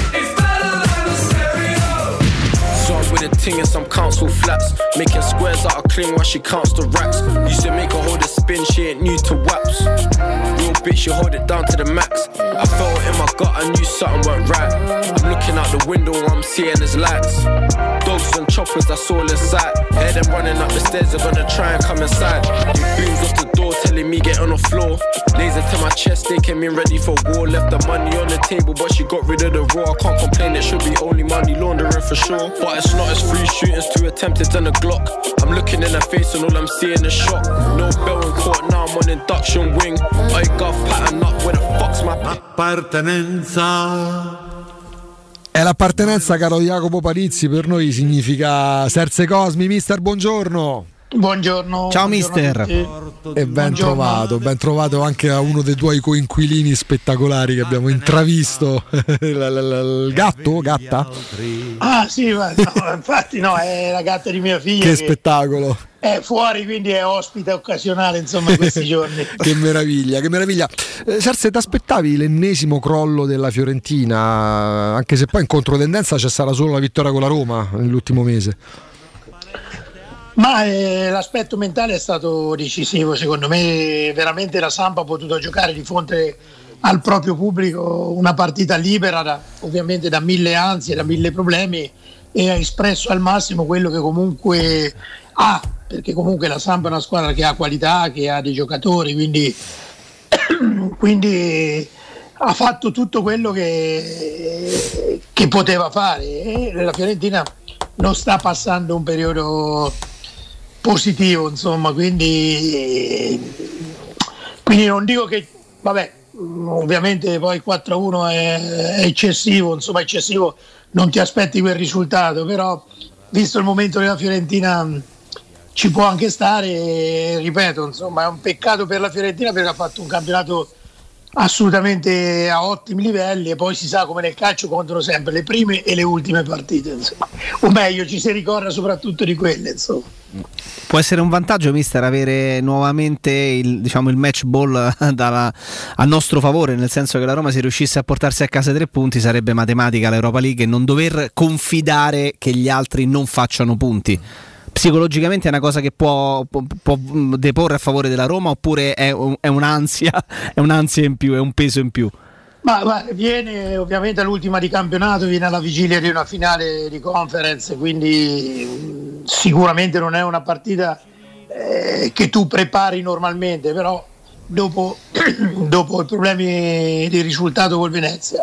[SPEAKER 4] With a ting in some council flats, making squares out of clean while she counts the racks. Used to make her hold a spin, she ain't new to waps. Real bitch, she hold it down to the max. I felt it in my gut, I knew something went right. I'm looking out the window, all I'm seeing is lights. Dogs and choppers, that's all in sight. Hear them running up the stairs, they're gonna try and come inside. Booms off the door, telling me get on the floor. Laser to my chest, they came in ready for war. Left the money on the table, but she got rid of the raw. I can't complain, it should be only money laundering for sure. But it's not as free shootings, two attempted and a Glock. I'm looking in her face and all I'm seeing is shock. No bell in court, now I'm on induction wing. I got pattern up, where the fuck's my
[SPEAKER 3] appartenenza? È l'appartenenza, caro Jacopo Parizzi, per noi significa Serse Cosmi. Mister, buongiorno.
[SPEAKER 8] Buongiorno.
[SPEAKER 5] Ciao mister.
[SPEAKER 3] E ben trovato anche a uno dei tuoi coinquilini spettacolari che abbiamo intravisto. Il gatto? Gatta?
[SPEAKER 8] Ah sì, no, infatti no, è la gatta di mia figlia.
[SPEAKER 3] Che spettacolo.
[SPEAKER 8] È fuori, quindi è ospite occasionale insomma in questi giorni.
[SPEAKER 3] Che meraviglia, che meraviglia. Serse, ti aspettavi l'ennesimo crollo della Fiorentina, anche se poi in controtendenza c'è stata solo la vittoria con la Roma nell'ultimo mese?
[SPEAKER 8] Ma l'aspetto mentale è stato decisivo, secondo me. Veramente la Samp ha potuto giocare di fronte al proprio pubblico una partita libera ovviamente da mille ansie, da mille problemi, e ha espresso al massimo quello che comunque ha, perché comunque la Samp è una squadra che ha qualità, che ha dei giocatori, quindi ha fatto tutto quello che poteva fare, e la Fiorentina non sta passando un periodo positivo, insomma, quindi non dico che, vabbè, ovviamente poi 4-1 è eccessivo, insomma eccessivo, non ti aspetti quel risultato, però visto il momento della Fiorentina ci può anche stare, ripeto, insomma è un peccato per la Fiorentina perché ha fatto un campionato assolutamente a ottimi livelli, e poi si sa come nel calcio contano sempre le prime e le ultime partite, insomma. O meglio, ci si ricorda soprattutto di quelle, insomma.
[SPEAKER 5] Può essere un vantaggio, mister, avere nuovamente il match ball a nostro favore, nel senso che la Roma, se riuscisse a portarsi a casa 3 punti, sarebbe matematica l'Europa League e non dover confidare che gli altri non facciano punti. Psicologicamente è una cosa che può deporre a favore della Roma, oppure è un'ansia in più, è un peso in più?
[SPEAKER 8] Ma viene ovviamente all'ultima di campionato, viene alla vigilia di una finale di conference, quindi sicuramente non è una partita che tu prepari normalmente, però dopo i problemi di risultato col Venezia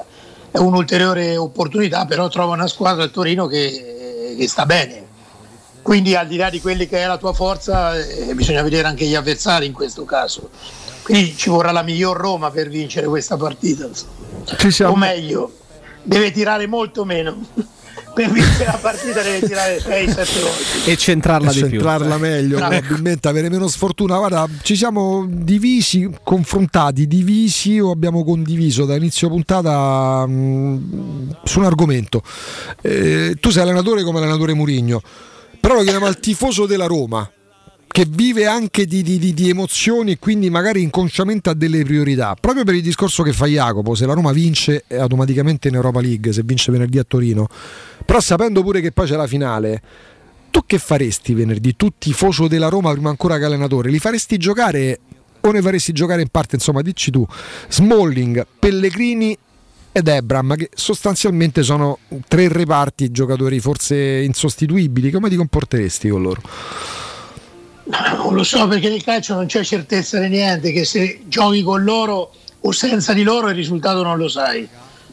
[SPEAKER 8] è un'ulteriore opportunità, però trova una squadra al Torino che sta bene. Quindi al di là di quelli che è la tua forza, bisogna vedere anche gli avversari in questo caso. Quindi ci vorrà la miglior Roma per vincere questa partita. O meglio, deve tirare molto meno. Per vincere la partita deve tirare 6-7 volte
[SPEAKER 5] e centrarla di più.
[SPEAKER 3] Centrarla meglio, probabilmente avere meno sfortuna. Guarda, ci siamo divisi, confrontati, divisi o abbiamo condiviso da inizio puntata su un argomento. Tu sei allenatore come allenatore Mourinho, però lo chiamiamo al tifoso della Roma, che vive anche di emozioni e quindi magari inconsciamente ha delle priorità, proprio per il discorso che fa Jacopo. Se la Roma vince è automaticamente in Europa League, se vince venerdì a Torino, però sapendo pure che poi c'è la finale, tu che faresti venerdì? Tu tifoso della Roma prima ancora che allenatore, li faresti giocare o ne faresti giocare in parte? Insomma, dici tu, Smalling, Pellegrini ed Ebram, che sostanzialmente sono 3 reparti, giocatori forse insostituibili. Come ti comporteresti con loro?
[SPEAKER 8] Non lo so, perché nel calcio non c'è certezza di niente, che se giochi con loro o senza di loro il risultato non lo sai,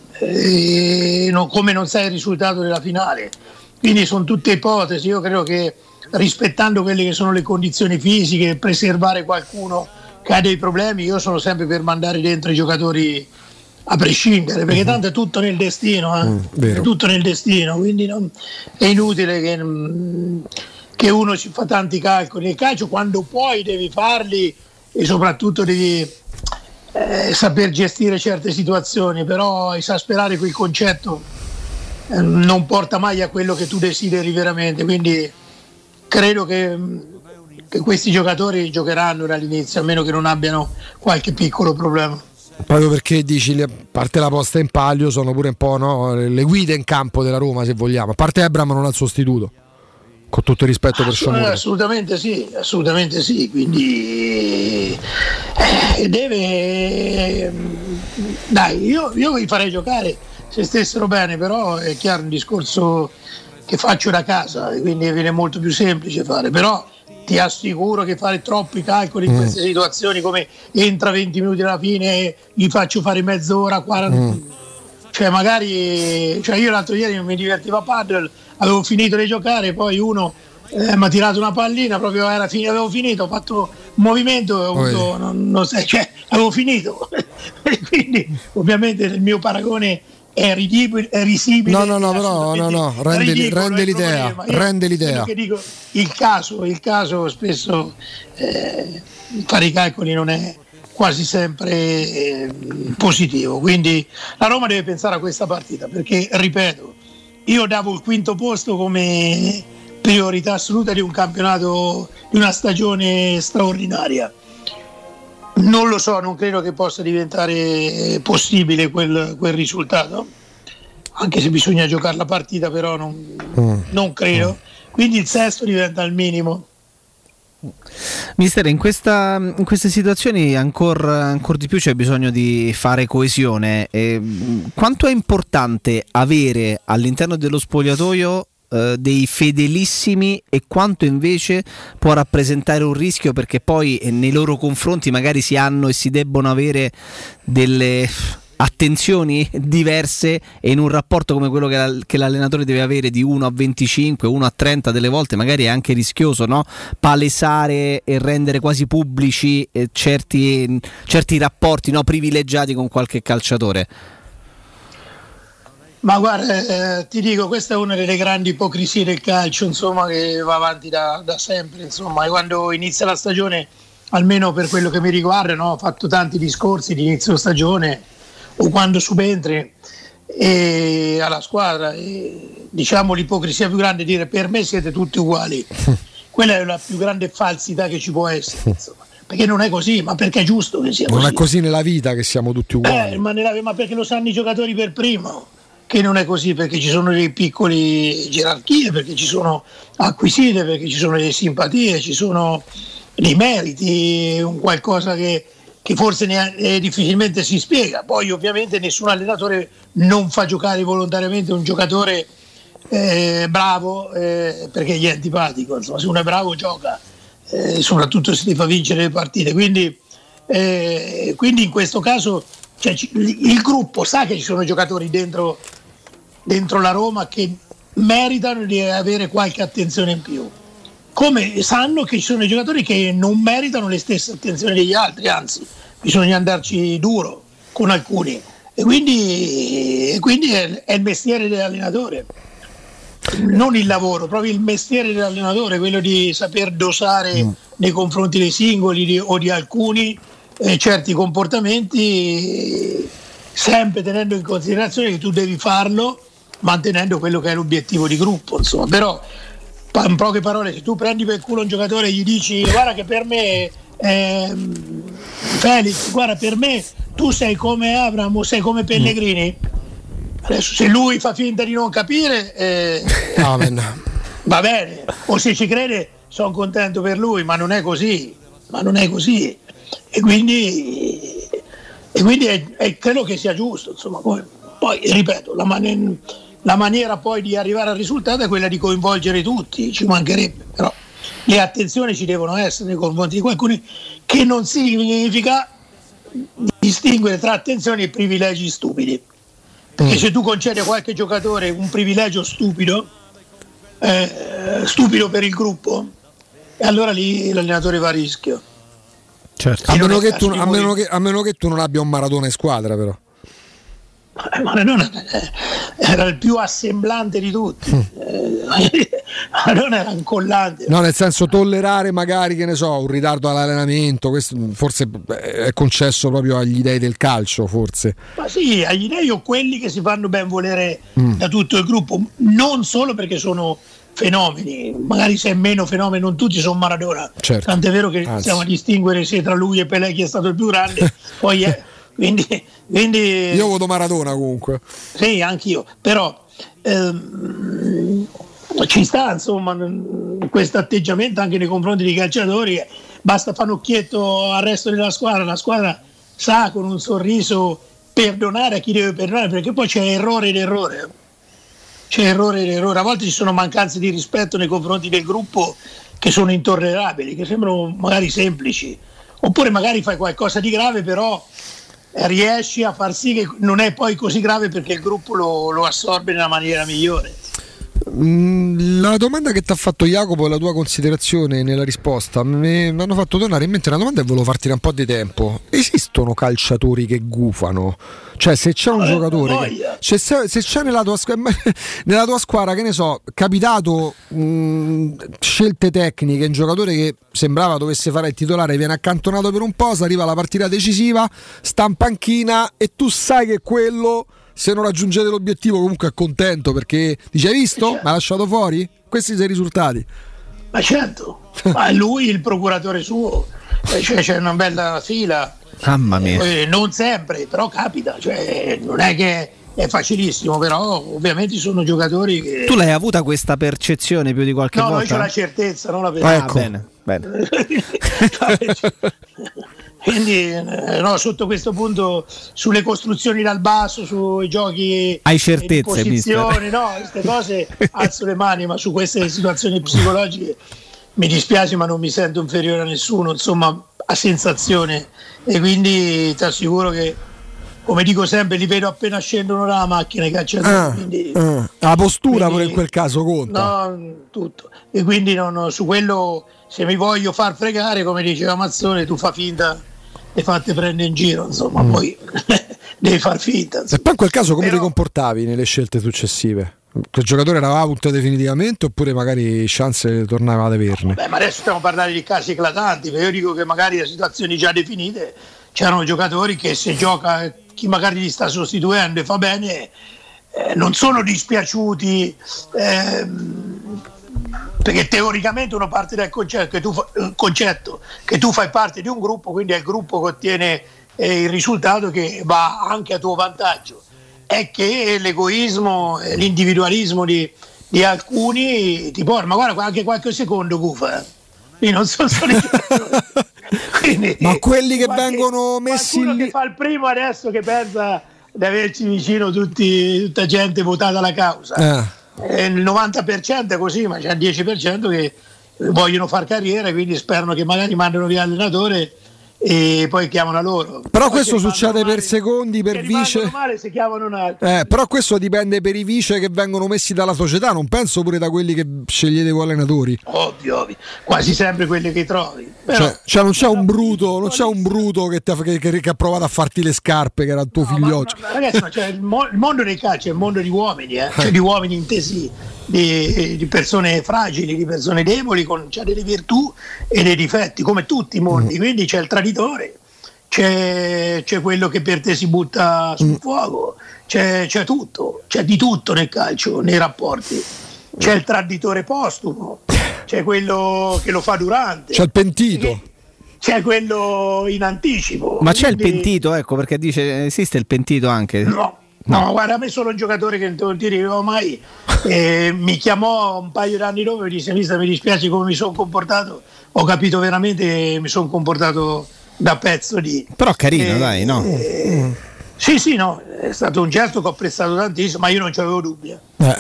[SPEAKER 8] come non sai il risultato della finale. Quindi sono tutte ipotesi. Io credo che rispettando quelle che sono le condizioni fisiche, preservare qualcuno che ha dei problemi, io sono sempre per mandare dentro i giocatori a prescindere, perché tanto è tutto nel destino, è tutto nel destino, quindi è inutile che uno ci fa tanti calcoli. Nel calcio, quando puoi, devi farli e soprattutto devi saper gestire certe situazioni, però esasperare quel concetto non porta mai a quello che tu desideri veramente. Quindi credo che questi giocatori giocheranno dall'inizio, a meno che non abbiano qualche piccolo problema.
[SPEAKER 3] Proprio perché dici, a parte la posta in palio, sono pure un po' le guide in campo della Roma, se vogliamo. A parte Ebram non ha il sostituto, con tutto il rispetto per Sciomuro.
[SPEAKER 8] Assolutamente sì, quindi deve, dai, io vi farei giocare se stessero bene, però è chiaro, un discorso che faccio da casa, quindi viene molto più semplice fare, però ti assicuro che fare troppi calcoli in queste situazioni, come entra 20 minuti alla fine e gli faccio fare mezz'ora, 40, cioè magari, io l'altro ieri mi divertivo a paddle, avevo finito di giocare, poi uno mi ha tirato una pallina, proprio avevo finito, ho fatto un movimento, avevo finito. Quindi ovviamente il mio paragone è risibile.
[SPEAKER 3] No, rende l'idea. Rende l'idea.
[SPEAKER 8] Che dico, il caso spesso fare i calcoli non è quasi sempre positivo. Quindi la Roma deve pensare a questa partita, perché, ripeto, io davo il quinto posto come priorità assoluta di un campionato, di una stagione straordinaria. Non lo so, non credo che possa diventare possibile quel risultato, anche se bisogna giocare la partita, però non credo. Quindi il sesto diventa il minimo.
[SPEAKER 5] Mister, in queste situazioni ancora di più c'è bisogno di fare coesione. Quanto è importante avere all'interno dello spogliatoio dei fedelissimi, e quanto invece può rappresentare un rischio, perché poi nei loro confronti magari si hanno e si debbono avere delle attenzioni diverse, e in un rapporto come quello che l'allenatore deve avere di 1 a 25, 1 a 30 delle volte magari è anche rischioso, no? Palesare e rendere quasi pubblici certi rapporti, no, privilegiati con qualche calciatore.
[SPEAKER 8] Ma guarda, ti dico, questa è una delle grandi ipocrisie del calcio, insomma, che va avanti da sempre, insomma, e quando inizia la stagione, almeno per quello che mi riguarda, no, ho fatto tanti discorsi di inizio stagione o quando subentri alla squadra, diciamo, l'ipocrisia più grande è dire: per me siete tutti uguali. Quella è la più grande falsità che ci può essere, insomma, perché non è così, ma perché è giusto che sia così.
[SPEAKER 3] Non è così nella vita che siamo tutti uguali.
[SPEAKER 8] Ma perché lo sanno i giocatori per primo che non è così, perché ci sono dei piccoli gerarchie, perché ci sono acquisite, perché ci sono delle simpatie, ci sono dei meriti, un qualcosa che forse difficilmente si spiega. Poi ovviamente nessun allenatore non fa giocare volontariamente un giocatore bravo perché gli è antipatico, insomma, se uno è bravo gioca, soprattutto se ti fa vincere le partite, quindi in questo caso cioè, il gruppo sa che ci sono giocatori dentro la Roma che meritano di avere qualche attenzione in più, come sanno che ci sono i giocatori che non meritano le stesse attenzioni degli altri, anzi bisogna andarci duro con alcuni, e quindi è il mestiere dell'allenatore, non il lavoro, proprio il mestiere dell'allenatore, quello di saper dosare nei confronti dei singoli o di alcuni certi comportamenti, sempre tenendo in considerazione che tu devi farlo mantenendo quello che è l'obiettivo di gruppo, insomma. Però in poche parole, se tu prendi per culo un giocatore e gli dici guarda che per me Felix, guarda per me tu sei come Abraham o sei come Pellegrini, adesso se lui fa finta di non capire va bene, o se ci crede sono contento per lui, ma non è così, e quindi credo che sia giusto, insomma. Poi ripeto, la maniera poi di arrivare al risultato è quella di coinvolgere tutti, ci mancherebbe, però le attenzioni ci devono essere nei confronti di qualcuno, che non significa distinguere tra attenzioni e privilegi stupidi, perché se tu concedi a qualche giocatore un privilegio stupido per il gruppo, e allora lì l'allenatore va a rischio.
[SPEAKER 3] Certo. A meno che tu non abbia un Maradona in squadra, però.
[SPEAKER 8] Maradona era il più assemblante di tutti. Maradona era un collante.
[SPEAKER 3] No, nel senso, tollerare magari, che ne so, un ritardo all'allenamento, questo forse è concesso proprio agli dei del calcio, forse.
[SPEAKER 8] Ma sì, agli dei o quelli che si fanno ben volere da tutto il gruppo, non solo perché sono fenomeni, magari se è meno fenomeni, non tutti sono Maradona, certo. Tant'è vero che stiamo a distinguere se tra lui e Pelé chi è stato il più grande, poi è quindi
[SPEAKER 3] io voto Maradona comunque.
[SPEAKER 8] Sì, anch'io, però ci sta, insomma, questo atteggiamento anche nei confronti dei calciatori. Basta fare un occhietto al resto della squadra, la squadra sa con un sorriso perdonare a chi deve perdonare, perché poi c'è errore ed errore. A volte ci sono mancanze di rispetto nei confronti del gruppo che sono intollerabili, che sembrano magari semplici, oppure magari fai qualcosa di grave, però riesci a far sì che non è poi così grave perché il gruppo lo assorbe nella maniera migliore.
[SPEAKER 3] La domanda che ti ha fatto Jacopo e la tua considerazione nella risposta mi hanno fatto tornare in mente una domanda che volevo farti da un po' di tempo. Esistono calciatori che gufano? Cioè, se c'è un giocatore se c'è nella tua squadra, che ne so, capitato scelte tecniche, un giocatore che sembrava dovesse fare il titolare viene accantonato per un po', arriva la partita decisiva, sta in panchina e tu sai che quello, se non raggiungete l'obiettivo, comunque è contento perché dice: hai visto? Mi ha lasciato fuori? Questi sono i risultati.
[SPEAKER 8] Ma certo, ma lui il procuratore suo, cioè c'è una bella fila.
[SPEAKER 5] Mamma mia.
[SPEAKER 8] Non sempre, però capita, cioè non è che è facilissimo, però ovviamente sono giocatori che...
[SPEAKER 5] Tu l'hai avuta questa percezione più di qualche volta?
[SPEAKER 8] No, io ho la certezza, non la percezione.
[SPEAKER 5] Ecco. Bene.
[SPEAKER 8] Quindi sotto questo punto, sulle costruzioni dal basso, sui giochi,
[SPEAKER 5] hai certezze,
[SPEAKER 8] posizioni, queste cose alzo le mani, ma su queste situazioni psicologiche mi dispiace, ma non mi sento inferiore a nessuno, insomma, a sensazione, e quindi ti assicuro che, come dico sempre, li vedo appena scendono dalla macchina i calciatori.
[SPEAKER 3] La postura pure in quel caso conta.
[SPEAKER 8] No, tutto. E quindi su quello, se mi voglio far fregare, come diceva Mazzone, tu fa finta e fate prendere in giro, insomma, poi devi far finta.
[SPEAKER 3] E poi in quel caso come ti comportavi nelle scelte successive? Quel giocatore era out definitivamente, oppure magari chance tornava ad averne?
[SPEAKER 8] Ma adesso stiamo parlando di casi eclatanti, io dico che magari a situazioni già definite c'erano giocatori che, se gioca chi magari li sta sostituendo e fa bene, non sono dispiaciuti, perché teoricamente uno parte dal concetto che tu fai parte di un gruppo, quindi è il gruppo che ottiene il risultato che va anche a tuo vantaggio. È che l'egoismo, l'individualismo di alcuni ti porta, ma guarda, anche qualche secondo gufa. Io non so quindi,
[SPEAKER 3] ma quelli che vengono messi lì,
[SPEAKER 8] che fa il primo adesso, che pensa di averci vicino tutta gente votata alla causa, il 90% è così, ma c'è il 10% che vogliono far carriera, quindi sperano che magari mandano via l'allenatore e poi chiamano loro.
[SPEAKER 3] Però
[SPEAKER 8] poi
[SPEAKER 3] questo succede per secondi, per vice.
[SPEAKER 8] Male se chiamano un altro.
[SPEAKER 3] Però questo dipende per i vice che vengono messi dalla società, non penso pure da quelli che scegliete voi allenatori.
[SPEAKER 8] Ovvio, quasi sempre quelli che trovi. Però,
[SPEAKER 3] cioè non c'è un bruto che ha provato a farti le scarpe, che era il tuo figlioccio.
[SPEAKER 8] Ma ragazzi, cioè, il mondo del calcio è un mondo di uomini, cioè di uomini intesi di persone fragili, di persone deboli, c'è delle virtù e dei difetti, come tutti i mondi. Quindi c'è il traditore, c'è quello che per te si butta sul fuoco, c'è tutto, c'è di tutto nel calcio, nei rapporti. C'è il traditore postumo, c'è quello che lo fa durante,
[SPEAKER 3] c'è il pentito,
[SPEAKER 8] c'è quello in anticipo.
[SPEAKER 5] Ma c'è il pentito, ecco, perché dice esiste il pentito anche.
[SPEAKER 8] No, guarda, a me solo un giocatore che non ti arrivo mai mi chiamò un paio d'anni dopo e disse: mi dispiace come mi sono comportato, ho capito veramente che mi sono comportato da pezzo di...
[SPEAKER 5] Però carino, dai, no?
[SPEAKER 8] Sì, no, è stato un gesto che ho apprezzato tantissimo, ma io non c'avevo dubbi.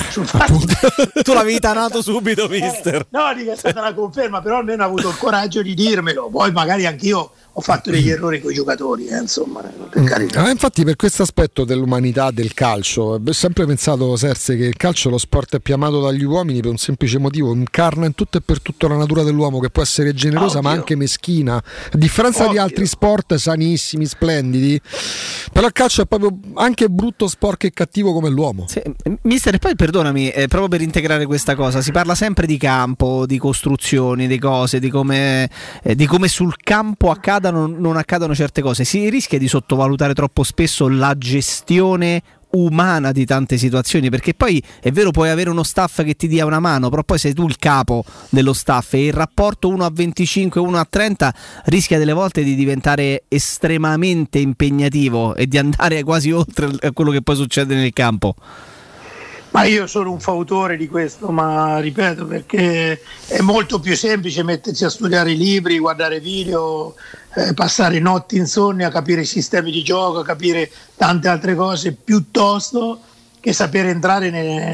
[SPEAKER 5] Tu l'avevi tanato subito, mister.
[SPEAKER 8] No, è stata una conferma, però almeno ho avuto il coraggio di dirmelo. Poi magari anch'io ho fatto degli errori con i giocatori, insomma, per carità.
[SPEAKER 3] Infatti per questo aspetto dell'umanità del calcio ho sempre pensato, Serse, che il calcio è lo sport più amato dagli uomini per un semplice motivo: incarna in tutto e per tutto la natura dell'uomo, che può essere generosa ma anche meschina, a differenza di altri sport sanissimi, splendidi. Però il calcio è proprio anche brutto, sporco e cattivo come l'uomo.
[SPEAKER 5] Sì, mister, e poi perdonami, proprio per integrare questa cosa, si parla sempre di campo, di costruzioni, di cose, di come sul campo accadano, non accadono certe cose. Si rischia di sottovalutare troppo spesso la gestione umana di tante situazioni, perché poi è vero, puoi avere uno staff che ti dia una mano, però poi sei tu il capo dello staff e il rapporto 1-25, 1-30 rischia delle volte di diventare estremamente impegnativo e di andare quasi oltre a quello che poi succede nel campo.
[SPEAKER 8] Ma io sono un fautore di questo, ma ripeto, perché è molto più semplice mettersi a studiare i libri, guardare video, passare notti insonni a capire i sistemi di gioco, a capire tante altre cose, piuttosto che sapere entrare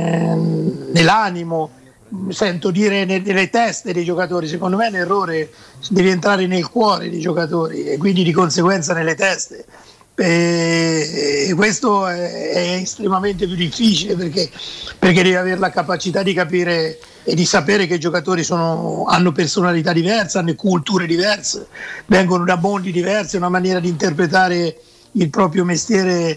[SPEAKER 8] nell'animo, sento dire nelle teste dei giocatori. Secondo me l'errore deve entrare nel cuore dei giocatori e quindi di conseguenza nelle teste. E questo è estremamente più difficile perché devi avere la capacità di capire e di sapere che i giocatori hanno personalità diverse, hanno culture diverse, vengono da mondi diversi, una maniera di interpretare il proprio mestiere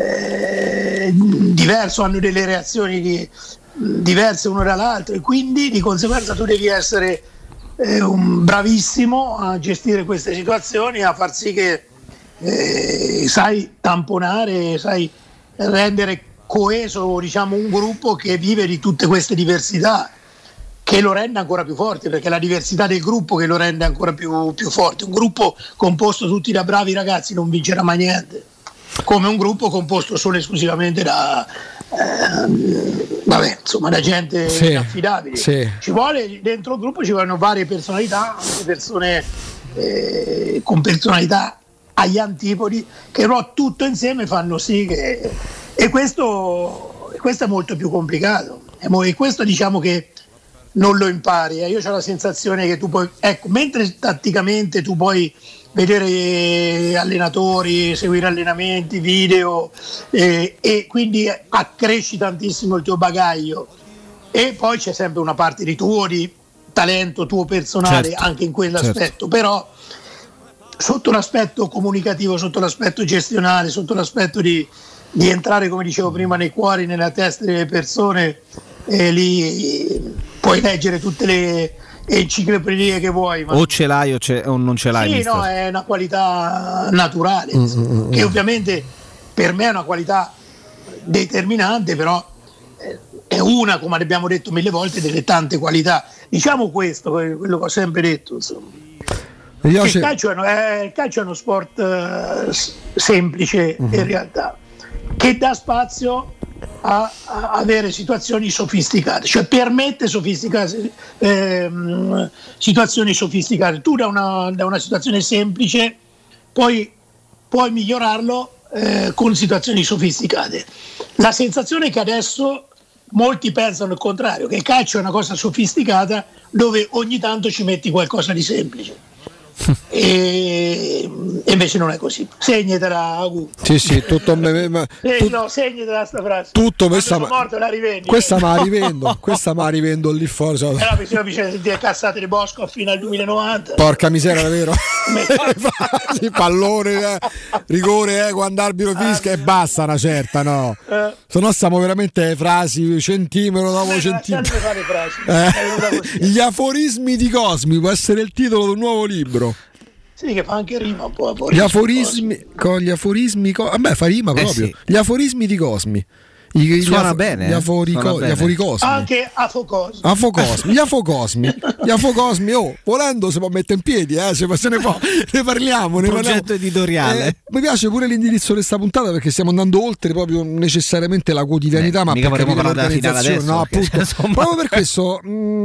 [SPEAKER 8] diverso, hanno delle reazioni diverse uno dall'altro e quindi di conseguenza tu devi essere bravissimo a gestire queste situazioni, a far sì che sai tamponare, sai rendere coeso, diciamo, un gruppo che vive di tutte queste diversità, che lo rende ancora più forte, perché è la diversità del gruppo che lo rende ancora più forte. Un gruppo composto tutti da bravi ragazzi non vincerà mai niente, come un gruppo composto solo e esclusivamente da da gente inaffidabile. Ci vuole, dentro il gruppo ci vogliono varie personalità, anche persone con personalità agli antipodi, che però tutto insieme fanno sì che... E questo è molto più complicato, e questo diciamo che non lo impari. Io ho la sensazione che tu puoi, ecco, mentre tatticamente tu puoi vedere allenatori, seguire allenamenti, video e quindi accresci tantissimo il tuo bagaglio, e poi c'è sempre una parte di tuo di talento tuo personale, anche in quell'aspetto, però sotto l'aspetto comunicativo, sotto l'aspetto gestionale, sotto l'aspetto di entrare, come dicevo prima, nei cuori, nella testa delle persone, lì puoi leggere tutte le enciclopedie che vuoi, ma
[SPEAKER 5] o ce l'hai o non ce l'hai.
[SPEAKER 8] Sì, no, è una qualità naturale, che ovviamente per me è una qualità determinante, però è una, come abbiamo detto mille volte, delle tante qualità. Diciamo questo, quello che ho sempre detto, insomma. Il calcio è uno sport semplice in realtà, che dà spazio a avere situazioni sofisticate, cioè permette situazioni sofisticate. Tu da una situazione semplice puoi migliorarlo con situazioni sofisticate. La sensazione è che adesso molti pensano il contrario, che il calcio è una cosa sofisticata dove ogni tanto ci metti qualcosa di semplice. e invece non è così. Segnatela, Agu.
[SPEAKER 3] Sì, tutto
[SPEAKER 8] no, segnatela sta frase.
[SPEAKER 3] Tutto
[SPEAKER 8] morto la rivendi.
[SPEAKER 3] Questa me la rivendo lì fuori.
[SPEAKER 8] Bisogna sentire cazzate di Bosco fino al 2090.
[SPEAKER 3] Porca miseria, davvero. Pallone, rigore, quando arbitro fischia e basta una certa, no? Se no stiamo veramente frasi centimetro dopo centimetro. Gli aforismi di Cosmi può essere il titolo di un nuovo libro.
[SPEAKER 8] Sì, che fa anche rima un po'.
[SPEAKER 3] Gli aforismi con gli aforismi. A me fa rima proprio. Sì. Gli aforismi di Cosmi.
[SPEAKER 5] Suona bene.
[SPEAKER 3] Gli aforicosmi.
[SPEAKER 8] Anche
[SPEAKER 3] Gli afocosmi. Volendo si può mettere in piedi, se ne può. Ne parliamo.
[SPEAKER 5] Progetto editoriale.
[SPEAKER 3] Mi piace pure l'indirizzo di questa puntata perché stiamo andando oltre proprio necessariamente la quotidianità, ma
[SPEAKER 5] mica vorremmo parlare della finale adesso.
[SPEAKER 3] No, appunto. Proprio per questo.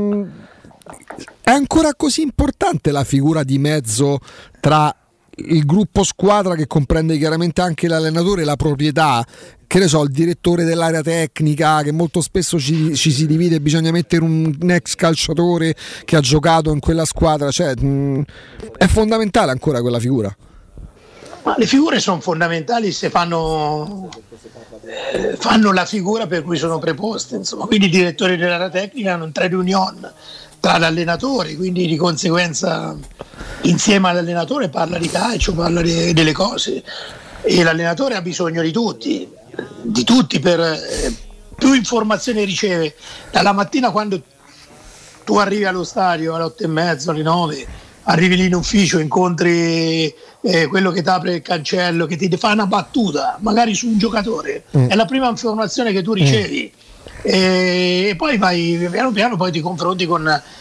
[SPEAKER 3] È ancora così importante la figura di mezzo tra il gruppo squadra, che comprende chiaramente anche l'allenatore e la proprietà, che ne so, il direttore dell'area tecnica, che molto spesso ci si divide, bisogna mettere un ex calciatore che ha giocato in quella squadra, cioè è fondamentale ancora quella figura.
[SPEAKER 8] Ma le figure sono fondamentali se fanno la figura per cui sono preposte, insomma. Quindi i direttori dell'area tecnica hanno un trade union tra l'allenatore, quindi di conseguenza insieme all'allenatore parla di calcio, parla delle cose, e l'allenatore ha bisogno di tutti per più informazioni riceve. Dalla mattina, quando tu arrivi allo stadio alle 8:30, alle 9, arrivi lì in ufficio, incontri quello che ti apre il cancello, che ti fa una battuta magari su un giocatore, è la prima informazione che tu ricevi. E poi vai piano piano, poi ti confronti con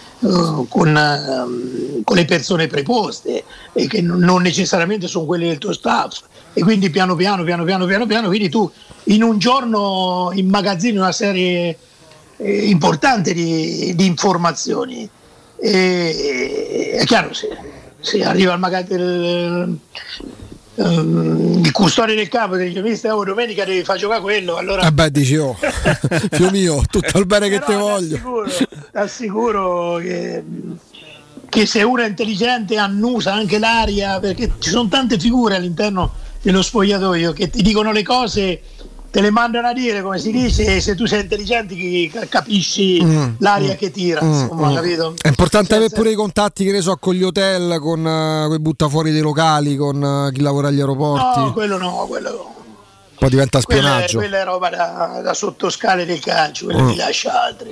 [SPEAKER 8] le persone preposte, e che non necessariamente sono quelle del tuo staff, e quindi piano piano quindi tu in un giorno immagazzini una serie importante di informazioni. E è chiaro, se arriva al magazzino il custode del campo e dice: mister, domenica devi far giocare quello, allora
[SPEAKER 3] dici, figlio mio, tutto il bene che te voglio.
[SPEAKER 8] T'assicuro che se uno è intelligente annusa anche l'aria, perché ci sono tante figure all'interno dello spogliatoio che ti dicono le cose, te le mandano a dire, come si dice, e se tu sei intelligente capisci l'aria che tira, insomma, capito?
[SPEAKER 3] È importante avere pure i contatti, che ne so, con gli hotel, con quei buttafuori dei locali, con chi lavora agli aeroporti.
[SPEAKER 8] No, quello
[SPEAKER 3] poi diventa spionaggio.
[SPEAKER 8] Quella è roba da sottoscale del calcio, quella li lascia altri.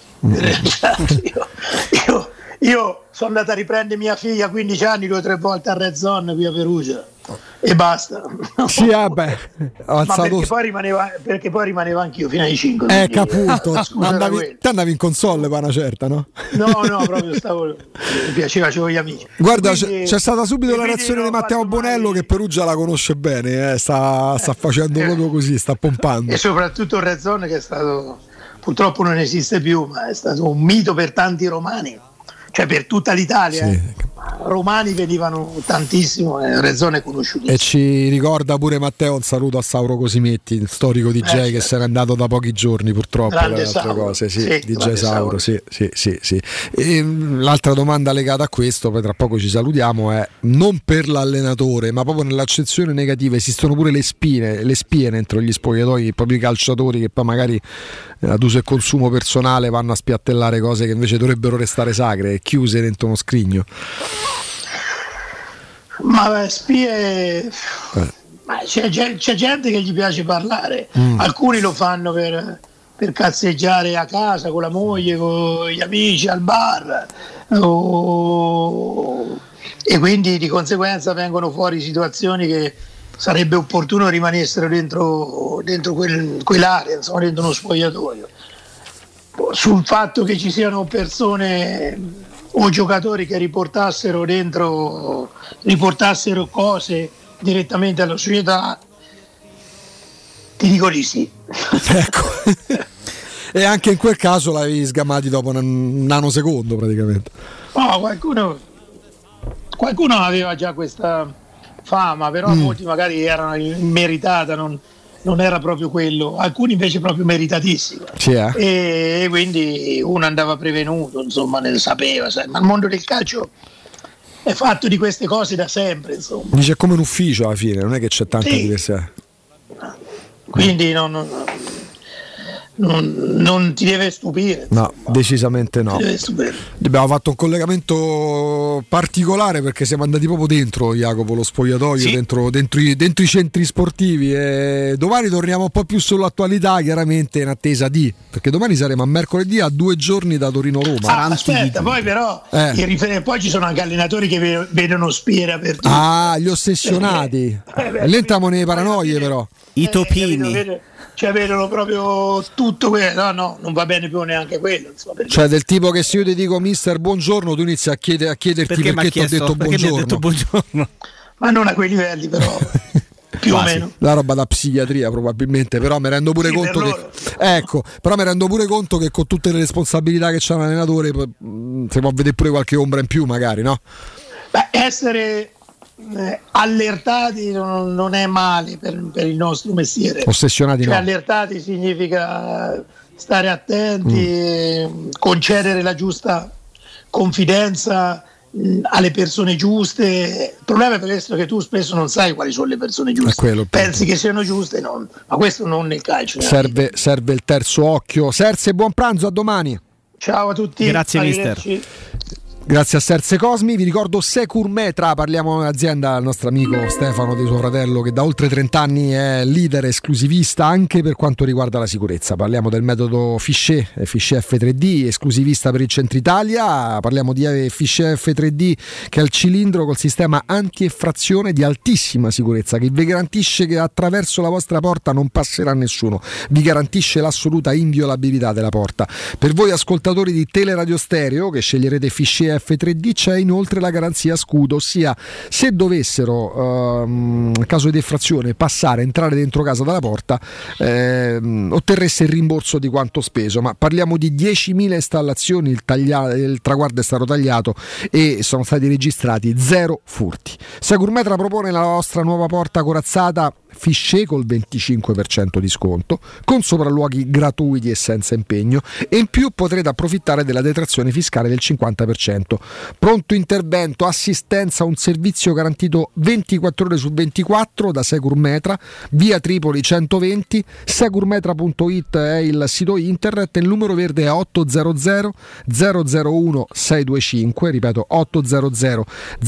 [SPEAKER 8] Io sono andato a riprendere mia figlia a 15 anni 2 o 3 volte a Red Zone qui a Perugia e basta.
[SPEAKER 3] Sì, ma
[SPEAKER 8] perché poi rimaneva anch'io fino ai 5.
[SPEAKER 3] Appunto. Te andavi in console per una certa, no?
[SPEAKER 8] No, proprio mi piaceva, c'avevo gli amici.
[SPEAKER 3] Guarda, c'è stata subito la reazione di Matteo Bonello, che Perugia la conosce bene, sta facendo proprio così, sta pompando.
[SPEAKER 8] E soprattutto il Red Zone, che è stato, purtroppo non esiste più, ma è stato un mito per tanti romani, cioè per tutta l'Italia. Sì. Romani venivano tantissimo, Rezzone è conosciuto.
[SPEAKER 3] E ci ricorda pure Matteo, un saluto a Sauro Cosimetti, il storico DJ che se n'è andato da pochi giorni purtroppo per altre cose. DJ Sauro, sì. E l'altra domanda legata a questo, poi tra poco ci salutiamo, è non per l'allenatore, ma proprio nell'accezione negativa. Esistono pure le spie dentro gli spogliatoi, proprio i calciatori che poi magari ad uso e consumo personale vanno a spiattellare cose che invece dovrebbero restare sacre, chiuse dentro uno scrigno.
[SPEAKER 8] Ma spie, ma c'è gente che gli piace parlare, alcuni lo fanno per cazzeggiare a casa con la moglie, con gli amici al bar, e quindi di conseguenza vengono fuori situazioni che sarebbe opportuno rimanessero dentro quell'area, insomma, dentro uno spogliatoio. Sul fatto che ci siano persone o giocatori che riportassero cose direttamente alla società, ti dico di sì.
[SPEAKER 3] Ecco. E anche in quel caso l'avevi sgamati dopo un nanosecondo praticamente.
[SPEAKER 8] No, qualcuno aveva già questa fama, però molti magari erano immeritata, non era proprio quello, alcuni invece proprio meritatissimo. E quindi uno andava prevenuto, insomma, ne sapeva, sai. Ma il mondo del calcio è fatto di queste cose da sempre, insomma.
[SPEAKER 3] Dice è come un ufficio alla fine, non è che c'è tanta diversa.
[SPEAKER 8] Quindi non ti deve stupire.
[SPEAKER 3] No, decisamente no. Abbiamo fatto un collegamento particolare perché siamo andati proprio dentro, Jacopo, lo spogliatoio, sì? dentro i centri sportivi, e domani torniamo un po' più sull'attualità, chiaramente in attesa perché domani saremo a mercoledì, a 2 giorni da Torino-Roma.
[SPEAKER 8] Aspetta, poi però poi ci sono anche allenatori che vedono Spiera per tutto.
[SPEAKER 3] Gli ossessionati. Lì entriamo nelle paranoie, però.
[SPEAKER 5] I topini.
[SPEAKER 8] Cioè vedono proprio tutto quello, no, non va bene più neanche quello, insomma,
[SPEAKER 3] cioè del tipo che se io ti dico mister buongiorno, tu inizi a chiederti perché ti ho detto buongiorno.
[SPEAKER 8] Ma non a quei livelli, però più o meno.
[SPEAKER 3] La roba da psichiatria probabilmente, però mi rendo pure conto che con tutte le responsabilità che c'ha un allenatore si può vedere pure qualche ombra in più magari, no?
[SPEAKER 8] Beh, essere allertati non è male per il nostro mestiere.
[SPEAKER 3] Ossessionati,
[SPEAKER 8] cioè,
[SPEAKER 3] no.
[SPEAKER 8] Allertati significa stare attenti, concedere la giusta confidenza alle persone giuste. Il problema è per questo che tu spesso non sai quali sono le persone giuste, pensi che siano giuste, ma questo non nel calcio.
[SPEAKER 3] Serve il terzo occhio. Serse, buon pranzo, a domani.
[SPEAKER 8] Ciao a tutti.
[SPEAKER 5] Grazie mister.
[SPEAKER 3] Grazie a Serse Cosmi, vi ricordo Securmetra, parliamo dell'azienda del nostro amico Stefano, di suo fratello, che da oltre 30 anni è leader esclusivista anche per quanto riguarda la sicurezza. Parliamo del metodo Fichet F3D, esclusivista per il centro Italia. Parliamo di Fichet F3D che è il cilindro col sistema anti-effrazione di altissima sicurezza, che vi garantisce che attraverso la vostra porta non passerà nessuno, vi garantisce l'assoluta inviolabilità della porta. Per voi ascoltatori di Teleradio Stereo che sceglierete Fichet F3D c'è inoltre la garanzia scudo, ossia se dovessero in caso di effrazione entrare dentro casa dalla porta, otterreste il rimborso di quanto speso. Ma parliamo di 10.000 installazioni, il traguardo è stato tagliato e sono stati registrati 0 furti. Securmetra propone la vostra nuova porta corazzata Fichet col 25% di sconto, con sopralluoghi gratuiti e senza impegno, e in più potrete approfittare della detrazione fiscale del 50%. Pronto intervento, assistenza, un servizio garantito 24 ore su 24 da Securmetra, via Tripoli 120. Securmetra.it è il sito internet e il numero verde è 800 001 625, ripeto 800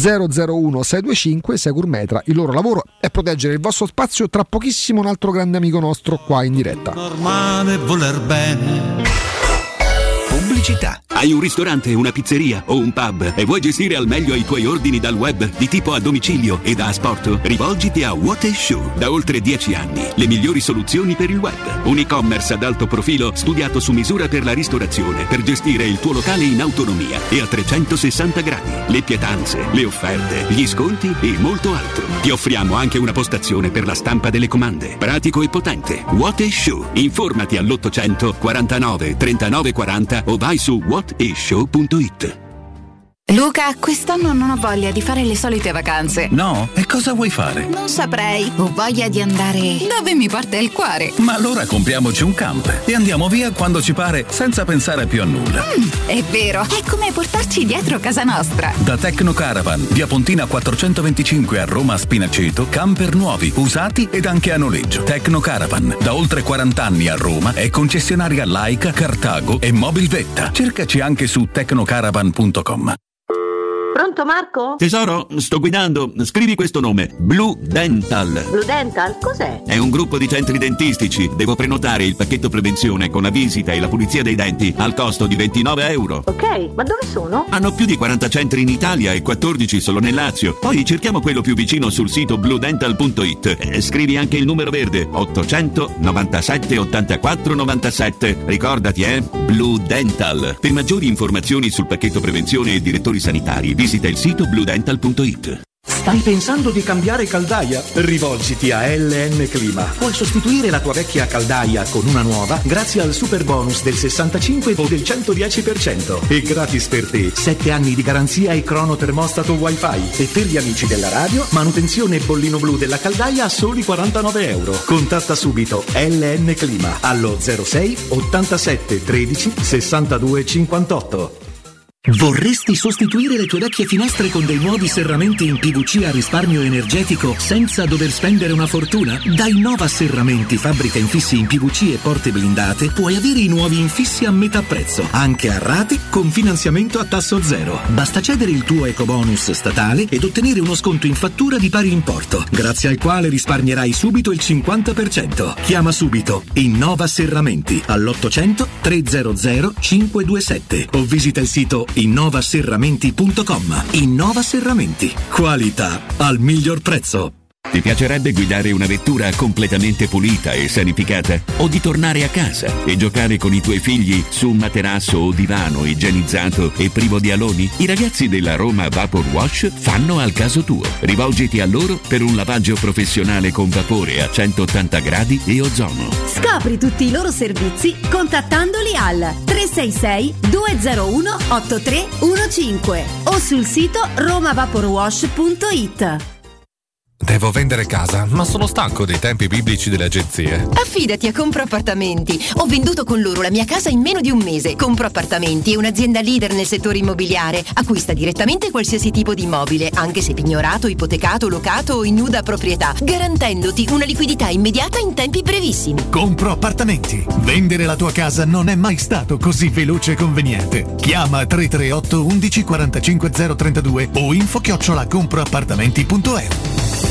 [SPEAKER 3] 001 625. Securmetra, il loro lavoro è proteggere il vostro spazio. Tra pochissimo un altro grande amico nostro qua in diretta.
[SPEAKER 1] Normale voler bene. Pubblicità.
[SPEAKER 12] Hai un ristorante, una pizzeria o un pub e vuoi gestire al meglio i tuoi ordini dal web, di tipo a domicilio e da asporto? Rivolgiti a What is Show. Da oltre 10 anni, le migliori soluzioni per il web. Un e-commerce ad alto profilo studiato su misura per la ristorazione, per gestire il tuo locale in autonomia e a 360 gradi. Le pietanze, le offerte, gli sconti e molto altro. Ti offriamo anche una postazione per la stampa delle comande. Pratico e potente. What is Show. Informati all'800 49 39 40 o vai su whatishow.it.
[SPEAKER 10] Luca, quest'anno non ho voglia di fare le solite vacanze.
[SPEAKER 1] No? E cosa vuoi fare?
[SPEAKER 10] Non saprei. Ho voglia di andare dove mi porta il cuore.
[SPEAKER 1] Ma allora compriamoci un camper e andiamo via quando ci pare, senza pensare più a nulla.
[SPEAKER 10] È vero, è come portarci dietro casa nostra.
[SPEAKER 1] Da Tecnocaravan, via Pontina 425 a Roma Spinaceto, camper nuovi, usati ed anche a noleggio. Tecnocaravan, da oltre 40 anni a Roma, è concessionaria Laika, Cartago e Mobilvetta. Cercaci anche su tecnocaravan.com.
[SPEAKER 17] Pronto Marco?
[SPEAKER 12] Tesoro, sto guidando. Scrivi questo nome: Blue Dental.
[SPEAKER 17] Blue Dental? Cos'è?
[SPEAKER 12] È un gruppo di centri dentistici. Devo prenotare il pacchetto prevenzione con la visita e la pulizia dei denti al costo di €29.
[SPEAKER 17] Ok, ma dove sono?
[SPEAKER 12] Hanno più di 40 centri in Italia e 14 solo nel Lazio. Poi cerchiamo quello più vicino sul sito bluedental.it. Scrivi anche il numero verde: 800 97 84 97. Ricordati, Blue Dental. Per maggiori informazioni sul pacchetto prevenzione e direttori sanitari, visita il sito bluedental.it.
[SPEAKER 14] Stai pensando di cambiare caldaia? Rivolgiti a LN Clima. Puoi sostituire la tua vecchia caldaia con una nuova grazie al super bonus del 65 o del 110%. E gratis per te 7 anni di garanzia e cronotermostato wifi. E per gli amici della radio, manutenzione e bollino blu della caldaia a soli €49. Contatta subito LN Clima allo 06 87 13 62 58.
[SPEAKER 11] Vorresti sostituire le tue vecchie finestre con dei nuovi serramenti in PVC a risparmio energetico senza dover spendere una fortuna? Da Innova Serramenti, fabbrica infissi in PVC e porte blindate, puoi avere i nuovi infissi a metà prezzo, anche a rate con finanziamento a tasso zero. Basta cedere il tuo ecobonus statale ed ottenere uno sconto in fattura di pari importo, grazie al quale risparmierai subito il 50%. Chiama subito Innova Serramenti all'800 300 527 o visita il sito innovaserramenti.com. Innova Serramenti, qualità al miglior prezzo.
[SPEAKER 12] Ti piacerebbe guidare una vettura completamente pulita e sanificata? O di tornare a casa e giocare con i tuoi figli su un materasso o divano igienizzato e privo di aloni? I ragazzi della Roma Vapor Wash fanno al caso tuo. Rivolgiti a loro per un lavaggio professionale con vapore a 180 gradi e ozono.
[SPEAKER 2] Scopri tutti i loro servizi contattandoli al 366 201 8315 o sul sito romavaporwash.it.
[SPEAKER 9] Devo vendere casa, ma sono stanco dei tempi biblici delle agenzie.
[SPEAKER 13] Affidati a Compro Appartamenti. Ho venduto con loro la mia casa in meno di un mese. Compro Appartamenti è un'azienda leader nel settore immobiliare. Acquista direttamente qualsiasi tipo di immobile, anche se pignorato, ipotecato, locato o in nuda proprietà, garantendoti una liquidità immediata in tempi brevissimi.
[SPEAKER 20] Compro Appartamenti. Vendere la tua casa non è mai stato così veloce e conveniente. Chiama 338 11 45 032 o info@comproappartamenti.eu.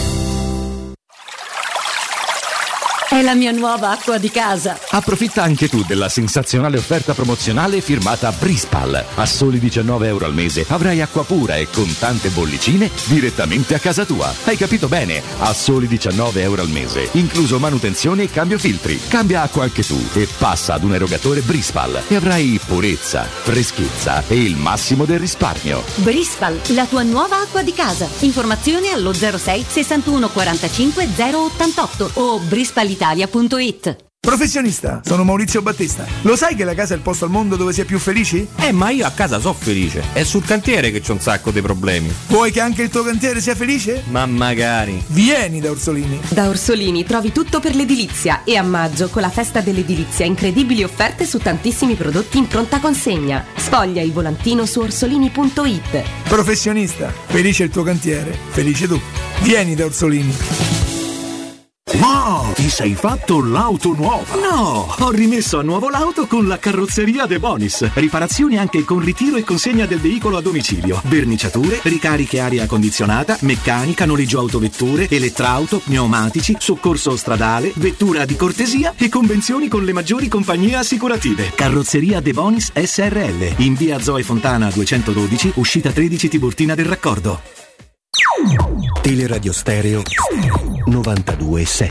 [SPEAKER 2] È la mia nuova acqua di casa.
[SPEAKER 25] Approfitta anche tu della sensazionale offerta promozionale firmata Brispal. A soli €19 al mese avrai acqua pura e con tante bollicine direttamente a casa tua. Hai capito bene? A soli €19 al mese, incluso manutenzione e cambio filtri. Cambia acqua anche tu e passa ad un erogatore Brispal e avrai purezza, freschezza e il massimo del risparmio.
[SPEAKER 2] Brispal, la tua nuova acqua di casa. Informazioni allo 06 61 45 088 o brispalitalia.it.
[SPEAKER 26] Professionista, sono Maurizio Battista. Lo sai che la casa è il posto al mondo dove si è più felici?
[SPEAKER 27] Ma io a casa so felice. È sul cantiere che c'ho un sacco di problemi.
[SPEAKER 26] Vuoi che anche il tuo cantiere sia felice?
[SPEAKER 27] Ma magari.
[SPEAKER 26] Vieni da Orsolini.
[SPEAKER 22] Da Orsolini trovi tutto per l'edilizia e a maggio, con la festa dell'edilizia, incredibili offerte su tantissimi prodotti in pronta consegna. Sfoglia il volantino su orsolini.it.
[SPEAKER 26] Professionista, felice il tuo cantiere, felice tu. Vieni da Orsolini.
[SPEAKER 11] Wow, ti sei fatto l'auto nuova? No, ho rimesso a nuovo l'auto con la carrozzeria De Bonis. Riparazioni anche con ritiro e consegna del veicolo a domicilio. Verniciature, ricariche aria condizionata, meccanica, noleggio autovetture, elettrauto, pneumatici, soccorso stradale, vettura di cortesia e convenzioni con le maggiori compagnie assicurative. Carrozzeria De Bonis SRL, in via Zoe Fontana 212, uscita 13 Tiburtina del Raccordo.
[SPEAKER 28] Teleradio Stereo 92.7.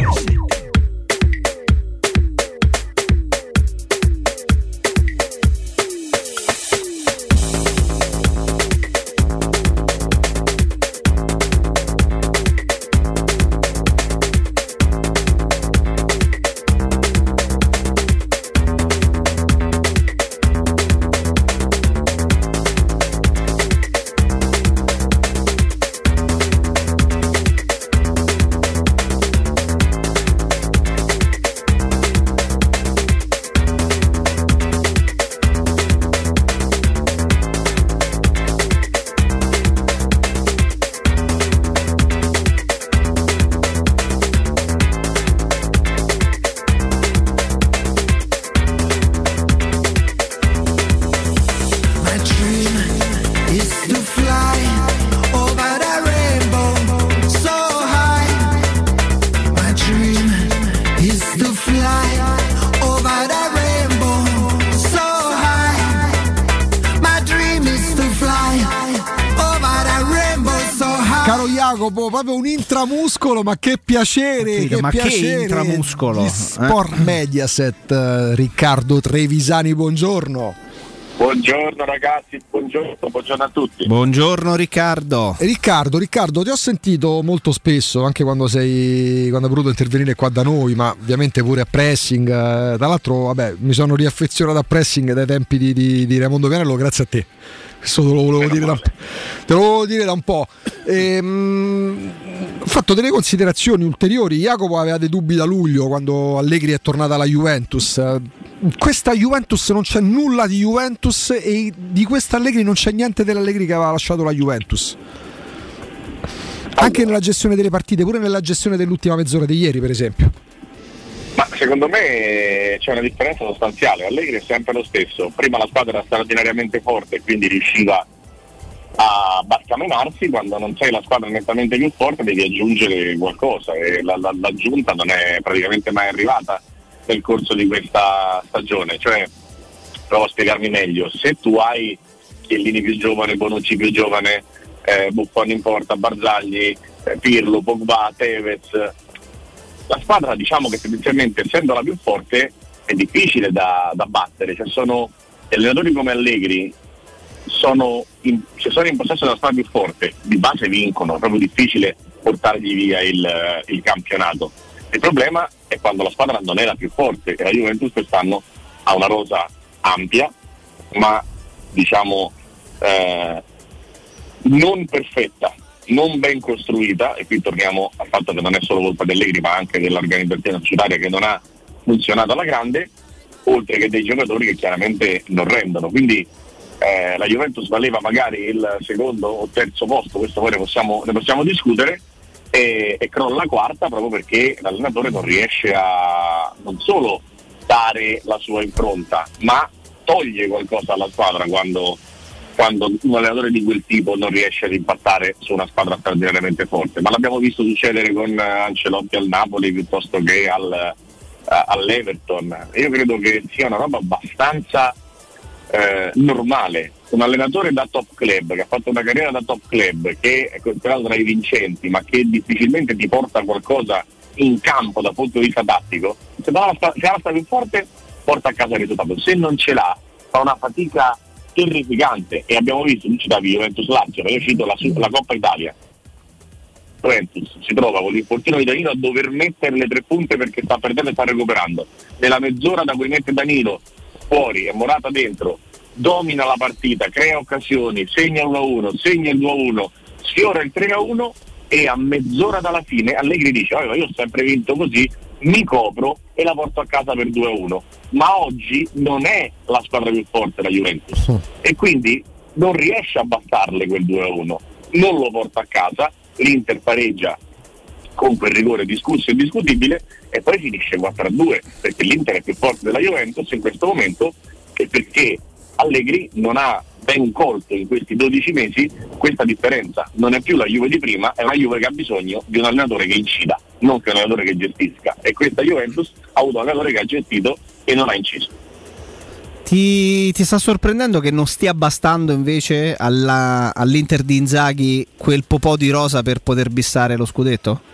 [SPEAKER 3] Proprio un intramuscolo, ma che piacere,
[SPEAKER 5] ma
[SPEAKER 3] piacere.
[SPEAKER 5] Che intramuscolo
[SPEAKER 3] di Sport Mediaset. Riccardo Trevisani, buongiorno.
[SPEAKER 29] Buongiorno ragazzi, buongiorno a tutti.
[SPEAKER 5] Buongiorno Riccardo,
[SPEAKER 3] ti ho sentito molto spesso, anche quando hai voluto intervenire qua da noi, ma ovviamente pure a pressing. Tra l'altro, mi sono riaffezionato a pressing dai tempi di Raimondo Pianello, grazie a te. Questo te lo volevo dire da un po'. Ho fatto delle considerazioni ulteriori. Jacopo aveva dei dubbi da luglio, quando Allegri è tornato alla Juventus. questa Juventus non c'è nulla di Juventus, e di questa Allegri non c'è niente dell'Allegri che aveva lasciato la Juventus, anche nella gestione delle partite, pure nella gestione dell'ultima mezz'ora di ieri per esempio.
[SPEAKER 29] Ma secondo me c'è una differenza sostanziale. Allegri è sempre lo stesso: prima la squadra era straordinariamente forte e quindi riusciva a barcamenarsi, quando non sei la squadra nettamente più forte devi aggiungere qualcosa, e l'aggiunta non è praticamente mai arrivata nel corso di questa stagione. Cioè, provo a spiegarmi meglio: se tu hai Chiellini più giovane, Bonucci più giovane, Buffon in porta, Barzagli, Pirlo, Pogba, Tevez, la squadra, diciamo che tendenzialmente, essendo la più forte, è difficile da battere. Cioè, sono allenatori come Allegri, sono in possesso della squadra più forte, di base vincono, è proprio difficile portargli via il campionato. Il problema è quando la squadra non è la più forte, e la Juventus quest'anno ha una rosa ampia, ma diciamo non perfetta, non ben costruita, e qui torniamo al fatto che non è solo colpa dell'Allegri ma anche dell'organizzazione societaria che non ha funzionato alla grande, oltre che dei giocatori che chiaramente non rendono. Quindi la Juventus valeva magari il secondo o terzo posto, questo poi ne possiamo discutere, e crolla quarta proprio perché l'allenatore non riesce a non solo dare la sua impronta, ma toglie qualcosa alla squadra quando un allenatore di quel tipo non riesce ad impattare su una squadra straordinariamente forte. Ma l'abbiamo visto succedere con Ancelotti al Napoli piuttosto che all'Everton. Io credo che sia una roba abbastanza normale. Un allenatore da top club, che ha fatto una carriera da top club, che è considerato tra i vincenti, ma che difficilmente ti porta qualcosa in campo dal punto di vista tattico, se ha la sta più forte porta a casa il risultato. Se non ce l'ha, fa una fatica terrificante. E abbiamo visto, tu citavi Juventus Lazio, ma io cito la Coppa Italia. Juventus si trova con l'infortunio di Danilo a dover mettere le 3 punte perché sta perdendo e sta recuperando. Nella mezz'ora da cui mette Danilo fuori e Morata dentro, domina la partita, crea occasioni, segna il 1-1, segna il 2-1, sfiora il 3-1, e a mezz'ora dalla fine Allegri dice: io ho sempre vinto così, mi copro e la porto a casa per 2-1. Ma oggi non è la squadra più forte la Juventus, e quindi non riesce a battarle quel 2-1, non lo porta a casa. L'Inter pareggia con quel rigore discusso e discutibile, e poi finisce 4-2, perché l'Inter è più forte della Juventus in questo momento, e perché Allegri non ha ben colto in questi 12 mesi questa differenza. Non è più la Juve di prima, è una Juve che ha bisogno di un allenatore che incida, non che un allenatore che gestisca, e questa Juventus ha avuto un allenatore che ha gestito e non ha inciso.
[SPEAKER 5] Ti sta sorprendendo che non stia bastando invece all'Inter di Inzaghi quel po' di rosa per poter bissare lo scudetto?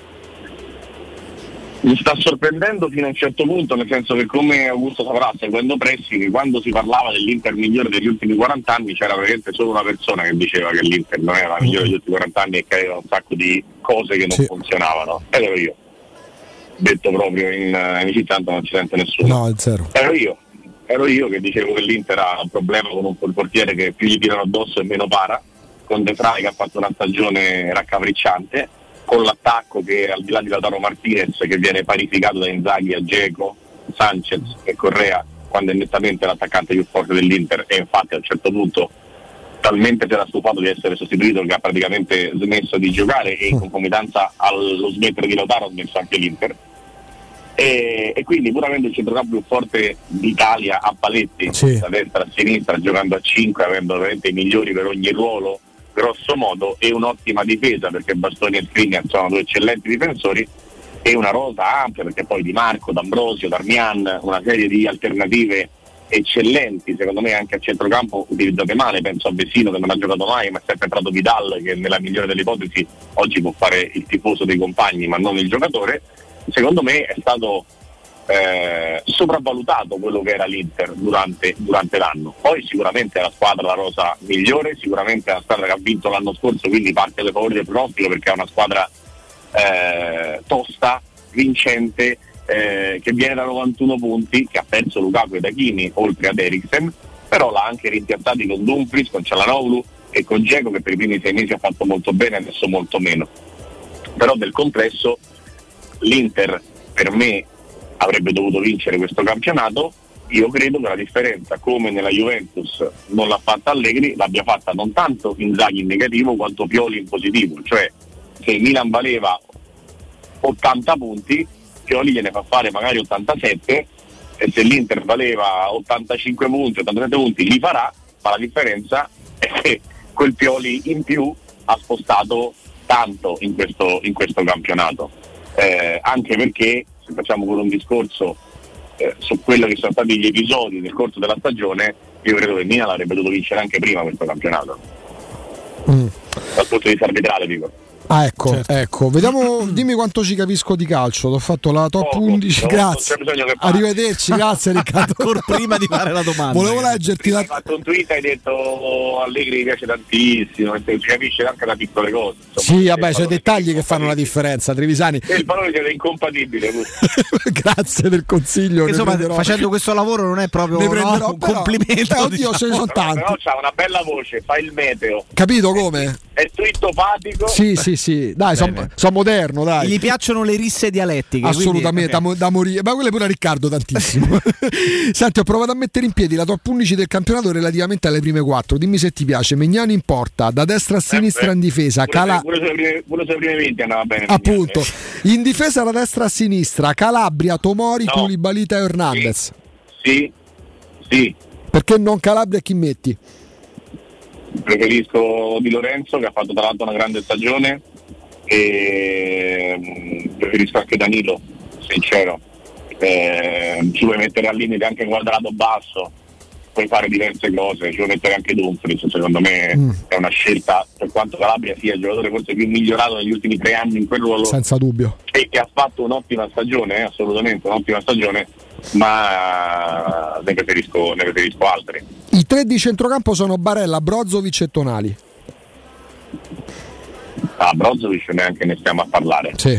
[SPEAKER 29] Mi sta sorprendendo fino a un certo punto, nel senso che, come Augusto saprà seguendo Pressing, quando si parlava dell'Inter migliore degli ultimi 40 anni c'era veramente solo una persona che diceva che l'Inter non era la migliore degli ultimi 40 anni e che aveva un sacco di cose che non funzionavano, ed ero io, detto proprio in amicizia, tanto non ci sente nessuno.
[SPEAKER 3] No, è zero.
[SPEAKER 29] Ero io che dicevo che l'Inter ha un problema con un portiere che più gli tirano addosso e meno para, con De Vrij che ha fatto una stagione raccapricciante, con l'attacco che, al di là di Lautaro Martinez, che viene parificato da Inzaghi a Dzeko, Sanchez e Correa, quando è nettamente l'attaccante più forte dell'Inter, e infatti a un certo punto talmente si era stufato di essere sostituito che ha praticamente smesso di giocare, e in concomitanza allo smettere di Lautaro ha smesso anche l'Inter. E quindi, pur avendo il centrocampo più forte d'Italia a paletti, da destra a sinistra, giocando a 5, avendo veramente i migliori per ogni ruolo grosso modo, e un'ottima difesa, perché Bastoni e Skriniar sono 2 eccellenti difensori, e una rosa ampia, perché poi Di Marco, D'Ambrosio, Darmian, una serie di alternative eccellenti, secondo me anche a centrocampo utilizzate male. Penso a Vesino, che non ha giocato mai, ma è sempre entrato Vidal, che nella migliore delle ipotesi oggi può fare il tifoso dei compagni ma non il giocatore. Secondo me è stato sopravvalutato quello che era l'Inter durante l'anno. Poi sicuramente è la squadra, la rosa migliore, sicuramente è la squadra che ha vinto l'anno scorso, quindi parte alle favori del pronostico, perché è una squadra tosta, vincente, che viene da 91 punti, che ha perso Lukaku e Hakimi oltre ad Eriksen, però l'ha anche rimpiazzati con Dumfries, con Çalhanoğlu e con Dzeko, che per i primi 6 mesi ha fatto molto bene, adesso molto meno. Però del complesso l'Inter per me avrebbe dovuto vincere questo campionato, io credo che la differenza, come nella Juventus non l'ha fatta Allegri, l'abbia fatta non tanto Inzaghi in negativo quanto Pioli in positivo, cioè se il Milan valeva 80 punti, Pioli gliene fa fare magari 87, e se l'Inter valeva 85 punti, 87 punti li farà, ma la differenza è che quel Pioli in più ha spostato tanto in questo campionato, anche perché se facciamo pure un discorso su quello che sono stati gli episodi nel corso della stagione, io credo che Milan avrebbe dovuto vincere anche prima questo campionato dal punto di vista arbitrale, dico.
[SPEAKER 3] Ah, ecco, ecco, vediamo, dimmi quanto ci capisco di calcio. Ti ho fatto la top 11, grazie. Arrivederci, grazie Riccardo.
[SPEAKER 5] Ancora prima di fare la domanda.
[SPEAKER 3] Volevo leggerti
[SPEAKER 29] Hai fatto un tweet, hai detto Allegri mi piace tantissimo, e si capisce anche da piccole cose. Insomma,
[SPEAKER 3] sì, vabbè, c'è dettagli che fanno la differenza, Trevisani.
[SPEAKER 29] E il valore siete incompatibile.
[SPEAKER 3] Grazie del consiglio.
[SPEAKER 5] Insomma, facendo questo lavoro non è proprio un complimento.
[SPEAKER 3] Oddio, ce ne sono tanti.
[SPEAKER 29] Però c'ha una bella voce, fa il meteo.
[SPEAKER 3] Capito come?
[SPEAKER 29] È twittopatico.
[SPEAKER 3] Sì, dai, sono moderno, dai.
[SPEAKER 5] Gli piacciono le risse dialettiche.
[SPEAKER 3] Assolutamente, da morire. Ma quelle pure a Riccardo tantissimo. Senti, ho provato a mettere in piedi la top 11 del campionato relativamente alle prime 4. Dimmi se ti piace. Megnani in porta, da destra a sinistra in difesa.
[SPEAKER 29] Pure sulle prime 20 andava bene.
[SPEAKER 3] Appunto. In difesa da destra a sinistra, Calabria, Tomori, Koulibaly, Teo Hernandez.
[SPEAKER 29] Sì.
[SPEAKER 3] Perché non Calabria e chi metti?
[SPEAKER 29] Preferisco Di Lorenzo, che ha fatto tra l'altro una grande stagione, e preferisco anche Danilo, sincero. Ci puoi mettere al limite anche Quadrato basso, puoi fare diverse cose, ci puoi mettere anche Dumfries, secondo me è una scelta, per quanto Calabria sia il giocatore forse più migliorato negli ultimi 3 anni in quel ruolo,
[SPEAKER 3] senza dubbio,
[SPEAKER 29] e che ha fatto un'ottima stagione, assolutamente un'ottima stagione, ma ne preferisco altri.
[SPEAKER 3] I 3 di centrocampo sono Barella, Brozovic e Tonali.
[SPEAKER 29] Brozovic neanche ne stiamo a parlare.
[SPEAKER 3] Sì.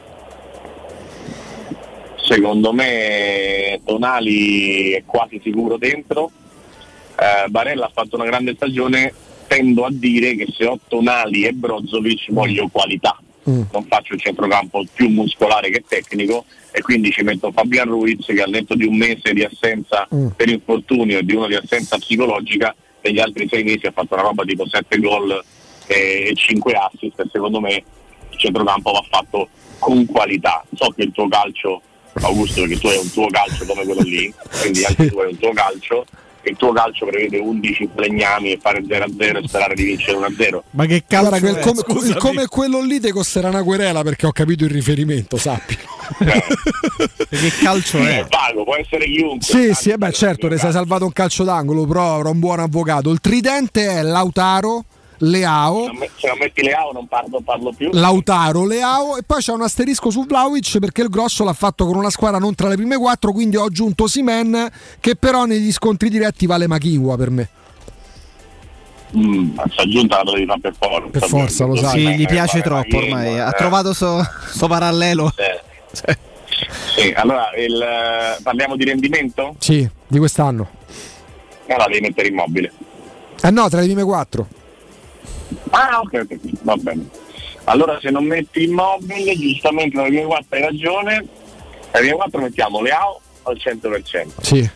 [SPEAKER 29] Secondo me Tonali è quasi sicuro dentro. Barella ha fatto una grande stagione, tendo a dire che se ho Tonali e Brozovic voglio qualità. Non faccio il centrocampo più muscolare che tecnico, e quindi ci metto Fabian Ruiz, che al netto di un mese di assenza per infortunio e di uno di assenza psicologica, negli altri 6 mesi ha fatto una roba tipo 7 gol e 5 assist, e secondo me il centrocampo va fatto con qualità. So che il tuo calcio, Augusto, perché tu hai un tuo calcio come quello lì, quindi anche tu hai un tuo calcio, il tuo calcio prevede 11 Plegnami e fare 0-0 e sperare di vincere 1-0.
[SPEAKER 3] Ma che calcio è? Come quello lì ti costerà una querela, perché ho capito il riferimento, sappi.
[SPEAKER 5] Che calcio è?
[SPEAKER 29] Vago, può essere chiunque.
[SPEAKER 3] Sì, beh, certo, ne sei salvato un calcio d'angolo, però avrà un buon avvocato. Il tridente è Lautaro, Leao.
[SPEAKER 29] Se non metti Leao non parlo più.
[SPEAKER 3] Lautaro, Leao, e poi c'è un asterisco su Vlahovic, perché il grosso l'ha fatto con una squadra non tra le prime 4, quindi ho aggiunto Osimhen, che però negli scontri diretti vale Machinwa per me.
[SPEAKER 29] Questa aggiunta la dovevi fare per forza.
[SPEAKER 3] Per forza, lo sai.
[SPEAKER 5] Sì, gli piace troppo ormai. Ha trovato sto parallelo.
[SPEAKER 29] Sì, allora parliamo di rendimento?
[SPEAKER 3] Sì, di quest'anno.
[SPEAKER 29] Allora devi mettere Immobile.
[SPEAKER 3] No, tra le prime 4.
[SPEAKER 29] Ah, ok, va bene. Allora se non metti Immobile, giustamente nelle prime 4 hai ragione. Nelle prime 4 mettiamo Leao al 100%.
[SPEAKER 3] Sì.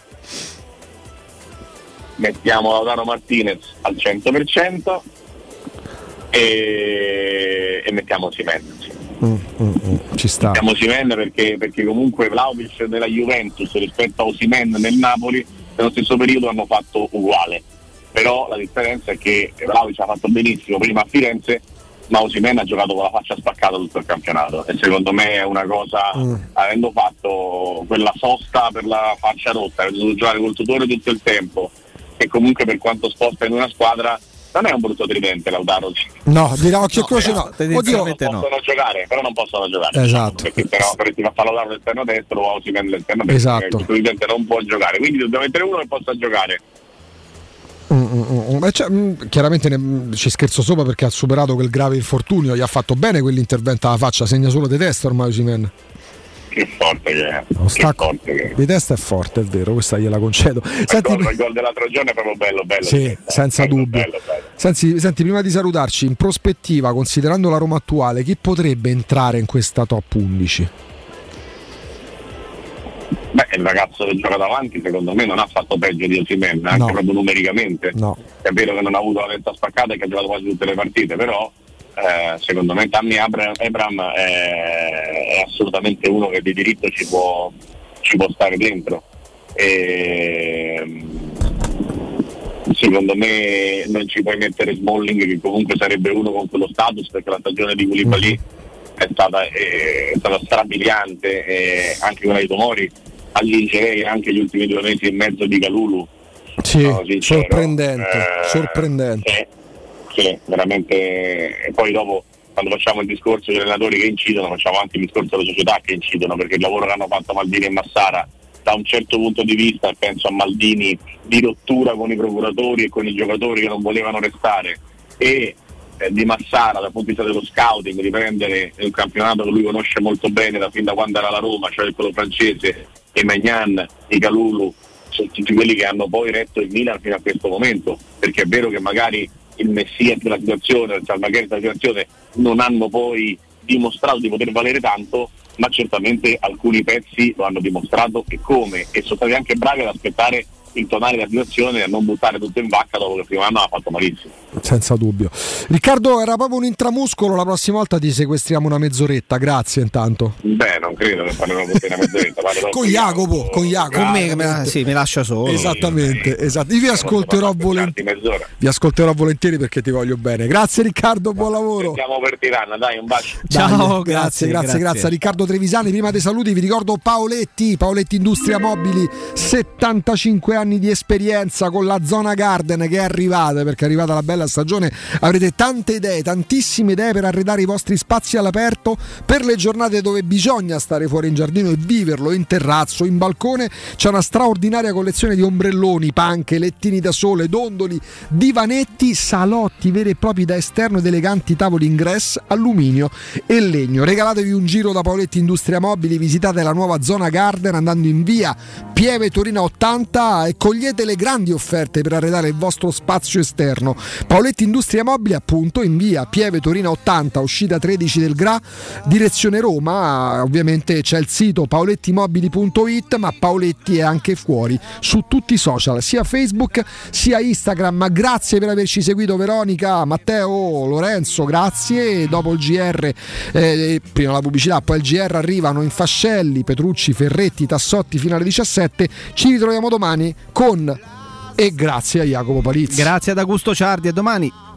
[SPEAKER 29] Mettiamo Lautaro Martinez al 100% e mettiamo Osimhen.
[SPEAKER 3] Ci sta.
[SPEAKER 29] Mettiamo Osimhen perché comunque Vlahovic nella Juventus rispetto a Osimhen nel Napoli nello stesso periodo hanno fatto uguale. Però la differenza è che Vlahovic ha fatto benissimo prima a Firenze, ma Osimhen ha giocato con la faccia spaccata tutto il campionato, e secondo me è una cosa, avendo fatto quella sosta per la faccia rotta, avendo dovuto giocare col tutore tutto il tempo, e comunque per quanto sposta in una squadra non è un brutto tridente Lautaro.
[SPEAKER 3] No, dirà occhio e croce no.
[SPEAKER 29] Oddio, possono giocare, però non possono giocare.
[SPEAKER 3] Esatto.
[SPEAKER 29] Perché però ti fa fare Lautaro l'esterno destro o Osimhen l'esterno destro.
[SPEAKER 3] Esatto.
[SPEAKER 29] Il tridente non può giocare, quindi dobbiamo mettere uno che possa giocare.
[SPEAKER 3] Chiaramente ci scherzo sopra, perché ha superato quel grave infortunio, gli ha fatto bene quell'intervento alla faccia, segna solo di testa ormai Osimhen.
[SPEAKER 29] Che forte che è.
[SPEAKER 3] Lo stacco di testa è forte, è vero, questa gliela concedo. Senti,
[SPEAKER 29] il gol dell'altro giorno è proprio bello.
[SPEAKER 3] Sì, senza dubbio. Bello. Senti, prima di salutarci, in prospettiva, considerando la Roma attuale, chi potrebbe entrare in questa top 11?
[SPEAKER 29] Il ragazzo che gioca davanti secondo me non ha fatto peggio di Osimhen, anche proprio numericamente.
[SPEAKER 3] No.
[SPEAKER 29] È vero che non ha avuto la testa spaccata e che ha giocato quasi tutte le partite, però secondo me Tammy Abraham è assolutamente uno che di diritto ci può stare dentro. Secondo me non ci puoi mettere Smalling, che comunque sarebbe uno con quello status, perché la stagione di Koulibaly è stata strabiliante, e anche quella di Tomori aggiungerei anche gli ultimi 2 mesi e mezzo di Kalulu.
[SPEAKER 3] Sì, sorprendente.
[SPEAKER 29] Sì, veramente. E poi dopo, quando facciamo il discorso degli allenatori che incidono, facciamo anche il discorso delle società che incidono, perché il lavoro che hanno fatto Maldini e Massara da un certo punto di vista, penso a Maldini di rottura con i procuratori e con i giocatori che non volevano restare, e di Massara dal punto di vista dello scouting, di prendere un campionato che lui conosce molto bene da fin da quando era alla Roma, cioè quello francese, e Maignan, e Kalulu, sono tutti quelli che hanno poi retto il Milan fino a questo momento, perché è vero che magari il Messias della situazione, il Salmaguer della situazione non hanno poi dimostrato di poter valere tanto, ma certamente alcuni pezzi lo hanno dimostrato, e come, e sono stati anche bravi ad aspettare il tonale della situazione e a non buttare tutto in vacca dopo che il primo anno ha fatto malissimo.
[SPEAKER 3] Senza dubbio. Riccardo, era proprio un intramuscolo, la prossima volta ti sequestriamo una mezz'oretta, grazie intanto.
[SPEAKER 29] Non credo che parlerò con te una mezz'oretta.
[SPEAKER 3] Con Jacopo. Con me
[SPEAKER 5] mi lascia solo.
[SPEAKER 3] Esattamente, esatto. Io vi ascolterò volentieri perché ti voglio bene. Grazie Riccardo, buon lavoro.
[SPEAKER 29] Siamo per Tirana, dai, un bacio.
[SPEAKER 3] Ciao, grazie. Riccardo Trevisani, prima dei saluti vi ricordo Paoletti Industria Mobili, 75 anni di esperienza con la Zona Garden che è arrivata, perché è arrivata la bella stagione. Avrete tante idee, tantissime idee per arredare i vostri spazi all'aperto per le giornate dove bisogna stare fuori in giardino e viverlo in terrazzo, in balcone. C'è una straordinaria collezione di ombrelloni, panche, lettini da sole, dondoli, divanetti, salotti veri e propri da esterno ed eleganti tavoli in grès, alluminio e legno. Regalatevi un giro da Paoletti Industria Mobili, visitate la nuova Zona Garden andando in via Pieve Torino 80 e cogliete le grandi offerte per arredare il vostro spazio esterno. Paoletti Industria Mobili, appunto, in via Pieve Torino 80, uscita 13 del Gra, direzione Roma. Ovviamente c'è il sito paolettimobili.it, ma Paoletti è anche fuori su tutti i social, sia Facebook sia Instagram. Grazie per averci seguito, Veronica, Matteo, Lorenzo, grazie. Dopo il GR, prima la pubblicità, poi il GR, arrivano in Fascelli, Petrucci, Ferretti, Tassotti fino alle 17. Ci ritroviamo domani con, e grazie a Jacopo Palizzi.
[SPEAKER 5] Grazie ad Augusto Ciardi, e domani